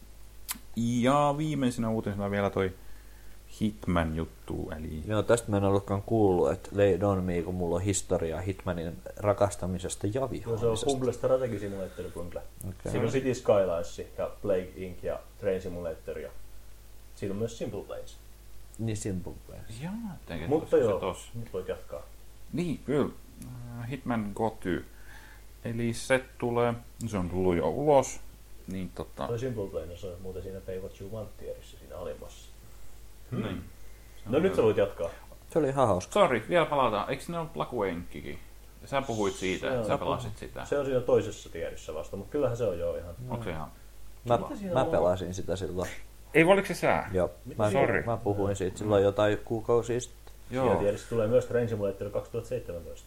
Ja viimeisenä uutisena vielä toi Hitman-juttu, eli... Joo, tästä mä en ollutkaan kuullut, että Lay It On Me, kun mulla on historiaa Hitmanin rakastamisesta ja No, vihaamisesta. se on Bumble strategisimulaattori Bumble. Okay. Siinä on City Skylines ja Plague Inc. ja Train Simulator ja siinä on myös Simple Planes. Niin Simple Planes. Jaa, Mutta joo, tos. nyt voit jatkaa. Niin, kyllä. Hitman Goty. Eli se tulee, se on tullut jo ulos. Niin Toi Simple Planes on muuten siinä Pay What You Want -tierissä siinä alimmassa. Niin. No nyt sä voit jatkaa. Se oli ihan hauska. Sori, vielä palataan. Eikö ne ole Plaguenkkikin? Ja sä puhuit siitä, että sä pelasit sitä. Se on siinä toisessa tierissä vasta, mutta kyllähän se on jo ihan. Onko se ihan? Mä pelasin sitä silloin. Ei, oliko se sää? Joo, mä puhuin siitä silloin jotain kuukausia sitten. Siinä Joo. tierissä tulee myös Train Simulator 2017.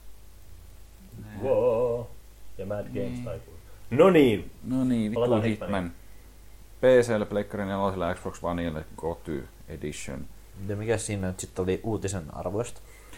Wow. Ja Mad Games Tycoon. No niin, Vittu Palataan Hitman. PC:lle, Pleikkarin 4:lle, Xbox Oneille, Goty Edition. Ja mikä siinä nyt sitten oli uutisen arvoista?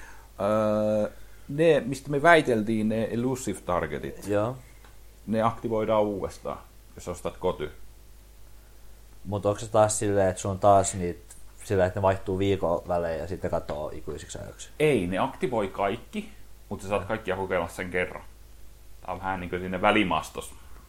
Ne, mistä me väiteltiin, ne elusive targetit, Joo. ne aktivoidaan uudestaan, jos ostat Goty. Mutta onko se taas silleen, että sun on taas niitä silleen, että ne vaihtuu viikon välein ja sitten katoo ikuisiksi ajoiksi? Ei, ne aktivoi kaikki, mutta sä saat kaikkia kokeilla sen kerran. Tää on vähän niin kuin sinne välimastos.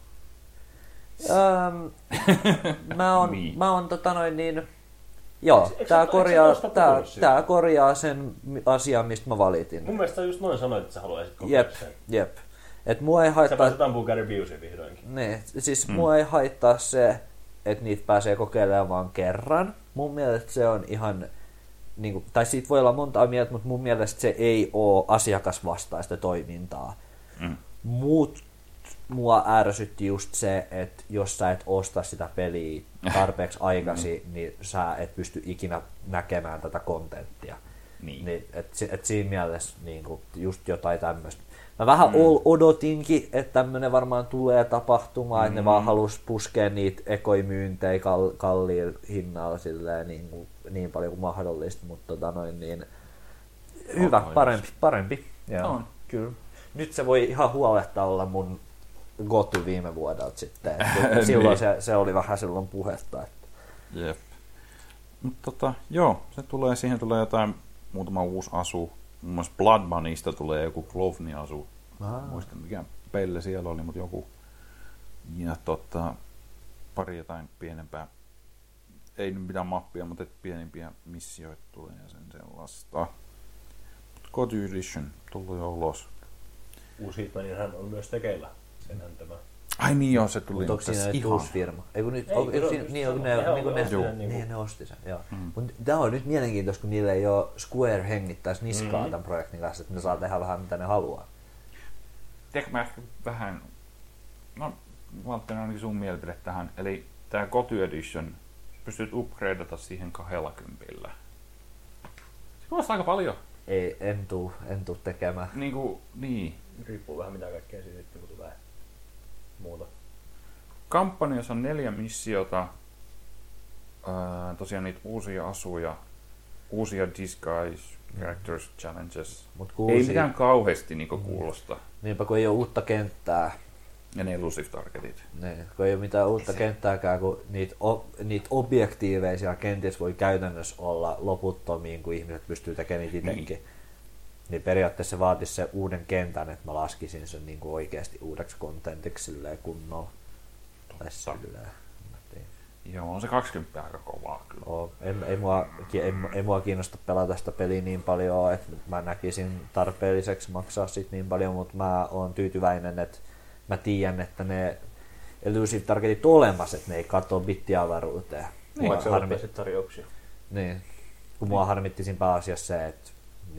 Mä oon joo, tää korjaa sen asian, mistä mä valitin. mun mielestä just noin sanoit, että sä haluaisit kokeilla sen. Jep. Et mua ei Sä haittaa... pääset ampumaan Gary Busey vihdoinkin. Ne, siis mua ei haittaa se, että niitä pääsee kokeilemaan vaan kerran. Mun mielestä se on ihan... Niin, tai siitä voi olla montaa mieltä, mutta mun mielestä se ei ole asiakasvastaista toimintaa. Mut mua ärsytti just se, että jos sä et osta sitä peliä tarpeeksi aikaisin, niin sä et pysty ikinä näkemään tätä kontenttia. Niin, et siinä mielessä niin just jotain tämmöistä. Mä vähän odotinkin, että tämmönen varmaan tulee tapahtumaan, että ne vaan halus puskea niitä ekoimyyntejä kalliilla hinnalla silleen, niin paljon kuin mahdollista, mutta hyvä, parempi. Joo, kyllä. Nyt se voi ihan huoletta olla mun Goty viime vuodelta sitten. Silloin se oli vähän silloin puhetta. Että. Jep. Mutta joo, siihen tulee jotain muutama uusi asu. Muun muassa Blood Moneysta tulee joku Klovni-asu. Muistan mikä pelle siellä oli, mutta joku. Ja pari jotain pienempää. Ei nyt mitään mappia, mutta pienempiä missioita tulee ja sen sellaista. Goty Edition tullut jo ulos. Uusi Hitmanin hän on myös tekeillä. Senhän tämä. Ai niin joo, se tuli. Mutta onko siinä nyt uusi firma? Ne osti sen. Tämä on nyt mielenkiintoista, kun niillä ei ole Square hengittäisi niskaa tämän projektin kanssa, että ne saa tehdä vähän mitä ne haluaa. Tiedätkö mä ehkä vähän, Valtteri ainakin sun mielipide tähän, eli tämä Goty Edition, pystyt upgradeata siihen 20. Se kuulostaa aika paljon. en tuu tekemään. Niin. Riippuu vähän mitä kaikkea siitä sitten, kun tulee muuta. Kampanjassa on 4 missiota. Tosiaan niitä uusia asuja, uusia disguise characters challenges. Mut Ei mitään kauheasti niinku kuulosta. Niinpä kun ei ole uutta kenttää. Ja ne elusive targetit. Niin, kun ei ole mitään uutta kenttääkään, kun niitä objektiiveisia kenties voi käytännössä olla loputtomiin, kun ihmiset pystyy tekemään niitä itsekin. Niin periaatteessa se vaatisi sen uuden kentän, että mä laskisin sen niin kuin oikeasti uudeksi kontentiksi silleen kunnolla. Tai silleen. Joo, on se 20 aika kovaa kyllä. Ei mua kiinnosta pelata sitä peliä niin paljon, että mä näkisin tarpeelliseksi maksaa sit niin paljon, mutta mä oon tyytyväinen, että mä tiedän, että ne elusive targetit olemassa, että ne ei katso bittiavaruuteen. Vaikka se harmittaa tarjouksia. Niin, kun mua harmitti siinä pääasiassa se, että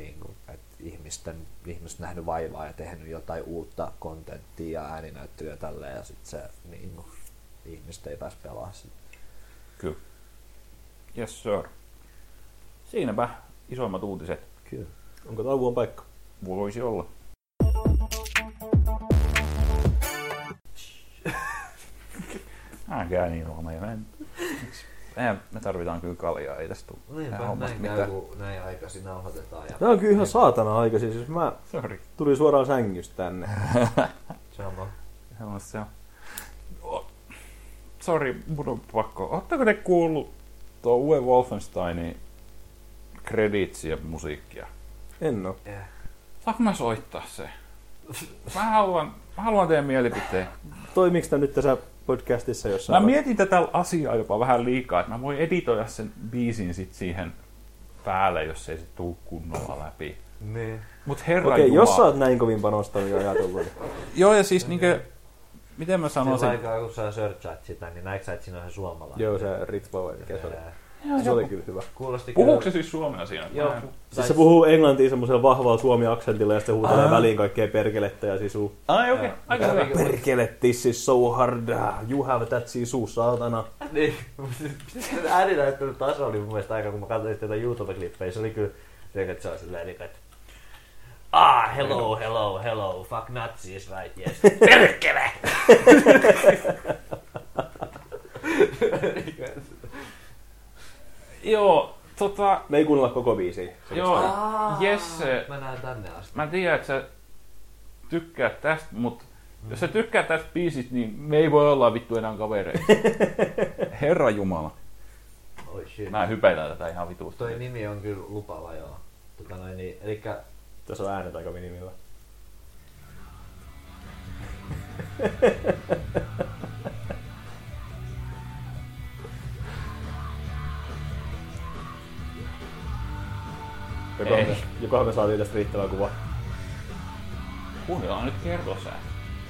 ihmiset nähnyt vaivaa ja tehnyt jotain uutta kontenttia ja ääninäyttöjä ja tälleen, ja sitten se ihmiset ei pääse pelaamaan sitä. Kyllä. Yes sir. Siinäpä isoimmat uutiset. Kyllä. Onko tauon paikka? Voisi olla. Käy niin huomenna. Me tarvitaan kyllä kaljaa, ei tästä tule. Niinpä, näin käy, kun näin aikaisin nauhoitetaan. Nämä on kyllä ihan saatana aikaisin. Siis mä tulin suoraan sängystä tänne. Se on. Sori, mun on pakko. Ootteko te kuullut tuo uuden Wolfensteinin kreditsiä musiikkia? En oo. Saanko mä soittaa se? Mä haluan teidän mielipiteen. Toimiks tää nyt tässä podcastissa jossain? Mä mietin tätä asiaa jopa vähän liikaa, että mä voin editoida sen biisin sit siihen päälle, jos ei se tuu kunnolla läpi. Niin. Mut herra Okei, Jumala. jos sä oot näin kovin panostanut ja ajatellut. Joo, ja siis niinkö, miten mä sanoisin? Sillä aikaa, kun sä searchaat sitä, niin näetkö sä, että siinä on se suomalainen? Joo, se Rich Power, mikä se oli. Se oli kyllä hyvä. Puhuuko se siis suomea siinä? Joo. Siis se puhuu englantia semmoisella vahvalla suomi-aksentilla ja sitten huutelee väliin kaikkea perkelettä ja sisuu. Ai okei, aika hyvä. Perkelet, this is so hard, you have that sisu, saatana. Niin, se ääninäyttelyn taso oli mun mielestä aika, kun mä katsoin tätä YouTube-klippejä, se oli kyllä se, että se on silleen, että hello, fuck Nazis, right, yes. Perkele! Joo, Me ei kuunnella koko biisiä. Joo, Jesse. Mä näen tänne asti. Mä tiedän, että sä tykkäät tästä, mutta jos sä tykkäät tästä biisistä, niin me ei voi olla vittu enää kavereita. Herra Jumala. Oi shit. Mä hypätään tätä ihan vituusti. Toi nimi on kyllä lupaava, joo. Elikkä... Tässä on äänet aika minimillä. Jokohan me saatiin tästä riittävää kuva. Kuunnellaan nyt kertosää.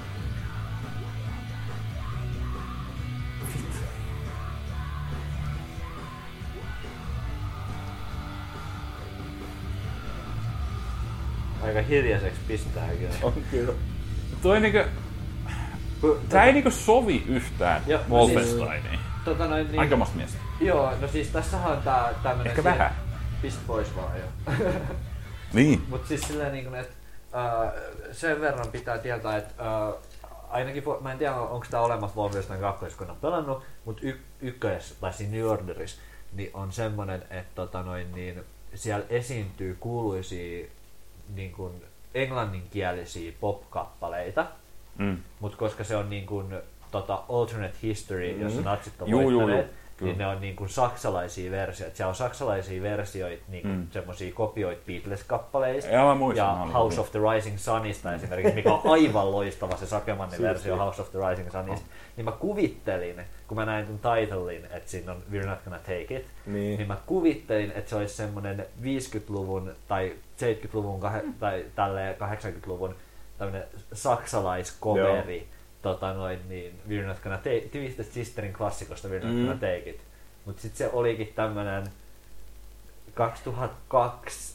Aika hiljaiseksi pistää kyllä. On kyllä. Toi tää ei niinku sovi yhtään Wolfensteiniin. Niin, Aikamoista miestä. Joo, no siis tässähän on tämmönen... Ehkä vähän. Pist pois vaan jo. Niin. Mut siis silleen niinku, että sen verran pitää tietää, että ainakin, mä en tiedä onko tää olemassa Wolfenstein 2, kun on pelannut, mut ykkös, tai siinä New Orderissa, niin on semmonen, että niin siellä esiintyy kuuluisia niin kuin englanninkielisiä pop-kappaleita, mutta koska se on niin kuin, alternate history, jossa natsit on voittaneet, niin ne on niin kuin saksalaisia versioita. Siellä on saksalaisia versioita, niin kuin semmosia kopioita Beatles-kappaleista. Ja House of the Rising Sunista esimerkiksi, mikä on aivan loistava se Sakemannin versio House of the Rising Sunista. Niin mä kuvittelin, kun mä näin ton titlein, että siinä on We're Not Gonna Take It, niin mä kuvittelin, että se olisi semmonen 50-luvun tai 70-luvun tai tälleen 80-luvun tämmönen saksalaiscoveri. Niin We're Not Gonna Take It, Twisted Sisterin klassikosta We're Not Gonna Take It. Mut sit se olikin tämmönen 2002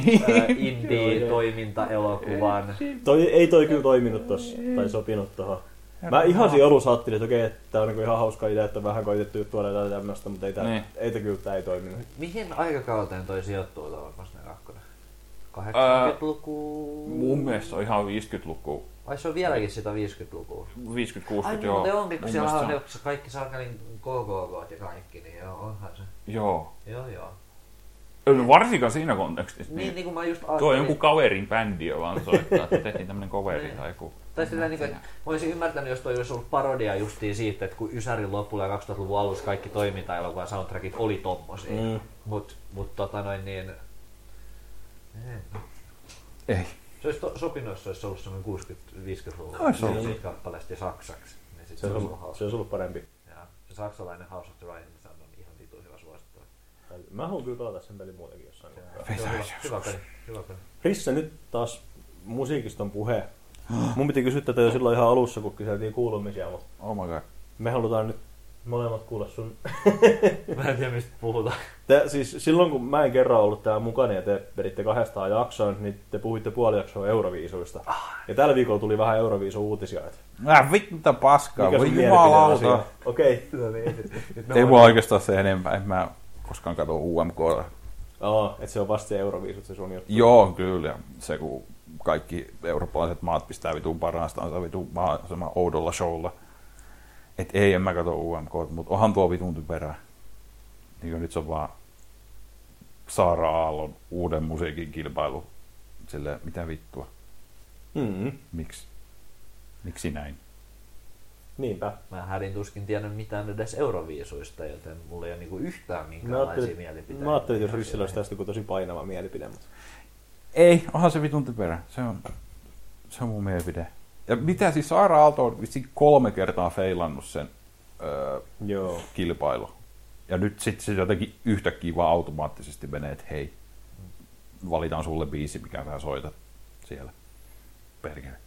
indie-toiminta-elokuvan. Ei toi kyllä toiminut tossa, tai sopinut tohon. Mä ihan siinä alussa ajattelin, että okei, että tää on ihan hauska idea, että on vähän koitettu tuoda jotain tämmöstä, mutta ei kyllä tää ei toiminut. Mihin aikakauteen toi sijoittuu tuolla Wolfenstein 2? 80-lukua. Mun mielestä se on ihan 50-lukua. Ai se on vieläkin sitä 50-lukua? 50-60, Ai joo. niin, onkin, kun Mun siellä on mielestä ne kaikki saakelin KKK ja kaikki, niin joo, onhan se. Joo. Joo. Varsinkaan siinä kontekstissa. Niin kuin mä just ajattelin. Tuo on jonkun kaverin bändi, vaan soittaa, että tehtiin tämmönen coveri tai joku. Tai sillä niin, että mä olisin ymmärtänyt, jos toi olisi ollut parodia justiin siitä, että kun Ysärin lopulla ja 2000-luvun alussa kaikki toiminta-elokuvan soundtrackit oli tommosia. Mut Ei. Se olisi sopinut, jos se olisi ollut semmoinen 60-50-luvun. Olisi ollut. Siitä kappaleesti saksaksi. Niin Se olisi ollut parempi. Ja se saksalainen House of the Rising Sun on ihan vitu hyvä suosittelu. Mä haluan kyllä pelata sen pelin muutenkin jossain kohtaa. Hyvä peli. Risse, nyt taas musiikista on puhe. Mun piti kysyä tätä jo silloin ihan alussa, kun kyseltiin kuulumisia, mutta Oh my god. me halutaan nyt molemmat kuulla sun. Mä en tiedä, mistä puhutaan. Siis silloin, kun mä en kerran ollut täällä mukana ja te veditte 200 jaksoon, niin te puhuitte puoli jaksoa Euroviisuista. Ja tällä viikolla tuli vähän Euroviisu-uutisia. Vittu mitä paskaa, Mikä sun voi mielipide jumalauta. asia? Okei. No niin. Ei mulla oikeastaan se enempää, en mä koskaan katso UMK:ta. Että se on vasta se Euroviisut se sun juttu. Joo, kyllä. Ja se kun kaikki eurooppalaiset maat pistää vitun parastansa vitun mahdollisimman oudolla showlla. Et ei, en mä katso UMK:ta, mutta onhan tuo vitun typerää. Niin nyt se on vaan Saara Aallon uuden musiikin kilpailu. Silleen, mitä vittua? Miksi näin? Niinpä. Mä hädin tuskin tiedä mitään edes Euroviisuista, joten mulla ei ole niinku yhtään minkäänlaisia mielipiteitä. Mä ajattelin, että jos Rissillä olisi tästä tosi painava mielipide. Mutta... Ei, onhan se vitun typerä. Se on mun mielipide. Ja mitä siis Saara Aalto on 3 kertaa feilannut sen kilpailu. Ja nyt sitten se jotenkin yhtäkkiä vaan automaattisesti menee, että hei, valitaan sulle biisi, mikä sä soitat siellä. Perkele.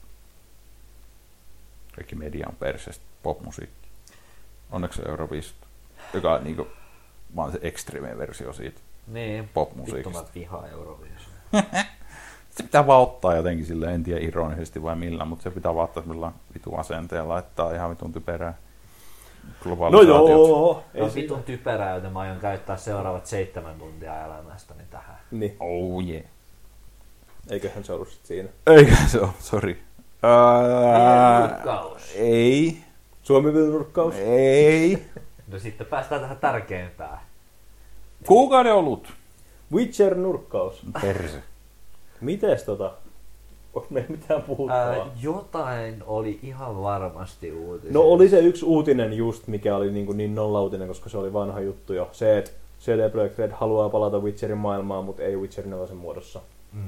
Kaikki media on perseestä, popmusiikki. Onneksi Euroviisut, joka on niinku vaan se extreme versio siitä niin, popmusiikista. Vittu mä vihaan Euroviisua. Se pitää vaan ottaa jotenkin silleen, en tiedä ironisesti vai millään, mutta se pitää vaan ottaa millään vitun asenteella, laittaa ihan vitun typerää globalisaatiot. No joo, ei on vitun typerää, joten mä aion käyttää seuraavat 7 tuntia elämästäni tähän. Niin. Oh yeah. Eiköhän se ollut sit siinä. Eikä se ole, sori. Nurkkaus. Ei. Suomi-nurkkaus. Ei. No sitten päästään tähän tärkeimpään. Kuukauden olut. Witcher-nurkkaus. Perse. Mites onko meillä mitään puhuttavaa? Jotain oli ihan varmasti uutisia. No oli se yksi uutinen just, mikä oli niin nolla-uutinen, koska se oli vanha juttu jo. Se, että CD Projekt Red haluaa palata Witcherin maailmaan, mutta ei Witcher 4 muodossa.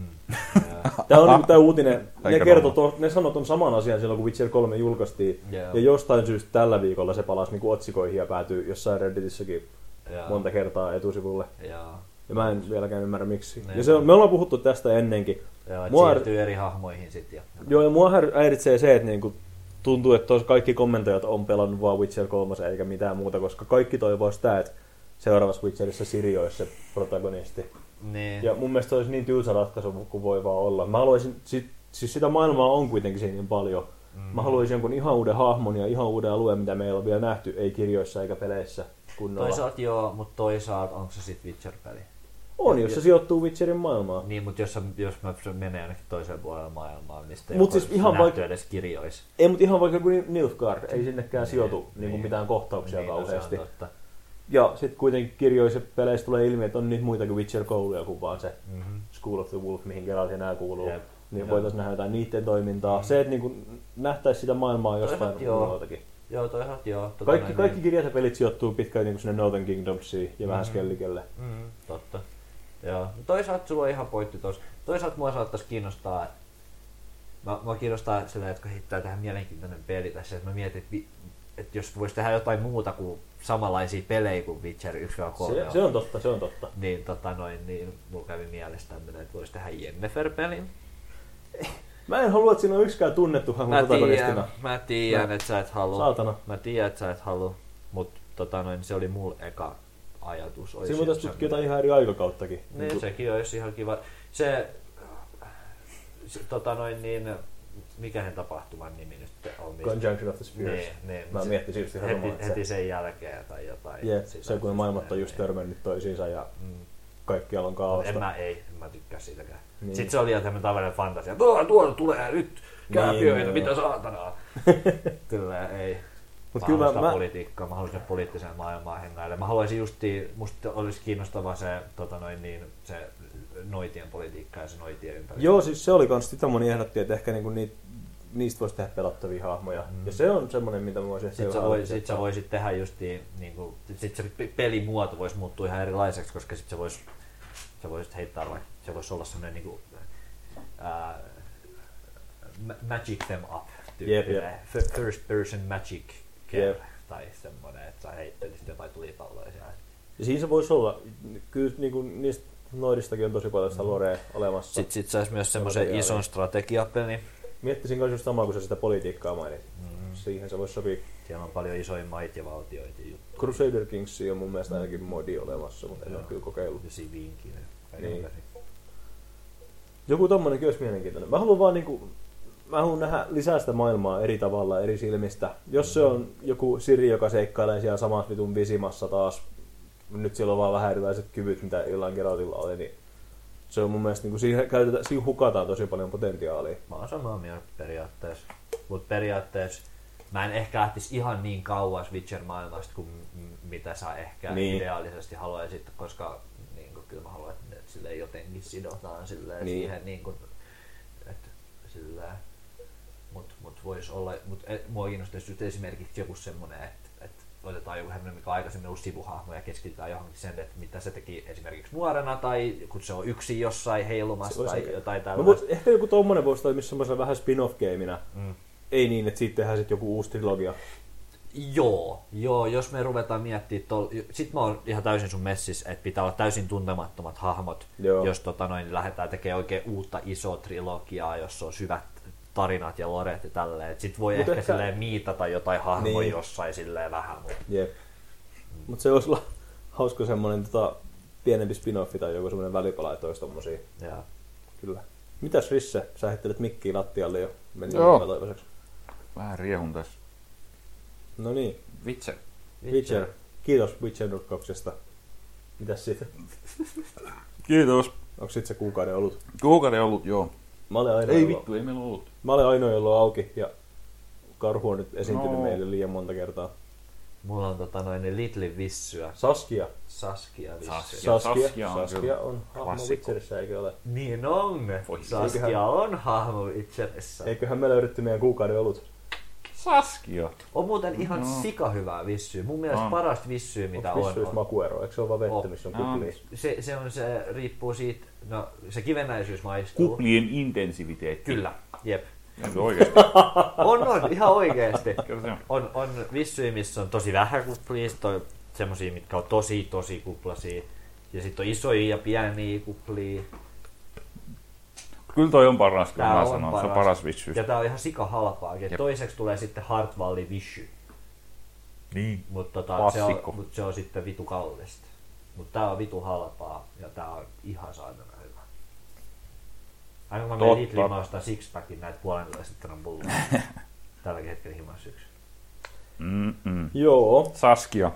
Tämä on tämä uutinen. Ne sanoi ton saman asian silloin, kun Witcher 3 julkaistiin. Ja jostain syystä tällä viikolla se palasi niin otsikoihin ja päätyi jossain Redditissäkin monta kertaa etusivulle. Ja mä en vieläkään ymmärrä miksi. Ja me ollaan puhuttu tästä ennenkin. Joo, että siirtyy eri hahmoihin sitten. Joo, ja mua häiritsee se, että niinku tuntuu, että kaikki kommentoijat on pelannut vaan Witcher 3 eikä mitään muuta, koska kaikki toivoo sitä, että seuraavassa Witcherissa Ciri olisi se protagonisti. Niin. Ja mun mielestä olisi niin tylsä ratkaisu kuin voi vaan olla. Mä haluaisin, siis sitä maailmaa on kuitenkin siinä niin paljon. Mä haluaisin jonkun ihan uuden hahmon ja ihan uuden alueen, mitä meillä on vielä nähty, ei kirjoissa eikä peleissä kunnolla. Toisaalta joo, mutta toisaalta onko se sitten Witcher-peli? On, jos se sijoittuu Witcherin maailmaan. Niin, mutta jos mä menen jonnekin toiseen puolelle maailmaa, mistä ei siis ihan nähty edes kirjoissa. Ei, mutta ihan vaikka kuin Nilfgaard, ei sinnekään sijoitu niin mitään kohtauksia kauheasti. Ja sitten kuitenkin kirjoissa ja peleissä tulee ilmi, että on niitä muitakin Witcher-kouluja kuin vaan se School of the Wolf, mihin Geralt ja nää kuuluu. Niin voitaisiin nähdä jotain niiden toimintaa. Se, että niin nähtäisiin sitä maailmaa jostain muualtakin. Joo, toisaalta joo. Kaikki kirjat ja pelit sijoittuu pitkään niin sinne Northern Kingdomsiin ja vähän Skelligelle. Totta. Joo. Toisaalta sulla on ihan pointti tuossa. Toisaalta mua saattaisi kiinnostaa, mua kiinnostaa sillä, että kehittää tähän mielenkiintoinen peli tässä, että mä mietin, että jos voisi tehdä jotain muuta kuin samanlaisia pelejä kuin Witcher 1-3. Se on totta. Niin, niin mulla kävi mielessä tämmöinen, että voisi tehdä Yennefer-pelin. Mä en halua, että siinä on yksikään tunnettu hahmo protagonistina. Mä tiedän, että sä et halua. Saatana. Mä tiedän, että sä et halua, mutta se oli mulla eka ajatus. Siinä voitaisiin tutkia jotain ihan eri aikakauttakin. Niin, sekin olisi ihan kiva. Mikähän tapahtuman nimi nyt on? Conjunction of the Spheres. Niin, mä miettisin just ihan samaa. Heti sen jälkeen tai jotain. Se kun maailmat on just törmännyt toisiinsa ja kaikkialla on kaaosta. En mä tykkää siitäkään. Niin. Sitten se oli ihan tämmöinen tavallinen fantasia. Tuolta tulee nyt kääpiöitä, mitä saatanaa. Kyllä ei. Mut Mä kyllä haluaisin mä- politiikkaa, mä haluaisin poliittiseen maailmaan hengailla. Mä haluaisin musta olisi kiinnostavaa se noitien politiikka ja se noitien ympäristö. Joo, siis se oli kans sitä moni ehdotti, että ehkä niinku niistä voisi tehdä pelattavia hahmoja. Ja se on semmonen, mitä mä voisin ehkä Sit sä voisit tehdä justiin, niinku, sit se pelimuoto voisi muuttua ihan erilaiseksi, koska sit sä voisit heittää vaikka, se voisi olla semmonen niinku, magic them up tyyppinen, first person magic care, tai semmonen, että sä heittelisit jotain tulipalloja siellä. Ja siinä se voisi olla, kyllä niinku niistä noidistakin on tosi paljon sitä lorea olemassa. Sitten saisi myös semmoisen ison strategiapelin. Miettisin kanssa just samaa, kun sä sitä politiikkaa mainit. Siihen se voisi sopia. Siellä on paljon isoja maita ja valtioita juttuja. Crusader Kings on mun mielestä ainakin modi olemassa, mutta en ole kyllä kokeillut. Ja Sivinkin. Niin. Joku tommonenkin olisi mielenkiintoinen. Mä haluan vaan mä haluan nähdä lisää sitä maailmaa eri tavalla, eri silmistä. Jos se on joku Siri, joka seikkailee siellä samassa vitun visimassa taas, nyt siellä on vaan vähän erilaiset kyvyt, mitä illan Geraltilla oli, niin se on mun mielestä, siinä hukataan tosi paljon potentiaalia. Mä oon samaa mieltä periaatteessa. Mutta periaatteessa mä en ehkä lähtisi ihan niin kauas Witcher-maailmasta kuin mitä sä ehkä ideaalisesti haluaisit, koska niin kyllä mä haluan, että silleen jotenkin sidotaan silleen siihen, niin kuin, että silleen, mut vois olla, mua kiinnostaisi just esimerkiksi joku semmonen, että otetaan joku hemmenen, mikä on aikaisemmin ollut sivuhahmo ja keskitytään johonkin sen, että mitä se teki esimerkiksi nuorena tai kun se on yksin jossain heilumassa tai jotain tällaista. No, ehkä joku tommonen voisi toimia semmoisena vähän spin-off-gaminä. Ei niin, että siitä tehdään sitten joku uusi trilogia. Joo, jos me ruvetaan miettimään, sit mä oon ihan täysin sun messissä, että pitää olla täysin tuntemattomat hahmot, jos lähdetään tekemään oikein uutta isoa trilogiaa, jossa on syvät tarinat ja loret ja tälleen. Sitten voi ehkä silleen miitata jotain hahmoja jossain silleen vähän. Jep. Mutta se olisi olla hauska semmonen pienempi spin-offi tai joku semmonen välipala, että olisi tommosia. Jaa. Kyllä. Mitäs Risse? Sä heittelet mikkiä lattialle jo. Meni toivoiseksi. Vähän riehun tässä. No niin. Witcher. Kiitos Witcher-nukkauksesta. Mitäs siitä? Kiitos. Onko sit se kuukauden ollut? Kuukauden ollut, joo. Ei meillä ollut. Mä olen ainoa, jolla on auki ja Karhu on nyt esiintynyt meille liian monta kertaa. Mulla on Little Vissyä. Saskia. Saskia on hahmo Witcherissä, eikö ole? Niin on. Saskia on hahmo Witcherissä. Eiköhän me löydetty meidän kuukauden olut. Saskia. On muuten ihan sikahyvää vissyä. Mun mielestä parasta vissyä mitä on. Vissyys makuero, eikö se ole vaan vettä, missä on kuplia? Se riippuu siitä, no se kivennäisyys maistuu. Kuplien intensiviteetti. Kyllä, jep. Oikeasti. On, ihan oikeesti. Kyllä On vissyjä, missä on tosi vähän kuplia, on semmosia, mitkä on tosi kuplasia. Ja sitten on isoja ja pieniä kuplia. Kyllä toi on paras, kyllä mä sanon. Se on paras vissyys. Ja tää on ihan sika halpaakin. Toiseksi tulee sitten Hartwallin Vishy. Niin. Mutta se on sitten vitu kallista. Mutta tää on vitu halpaa ja tää on ihan saatana hyvä. Aina kun mä menen Lidliin, mä ostan sixpackin näitä 1,5 litran pulloja. Tälläkin hetkellä himas yksi. Joo. Saskia.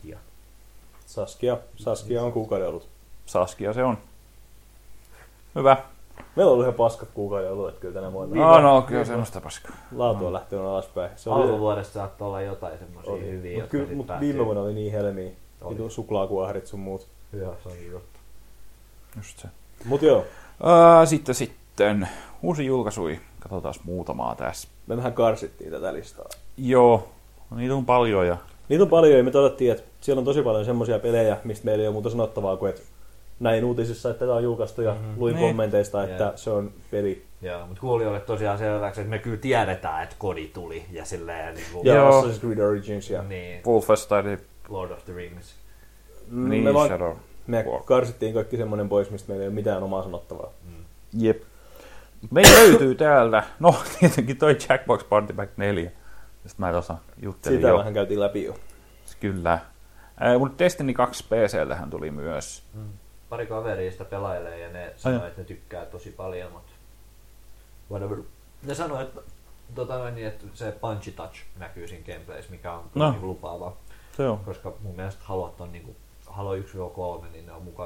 Saskia on kuukauden ollut. Saskia se on. Hyvä. Meillä on ollut ihan paskat kuukauden ollut kyllä tänä vuonna. No, kyllä semmoista paskaa. Laatu on lähtenyt alaspäin. Alkuvuodesta saattoi olla jotain semmosia hyviä. Mutta viime vuonna oli niin helmiä. Suklaakuaharit sun muut. Joo, se onkin totta. Just se. Mut joo. Sitten uusi julkaisui. Katsotaan muutamaa tässä. Me vähän karsittiin tätä listaa. Joo. Niitä on paljon Niitä on paljon ja me todettiin, että siellä on tosi paljon semmoisia pelejä, mistä meillä ei ole muuta sanottavaa kuin, että näin uutisissa, että tämä on julkaistu ja luin kommenteista, että se on peli. Joo, mutta kuulijoille tosiaan selväksi, että me kyllä tiedetään, että kodi tuli ja silleen niinku... Ja Assassin's Creed Origins ja... Niin. Wolfenstein. Lord of the Rings. Niin, me karsittiin kaikki semmoinen pois, mistä meillä ei ole mitään omaa sanottavaa. Jep. Meillä löytyy täältä, no tietenkin toi Jackbox Party Pack 4. Sitten mä tuossa juttelin sitä vähän käytiin läpi jo. Kyllä. Mutta Destiny 2 PC:ltähän tuli myös. Pari kaveria sitä pelailee ja ne sanoo, että ne tykkää tosi paljon, mutta whatever. Ne sanoo, että, että se punchy touch näkyy siinä gameplays, mikä on lupaavaa. Se on. Koska mun mielestä Halot on niinku, Halo 1-3, niin ne on mukaan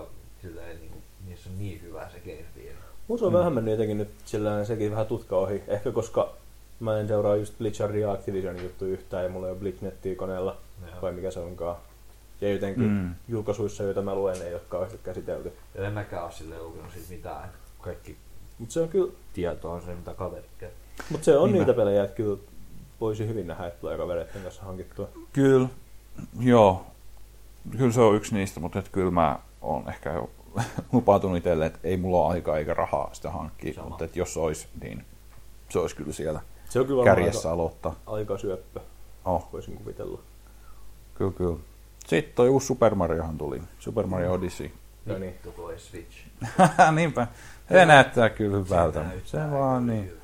silleen, niin, niissä on niin hyvä se game feel. Musta on vähän mennyt jotenkin nyt sillä sekin vähän tutka ohi. Ehkä koska mä en seuraa just Blizzardin ja Activisionin juttuja yhtään ja mulla ei ole Blitznetia koneella, vai mikä se onkaan. Ja jotenkin julkaisuissa, joita mä luen, ei ole kauheasti käsitelty. Ja en mäkään ole silleen lukenut siitä mitään. Kaikki Mut se on kyllä... tieto on se, mitä kaverit kertoo. Mut se on niitä pelejä, että kyllä voisi hyvin nähdä, että tulee kavereiden kanssa hankittua. Kyllä, joo. Kyllä se on yksi niistä, mutta et kyllä mä oon ehkä jo lupautunut itselle, että ei mulla ole aikaa eikä rahaa sitä hankkia. Mutta jos olisi, niin se olisi kyllä siellä se on kyllä kärjessä aloittaa. Aika syöppö, voisin kuvitella. Kyllä, kyllä. Sitten toi uusi Super Mariohan tuli. Super Mario Odyssey. No niin. Vittu toi Switch. Niinpä. Se näyttää kyllä hyvältä. Se vaan niin.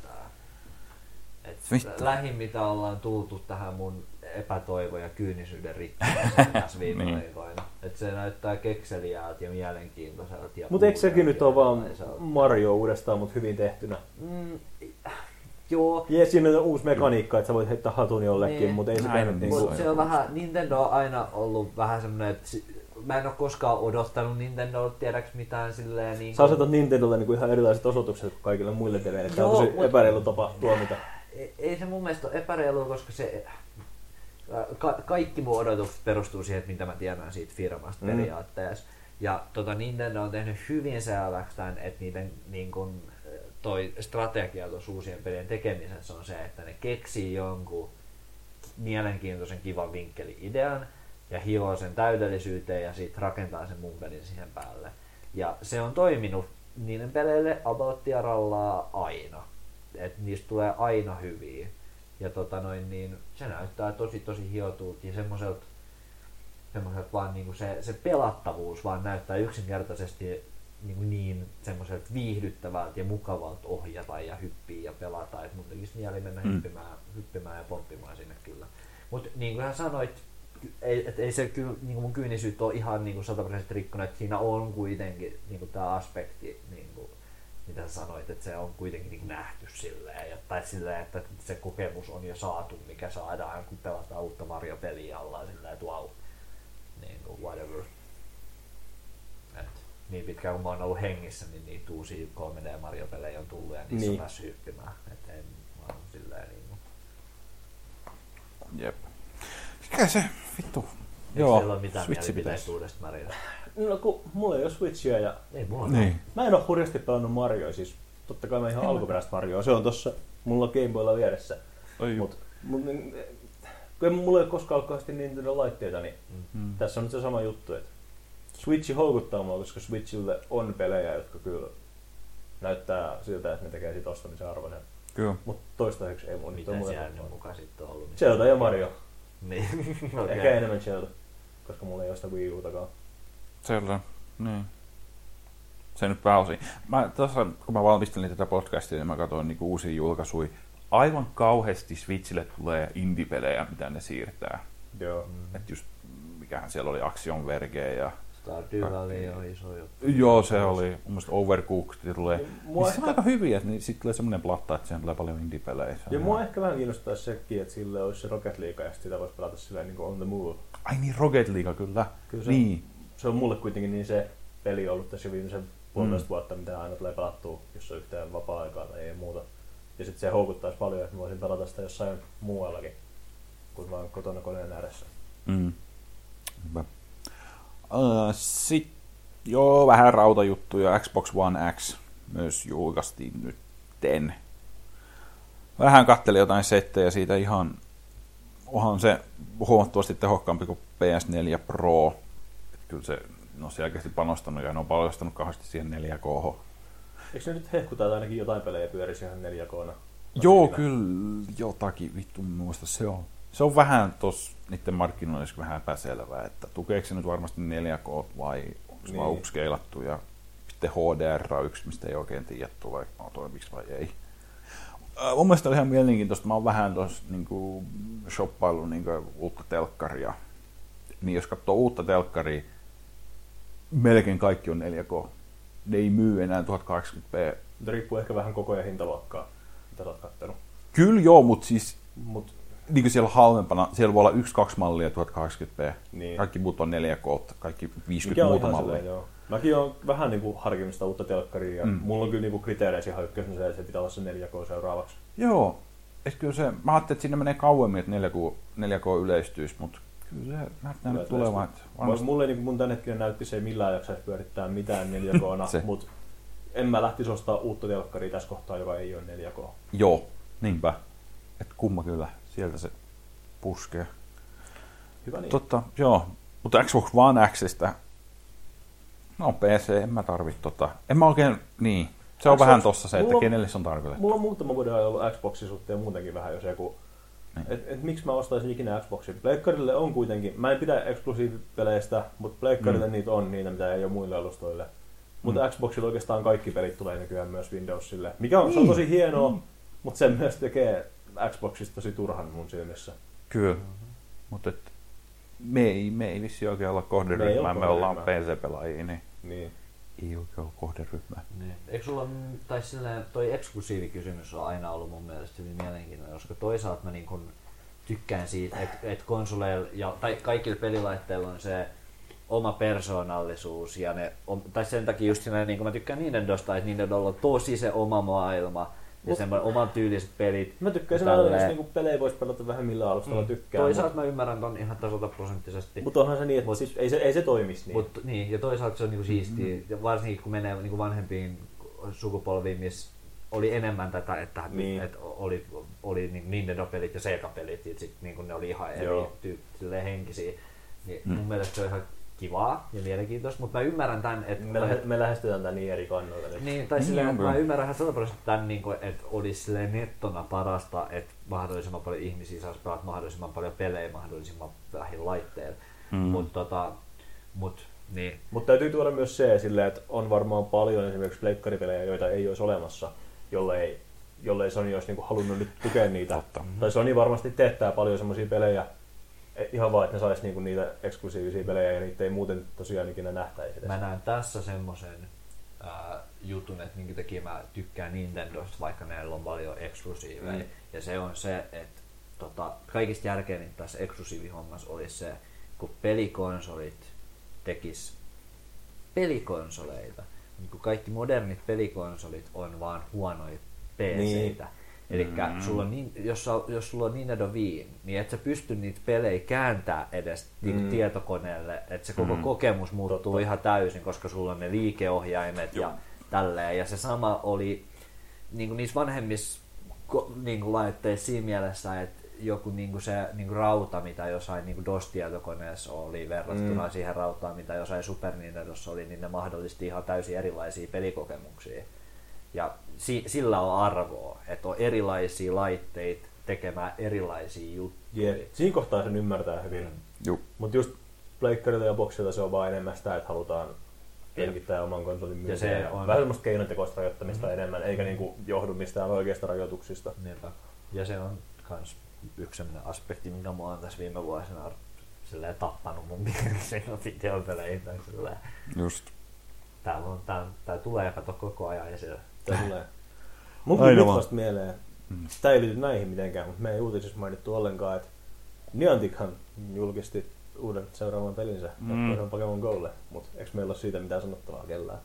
Lähin mitä ollaan tultu tähän mun epätoivo- ja kyynisyyden rikkomiseen tässä viime aikoina. Että se näyttää kekseliäältä ja mielenkiintoiselta. Mutta eikö sekin nyt ole vaan Mario uudestaan, mutta hyvin tehtynä? Joo. Ja siinä on uusi mekaniikka, että sä voit heittää hatun jollekin, mutta ei se käynyt niin kuin... Se on vähän, Nintendo on aina ollut vähän semmoinen, että mä en ole koskaan odottanut Nintendolta tiedäks mitään silleen niin... Sä asetat Nintendolle niin kuin ihan erilaiset osoitukset kuin kaikille muille teleille. Tämä on tosi epäreilu tapa tuomita. Ei se mun mielestä ole epäreilua, koska se... Kaikki mun odotukset perustuu siihen, että mitä mä tiedän siitä firmasta periaatteessa. Ja Nintendo on tehnyt hyvin selväksi tämän, että niiden niin kun, toi strategia tuossa uusien pelien tekemisessä on se, että ne keksii jonkun mielenkiintoisen kivan vinkkeli-idean ja hioo sen täydellisyyteen ja sitten rakentaa sen mun pelin siihen päälle. Ja se on toiminut niiden peleille about ja rallaa aina. Et niistä tulee aina hyviä. Ja niin se näyttää tosi hiotulta ja semmoiselta vaan niinku se pelattavuus vaan näyttää yksinkertaisesti niin semmoiselta viihdyttävältä ja mukavalta ohjata ja hyppiä ja pelata, että mun tekisi mieli mennä hyppimään ja pomppimaan sinne kyllä. Mutta niin kuin hän sanoit, ei se kyllä niin mun kyynisyyttä ole ihan niin 100% rikkonut, että siinä on kuitenkin niin tämä aspekti, niin kuin, mitä sä sanoit, että se on kuitenkin niin nähty silleen, tai silleen, että se kokemus on jo saatu, mikä saadaan, kun pelataan uutta Mario-peliä ollaan silleen, että wow, niin kuin whatever. Et niin pitkään kun mä oon ollut hengissä, niin niitä uusia 3D Mario-pelejä on tullut ja niissä on päässyt hyppimään. Et en mä oon silleen niin kuin... Jep. Mikä se vittu? Eikö siellä ole mitään mielipiteistä uudesta Mariosta? No kun mulla ei ole Switchia ja... Ei mulla niin. Mä en oo hurjasti pelannut Marioa, siis totta kai mä ihan alkuperäistä Marioa. Se on tossa, mulla on Game Boylla vieressä. Mut kun mulla ei ole koskaan kauheasti Nintendo-laitteita, niin tässä on nyt se sama juttu, että Switchi houkuttaa mua, koska Switchille on pelejä, jotka kyllä näyttää siltä, että ne tekee siitä ostamisen arvoisen. Kyllä. Mut toistaiseksi ei mun. Mitä siellä mukaan sitten on ollut? Zelda ja Mario. Niin. Okay. Ehkä enemmän Zelda, koska mulla ei ole sitä Wii Utakaan. Zelda, niin. Se nyt pääosin. Kun mä valmistelin tätä podcastia, niin mä katsoin niinku uusia julkaisuja. Aivan kauheasti Switchille tulee indie-pelejä, mitä ne siirtää. Joo. Et just, mikähän siellä oli, Action Verge ja... Stardew Valley on iso juttu. Joo, se oli. Mun mielestä Overcooked tulee. Niin se on aika hyviä, että sitten tulee semmoinen platta, että siihen tulee paljon indie-pelejä. Ja mua ehkä vähän kiinnostaa sekin, että sille olisi se Rocket League ja sitä voisi pelata silleen niin kuin on the move. Ai niin, Rocket League kyllä. Se, niin. Se on mulle kuitenkin niin se peli ollut tässä viimeisen puolitoista vuotta, mitä aina tulee pelattua, jos on yhtään vapaa-aikaa tai ei muuta. Ja sitten se houkuttaisi paljon, että mä voisin pelata sitä jossain muuallakin, kuin vaan kotona koneen ääressä. Hyvä. Sitten vähän rautajuttuja. Xbox One X myös julkaistiin nytten. Vähän kattelin jotain settejä siitä ihan, onhan se huomattavasti tehokkaampi kuin PS4 Pro. Et kyllä se on selkeästi panostanut ja ne on paljastanut kauheasti siihen 4K. Eikö ne nyt hehkuta, että ainakin jotain pelejä pyörisi ihan 4K:na? Joo, kyllä jotakin vittu muista se on. Se on vähän tuossa niiden markkinoissa vähän epäselvää, että tukeeko se nyt varmasti 4K vai onko se vaan upscalattu ja sitten HDR1, mistä ei oikein tiedä tulee toimiksi vai ei. Mun mielestä oli ihan mielenkiintoista, mä oon vähän tuossa niinku shoppailu niinku uutta telkkaria. Niin jos katsoo uutta telkkaria, melkein kaikki on 4K. Ne ei myy enää 1080p. Mutta riippuu ehkä vähän koko ajan hintaluokkaa, mitä sä oot kattanut. Kyllä joo, mutta siis niin kuin siellä halvempana, siellä voi olla 1-2 mallia 1080p. Niin. Kaikki muut on 4K, kaikki 50 muuta mallia. Mäkin oon vähän niinku harkinnut sitä uutta telkkaria ja mulla on kyllä niinku kriteereissä ihan ykkösen se, että se pitää olla se 4K seuraavaksi. Joo. Et kyllä se, mä ajattelin, että sinne menee kauemmin, että 4K yleistyisi, mutta kyllä se näyttää nyt tulevan. Mulle niinku mun tämänhetkinen näytti se ei millään jaksaisi pyörittää mitään 4K:na, mutta en mä lähtisi ostaa uutta telkkaria tässä kohtaa, joka ei ole 4K. Joo, niinpä. Et kumma kyllä, sieltä se puskee. Hyvä niin. Joo, mutta Xbox One X:stä, no PC, en mä tarvitse en mä oikein, niin. Se on vähän tossa se, että kenelle se on tarkoitettu. Mulla on muutama vuoden ajan ollut Xboxin suhteen muutenkin vähän jo se, kun et miksi mä ostaisin ikinä Xboxin. Pleikkarille on kuitenkin, mä en pidä eksklusiivipeleistä, mutta pleikkarille niitä on niitä, mitä ei ole muille alustoille. Mutta Xboxilla oikeastaan kaikki pelit tulee nykyään myös Windowsille, mikä on, se on tosi hienoa, mutta se myös tekee Xboxista tosi turhan mun silmissä. Kyllä, mutta me ei vissi oikein olla kohderyhmää, me ollaan PC-pelaajia, niin. Ei oikein ole kohderyhmää. Niin. Eikö sulla, tai silleen, toi eksklusiivikysymys on aina ollut mun mielestä hyvin mielenkiintoinen, koska toisaalta mä niin kun tykkään siitä, että konsoleilla tai kaikilla pelilaitteilla on se oma persoonallisuus ja tai sen takia just siinä, niin kun mä tykkään Nintendosta, että Nintendolla on tosi se oma maailma ja semmoinen oman tyyliset pelit. Mä tykkään sen aina, jos niinku pelejä voisi pelata vähän millä alustalla tykkään. Toisaalta mä ymmärrän ton ihan 100%. Mutta onhan se niin, että ei se toimisi niin. Niin, ja toisaalta se on niinku siistiä, ja varsinkin kun menee niinku vanhempiin sukupolviin, missä oli enemmän tätä, että oli niinku Nintendo-pelit ja Sega-pelit, ja sitten niinku ne oli ihan eri henkisiä. Niin mun mielestä se on ihan kivaa ja mielenkiintoista, mutta mä ymmärrän tämän, että me lähestytään tämän niin eri kannoilla. Niin, tai silleen, että mä ymmärrän 100% tämän, että olisi silleen nettona parasta, että mahdollisimman paljon ihmisiä saisi pelata mahdollisimman paljon pelejä mahdollisimman vähin laitteilla. Niin. Mutta täytyy tuoda myös se silleen, että on varmaan paljon esimerkiksi pleikkaripelejä, joita ei olisi olemassa, jollei Sony olisi niinku halunnut nyt tukea niitä. Tai Sony varmasti teettää paljon semmoisia pelejä, ihan vaan, että ne sais niinku niitä eksklusiivisia pelejä ja niitä ei muuten tosiaan ikinä nähtäisi edes. Mä näen tässä semmoisen jutun, että minkä takia mä tykkään Nintendosta, vaikka näillä on paljon eksklusiiveja. Ja se on se, että kaikista järkeintä tässä eksklusiivihommassa olisi se, kun pelikonsolit tekis pelikonsoleita. Niin kun kaikki modernit pelikonsolit on vaan huonoja PC:itä. Elikkä jos sulla on Nintendo Wii, niin et sä pysty niitä pelejä kääntää edes tietokoneelle, että se koko kokemus muuttuu ihan täysin, koska sulla on ne liikeohjaimet ja tälleen. Ja se sama oli niin niissä vanhemmissa niin laitteissa siinä mielessä, että joku se rauta, mitä jossain DOS-tietokoneessa oli verrattuna siihen rautaan, mitä jossain Super Nintendossa oli, niin ne mahdollisti ihan täysin erilaisia pelikokemuksia. Ja sillä on arvoa, että on erilaisia laitteita tekemään erilaisia juttuja. Siinä kohtaa sen ymmärtää hyvin. Mutta just pleikkarilta ja boxilta se on vaan enemmän sitä, että halutaan kenkittää oman konsolin myyntiä. Ja vähän semmoista keinotekoista rajoittamista enemmän, eikä niinku johdu mistään oikeista rajoituksista. Niinpä. Ja se on kans yksi sellainen aspekti, minkä mä oon tässä viime vuosina tappanut mun mielestä videopeleihin. Just. Tää tulee kato koko ajan esille. Tää tulee. Mun tuli nyt vasta mieleen. Tää ei liity näihin mitenkään, mutta me ei uutisissa mainittu ollenkaan, että Niantichan julkisti uuden seuraavan pelinsä Pokémon Golle, mutta eikö meillä ole siitä mitään sanottavaa kellään?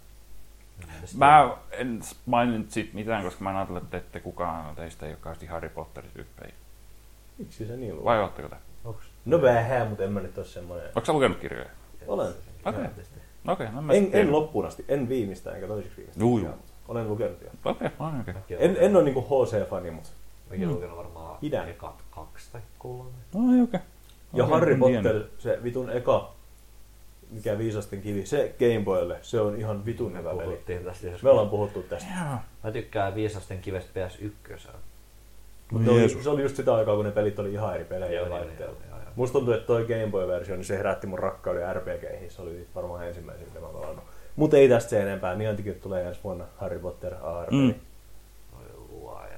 Mä en maininnut siitä mitään, koska mä en ajatellut, että kukaan teistä ei ole kauheasti Harry Potter-tyyppejä. Miksi se niin luo? Vai ootteko te? No vähän, mutta en mä nyt ole semmoinen. Onko sä lukenut kirjoja? Olen. Okei. En loppuun asti, en viimeistä enkä toiseksi viimeistä. Joo. Olen lukenut jo. Okei. En ole niinku HC-fani, mutta mäkin olen lukenut varmaan ekat 2 tai 3. Okei. Ja Harry Potter, se vitun eka, mikä Viisasten kivi, se Game Boylle, se on ihan vitun hyvä peli. Me ollaan puhuttu tästä. Mä tykkään Viisasten kivestä PS1. Mutta se oli just sitä aikaa, kun ne pelit oli ihan eri pelejä laitteella. Musta tuntuu, että toi Game Boy-versio, niin se herätti mun rakkauden RPGihin. Se oli varmaan ensimmäisen, mitä mä oon pelannut. Mutta ei tästä se enempää. Nianticilta tulee ensi vuonna Harry Potter AR-peli. Oi luoja.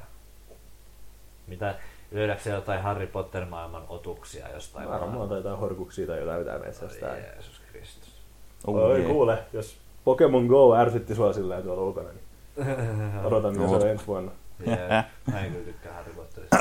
Mitä? Löydätkö jotain Harry Potter-maailman otuksia jostain? Varmaan tai jotain horkuksia tai jotain mitä metsästään. Jeesus Kristus. Oi kuule, jos Pokemon Go ärsytti sua silleen tuolla ulkona, niin odotan mitä se on ensi vuonna. Mä en kyllä tykkää Harry Potterista.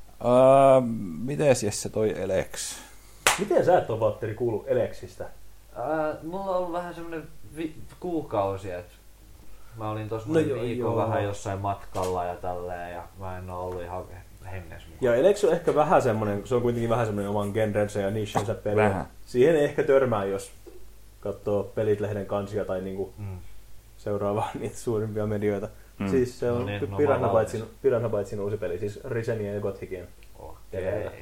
Mites Jesse toi Elex? Miten sä et ole, Valtteri, kuullut Elexistä? Mulla on ollut vähän semmonen kuukausi, että mä olin tossa viikon vähän jossain matkalla ja tälleen, ja mä en oo ollut ihan hengessä. Ja Elex on ehkä vähän semmonen, se on kuitenkin vähän semmonen oman genrensä ja nichensä peli. Siihen ei ehkä törmää, jos katsoo Pelit-lehden kansia tai niinku seuraa vaan niitä suurimpia medioita. Siis se on Piranha Bytesin uusi peli, siis Risenien ja Gothicin. Okei.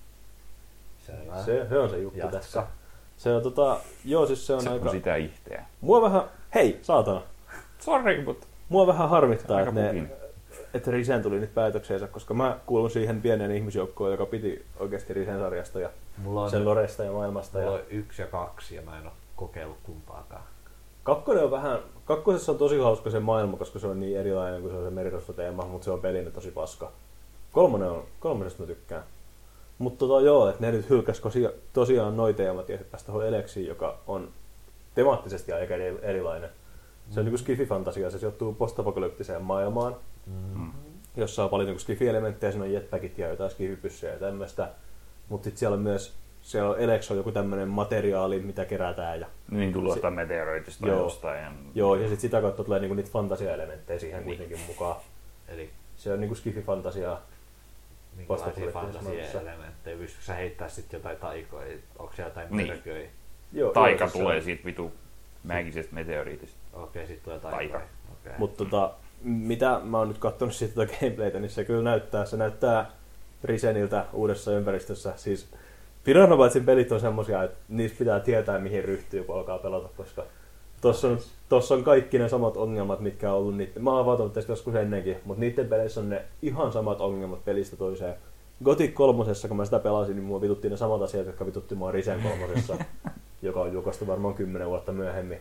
Se on se juttu tässä. Se on joo, siis se on aika... sitä ihteä. Mua vähän... Hei, saatana. Sorry, mutta... Mua vähän harmittaa, että Risen tuli nyt päätökseensä, koska mä kuulun siihen pieneen ihmisjoukkoon, joka piti oikeasti Risen-sarjasta ja sen loresta ja maailmasta. Mulla on 1 ja 2 ja mä en oo kokeillut kumpaakaan. Kakkosessa on tosi hauska se maailma, koska se on niin erilainen kuin se on se merirosvoteema, mutta se on pelinä tosi paska. Kolmosesta mä tykkään. Mutta joo, että ne nyt hylkäs tosiaan noi teemat ja hyppäsi tuohon Elexiin, joka on temaattisesti aika erilainen. Se on niin kuin skifi-fantasia, se sijoittuu postapokalyptiseen maailmaan, jossa on paljon niin kuin skifi-elementtejä, siinä on jetpackit ja jotain skifipyssyjä ja tämmöistä. Mutta sitten siellä on myös, Elex on joku tämmöinen materiaali, mitä kerätään. Ja niin tullut jotain meteoroitista jostain. Joo, ja sitten sitä kautta tulee niinku niitä fantasia-elementtejä siihen kuitenkin mukaan. Eli se on niinku skifi-fantasiaa. Minkälaisia fantasia-elementtejä? Pystytkö sä heittää sitten jotain taikoja? Onko siellä jotain mörköjä? Taika tulee siitä vitu mäkisestä meteoriitista. Okei, sit tulee taikoja. Okay. Mutta mitä mä oon nyt katsonut siitä gameplaytä, niin se kyllä näyttää Riseniltä uudessa ympäristössä. Siis Piranha Bytesin pelit on semmosia, että niistä pitää tietää mihin ryhtyy, kun alkaa pelata, koska tossa on kaikki ne samat ongelmat, mitkä on ollut niitä. Mä oon avautunut tästä joskus ennenkin, mutta niiden peleissä on ne ihan samat ongelmat pelistä toiseen. Gothic 3, kun mä sitä pelasin, niin mua vituttiin ne samat asiat, jotka vitutti mua Risen 3, joka on julkaistu varmaan 10 vuotta myöhemmin.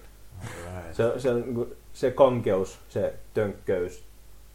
Se kankeus, se tönkköys,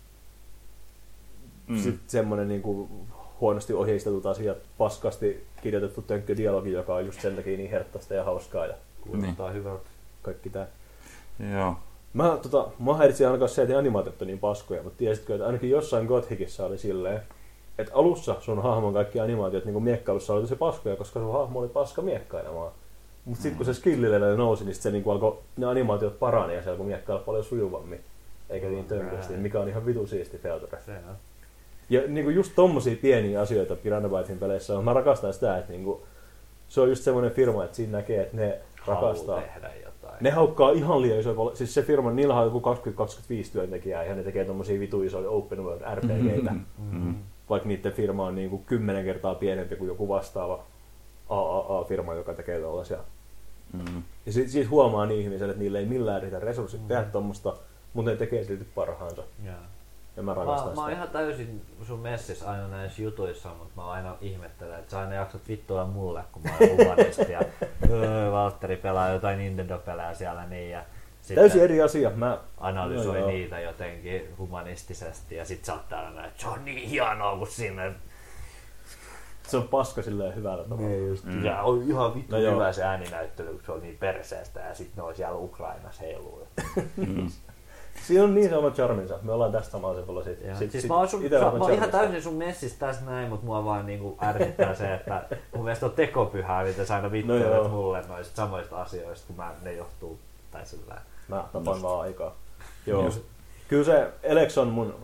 sitten semmonen niinku huonosti ohjeistetut asiat, paskasti kirjoitettu tönkködialogi, joka on just sen takia niin herttaista ja hauskaa ja kuulostaa hyvältä. Kaikki tää. Joo. Mä häiritsi ainakaan se, että animaatiot on niin paskoja, mutta tiesitkö, että ainakin jossain Gothicissa oli silleen, että alussa sun hahmon kaikki animaatiot niin kuin miekkailussa oli tosi paskoja, koska sun hahmo oli paska miekkailemaan. Mutta sitten kun se skillileveli nousi, niin se niinku alkoi, ne animaatiot parani ja se alkoi miekkailla paljon sujuvammin, eikä niin tönkösti, mikä on ihan vitu siisti feature. Ja niinku just tommosia pieniä asioita Piranha Bytesin peleissä on. Mä rakastan sitä, että niinku, se on just semmoinen firma, että siinä näkee, että ne rakastaa. Ne haukkaa ihan liian isoja, siis se firma, niillä on joku 20-25 työntekijää ja ne tekee tommosia vitu isoja open world RPGitä. Vaikka niiden firma on niinku 10 kertaa pienempi kuin joku vastaava AAA-firma, joka tekee tällaisia. Ja siitä huomaa niin ihmiselle, että niillä ei millään riitä resurssit tehdä tommoista, mutta ne tekee silti parhaansa. Ja mä rakastan sitä. Mä oon ihan täysin sun messissä aina näissä jutuissa, mutta mä aina ihmettelen, että sä aina jaksat vittua mulle, kun mä oon humanisti ja Valtteri pelaa jotain Nintendo-pelejä siellä niin ja täysin eri asia. Mä analysoin niitä jotenkin humanistisesti ja sit sä oot täällä näin, että se on niin hienoa, kun sinne se on paska silleen hyvällä tavalla. Ja on ihan vittu hyvä se ääninäyttely, kun se on niin perseestä ja sit ne on siellä Ukrainassa heiluu. Siinä on niin sama charminsa. Me ollaan tästä samaa semmoilla mä oon ihan täysin sun messissä tässä näin, mutta mua vaan niinku ärsyttää se, että mun mielestä on tekopyhää, mitä sä aina vittuilet mulle noista samoista asioista, kun ne johtuu tai sillä. Mä tapan vaan aikaa. Joo. Kyllä se Elex on mun...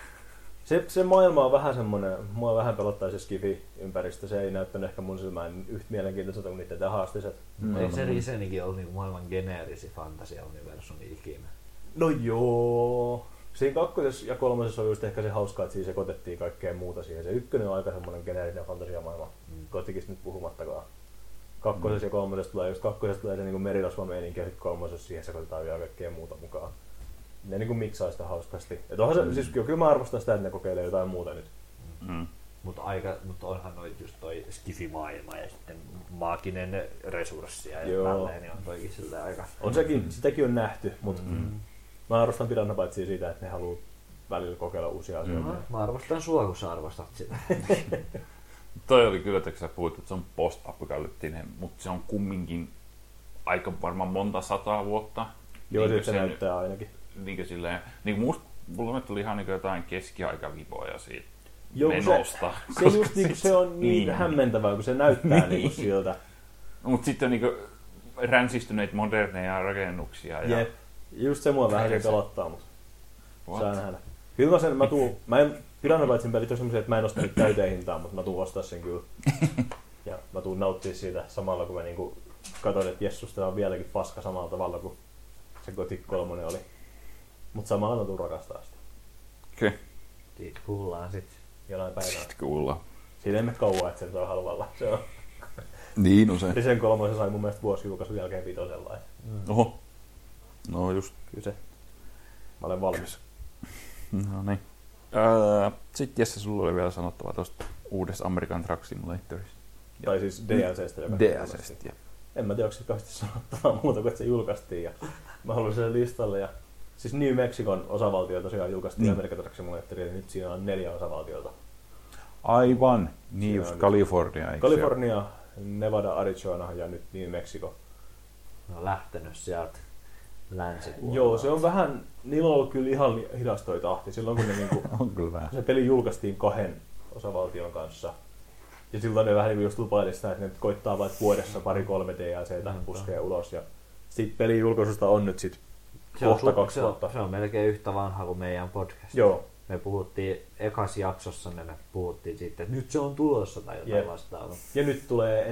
Se maailma on vähän semmonen, mua vähän pelottaa se skifi-ympäristö, se ei näyttänyt ehkä mun silmään yhtä mielenkiintoiselta kuin niiden haastiset. Eikö se Risenikin ollut niinku maailman geneerisi fantasia-universumi ikinä? No joo. Siinä 2. ja 3. oli just ehkä se hauskaa, että siinä sekoitettiin kaikkea muuta siihen. Se 1 on aika semmonen geneerinen fantasiamaailma, Gothicista nyt puhumattakaan. 2. ja 3. tulee just 2. tulee se niinku merirosvameininki ja 3. siihen sekoitetaan vielä kaikkea muuta mukaan. Ne niinku miksaa sitä hauskasti. Et onhan se, siis kyllä mä arvostan sitä, että ne kokeilee jotain muuta nyt. Mutta onhan noi just toi skifi-maailma ja sitten maaginen resurssi ja tälleen, niin on toikin silleen aika... On sekin, sitäkin on nähty, mutta mä arvostan Piranha Bytesia siitä, että ne haluaa välillä kokeilla uusia asioita. Mä arvostan sua, kun sä arvostat sitä. Toi oli kyllä, että sä puhuit, että se on post-apokalyptinen, mutta se on kumminkin aika varmaan monta sataa vuotta. Joo, niin se näyttää ainakin. Niin silleen, niin mulla tuli ihan niin jotain keskiaikavipoja siitä joo, menosta. Se just niin, se on niin hämmentävää, kun se näyttää niin siltä. Mutta sitten niin ränsistyneitä moderneja rakennuksia. Ja... Jep. Just se mua vähän Perse. pelottaa, mutta What? saa nähdä. Kyllä mä en Piranha Bytesin pelit on semmoisia, että mä en osta niitä täyteen hintaan, mutta mä tuun ostaa sen kyllä. Ja mä tuun nauttia siitä samalla, kun mä niinku katson, että Jessus, tää on vieläkin paska samalla tavalla kuin se Gothic 3 oli. Mutta samalla mä tuun rakastaa sitä. Okei. Siitä kuullaan sit. Jonain päivänä. Sitten kuullaan. Siitä ei mene kauan, että se on halvalla. Se on. Niin usein. Risen 3 sai mun mielestä vuosijulkaisun jälkeen 5 sellainen. Oho. No just. Kyllä se. Mä olen valmis. No niin. Sitten Jesse, sulla oli vielä sanottavaa tuosta uudesta American Truck Simulatorista. Tai siis DLCstä, joka DLCstä, ja. En mä tiedä, onko se kauheasti sanottavaa muuta kuin, että se julkaistiin. Ja mä haluan sen listalle. Ja siis New Mexicon osavaltio tosiaan julkaistiin American Truck Simulatoria, ja nyt siinä on 4 osavaltiota. Aivan. Niin just on California, eikö California, Nevada, Arizona ja nyt New Mexico. Ne on lähtenyt sieltä länsipuolelta. Joo, se on vähän, niillä on ollut kyllä ihan hidas toi tahti. Silloin kun ne niinku, On kyllä vähän. se peli julkaistiin 2 osavaltion kanssa. Ja silloin ne vähän niin just lupaili sitä, että ne koittaa vain vuodessa 2-3 DLCtä puskee ulos. Ja sit pelin julkaisusta on nyt sit kohta 2 vuotta. Se on melkein yhtä vanha kuin meidän podcast. Joo. Me puhuttiin ekas jaksossa, me puhuttiin sitten, että nyt se on tulossa tai jotain Jep. vastaavaa. Ja nyt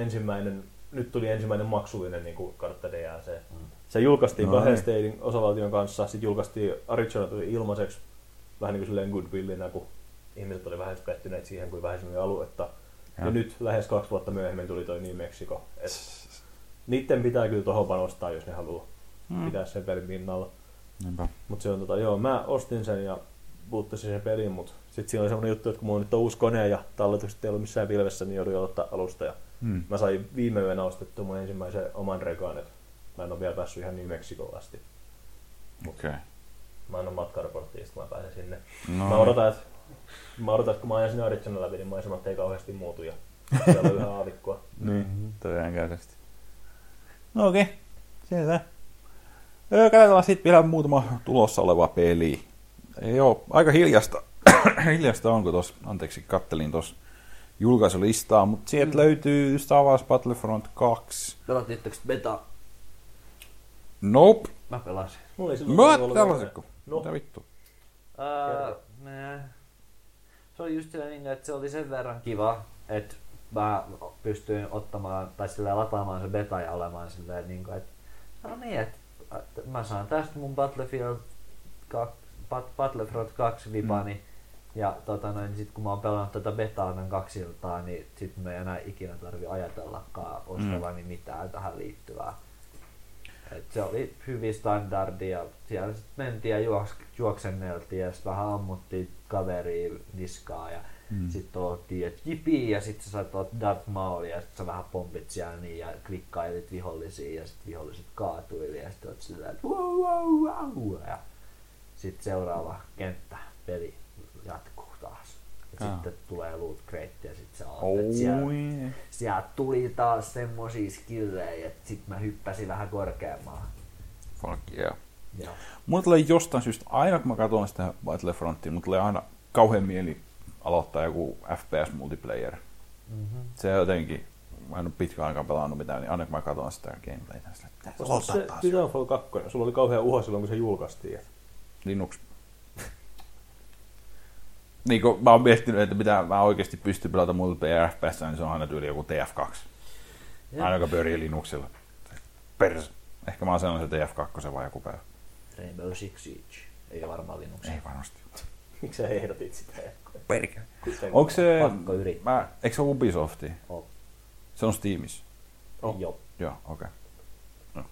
tuli ensimmäinen maksullinen niin kuin kartta DLC. Se julkaistiin No 2 niin. statein osavaltion kanssa, sitten julkaistiin Arizona tuli ilmaiseksi, vähän niin kuin silleen goodwillinä, kun ihmiset oli vähän pettyneet siihen, kuin vähän semmoinen aluetta. Ja nyt lähes 2 vuotta myöhemmin tuli toi New Mexico. Niitten pitää kyllä tohon panostaa, jos ne haluaa pitää sen pelin pinnalla. Niinpä. Mutta se on joo, mä ostin sen ja puuttuisin sen pelin, mutta sitten siinä oli semmoinen juttu, että kun mulla nyt on uusi kone ja talletukset ei ollut missään pilvessä, niin jouduin aloittaa alusta. Ja mä sain viime yönä ostettua mun ensimmäisen oman rekaan, että mä en ole vielä päässyt ihan New Mexicoon asti. Okei. Mä annan matkaraporttia, kun mä pääsen sinne. No. Mä odotan, että kun mä ajan sinne Arizona läpi, niin maisemat ei kauheasti muutu ja siellä on yhä aavikkoa. Niin, todennäköisesti. No okei, selvä. Katsotaan sitten vielä muutama tulossa oleva peli. Joo, aika hiljasta, hiljasta on, kun kattelin tuossa julkaisulistaa, mutta sieltä löytyy Star Wars Battlefront 2. Pelatitteko beta? Nope. Mä pelasin. Mulla ei silloin Mä ollut tällaisetko? No. Mitä vittu? Se oli just sellainen, että se oli sen verran kiva, että mä pystyin ottamaan tai sillä lataamaan se beta ja olemaan silleen, niin kuin, että no niin, että mä saan tästä mun Battlefront 2 vipani. Ja niin sit kun mä oon pelannut tätä betaa tämän 2 iltaa, niin sit mä ei enää ikinä tarvi ajatellakaan ostavani mitään tähän liittyvää. Et se oli hyvin standardi ja siellä sit mentiin ja juoksenneltiin ja sit vähän ammuttiin kaveria niskaa ja sit oltiin, että jipii ja sit sä sait Darth Maul ja sit sä vähän pompit siellä niin ja klikkailit vihollisia ja sit viholliset kaatuili ja sit oot silleen, että wow. Ja sit seuraava kenttä peli jatkuu taas. Ja sitten tulee loot crate ja sit sä oot, että sieltä tuli taas semmosia skillejä, että sit mä hyppäsin vähän korkeammalle. Fuck yeah. Joo. Mulla tulee jostain syystä, aina kun mä katson sitä Battlefrontia, mulla tulee aina kauhean mieli aloittaa joku FPS multiplayer. Se jotenkin, mä en ole pitkään aikaan pelannut mitään, niin aina kun mä katson sitä gameplaytä, niin pitäisi aloittaa Se taas. Titanfall 2, sulla oli kauhean uho silloin, kun se julkaistiin. Linux. Niin kun mä oon miettinyt, että mitä mä oikeasti pystyn pelata multiplayer FPS, niin se on aina tyyli joku TF2. Aina joka pyörii Linuxilla. Ehkä mä oon sellainen se TF2 vai joku päivä. Rainbow Six Siege. Ei varmaan Linux. Ei varmasti. Miksi sä ehdotit sitä? Perkele. Onko se... Pakko yrittää. Eikö se ole Ubisoftia? On. Se on Steamissa. Joo. Joo, okei. No.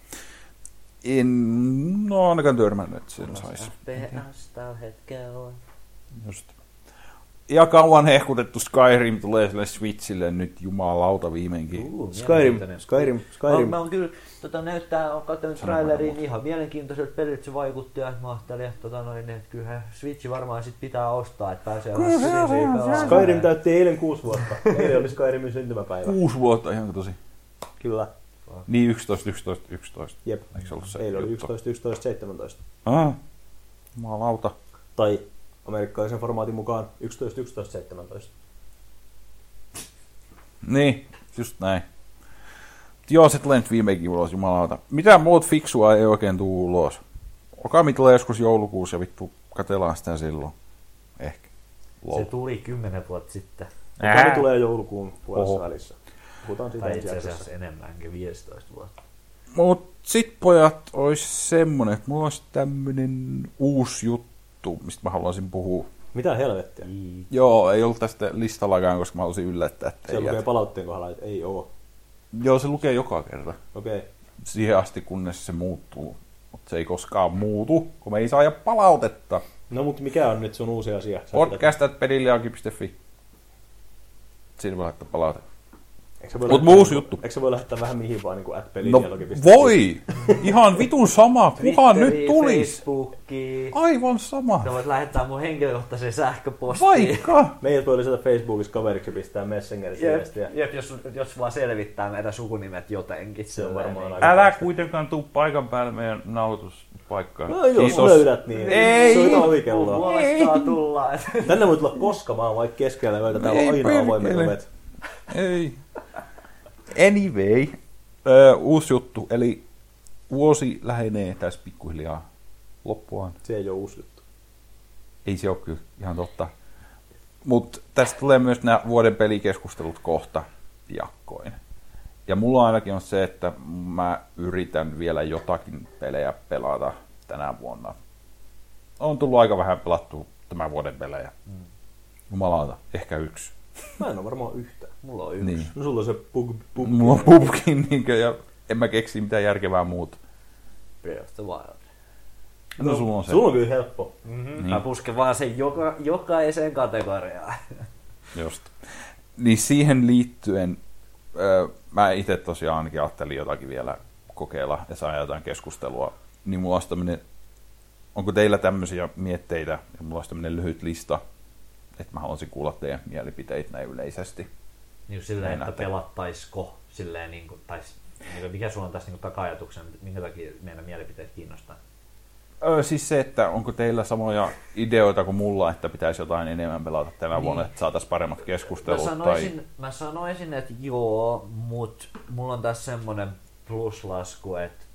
En no ainakaan törmännyt, että sen saisi. FPS tällä hetkellä. Just. Ja kauan hehkutettu Skyrim tulee sille Switchille nyt jumalauta viimeinkin. Skyrim. Mä oon kyllä, näyttää, on katsonut traileriin ihan mielenkiintoiselta peliltä se vaikutti ja mä ajattelin, että kyllä Switchi varmaan sit pitää ostaa, että pääsee pelaamaan. Skyrim täytti eilen 6 vuotta. Eilen oli Skyrimin syntymäpäivä. 6 vuotta ihan tosi. Kyllä. Niin 11. Jep. Eikö se ollut se? Eilen oli juttu? 11, 17. Jumalauta. Tai amerikkalaisen formaatin mukaan 11, 17. Niin, just näin. Joo, se tulee nyt viimeinkin ulos, jumalauta. Mitään muut fiksua ei oikein tuu ulos. Okami tulee joskus joulukuussa ja vittu katellaan sitä silloin. Ehkä. Lol. Se tuli 10 vuotta sitten. Okami tulee joulukuun puolessa välissä. Puhutaan siitä Tai ensi itse jaksossa. asiassa enemmänkin, 15 vuotta. Mut sit pojat, ois semmonen, että mulla olisi tämmönen uusi juttu, mistä mä haluaisin puhua. Mitä helvettiä? Joo, ei ollut tästä listallakaan, koska mä haluaisin yllättää Se teidät. lukee palautteen kohdalla, että ei oo. Joo, se lukee joka kerta. Okei. Siihen asti, kunnes se muuttuu. Mutta se ei koskaan muutu, kun me ei saa palautetta. No mut mikä on nyt sun uusi asia? Podcast@pediliaki.fi. Siinä voi laittaa palautetta. Mut muusi juttu. Eikö se voi lähettää vähän mihin vaan niin kuin No @pelidialogi.fi? voi! Ihan vitun sama, kuhan nyt tulis. Facebookiin. Aivan sama. Sä voit lähettää mun henkilökohtaisen sähköpostiin. Vaikka! Meidät voi lisätä Facebookissa kaveriksi ja pistää Messengerissä viestiä. Jep, jos vaan selvittää meidän sukunimet jotenkin. Se on varmaan niin. aika Älä paista. kuitenkaan tuu paikan päälle meidän nauhoituspaikkaan. No jos löydät niin. Ei. Soita ovikelloa. Mulle saa tulla. Tänne voi tulla koska mä oon vaikka keskellä yötä. Täällä on Ei aina avoimet perkele. ovet. Ei. Anyway. Uusi juttu, eli vuosi lähenee tässä pikkuhiljaa loppuaan. Se ei oo uusi juttu. Ei se ole kyllä ihan totta. Mutta tästä tulee myös nämä vuoden pelikeskustelut kohta piakkoin. Ja mulla ainakin on se, että mä yritän vielä jotakin pelejä pelata tänä vuonna. On tullut aika vähän pelattua tämän vuoden pelejä. Jumalauta, ehkä yksi. Mä en oo varmaan yhtään. Mulla on yksi. Niin. No sulla on se pub. Mulla on pubkin niinkö, ja en mä keksi mitään järkevää muuta. Breath of the Wild. No sulla on se. Sulla on kyllä helppo. Niin. Mä pusken vaan sen jokaiseen kategoriaan. Just. Niin siihen liittyen mä itse tosiaan ainakin ajattelin jotakin vielä kokeilla ja saa jotain keskustelua. Niin mulla olisi tämmönen, onko teillä tämmöisiä mietteitä, ja mulla olisi tämmönen lyhyt lista, että mä haluaisin kuulla teidän mielipiteitä näin yleisesti. Niin silleen, että Mennään. pelattaisiko silleen, niin kuin, tai mikä sulla on tässä niin taka-ajatuksen, minkä takia meidän mielipiteet kiinnostaa? Siis se, että onko teillä samoja ideoita kuin mulla, että pitäisi jotain enemmän pelata tänä vuonna, että saataisiin paremmat keskustelut. Mä sanoisin, että joo, mutta mulla on tässä semmoinen pluslasku, että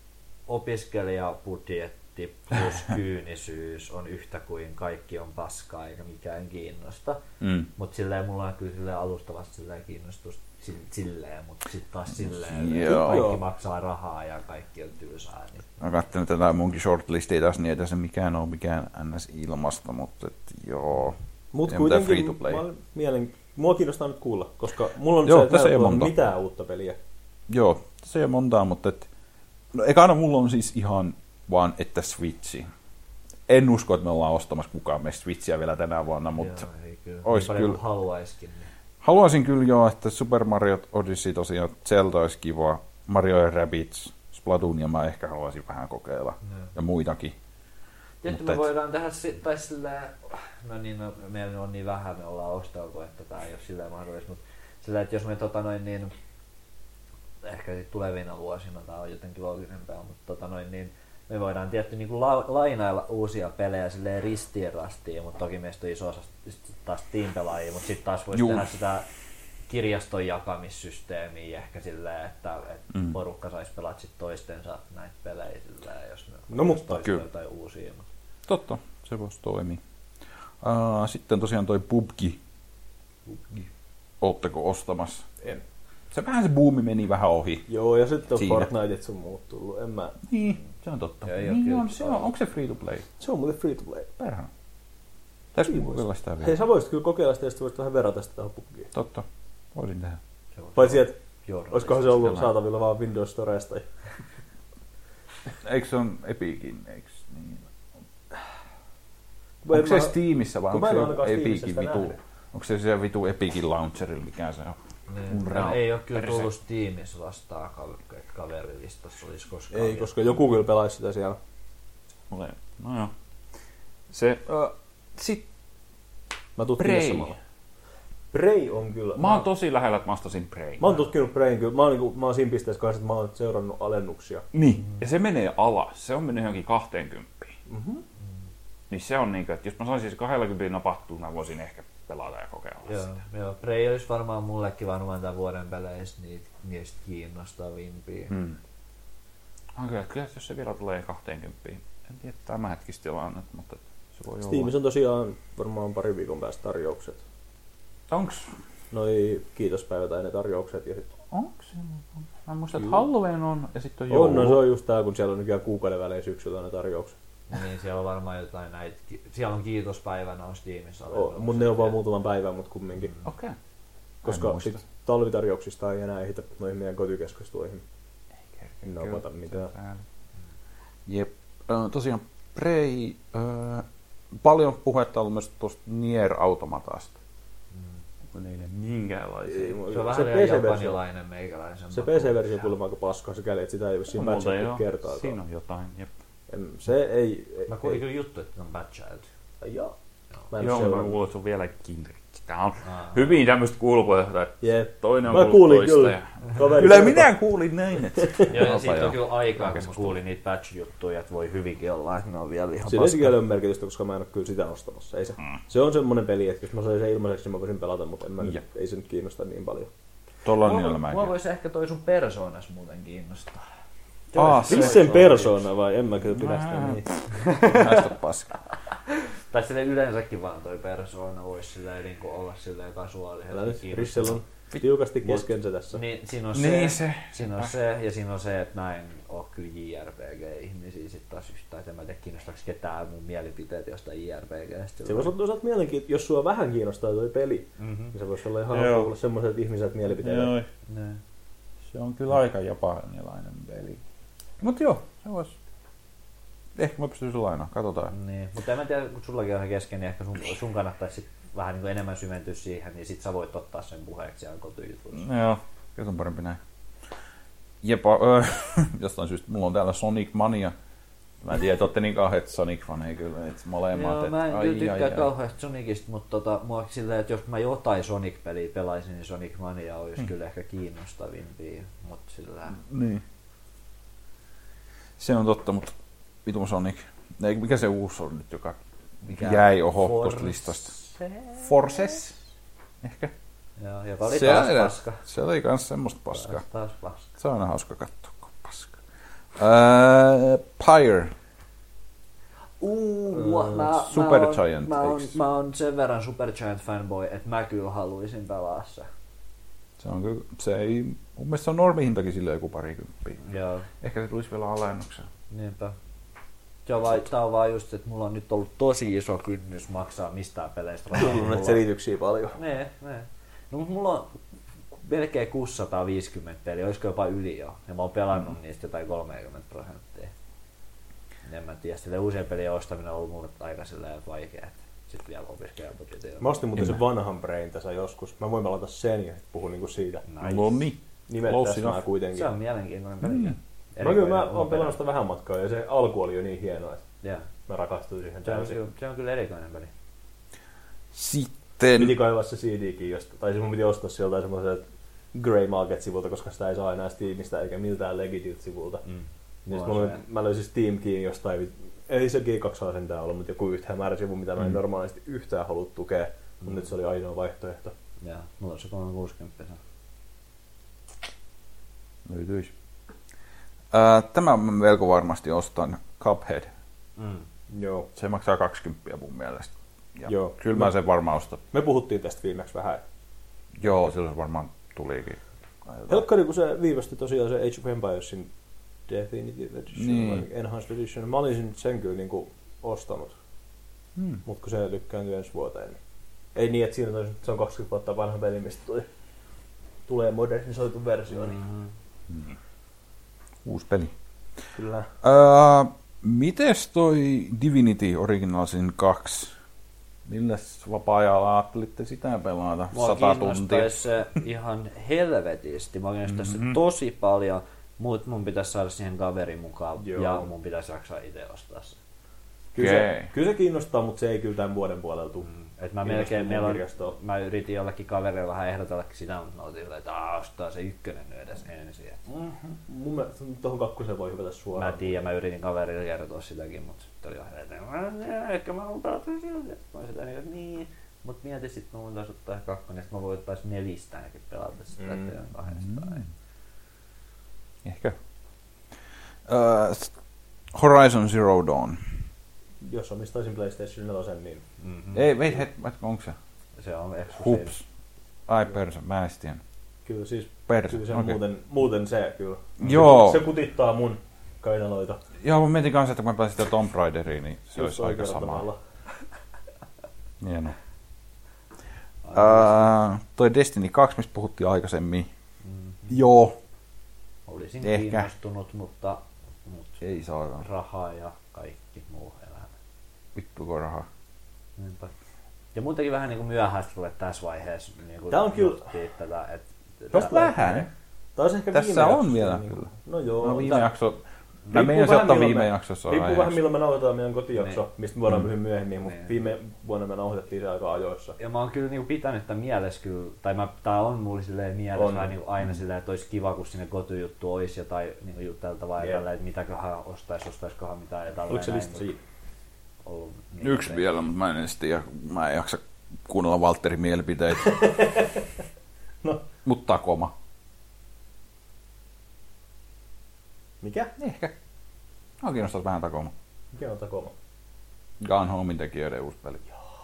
opiskelijabudjetti plus kyynisyys on yhtä kuin kaikki on paskaa eikä mikään kiinnosta. Mutta silleen mulla on kyllä silleen alustavasti silleen kiinnostusta silleen, mutta sitten taas silleen, Joo. kaikki maksaa rahaa ja kaikki on tylsää. Niin. Mä katselin tätä munkin shortlistia taas, niin ei se mikään ole mikään ns. Ilmasta, mutta joo. Mut Ei kuitenkin mitään free to play. mua kiinnostaa nyt kuulla, koska mulla on Joo, se, että tässä ei mä en ole ole monta. mitään uutta peliä. Joo, se ei ole montaa, mutta no ekana mulla on siis ihan vaan, että Switchi. En usko, että me ollaan ostamassa kukaan meistä Switchiä vielä tänä vuonna, mutta Joo, ei kyllä. ois Niin paljon kyllä. kuin haluaisikin. Niin. Haluaisin kyllä joo, että Super Mario Odyssey tosiaan, Zelda olisi kiva, Mario ja Rabbids, Splatoonia mä ehkä haluaisin vähän kokeilla, ja muitakin. Tietysti me voidaan tehdä tai silleen, meillä on niin vähän, me ollaan osteltu, että tää ei ole silleen mahdollista, mutta silleen, että jos me niin, ehkä sit tulevina vuosina tää on jotenkin loogisempaa, mutta niin, me voidaan tietty niin lainailla uusia pelejä silleen ristiin rastiin, mutta toki meistä on iso osa taas Steam-pelaajia, mutta sitten taas voisi tehdä sitä kirjaston jakamissysteemiä ehkä silleen, että porukka saisi pelata sit toistensa näitä pelejä silleen, jos ne No, mutta toista kyllä. jotain uusia. Totta, se voisi toimia. Sitten tosiaan toi PUBG. Ootteko ostamassa? En. Se vähän se buumi meni vähän ohi. Joo, ja sitten on Siinä. Fortnite sun muut tullut. En mä... Niin, se on totta. Ja ei oo Niin kyllä. on, se on. Onko se free to play? Se on muuten free to play. Perhana. Täytyy Niin kokeilla sitä vielä. Hei, sä voisit kyllä kokeilla sitä, ja sitten voisit vähän verrata sitä tähän PUBGiin. Totta, voisin tehdä. Paitsi, että Journalistista. olisikohan se ollut Kyllä. saatavilla vaan Windows Storesta. Eikö se on Epicin? Eikö niin? Kun Onko se en mä- Steamissa vai kun onko mä se en joku ainakaan Steamissa Epicin sitä vitu? nähnyt. Onko se siellä vitu Epicin launcherilla, mikä se on? No, ei ole kyllä tullut Steamissa vastaan kaverilistassa olisi koskaan. Ei, koska joku kyllä pelaisi sitä siellä. No joo. Se, sit Mä tutkin Prey. samalla. Prey on kyllä... mä oon tosi lähellä, että mä ostasin Preyn. Mä oon tutkinut Preyn kyllä. Mä oon siinä pisteessä kanssa, että mä oon seurannut alennuksia. Niin, ja se menee alas. Se on mennyt johonkin 20. Niin se on niinkö, että jos mä saisin se 20 napattua, mä voisin ehkä pelata ja kokeilla. Joo, Prey olisi varmaan mullekin varmaan tämän vuoden peleissä niistä kiinnostavimpia. Kyllä, jos se vielä tulee 20. En tiedä tämä hetkistä tilannetta, mutta se voi olla. Steamissa on tosiaan varmaan pari viikon päästä tarjoukset. Onks? Noi kiitospäivä tai ne tarjoukset ja sitten... Onks? Mä muistan, että Halloween on ja sitten on joulu. On, no se on just tää, kun siellä on nykyään kuukauden välein syksyllä ne tarjoukset. Niin, siellä on varmaan jotain näitä. Siellä on kiitospäivänä on Steamissa. Mun ne on vaan muutaman päivän, mutta kumminkin. Okei. Koska sit talvitarjouksista ei enää ehitä noihin meidän kotikeskusteluihin. Ei napata mitään. Jep. Tosiaan Prey, paljon puhetta on myös tuosta Nier Automatasta. Onko niille minkäänlaisia? Se on vähän liian japanilainen meikäläisen. Se PC-versio kuulemma aika paskaa sikäli, että sitä ei ole siinä batchattu kertaa. Siinä on jotain, jep. Se ei... Mä kuulin kyllä juttu, että on batchattu. Joo. Mä kuulin, että se on vieläkin. Tää on hyvin tämmöistä kuulupuolta, että toinen on mä kuulin toista. Kyllä minä kuulin näin. Joo, ja siitä on kyllä aikaa, kun mä kuulin niitä patch-juttuja, että voi hyvinkin olla, että ne on vielä ihan sillä ei ole merkitystä, koska mä en ole kyllä sitä ostamassa. Ei se. Se on semmonen peli, että jos mä sain sen ilmaiseksi, niin mä voisin pelata, mutta ei se nyt kiinnosta niin paljon. Mua voisi ehkä toi sun persoonas muuten kiinnostaa. Vissen persoona vai en mä kyllä pidä sitä niin. Näistä paskaa. Tai silleen yleensäkin vaan toi persoona voisi silleen niin olla silleen kasuaalisesti. Rissel on tiukasti keskensä tässä. Niin, siinä on se, ja siinä on se, että mä en oo kyllä JRPG-ihmisiä sit taas yhtään, että en mä tiedä kiinnostaaks ketään mun mielipiteet jostain JRPGstä. Se voisi olla toisaalta mielenkiintoista, jos sua vähän kiinnostaa toi peli, niin se voisi olla ihan kuulla semmoiset ihmiset mielipiteet. Se on kyllä aika japanilainen peli. Mut joo, se vois. Ehkä mä pystyisin lainaan, katsotaan. Niin, mutta en mä tiedä, kun sullakin on se kesken, niin ehkä sun kannattaisi sit vähän niin kuin enemmän syventyä siihen, niin sit sä voit ottaa sen puheeksi siellä kotijutussa. Joo, kyllä on parempi näin. Jostain syystä mulla on täällä Sonic Mania. Mä en tiedä, että ootte niin kauheat Sonic-faneja kyllä, että molemmat. Joo, mä en kyllä tykkää kauheasti Sonicista, mutta mua silleen, että jos mä jotain Sonic-peliä pelaisin, niin Sonic Mania olisi kyllä ehkä kiinnostavimpia, mutta sillä... Niin. Se on totta, mutta vitun Sonic. Mikä se uusi on nyt, joka jäi tuosta listasta? Forces? Ehkä. Joo, joka oli taas paska. Se oli kans semmoista paskaa. Taas paska. Se on aina hauska katsoa, kun paska. Pyre. Supergiant. Mä oon sen verran Supergiant fanboy, että mä kyllä haluaisin pelaa se. Se on kyllä, se ei, mun mielestä se on normihintakin silleen joku 20. Joo. Ehkä se tulisi vielä alennukseen. Niinpä. Tää on vaan just, että mulla on nyt ollut tosi iso kynnys maksaa mistään peleistä rahaa. Mulla on näitä selityksiä paljon. Nee. No mut mulla on melkein 650 peliä, olisiko jopa yli jo. Ja mä oon pelannut niistä jotain 30%. En mä tiedä, sille uusien pelien ostaminen on ollut mulle aika vaikeaa. Sitten vielä opiskelijapudjetilla. Mä ostin muuten sen vanhan Brain tässä joskus. Mä voin pelata sen ja puhua niinku siitä. Nice. Nimet täsmää kuitenkin. Se on mielenkiintoinen peli. Mä oon pelannut sitä vähän matkaa ja se alku oli jo niin hienoa, että mä rakastuin siihen täysin. Se on kyllä erikoinen peli. Sitten... Piti kaivaa se CDkin, tai mun piti ostaa sieltä semmoiselta Grey Market-sivulta, koska sitä ei saa enää Steamista eikä miltään Legit-sivulta. Niin mä löysin Steam-kiin jostain, ei se G2 sentään ollut, mutta joku yhtään määrä sivu, mitä mä en normaalisti yhtään halua tukea, mutta nyt se oli ainoa vaihtoehto. Joo, mulla on se 360. Löytyisi. Tämä mä melko varmasti ostan, Cuphead. Joo. Se maksaa 20 mun mielestä. Ja joo. Kyllä mä sen varmaan ostan. Me puhuttiin tästä viimeksi vähän. Joo, silloin varmaan tulikin. Helkkari, kun se viivästyi tosiaan se Age of Empiresin Definitive Edition, niin. Enhanced Edition. Mä olisin sen kyllä niinku ostanut, mutta kun se lykkääntyy ensi vuoteen. Niin. Ei niin, että siinä se on 20 vuotta vanha peli, mistä tulee modernisoitu versio. Niin. Uusi peli. Kyllä. Mites toi Divinity Original Sin 2? Milläs vapaa-ajalla ajattelitte sitä pelata? Mua 100 tuntia. se ihan helvetisti. Mua kiinnostaisi se tosi paljon, mutta mun pitäisi saada siihen kaveri mukaan. Joo. Ja mun pitäisi jaksaa itse ostaa se. Kyllä se kiinnostaa, mutta se ei kyllä tämän vuoden puolella tule. Mä yritin jollakin kaverilla vähän ehdotellakin sitä, mutta mä otin että ostaa se ykkönen nyt edes ensin. Mun mielestä tuohon kakkoseen voi hypätä suoraan. Mä tiedän, mä yritin kaverille kertoa sitäkin, mutta sitten oli vähän, että ehkä mä haluan pelata siltä. Mä sitä niin. Mut mietin sit, mä voitais ottaa 2, ja sit mä voitais 4 ainakin pelata sitä teidän 2. Ehkä. Horizon Zero Dawn. Jos omistaisin PlayStation 4, niin... Ei, onko se? Se on eksklusiivinen. Hups. Ai perse, mä en tiedä. Kyllä siis Perse, kyllä se okei. muuten se kyllä. Joo. Se kutittaa mun kainaloita. Joo, mä mietin kanssa, että kun mä pelasin sitä Tomb Raideria, niin se Just olisi aika oikealla samaa. tavalla. Hieno. Toi Destiny 2, mistä puhuttiin aikaisemmin. Joo. Olisin Ehkä. kiinnostunut, mutta Ei saada. rahaa ja kaikki muu elämä. Vittuko rahaa. Niinpä. Ja muutenkin vähän niinku myöhäistä ruveta tässä vaiheessa niinku Tää on kyllä- johtii tätä, Tosta vähän. Tää olisi ehkä Tässä viime on jaksossa vielä niin- kyllä. No joo. No viime jakso. Mä Riippuu meinasin vähän ottaa milloin viime me- jaksossa Riippuu vähän ajaksi. milloin me nauhoitetaan meidän kotijakso, Niin. mistä me voidaan puhua myöhemmin, mutta Niin. viime vuonna me nauhoitettiin se aika ajoissa. Ja mä oon kyllä niinku pitänyt tämän mielessä kyllä, tai tää on mulla silleen mielessä On. vähän niinku aina silleen, että olisi kiva, kun sinne kotujuttu olisi jotain niinku juteltavaa ja Jep. tälleen, että mitäköhän ostaiskohan mitään ja tälleen. Oliko se näin, lista mut siitä? ollut niin Yksi silleen- vielä, mutta mä en edes tiedä. Mä en jaksa kuunnella Valtterin mielipiteitä. No. Mutta Takoma. Mikä? Ehkä. Mä kiinnostaa vähän Takoma. Mikä on Takoma? Gone Homein tekijöiden uusi peli.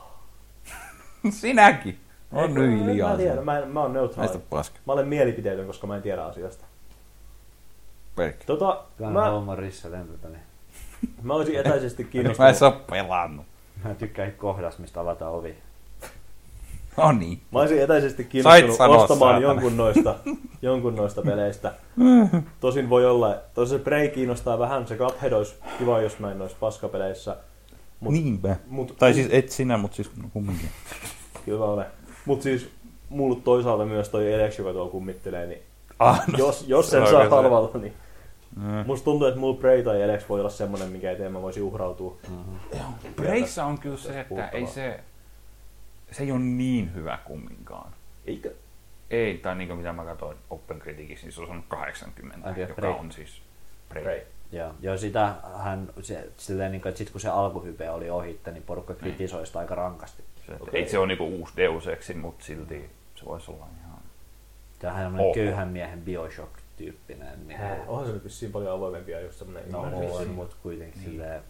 Sinäkin. On nyt hiljaa. Mä tiedän, mä oon Näistä neutraali. paska. Mä olen mielipiteetön, koska mä en tiedä asiasta. Perkki. Kyllä homma rissa lempipeli. Mä olisin etäisesti Mä en kiinnostunut. saa pelannut. Mä tykkään kohdasta, mistä avataan ovi. No niin. Mä olisin etäisesti Sait kiinnostunut sanoa, ostamaan saatana. jonkun noista peleistä. Tosin voi olla, tosin se Prey kiinnostaa vähän, se Cuphead olisi kiva, jos mä en olisi paskapeleissä. Niinpä. Mut, Tai siis et sinä, mutta siis kumminkin. Kyllä mä olen. Mut siis mulla toisaalta myös toi Elex, joka tuolla kummittelee, niin jos sen se saa on kyllä se. halvalla, niin musta tuntuu, että mulla Prey tai Elex voi olla semmonen, mikä eteen mä voisin uhrautua. Preissa on kyllä se, että ei puhuttavaa. se ei ole niin hyvä kumminkaan. Eikö? Ei, tai niin kuin mitä mä katsoin Open Criticissa, niin se on sanonut 80, Okei, joka Prey. on siis Prey. Prey. Joo, sitähän, silleen, niin kuin, että sit kun se alkuhype oli ohitte, niin porukka kritisoi sitä aika rankasti. Ei se ole niinku uusi Deus Exi, mutta silti se voisi olla ihan... Tämähän on semmoinen Oho. köyhän miehen Bioshock-tyyppinen. Niin, Onhan se nyt vissiin paljon avoimempia, jos semmonen no ymmärrys. on, mutta kuitenkin Niin. silleen...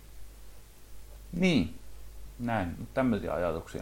Niin, näin, tämmöisiä ajatuksia.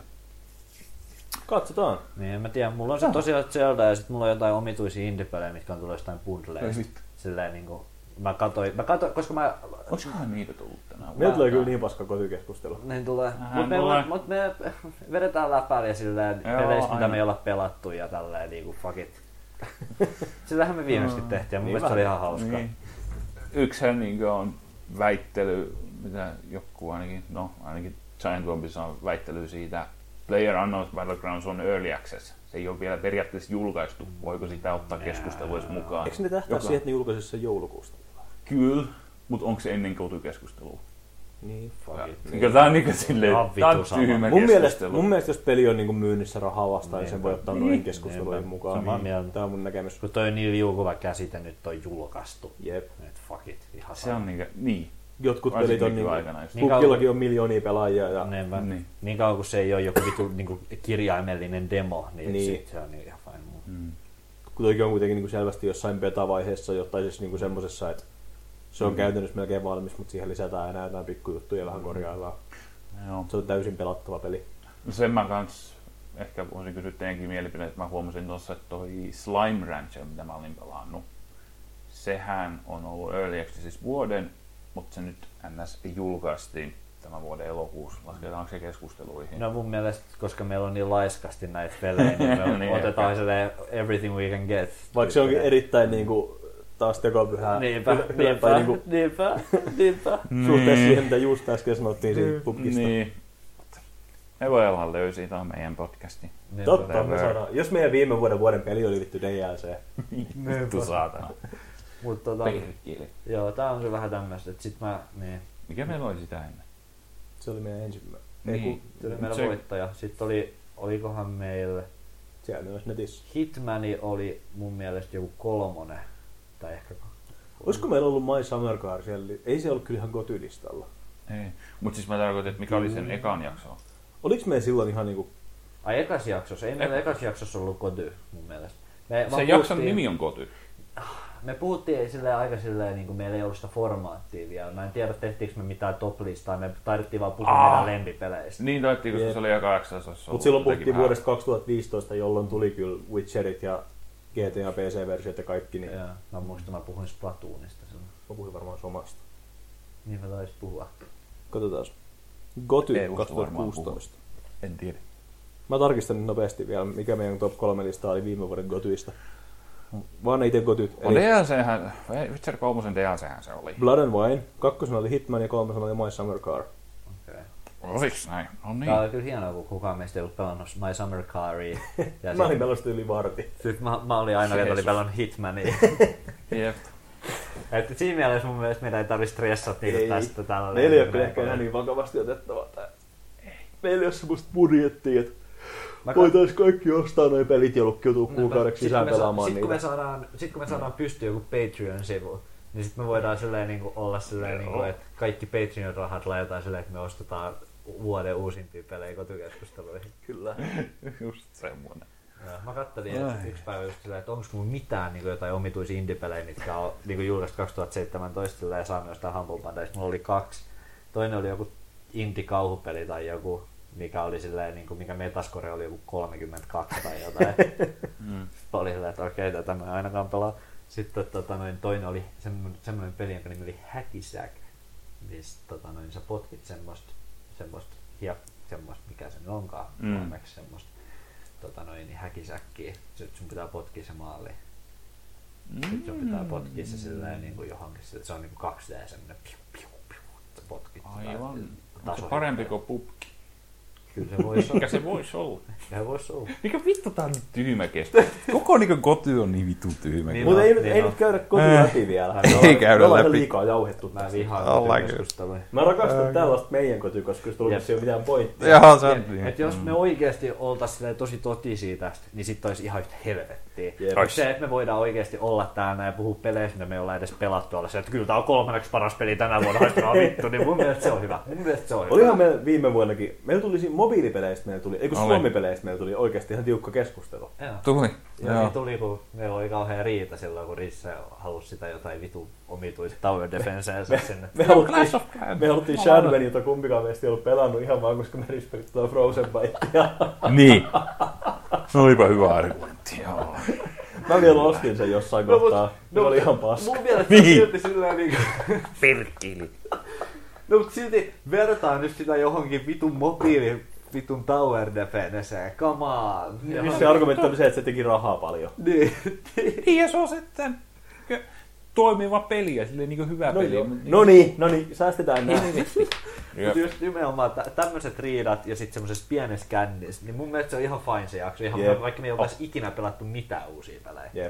Katsotaan. Niin, en mä tiedä. Mulla on se tosiaan Zelda ja sitten mulla on jotain omituisia indie-pelejä, mitkä on tullut jostain bundleista. Silleen niinku... Mä katsoin, koska mä... Olisikohan niitä tullut tänään? Meillä tulee kyllä niin paska kotikeskustelu. Niin tulee. Vähän Mutta tulee. me vedetään läpäällä silleen Joo, peleistä, mitä aina. me ei olla pelattu ja tälleen niinku fuck it. Sillähän me viimeksi tehtiin ja mun Niin mielestä se oli vähän. ihan hauskaa. Niin. Yksihän niin on väittely, mitä joku ainakin, no ainakin Giant Bombissa on väittely siitä, PlayerUnknown's Battlegrounds on Early Access. Se ei ole vielä periaatteessa julkaistu. Voiko sitä ottaa keskusteluissa mukaan? Eikö ne tähtää siihen, että ne julkaisisi sen joulukuusta? Kyllä, mutta onko se ennen kotikeskustelua? Niin, fuck it. Niin. Tää on niinku silleen, Ihan tää on vitu sama. tyhmä Mun mielestä, keskustelu. mun mielestä, jos peli on niinku myynnissä rahaa vastaan, niin sen Niinpä. voi ottaa Niin. noihin keskusteluihin Niinpä. mukaan. Samaa mieltä. Tää on mun näkemys. Kun toi on niin liukuva käsite nyt on julkaistu. Jep. Et fuck it, ihan Se on niinku, niin. Jotkut Varsinkin pelit on niinku... nykyaikana just. Niin Pukkillakin on miljoonia pelaajia ja... Niinpä. Niin. Niin kauan kun se ei ole joku vitu niinku kirjaimellinen demo, niin, Niin. sit se on ihan fine. Kun toikin on kuitenkin niinku selvästi jossain beta-vaiheessa, tai siis niinku semmosessa, että se on käytännössä melkein valmis, mutta siihen lisätään enää jotain pikkujuttuja ja vähän korjaillaan. Joo. Se on täysin pelattava peli. No sen mä kans ehkä voisin kysyä teidänkin mielipiteet, että mä huomasin tuossa, että toi Slime Rancher, mitä mä olin pelannut, sehän on ollut Early Access vuoden, mutta se nyt NS julkaistiin tämän vuoden elokuussa. Lasketaanko se keskusteluihin? No mun mielestä, koska meillä on niin laiskasti näitä pelejä, niin me Niin, otetaan ehkä. silleen everything we can get. Vaikka se onkin erittäin niinku taas tekopyhää. Niinpä, tai niinku niinpä. suhteessa siihen, mitä just äsken sanottiin siitä pubkista. Niin. Me voi olla löysiä tuohon meidän podcastiin. Totta, me saadaan. Jos meidän viime vuoden peli oli vittu DLC. Vittu saatana. Mut Perkele. joo, tää on se vähän tämmöstä, että sit mä, niin, Mikä meillä oli sitä ennen? Se oli meidän ensimmäinen. Niin. se oli meillä Se- voittaja. Sitten olikohan meillä, Siellä myös netissä. Hitmani oli mun mielestä joku 3, tai ehkä 2. Olisiko meillä ollut My Summer Car siellä? Ei se ollut kyllä ihan kotylistalla. Ei. Mut siis mä tarkoitan, että mikä oli sen ekan jakso. Oliks meillä silloin ihan niinku... Ai ekas jaksossa? Ei meillä ekas jaksossa ollut Goty mun mielestä. Se jakson nimi on Goty. Me puhuttiin silleen aika silleen, niin kuin meillä ei ollut sitä formaattia vielä. Mä en tiedä, tehtiinkö me mitään top-listaa, me taidettiin vaan puhua meidän lempipeleistä. Niin taidettiin, koska se oli aika jaksossa. Mut silloin puhuttiin vuodesta 2015, jolloin tuli kyllä Witcherit ja GTA PC-versiot ja kaikki. Niin... Joo, mä muistan, mä puhuin Splatoonista silloin. Mä puhuin varmaan somasta. Niin mä taisin puhua. Katsotaan. Goty Ei 2016. En tiedä. Mä tarkistan nyt nopeasti vielä, mikä meidän top 3 lista oli viime vuoden Gotyista. Vaan itse Gotyt. On DLChän, Witcher 3 DLChän se oli. Blood and Wine, 2 oli Hitman ja 3 oli My Summer Car. Okay. Oliks näin? No niin. Tää oli kyllä hienoa, kun kukaan meistä ei ollut pelannut My Summer Caria. Mä olin pelannut yli varti. Mä olin aina, joka oli pelannut Hitmania. Jep. Että siinä mielessä mun mielestä meidän ei tarvitse stressata tästä tällä. Meillä ei ole kyllä ehkä enää niin vakavasti otettavaa tää. Meillä ei ole semmoista budjettia, että voitais kaikki ostaa noi pelit ja lukkiutua kuukaudeksi sisään pelaamaan niitä. Sitten kun me saadaan pystyä joku Patreon-sivu, niin sitten me voidaan silleen, niin kuin, olla silleen, niin kuin, että kaikki Patreon-rahat laitetaan silleen, että me ostetaan vuoden uusimpia pelejä kotikeskusteluihin. Kyllä. Just semmonen. Mä kattelin yksi päivä just silleen, että onko mulla mitään niin kuin, jotain omituisia indie-pelejä, mitkä on niin julkaistu 2017 ja saanut jostain Humble Bundleista. Mulla oli 2. Toinen oli joku indie-kauhupeli tai joku, mikä oli silleen, niin kuin, mikä Metascore oli joku 32 tai jotain. Oli silleen, että okei, tätä mä ainakaan pelaa. Sitten toinen oli semmoinen peli, jonka nimi oli Hacky Sack, missä sä potkit semmoista, mikä se nyt onkaan, suomeksi semmoista häkisäkkiä. Sitten sun pitää potkia se maaliin. Sitten sun pitää potkia se silleen niin kuin johonkin, että se on niin kuin 2D semmoinen piu, sä potkit. Aivan. Onko se parempi kuin pubki? Kyllä se voisi olla. Mikä se voisi olla? Mikä voisi olla? Mikä vittu tää on nyt tyhmä kestä? Koko niinku Goty on niin vittu tyhmä. Niin Mutta ei nyt käydä Goty läpi vielä. Ei käydä läpi. Me ollaan läpi. liikaa jauhettu. Mä vihaan Goty-keskustelua. Mä rakastan tällaista meidän Goty, koska jos tulisi ei ole mitään pointtia. Joo, se on niin. Et jos me oikeesti oltais tosi totisia tästä, niin sit olisi ihan yhtä helvettiä. Jep. Se, että me voidaan oikeesti olla täällä ja puhua peleistä, mitä me ei olla edes pelattu, olla se, että kyllä tää on 3. paras peli tänä vuonna, haistaa vittu, niin mun mielestä se on hyvä. Olihan meillä viime vuonnakin, meillä tuli mobiilipeleistä, Suomi-peleistä meillä tuli oikeasti ihan tiukka keskustelu. Tuli. Ja niin tuli, kun meillä oli kauhean riita silloin, kun Risse halusi sitä jotain vitu omituista tower defenseensä sinne. Me haluttiin Shadowman, jota kumpikaan meistä ei ollut pelannut ihan vaan, koska me respektoimme Frozen Bytea. Niin. No olipa hyvä argumentti, joo. Mä vielä ostin sen jossain kohtaa. Se oli ihan paska. Mun mielestä se on silti silleen niinku... Perkili. No mut silti vertaan nyt sitä johonkin vitun tower defenseen. Come on. Ja se argumentti oli se, että se teki rahaa paljon. Niin. Ja se on sitten toimiva peli ja silleen niin hyvä peli. No niin, säästetään nää. Mutta just nimenomaan tämmöiset riidat ja sitten semmoisessa pienessä kännissä, niin mun mielestä se on ihan fine se jakso, vaikka me ei oltaisi ikinä pelattu mitään uusia pelejä. Jep.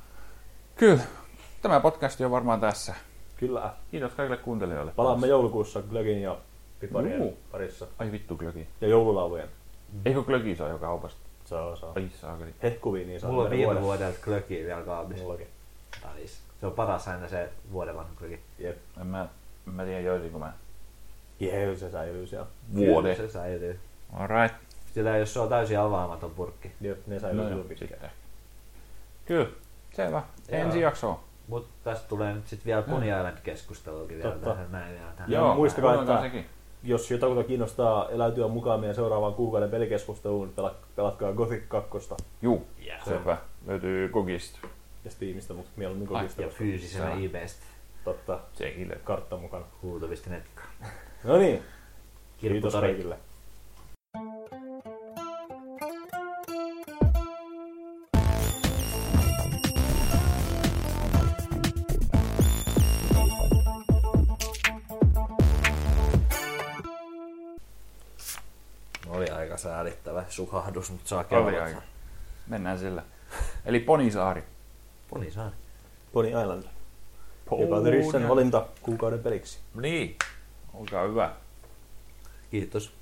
Kyllä. Tämä podcast on varmaan tässä. Kyllä. Kiitos kaikille kuuntelijoille. Palaamme joulukuussa Glögin ja piparien parissa. Ai vittu Glögi. Ja joululaulujen. Eikö Glögi saa jo kaupasta? Saa. Ai saakeli. Hehkuviin niin saa. Mulla on viime vuodelta glögiä vielä kaapissa. Mullakin. Se on paras aina se vuoden vanha glögi. Jep. En mä tiedä joisinko mä. Jee, se säilyy siellä. Vuoden. Se säilyy. Alright. Sillä jos se on täysin avaamaton purkki. Jep, ne säilyy No pitkään. sitten. Kyllä. Selvä. Ensi jaksoa. Mut tästä tulee nyt sit vielä Pony Island-keskustelukin vielä tähän näin. Joo, muistakaa, että sekin. jos jotakuta kiinnostaa eläytyä mukaan meidän seuraavaan kuukauden pelikeskusteluun, niin pelatkaa Gothic 2 Juu, selvä. Löytyy Gogista. ja Steamista, mutta mieluummin Gogista. Ja fyysisenä eBaystä. Totta, Sekin löytyy. kartta mukana. Huuto.netkaan. No niin, kiitos Kirpputori. kaikille. Oli aika säälittävä suhahdus, mutta saa Oli aika. Mennään sillä. Eli Ponisaari. Ponisaari. Pony Island. Joka on Rissen valinta kuukauden peliksi. Niin. Olkaa hyvä. Kiitos.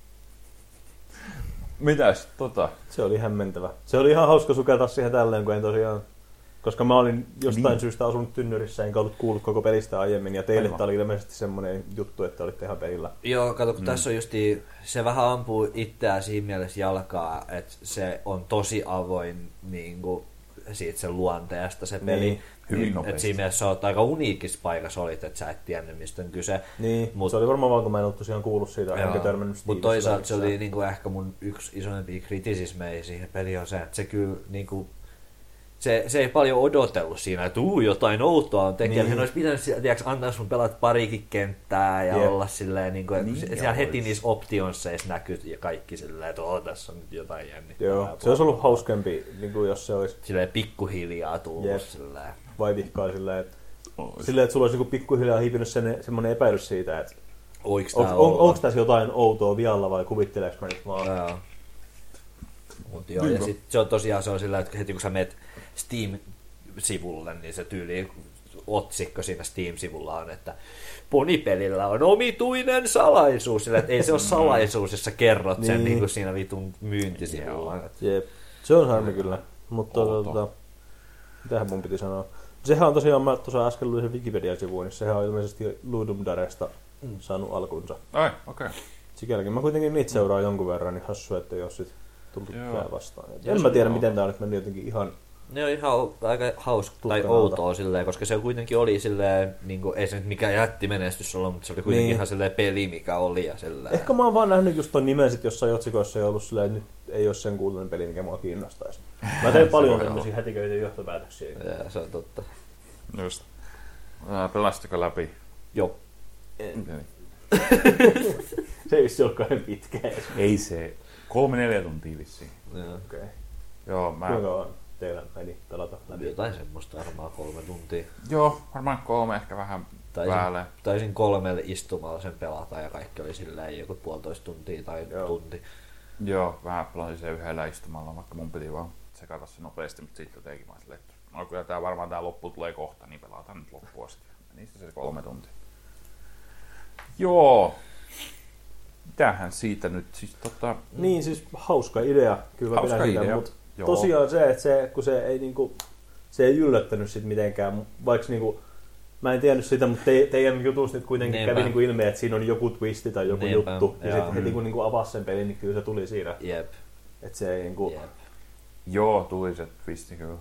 Mitäs Se oli hämmentävä. Se oli ihan hauska sukata siihen tälleen, kun en tosiaan Koska mä olin jostain syystä asunut tynnyrissä, enkä ollut kuullut koko pelistä aiemmin, ja teille tämä oli ilmeisesti semmoinen juttu, että olitte ihan pelillä. Joo, kato, kun tässä on justi, se vähän ampuu itseään siinä mielessä jalkaa, että se on tosi avoin niin kuin, siitä sen luonteesta se peli. Niin. Hyvin nopeasti. Että siinä mielessä sä oot aika uniikissa paikassa olit, että sä et tiennyt mistä on kyse. Niin, se oli varmaan vaan, kun mä en ollut tosiaan kuullut siitä, enkä törmännyt Steamissa. Mutta toisaalta se oli niinku ehkä mun yksi isoimpia kritisismejä siihen peliin on se, että se kyllä niinku, se ei paljon odotellut siinä, että jotain outoa on tekijä. Niin. Hän olisi pitänyt antaa sun pelata parikin kenttää ja olla silleen, niinku, että niin siellä heti niissä optionsseissa näkyy ja kaikki silleen, että tässä on nyt jotain jännittävää. Joo, se olisi ollut hauskempi, niin jos se olisi silleen pikkuhiljaa tullut silleen. Vaivihkaa silleen, että sulla olisi niin pikkuhiljaa hiipinyt semmoinen epäilys siitä, että onko tässä jotain outoa vialla vai kuvitteleeko mä nyt vaan? Joo. Joo, ja sit se on tosiaan se on sillä, että heti kun sä menet Steam-sivulle, niin se tyyli otsikko siinä Steam-sivulla on, että Ponipelillä on omituinen salaisuus, sillä että ei se ole salaisuus, jos sä kerrot sen niin kuin siinä vitun myyntisivulla. Jep, se on harmi kyllä, mutta mitähän mun piti sanoa? Sehän on tosiaan, mä tuossa äsken luin sen Wikipedia-sivuun, niin sehän on ilmeisesti Ludum Daresta saanut alkunsa. Ai, okei. Sikäläkin mä kuitenkin niitä seuraan jonkun verran, niin hassu, että jos sit tullut tää vastaan. En mä tiedä, miten tää on nyt mennyt jotenkin ihan... Ne on ihan aika hauska tai outoa silleen, koska se kuitenkin oli silleen, niin kuin, ei se nyt mikään jättimenestys ollut, mutta se oli kuitenkin ihan silleen peli, mikä oli. Ja silleen. Ehkä mä oon vaan nähnyt just ton nimen sit jossain otsikoissa ja ollut silleen, että nyt ei ole sen kuuluinen peli, mikä mua kiinnostaisi. Mä teen paljon tämmöisiä hätiköitä johtopäätöksiä. Ja, se on totta. Just. Pelastiko läpi? Joo. Se ei vissi olekaan pitkä. Ei se. 3-4 tuntia vissiin. Okei. Joo, mä... Kuinka on teillä meni pelata läpi? Jotain semmoista varmaan 3 tuntia. Joo, varmaan 3, ehkä vähän päälle. Taisin 3 istumalla sen pelata ja kaikki oli silleen joku 1,5 tuntia tai tunti. Joo, vähän pelasin sen yhdellä istumalla, vaikka mun piti vaan sekata se nopeasti, mutta sitten jotenkin mä silleen, että no kyllä tää loppu tulee kohta, niin pelataan nyt loppuun asti. Niistä se 3 tuntia. Joo. Mitähän siitä nyt siis Niin siis hauska idea, kyllä hauska pidän sitä, mutta tosiaan se, että kun se ei niinku, se ei yllättänyt sit mitenkään, vaikka niinku, mä en tiennyt sitä, mutta teidän jutusta nyt kuitenkin kävi niinku ilmi, että siinä on joku twisti tai joku juttu, ja sitten heti kun niinku avasi sen pelin, niin kyllä se tuli siinä. Jep. Että se ei niinku... Joo, tuli se twisti kyllä.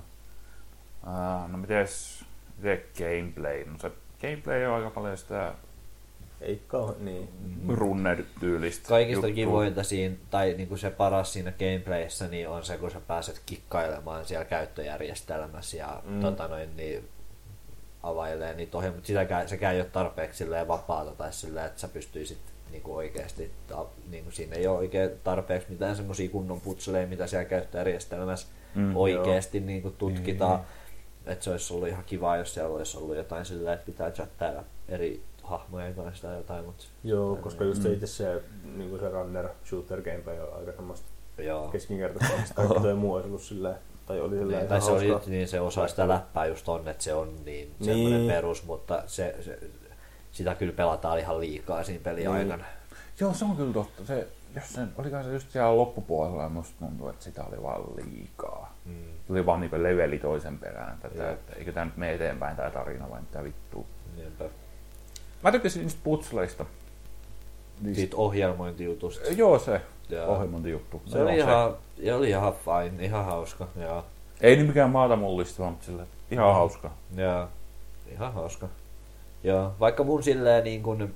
No mites se gameplay? No se gameplay on aika paljon sitä ei kauhean, niin. runner-tyylistä. Kaikista kivointa siinä, tai niinku se paras siinä gameplayssä, niin on se, kun sä pääset kikkailemaan siellä käyttöjärjestelmässä ja niin availee niitä ohjelmia, mutta sekään ei ole tarpeeksi vapaata tai silleen, että sä pystyisit niinku oikeasti, niinku siinä ei ole oikein tarpeeksi mitään semmosia kunnon putseleja, mitä siellä käyttöjärjestelmässä oikeasti niinku tutkitaan. Että se olisi ollut ihan kiva, jos siellä olisi ollut jotain silleen, että pitää chattailla eri hahmojen kanssa tai jotain. Mutta joo, koska just se itse se, niin se runner shooter gameplay on aika semmoista keskinkertaista. Kaikki toi muu olisi ollut silleen, tai oli silleen niin, tai se oli, niin se osa sitä läppää just on, että se on niin semmoinen perus, mutta sitä kyllä pelataan ihan liikaa siinä pelin aikana. Joo, se on kyllä totta. Olikaan se just siellä loppupuolella ja musta tuntuu, että sitä oli vaan liikaa. Tuli vaan niin leveli toisen perään. Että eikö tämä nyt mene eteenpäin tämä tarina vai mitä vittua. Niinpä. Mä tykkäsin niistä putsleista. Siitä ohjelmointijutusta. Joo, se ohjelmointijuttu. Se oli ihan fine, ihan hauska. Joo. Ei niin mikään maata mullistava, mutta sille ihan hauska. Joo, ihan hauska. Joo, vaikka mun silleen niin kun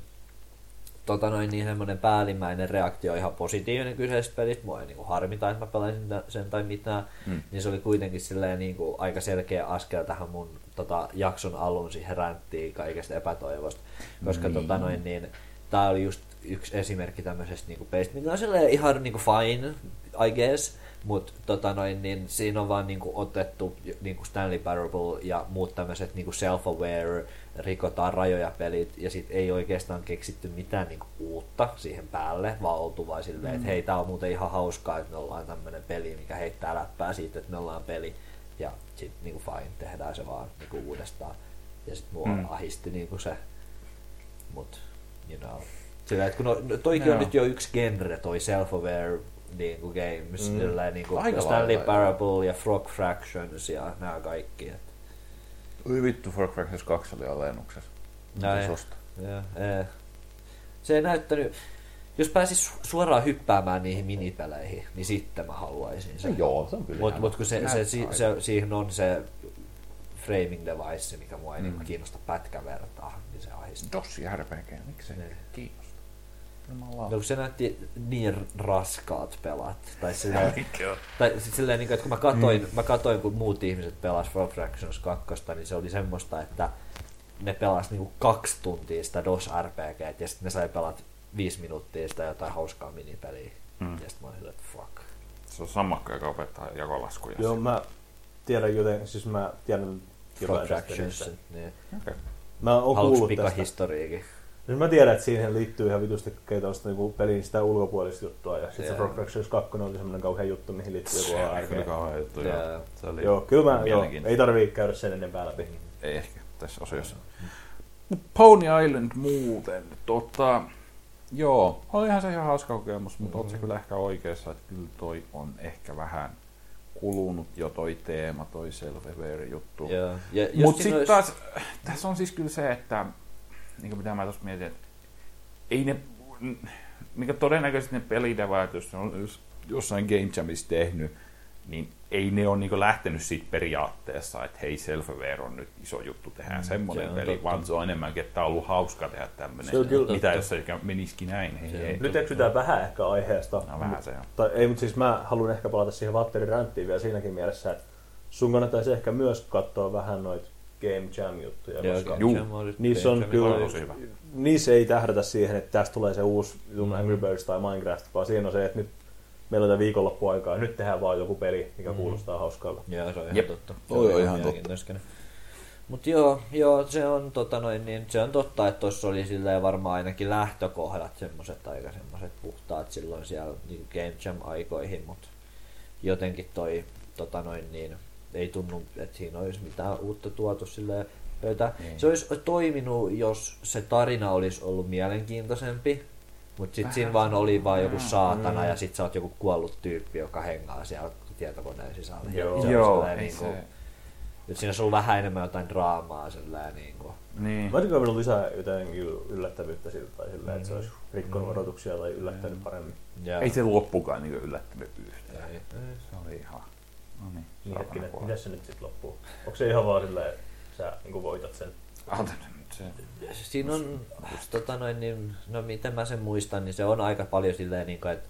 niin semmoinen päällimmäinen reaktio ihan positiivinen kyseisestä pelistä, mua ei niin harmita, että mä pelasin sen tai mitään, niin se oli kuitenkin silleen niin kuin aika selkeä askel tähän mun jakson alun siihen ränttiin kaikesta epätoivosta, koska niin, tää oli just yksi esimerkki tämmöisestä niin pelistä, mikä on silleen ihan niin fine, I guess, mutta niin, siinä on vaan niin otettu niin Stanley Parable ja muut tämmöiset niin self-aware, rikotaan rajoja pelit, ja sit ei oikeastaan keksitty mitään niinku uutta siihen päälle, vaan oltu vaan silleen, että hei, tää on muuten ihan hauskaa, että me ollaan tämmönen peli, mikä heittää läppää siitä, että me ollaan peli, ja sit niinku fine, tehdään se vaan niinku uudestaan, ja sit mua ahisti niinku se, mut, you know, silleen, että kun toikin on nyt jo yksi genre, toi self-aware niinku games, silleen, niinku Stanley Parable ja Frog Fractions ja nää kaikki, Oi vittu, Far Cry 2 oli alennuksessa. Se ei näyttänyt... Jos pääsis suoraan hyppäämään niihin minipeleihin, niin sitten mä haluaisin sen. Joo, se on kyllä. Mutta kun siihen on se framing device, mikä mua ei kiinnosta pätkän vertaa, niin se ahdistaa. Dossi RPG, miksi se kiinnostaa? No, kun se näytti niin raskaat pelat. Tai silleen, niin kuin, että kun mä katoin, kun muut ihmiset pelas Fractions 2, niin se oli semmoista, että ne pelas niin 2 tuntia sitä DOS-RPGtä ja sitten ne sai pelat 5 minuuttia sitä jotain hauskaa minipeliä. Ja sitten mä olin silleen, että fuck. Se on sammakko, joka opettaa jakolaskuja. Joo, mä tiedän joten, siis mä tiedän Fractions, niin. Okay. Mä oon kuullut tästä. Historiikin. Siis mä tiedän, että siihen liittyy ihan vitusti tällaista niinku pelin sitä ulkopuolista juttua. Ja sitten se Fractions 2 oli semmoinen kauhean juttu, mihin liittyy joku ARG. Kyllä kauhean juttu, joo. Kyllä ei tarvii käydä sen enempää läpi. Ei ehkä tässä osiossa. Pony Island muuten, joo, olihan se ihan hauska kokemus, mutta oot se kyllä ehkä oikeassa, että kyllä toi on ehkä vähän kulunut jo toi teema, toi self-aware-juttu. Mutta sitten taas, tässä on siis kyllä se, että niin mitä mä tuossa mietin, että ei ne, mikä todennäköisesti ne pelidevaajat, jos ne on jossain Game Jamissa tehnyt, niin ei ne ole niin lähtenyt siitä periaatteessa, että hei, self-aware on nyt iso juttu, tehdään semmoinen peli, vaan se on enemmänkin, että on ollut hauska tehdä tämmöinen. Mitä jos se menisikin näin? Hei. Nyt eksytään vähän ehkä aiheesta. No vähän se on. Mutta siis mä haluan ehkä palata siihen Valtterin ränttiin vielä siinäkin mielessä, että sun kannattaisi ehkä myös katsoa vähän noita Game Jam-juttuja. Koska niissä on kyllä, niissä ei tähdätä siihen, että tästä tulee se uusi Angry Birds tai Minecraft, vaan siinä on se, että nyt meillä on tämä viikonloppuaikaa, nyt tehdään vaan joku peli, mikä kuulostaa hauskalta. Joo, se on ihan totta. Se on ihan totta. Mutta joo, se on, se on totta, että tuossa oli silleen varmaan ainakin lähtökohdat semmoiset aika semmoiset puhtaat silloin siellä niin Game Jam-aikoihin, mutta jotenkin toi ei tunnu, että siinä olisi mitään uutta tuotu silleen pöytään. Se olisi toiminut, jos se tarina olisi ollut mielenkiintoisempi. Mutta sitten siinä vaan oli vaan joku saatana ja sit sä oot joku kuollut tyyppi, joka hengaa siellä tietokoneen sisällä. Joo, nyt siinä olisi ollut vähän enemmän jotain draamaa sellainen Niin. Mä ajattelin, että lisää jotenkin yllättävyyttä siltä tai silleen, että se olisi rikkonut odotuksia tai yllättänyt paremmin. Ei se loppukaan niin yllättänyt yhtään. Se oli ihan... No niin. Hetkinen, mitäs se nyt sitten loppuu? Onko se ihan vaan silleen, että sä niin voitat sen? Siinä on, no miten mä sen muistan, niin se on aika paljon silleen,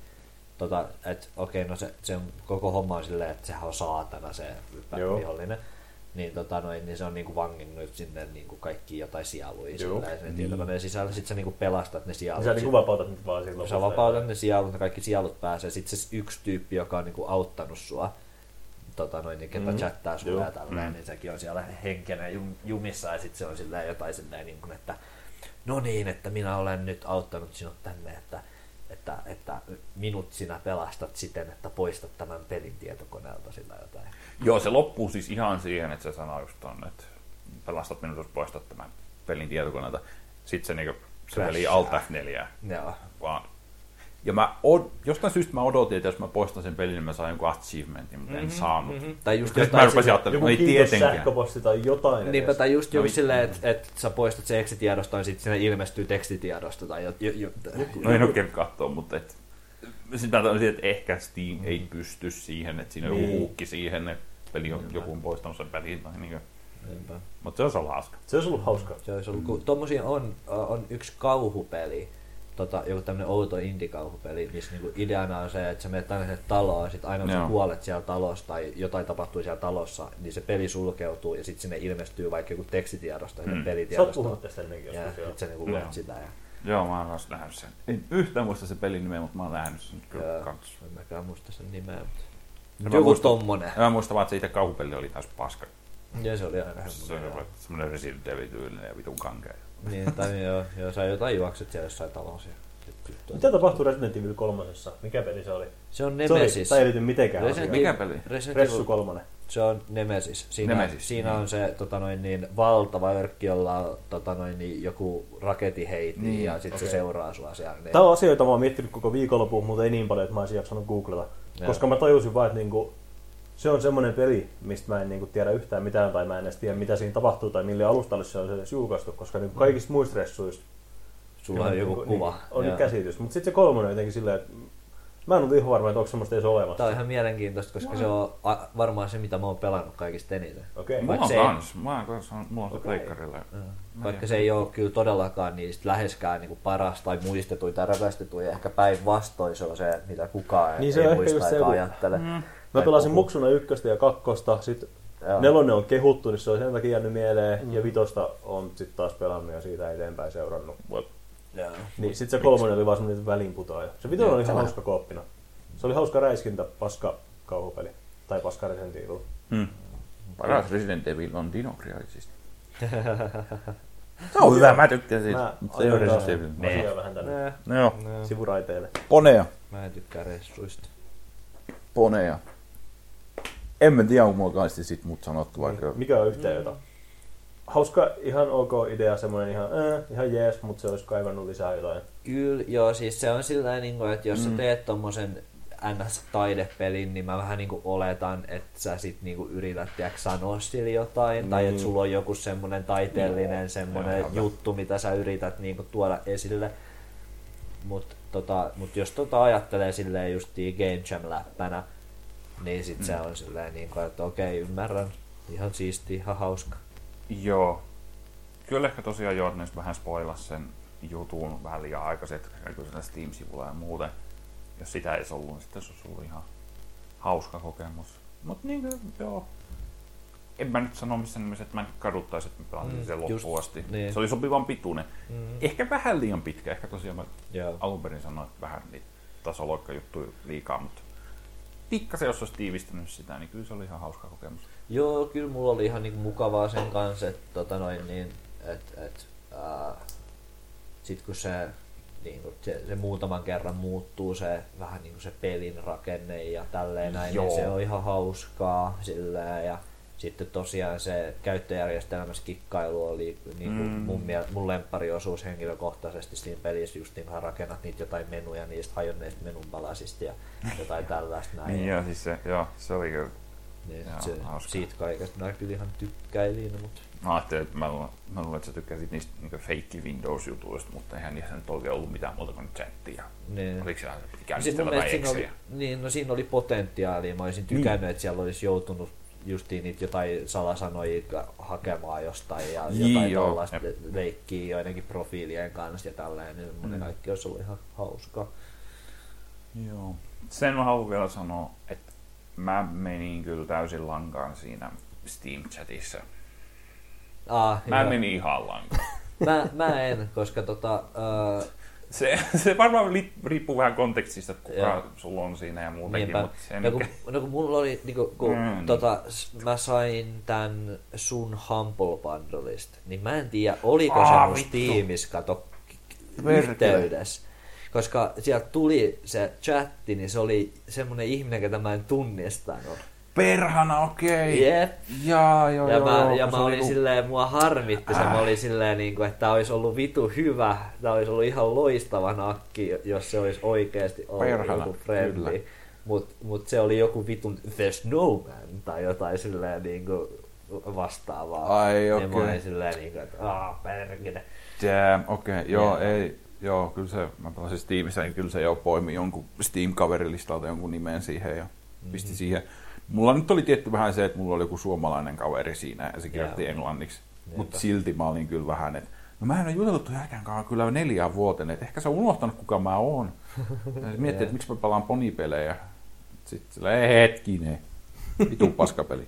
että okei, no se on koko homma on silleen, että sehän on saatana se vihollinen. Niin se on niinku vanginnut sinne niinku kaikki jotain sieluja sen tietokoneen sisällä. Sitten sä niinku pelastat ne sielut. Sä niinku vapautat nyt vaan silloin. Sä vapautat ne sielut, ne kaikki sielut pääsee. Sitten se yksi tyyppi, joka on niinku auttanut sua, ketä chattaa sulle ja tälleen, niin sekin on siellä henkenä jumissa ja sitten se on silleen jotain silleen, niin kuin, että no niin, että minä olen nyt auttanut sinut tänne, että minut sinä pelastat siten, että poistat tämän pelin tietokoneelta sillä jotain. Joo, se loppuu siis ihan siihen, että se sanoo just tonne, että pelastat minut, jos poistat tämän pelin tietokoneelta. Sitten se niinku peli Alt F4 vaan. Ja jostain syystä mä odotin, että jos mä poistan sen pelin, niin mä saan jonkun achievementin, mutta en saanut. Tai just jotain mä rupesin ajattelemaan, että ei tietenkään. Sähköposti tai jotain. Niinpä, tai just silleen, että sä poistat se exitiedosta, niin sitten siinä ilmestyy tekstitiedosta tai No en oikein katsoa, mutta sitten mä toivoisin, että ehkä Steam ei pysty siihen, että siinä on joku huukki siihen, että joku on poistanut sen pelin. Mutta se olisi ollut hauska. Se olisi ollut hauska. Se olisi ollut, kun tommosia on yksi kauhupeli, joku tämmönen outo indie-kauhupeli, missä niinku ideana on se, että sä menet tänne taloon, sit aina kun sä kuolet siellä talossa tai jotain tapahtuu siellä talossa, niin se peli sulkeutuu ja sitten sinne ilmestyy vaikka joku tekstitiedosto ja pelitiedosto. Sä oot puhunut tästä ennenkin joskus. Ja sit sä niinku luet sitä. Joo, mä oon myös nähnyt sen. En yhtään muista sen pelin nimeä, mutta mä oon nähnyt sen kyllä kans. En mäkään muista sen nimeä, mutta joku tommonen. Mä muistan vaan, että se itse kauhupeli oli taas paska. Ja se oli aina semmonen Resident Evil-tyylinen ja vitun kankea. Niin, tai joo, sä jotain juokset siellä jossain talossa. Mitä tapahtui Resident Evil 3? Mikä peli se oli? Se on Nemesis. Tai ei liity mitenkään. Mikä peli? Ressu 3. Se on Nemesis. Siinä on se valtava örkki, jolla on joku raketti heitii ja sitten se seuraa sua siellä. Tämä on asioita, mä oon miettinyt koko viikonloppuun, mutta ei niin paljon, että mä olisin jaksanut googlata. Koska mä tajusin vaan, että niinku, se on semmoinen peli, mistä mä en niinku tiedä yhtään mitään, tai mä en edes tiedä, mitä siinä tapahtuu, tai mille alustalle se on edes julkaistu, koska niinku kaikista muista ressuista Sulla on joku kuva. On nyt käsitys. Mutta sitten se 3 on jotenkin silleen, että mä en ole ihan varma, että onko semmoista edes olemassa. Tää on ihan mielenkiintoista, koska se on varmaan se, mitä mä oon pelannut kaikista eniten. Okei. Mulla on se pleikkarilla. Vaikka se ei ole kyllä todellakaan niistä läheskään niinku paras tai muistetuin tai rakastetuin, ehkä päinvastoin se on se, mitä kukaan niin ei muista eikä ajattele. Mä pelasin muksuna 1 ja 2, sitten 4 on kehuttu, niin se on sen takia jäänyt mieleen, ja 5 on sitten taas pelannut ja siitä eteenpäin seurannut. Niin sit se 3 oli vaan semmoinen väliinputoaja. Se 5 oli ihan hauska kooppina. Se oli hauska räiskintä, paska kauhupeli. Tai paska Resident Evil. Paras Resident Evil on Dino Crisis. Se on hyvä, mä tykkään siitä. Se on Resident Evil. Mä asioin vähän tänne sivuraiteille. Ponea. Mä en tykkää ressuista. Ponea. En mä tiedä, kun mulla kanssa sit mut sanottu vaikka. Mikä on yhteenveto? Hauska, ihan ok idea, semmoinen ihan jees, mutta se olisi kaivannut lisää jotain. Kyllä, joo, siis se on sillä tavalla, että jos sä teet tommosen NS-taidepelin, niin mä vähän niinku oletan, että sä sit niinku yrität sanoa sille jotain, tai että sulla on joku semmonen taiteellinen semmonen juttu, mitä sä yrität niinku tuoda esille. Mut jos ajattelee silleen justiin Game Jam-läppänä, niin sit se on silleen niinku, että okei, ymmärrän, ihan siisti, ihan hauska. Joo. Kyllä ehkä tosiaan Jornes vähän spoilasi sen jutun vähän liian aikaiset, kun sitä Steam-sivulla ja muuten. Jos sitä ei ollut, niin sitten se olisi ollut ihan hauska kokemus. Mutta niin kuin, joo. En mä nyt sano missään nimessä, että mä kaduttaisi, että mä pelasin sen loppuun asti. Niin. Se oli sopivan pituinen. Ehkä vähän liian pitkä. Ehkä tosiaan mä alun perin sanoin, että vähän niitä tasoloikkajuttuja liikaa, mutta pikkasen jos olisi tiivistänyt sitä, niin kyllä se oli ihan hauska kokemus. Joo, kyllä mulla oli ihan niinku mukavaa sen kanssa, että sit kun se muutaman kerran muuttuu se vähän niinku se pelin rakenne ja tälleen näin, niin se on ihan hauskaa silleen, ja sitten tosiaan se käyttöjärjestelmässä kikkailu oli niinku mun lemppariosuus henkilökohtaisesti siinä pelissä, just niin kun rakennat niitä jotain menuja niistä hajonneista menunpalasista ja jotain tällaista näin. Niin siis se oli kyllä. Niin, siitä kaikesta mä kyllä ihan tykkäilin, mutta mä ajattelin, että mä luulen, että sä tykkäsit niistä niin fake Windows-jutuista, mutta eihän niissä nyt oikein ollut mitään muuta kuin chattia. Niin. Oliko siellä käynnistellä vai Exceliä? Siinä oli potentiaalia. Mä olisin tykännyt, että siellä olisi joutunut justiin niitä jotain salasanoja hakemaan jostain ja jotain tollaista leikkiä joidenkin profiilien kanssa ja tälleen, niin kaikki olisi ollut ihan hauskaa. Joo. Sen mä haluan vielä sanoa, että mä menin kyllä täysin lankaan siinä Steam-chatissa. Mä menin ihan lankaan. mä en, koska Se varmaan riippuu vähän kontekstista, että kuka sulla on siinä ja muutenkin. Kun mulla oli, mä sain tän sun Humble Bundleista, niin mä en tiedä, oliko se mun Steamissa yhteydessä. Koska sieltä tuli se chatti, niin se oli semmonen ihminen, ketä mä en tunnistanut. Perhana, okei. Jep. Ja mä olin silleen, mua harmitti se, mä olin silleen, että tää olisi ollut vitu hyvä, tää olisi ollut ihan loistava nakki, jos se olisi oikeesti ollut joku frendi. Mut se oli joku vitun The Snowman tai jotain silleen vastaavaa. Ja mä olin silleen, että perkele. Damn, okei, joo, kyllä se, mä pelasin Steamissa, niin kyllä se jo poimi jonkun Steam-kaverilistalta jonkun nimen siihen ja pisti siihen. Mulla nyt oli tietty vähän se, että mulla oli joku suomalainen kaveri siinä ja se kirjoitti englanniksi. Mutta silti mä olin kyllä vähän, että no mä en ole jutellut jätkän kanssa kyllä 4 vuoteen, että ehkä sä on unohtanut kuka mä oon. Miettii, että miksi mä pelaan ponipelejä. Sitten silleen, hetkinen, vitun paskapeli.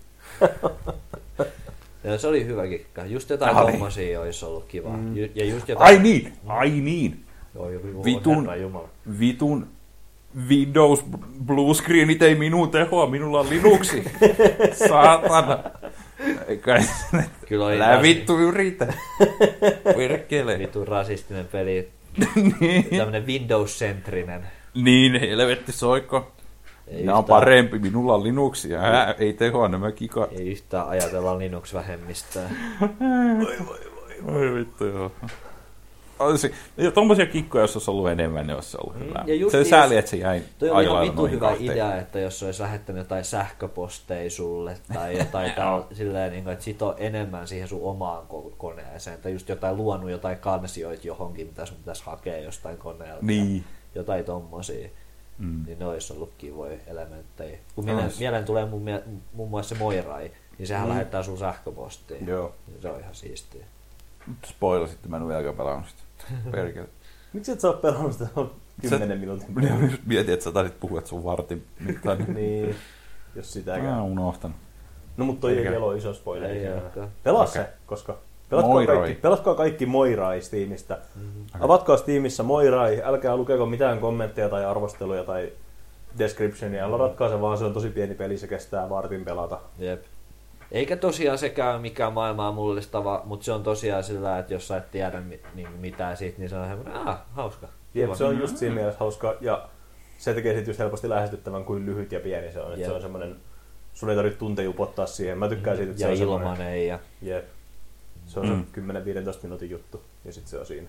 Ja se oli hyvä kikka. Just jotain tommosia olisi ollut kiva. Ja just jotain... Ai niin! Joo, vitun Windows bluescreenit ei minun tehoa, minulla on Linuxi. Saatana. Eikä älä vittu yritä. Perkele. Vitun rasistinen peli. Tämmönen Windows-sentrinen. Niin, helvetti soikko. Nämä on parempi, minulla on Linuxi ja ei tehoa nämä kikat. Ei yhtään ajatella Linux-vähemmistöä. Voi vittu joo. Tuommoisia kikkoja, jos olisi ollut enemmän, niin olisi ollut hyvä. Ja Se sääli, että se jäi toi on aika ihan lailla vittu noihin hyvä kahteen. idea, että jos olisi lähettänyt jotain sähköposteja sulle tai jotain silleen, niin kuin, että sit on enemmän siihen sun omaan koneeseen. Tai just jotain luonut jotain kansioita johonkin, mitä sun pitäisi hakea jostain koneelta. Niin. Jotain tommosia. Niin ne olisi ollut kivoja elementtejä. Kun mieleen tulee muun muassa se Moirai, niin sehän lähettää sun sähköpostiin. Joo. Se on ihan siistiä. Spoilasitte, mä en ole vieläkään pelannut sitä. Perkele. Miksi et sä oot pelannut sitä 10 minuutin? Minä just mietin, että sä taisit puhua, että sun vartin mittaan. Niin, jos sitäkään. Mä oon unohtanut. No mutta toi ei vielä ole iso spoileri. Ei olekaan. Pelaa se, koska pelatkaa kaikki Moirai Steamista. Avatkaa Steamissa Moirai, älkää lukeko mitään kommentteja tai arvosteluja tai descriptionia. Ladatkaa se vaan, se on tosi pieni peli, se kestää vartin pelata. Jep. Eikä tosiaan sekään mikään maailmaa mullistava, mutta se on tosiaan sillä, että jos sä et tiedä mitään siitä, niin se on semmoinen, hauska. Jep, se on just siinä mielessä hauska ja se tekee sit just helposti lähestyttävän kuin lyhyt ja pieni se on. Että se on semmoinen, sun ei tarvitse tunteja upottaa siihen. Mä tykkään siitä, että ja se on ilmanen semmoinen. ja... Jep. Se on se 10-15 minuutin juttu ja sit se on siinä.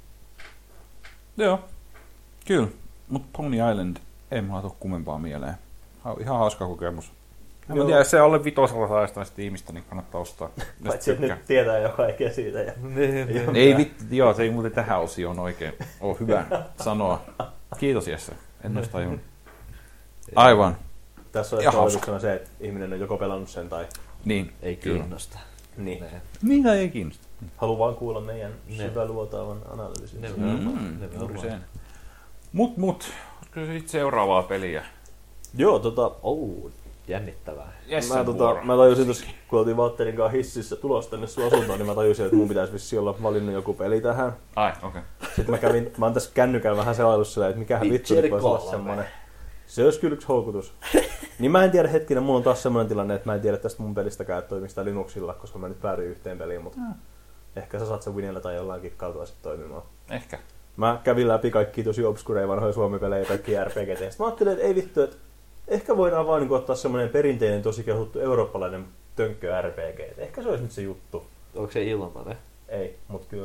Joo, kyllä. Mutta Pony Island ei mulla tule kummempaa mieleen. Ihan hauska kokemus. En tiedä, jos se alle 5 saa Steamista, niin kannattaa ostaa. Paitsi, että nyt tietää jo kaikkea siitä. Ja Ei vittu, joo, se ei muuten tähän osioon oikein ole hyvä sanoa. Kiitos Jesse, en olisi tajunnut. Aivan. Tässä on ajatuksena se, että ihminen on joko pelannut sen tai Niin, ei kiinnosta. niin. Niin tai ei kiinnosta. Haluan vaan kuulla meidän syväluotaavan analyysin. Juuri sen. Mut, olisiko se sitten seuraavaa peliä? Joo, Jännittävää. mä tajusin tuossa, kun oltiin Valtterin kanssa hississä tulossa tänne sun asuntoon, niin mä tajusin, että mun pitäisi vissiin olla valinnut joku peli tähän. Ai, okei. Sitten mä oon tässä kännykään vähän selailussa silleen, että mikähän vittu nyt voisi olla semmonen. Se olisi kyllä yksi houkutus. Niin mä en tiedä hetkinen, mulla on taas semmoinen tilanne, että mä en tiedä tästä mun pelistäkään, että toimii sitä Linuxilla, koska mä nyt päädyin yhteen peliin, mutta ehkä sä saat sen Winillä tai jollain kikkautua sitten toimimaan. Ehkä. Mä kävin läpi kaikki tosi obskureja vanhoja Suomi-pelejä ja kaikki RPGt. Sitten mä ajattelin, että ei vittu, että ehkä voidaan vaan niin ottaa semmoinen perinteinen, tosi kehuttu eurooppalainen tönkkö RPG. Et ehkä se olisi nyt se juttu. Onko se ilmanen? Ei, mut kyllä.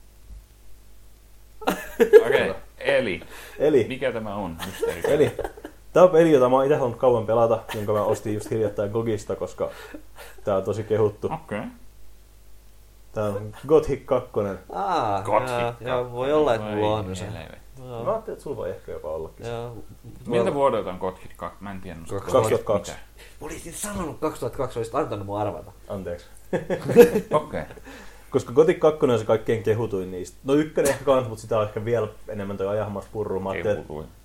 Okei, eli. Mikä tämä on? Eli tää on peli, jota mä oon itse halunnut kauan pelata, jonka mä ostin just hiljattain GOGista, koska tää on tosi kehuttu. Okei. Tää on Gothic 2. Joo, voi olla, että mulla on se. Mä ajattelin, että sulla voi ehkä jopa ollakin. Miltä vuodelta on Gothic 2? Mä en tiedä. 2002. Mä olisin sanonut 2002, olisit antanut mun arvata. Anteeksi. Okei. Koska Gothic 2 on se kaikkein kehutuin niistä. No ykkönen ehkä kans, mutta sitä on ehkä vielä enemmän toi ajahmas purru. Mä ajattelin,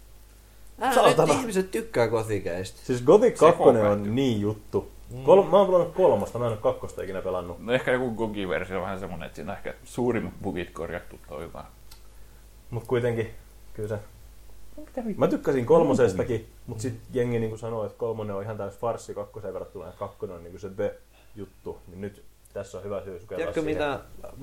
Nyt ihmiset tykkää Gothikeista. siis Gothic 2 on niin juttu. Mä oon pelannut 3, mä en ole 2 ikinä pelannut. No ehkä joku GOG-versio on vähän semmonen, että siinä on ehkä suurimmat bugit korjattu toivaa. Mut kuitenkin, kyllä se. Mä tykkäsin 3:stakin, mut sit jengi niinku sanoo, että 3 on ihan täys farssi 2 verrattuna, ja 2 on niinku se the-juttu. Niin nyt tässä on hyvä syy sukella Tiedätkö mitä,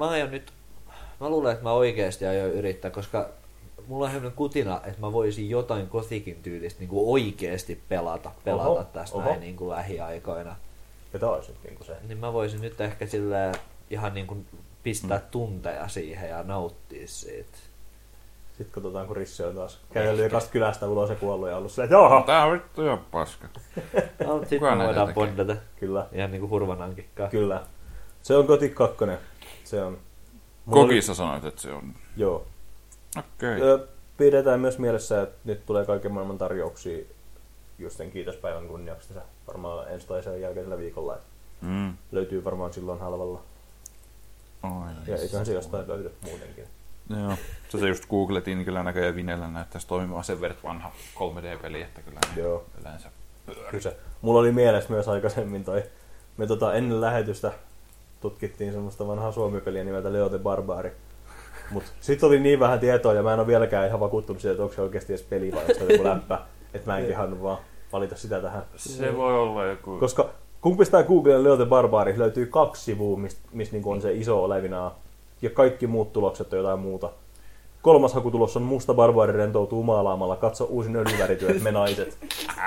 mä luulen, että mä oikeesti aion yrittää, koska mulla on sellainen kutina, että mä voisin jotain Gothicin tyylistä niin kuin oikeesti pelata tästä näin niin kuin lähiaikoina. Ja tää olisi nyt niinku se. Niin mä voisin nyt ehkä silleen ihan niin kuin pistää tunteja siihen ja nauttia siitä. Sitten katsotaan, kun Rissi on taas kävellyt ekasta kylästä ulos ja kuollut ja ollut silleen, että jaha! Tää on vittu ihan paska. No, sit me voidaan bondata. Kyllä. Ihan niinku hurvanankikkaa. Kyllä. Se on Gothic 2. Se on. Kokissa sanoit, että se on. Joo. Okei. Pidetään myös mielessä, että nyt tulee kaiken maailman tarjouksia just sen kiitospäivän kunniaksi tässä varmaan ensi tai sen jälkeisellä viikolla. Löytyy varmaan silloin halvalla. Ja eiköhän se jostain löydy muutenkin. Joo. Se just googletin, niin kyllä näköjään Vinellä näyttäisi toimimaan sen verran vanha 3D-peli, että kyllä ne yleensä Kyllä. Mulla oli mielessä myös aikaisemmin me ennen lähetystä tutkittiin semmoista vanhaa Suomi-peliä nimeltä Leo the Barbari. Mut sit oli niin vähän tietoa ja mä en ole vieläkään ihan vakuuttunut siitä, että onko se oikeasti edes peli vai onko se joku läppä. Että mä en kehannut vaan valita sitä tähän. Se voi olla joku. Koska kun pistää Googleen Leo the Barbari, löytyy 2 sivua, missä niinku on se iso olevinaa. Ja kaikki muut tulokset on jotain muuta. 3. hakutulos on Musta barbaari rentoutuu maalaamalla. Katso uusin öljyvärityöt, me naiset.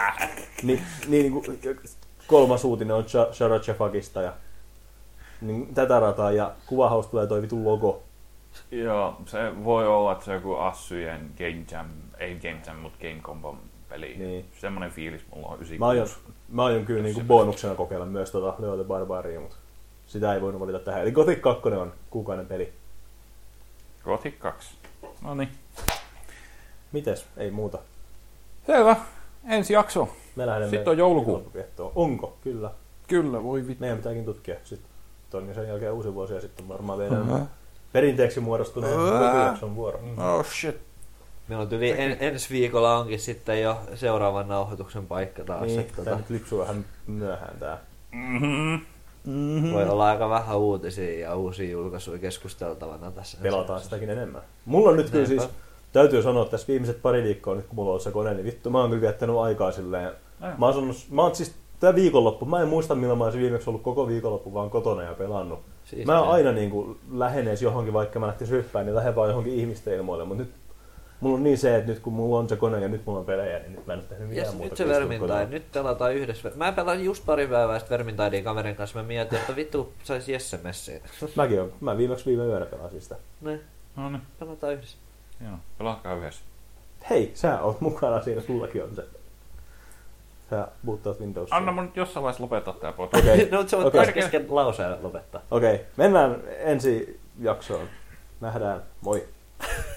Niin 3. uutinen on Shara Chefakista ja niin, tätä rataa. Ja kuvahausta tulee toi vitun logo. Joo, se voi olla, että se on joku Assyjen Game Jam, ei Game Jam, mutta Game Combo peli. Niin. Semmoinen fiilis mulla on 96. Mä aion kyllä niinku bonuksena kokeilla myös Leo the Barbaria, mutta sitä ei voinut valita tähän. Eli Gothic 2 on kuukainen peli. Gothic 2. No niin. Mites? Ei muuta. Selvä. Ensi jakso. Me lähdemme Sitten on joulukuu. viikonloppuviettoon. Onko? Kyllä. Kyllä, voi vittu. Meidän pitääkin tutkia. Sitten on sen jälkeen uusi vuosi ja sitten varmaan meidän perinteeksi muodostuneen jakson vuoro. Oh shit. Meillä on yli ensi viikolla onkin sitten jo seuraavan nauhoituksen paikka taas. Niin, että tää nyt lipsuu vähän myöhään tää. voi olla aika vähän uutisia ja uusia julkaisuja keskusteltavana tässä. Pelataan sitäkin enemmän. Mulla on nyt kyllä siis, täytyy sanoa, että tässä viimeiset pari viikkoa nyt kun mulla on ollut se kone, niin vittu mä oon kyllä viettänyt aikaa silleen. Mä oon siis tää viikonloppu, mä en muista milloin mä olisin viimeksi ollut koko viikonloppu vaan kotona ja pelannut. Mä aina niinku lähden edes johonkin, vaikka mä lähtis ryppään, niin lähden vaan johonkin ihmisten ilmoille, mutta nyt mulla on niin se, että nyt kun mulla on se kone ja nyt mulla on pelejä, niin nyt mä en ole tehnyt mitään muuta. Nyt se Vermintide, nyt pelataan yhdessä. Mä pelaan just pari päivää sitten Vermintidea kaverin kanssa, mä mietin, että vittu sais Jesse messiin. Mä viimeksi viime yönä pelasin sitä. Niin, No niin. pelataan yhdessä. Joo, pelatkaa yhdessä. Hei, sä oot mukana siinä, sullakin on se. Sä boottaat Windowsia. Anna mun nyt jossain vaiheessa lopettaa tää podcast. Okei. No, se on taas kesken lauseen lopettaa. Okei, mennään ensi jaksoon. Nähdään. Moi.